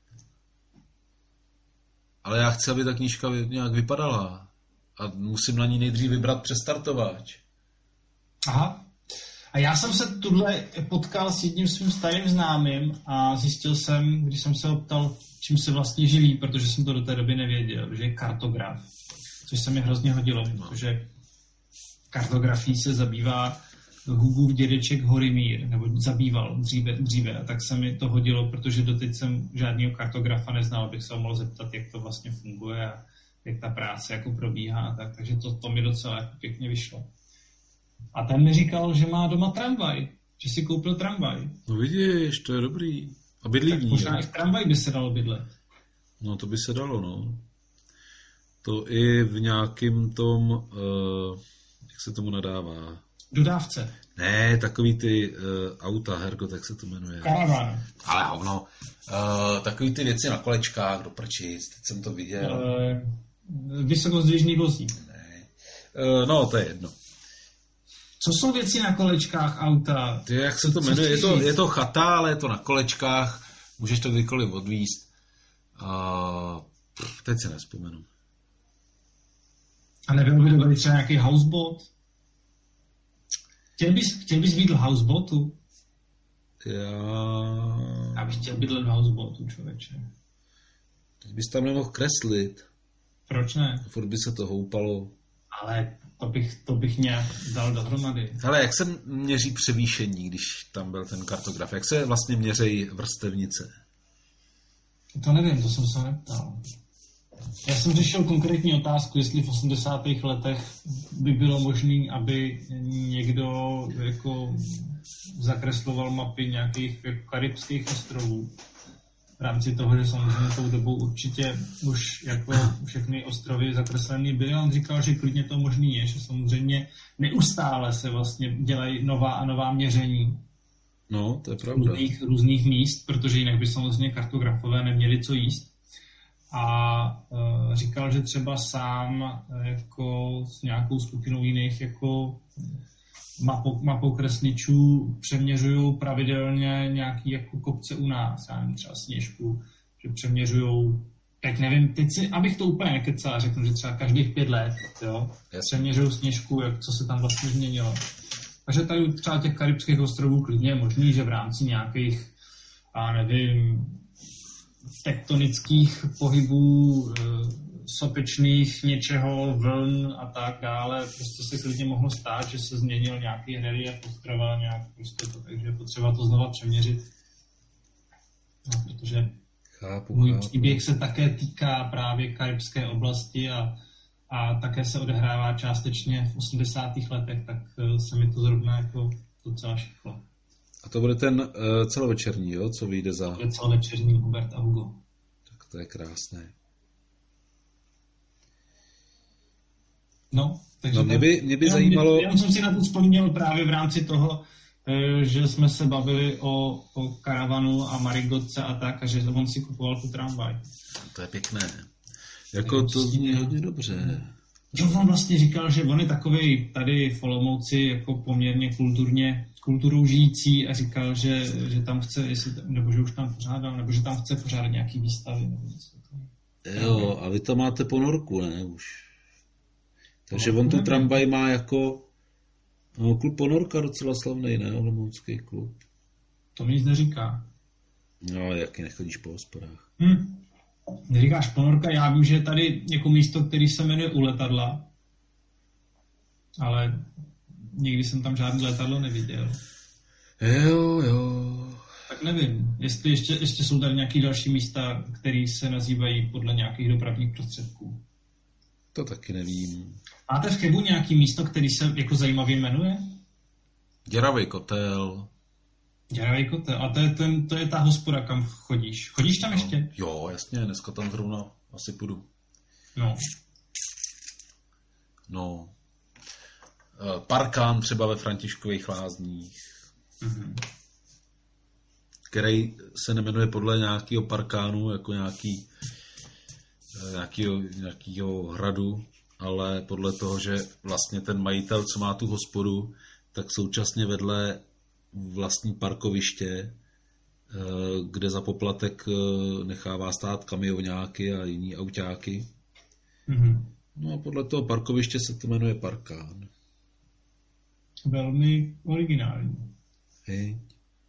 Ale já chci, aby ta knížka nějak vypadala. A musím na ní nejdřív vybrat přestartováč. Aha. A já jsem se tuhle potkal s jedním svým starým známým a zjistil jsem, když jsem se ho ptal, čím se vlastně živí, protože jsem to do té doby nevěděl, že je kartograf. Což se mi hrozně hodilo, protože kartografií se zabývá Hugův dědeček Horimír, nebo zabýval dříve, dříve, a tak se mi to hodilo, protože doteď jsem žádného kartografa neznal, abych se ho mohl zeptat, jak to vlastně funguje a jak ta práce jako probíhá, tak, takže to, to mi docela jako pěkně vyšlo. A ten mi říkal, že má doma tramvaj, že si koupil tramvaj. No vidíš, to je dobrý. A bydlí v ní. Možná i v tramvaj by se dalo bydlet. No to by se dalo, no. To i v nějakým tom, uh, jak se tomu nadává, dodávce. Ne, takový ty uh, auta, Hergo, tak se to jmenuje. Karavan. Ale hovno. Uh, takový ty věci na kolečkách, do prčic, teď jsem to viděl. Uh, vysokozdvižný vozík. Ne. Uh, no, to je jedno. Co jsou věci na kolečkách auta? Ty, jak se to jmenuje? Je to, je to chata, ale je to na kolečkách. Můžeš to kdykoliv odvízt. Uh, teď se nespomenu. A nebylo by dobrý třeba nějaký houseboat? Chtěl bys, chtěl bys být v houseboatu? Já... Já bych chtěl bydlet v houseboatu, člověče. Teď bys tam nemohl kreslit. Proč ne? Furt by se to houpalo. Ale to bych, to bych nějak dal dohromady. Ale jak se měří převýšení, když tam byl ten kartograf? Jak se vlastně měří vrstevnice? To nevím, to jsem se neptal. Já jsem řešil konkrétní otázku, jestli v osmdesátých letech by bylo možné, aby někdo jako zakresloval mapy nějakých jako karibských ostrovů. V rámci toho, že samozřejmě tou dobou určitě už jako všechny ostrovy zakreslené byly. A on říkal, že klidně to možný je, že samozřejmě neustále se vlastně dělají nová a nová měření. No, to je pravda. Různých, různých míst, protože jinak by samozřejmě kartografové neměli co jíst. A e, říkal, že třeba sám e, jako s nějakou skupinou jiných jako mapo, mapokresličů přeměřují pravidelně nějaký jako kopce u nás, já nevím, třeba Sněžku, že přeměřují, tak nevím, teď si, abych to úplně nekecal, řeknu, že třeba každých pět let, jo, přeměřují Sněžku, jak, co se tam vlastně změnilo. Takže tady třeba těch karibských ostrovů klidně je možný, že v rámci nějakých, já nevím, tektonických pohybů, sopečných něčeho, vln a tak dále, prostě se klidně mohlo stát, že se změnil nějaký relief ostrova, nějak prostě to, takže je potřeba to znova přeměřit. No, protože chápu, můj chápu. příběh se také týká právě karibské oblasti a, a také se odehrává částečně v osmdesátých letech, tak se mi to zrovna jako docela šiklo. A to bude ten uh, celovečerní, jo? Co vyjde za... To je celovečerní Hubert a Hugo. Tak to je krásné. No, takže... No, mě by, mě by já, zajímalo... Já jsem si na to vzpomněl právě v rámci toho, že jsme se bavili o, o karavanu a Marigotce a tak, a že on si kupoval tu tramvaj. To je pěkné. Jako to zní hodně dobře. Že on vlastně říkal, že on je takovej tady v Olomouci jako poměrně kulturně, kulturou žijící a říkal, že, že tam chce, jestli, nebo že už tam pořádal, nebo že tam chce pořádat nějaký výstavy. Nebo něco. Jo, a vy to máte ponorku, ne už? Takže on tu tramvaj má jako no, klub Ponorka docela slavný, ne? Olomoucký klub. To mi nic neříká. No, ale jaký nechodíš po hospodách. Hm. Neříkáš Ponorka, já vím, že je tady jako místo, který se jmenuje U letadla, ale nikdy jsem tam žádný letadlo neviděl. Jo, jo. Tak nevím, jestli ještě, ještě jsou tady nějaké další místa, které se nazývají podle nějakých dopravních prostředků. To taky nevím. Máte v Chebu nějaké místo, který se jako zajímavě jmenuje? Děravej kotel. Děravej kotel. A to je, ten, to je ta hospoda, kam chodíš. Chodíš tam ještě? Jo, jasně, dneska tam zrovna asi půjdu. No. No. Parkán třeba ve Františkových Lázních. Mhm. Který se nemenuje podle nějakého parkánu, jako nějaký nějakýho, nějakýho hradu, ale podle toho, že vlastně ten majitel, co má tu hospodu, tak současně vedle vlastní parkoviště, kde za poplatek nechává stát kamioňáky a jiný autáky. Mhm. No a podle toho parkoviště se to jmenuje parkán. Velmi originální. Hej.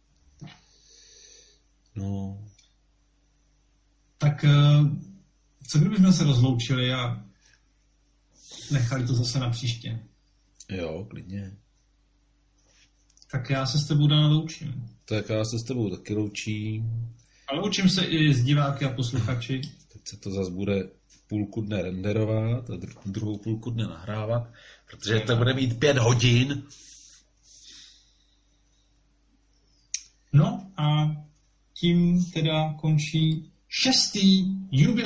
No. Tak co kdybychom se rozloučili a nechali to zase na příště? Jo, klidně. Tak já se s tebou dál loučím. Tak já se s tebou taky loučím. A loučím se i s diváky a posluchači. Teď se to zase bude půlku dne renderovat a druhou půlku dne nahrávat, protože to bude mít pět hodin. No a tím teda končí šestý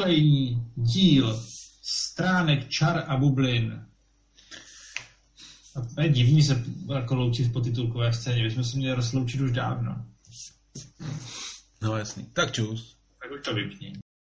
jubilejní díl Stránek čar a bublin. To je divný se jako loučit po titulkové scéně, my jsme se měli rozloučit už dávno. No jasný. Tak čus. Tak už to vypni.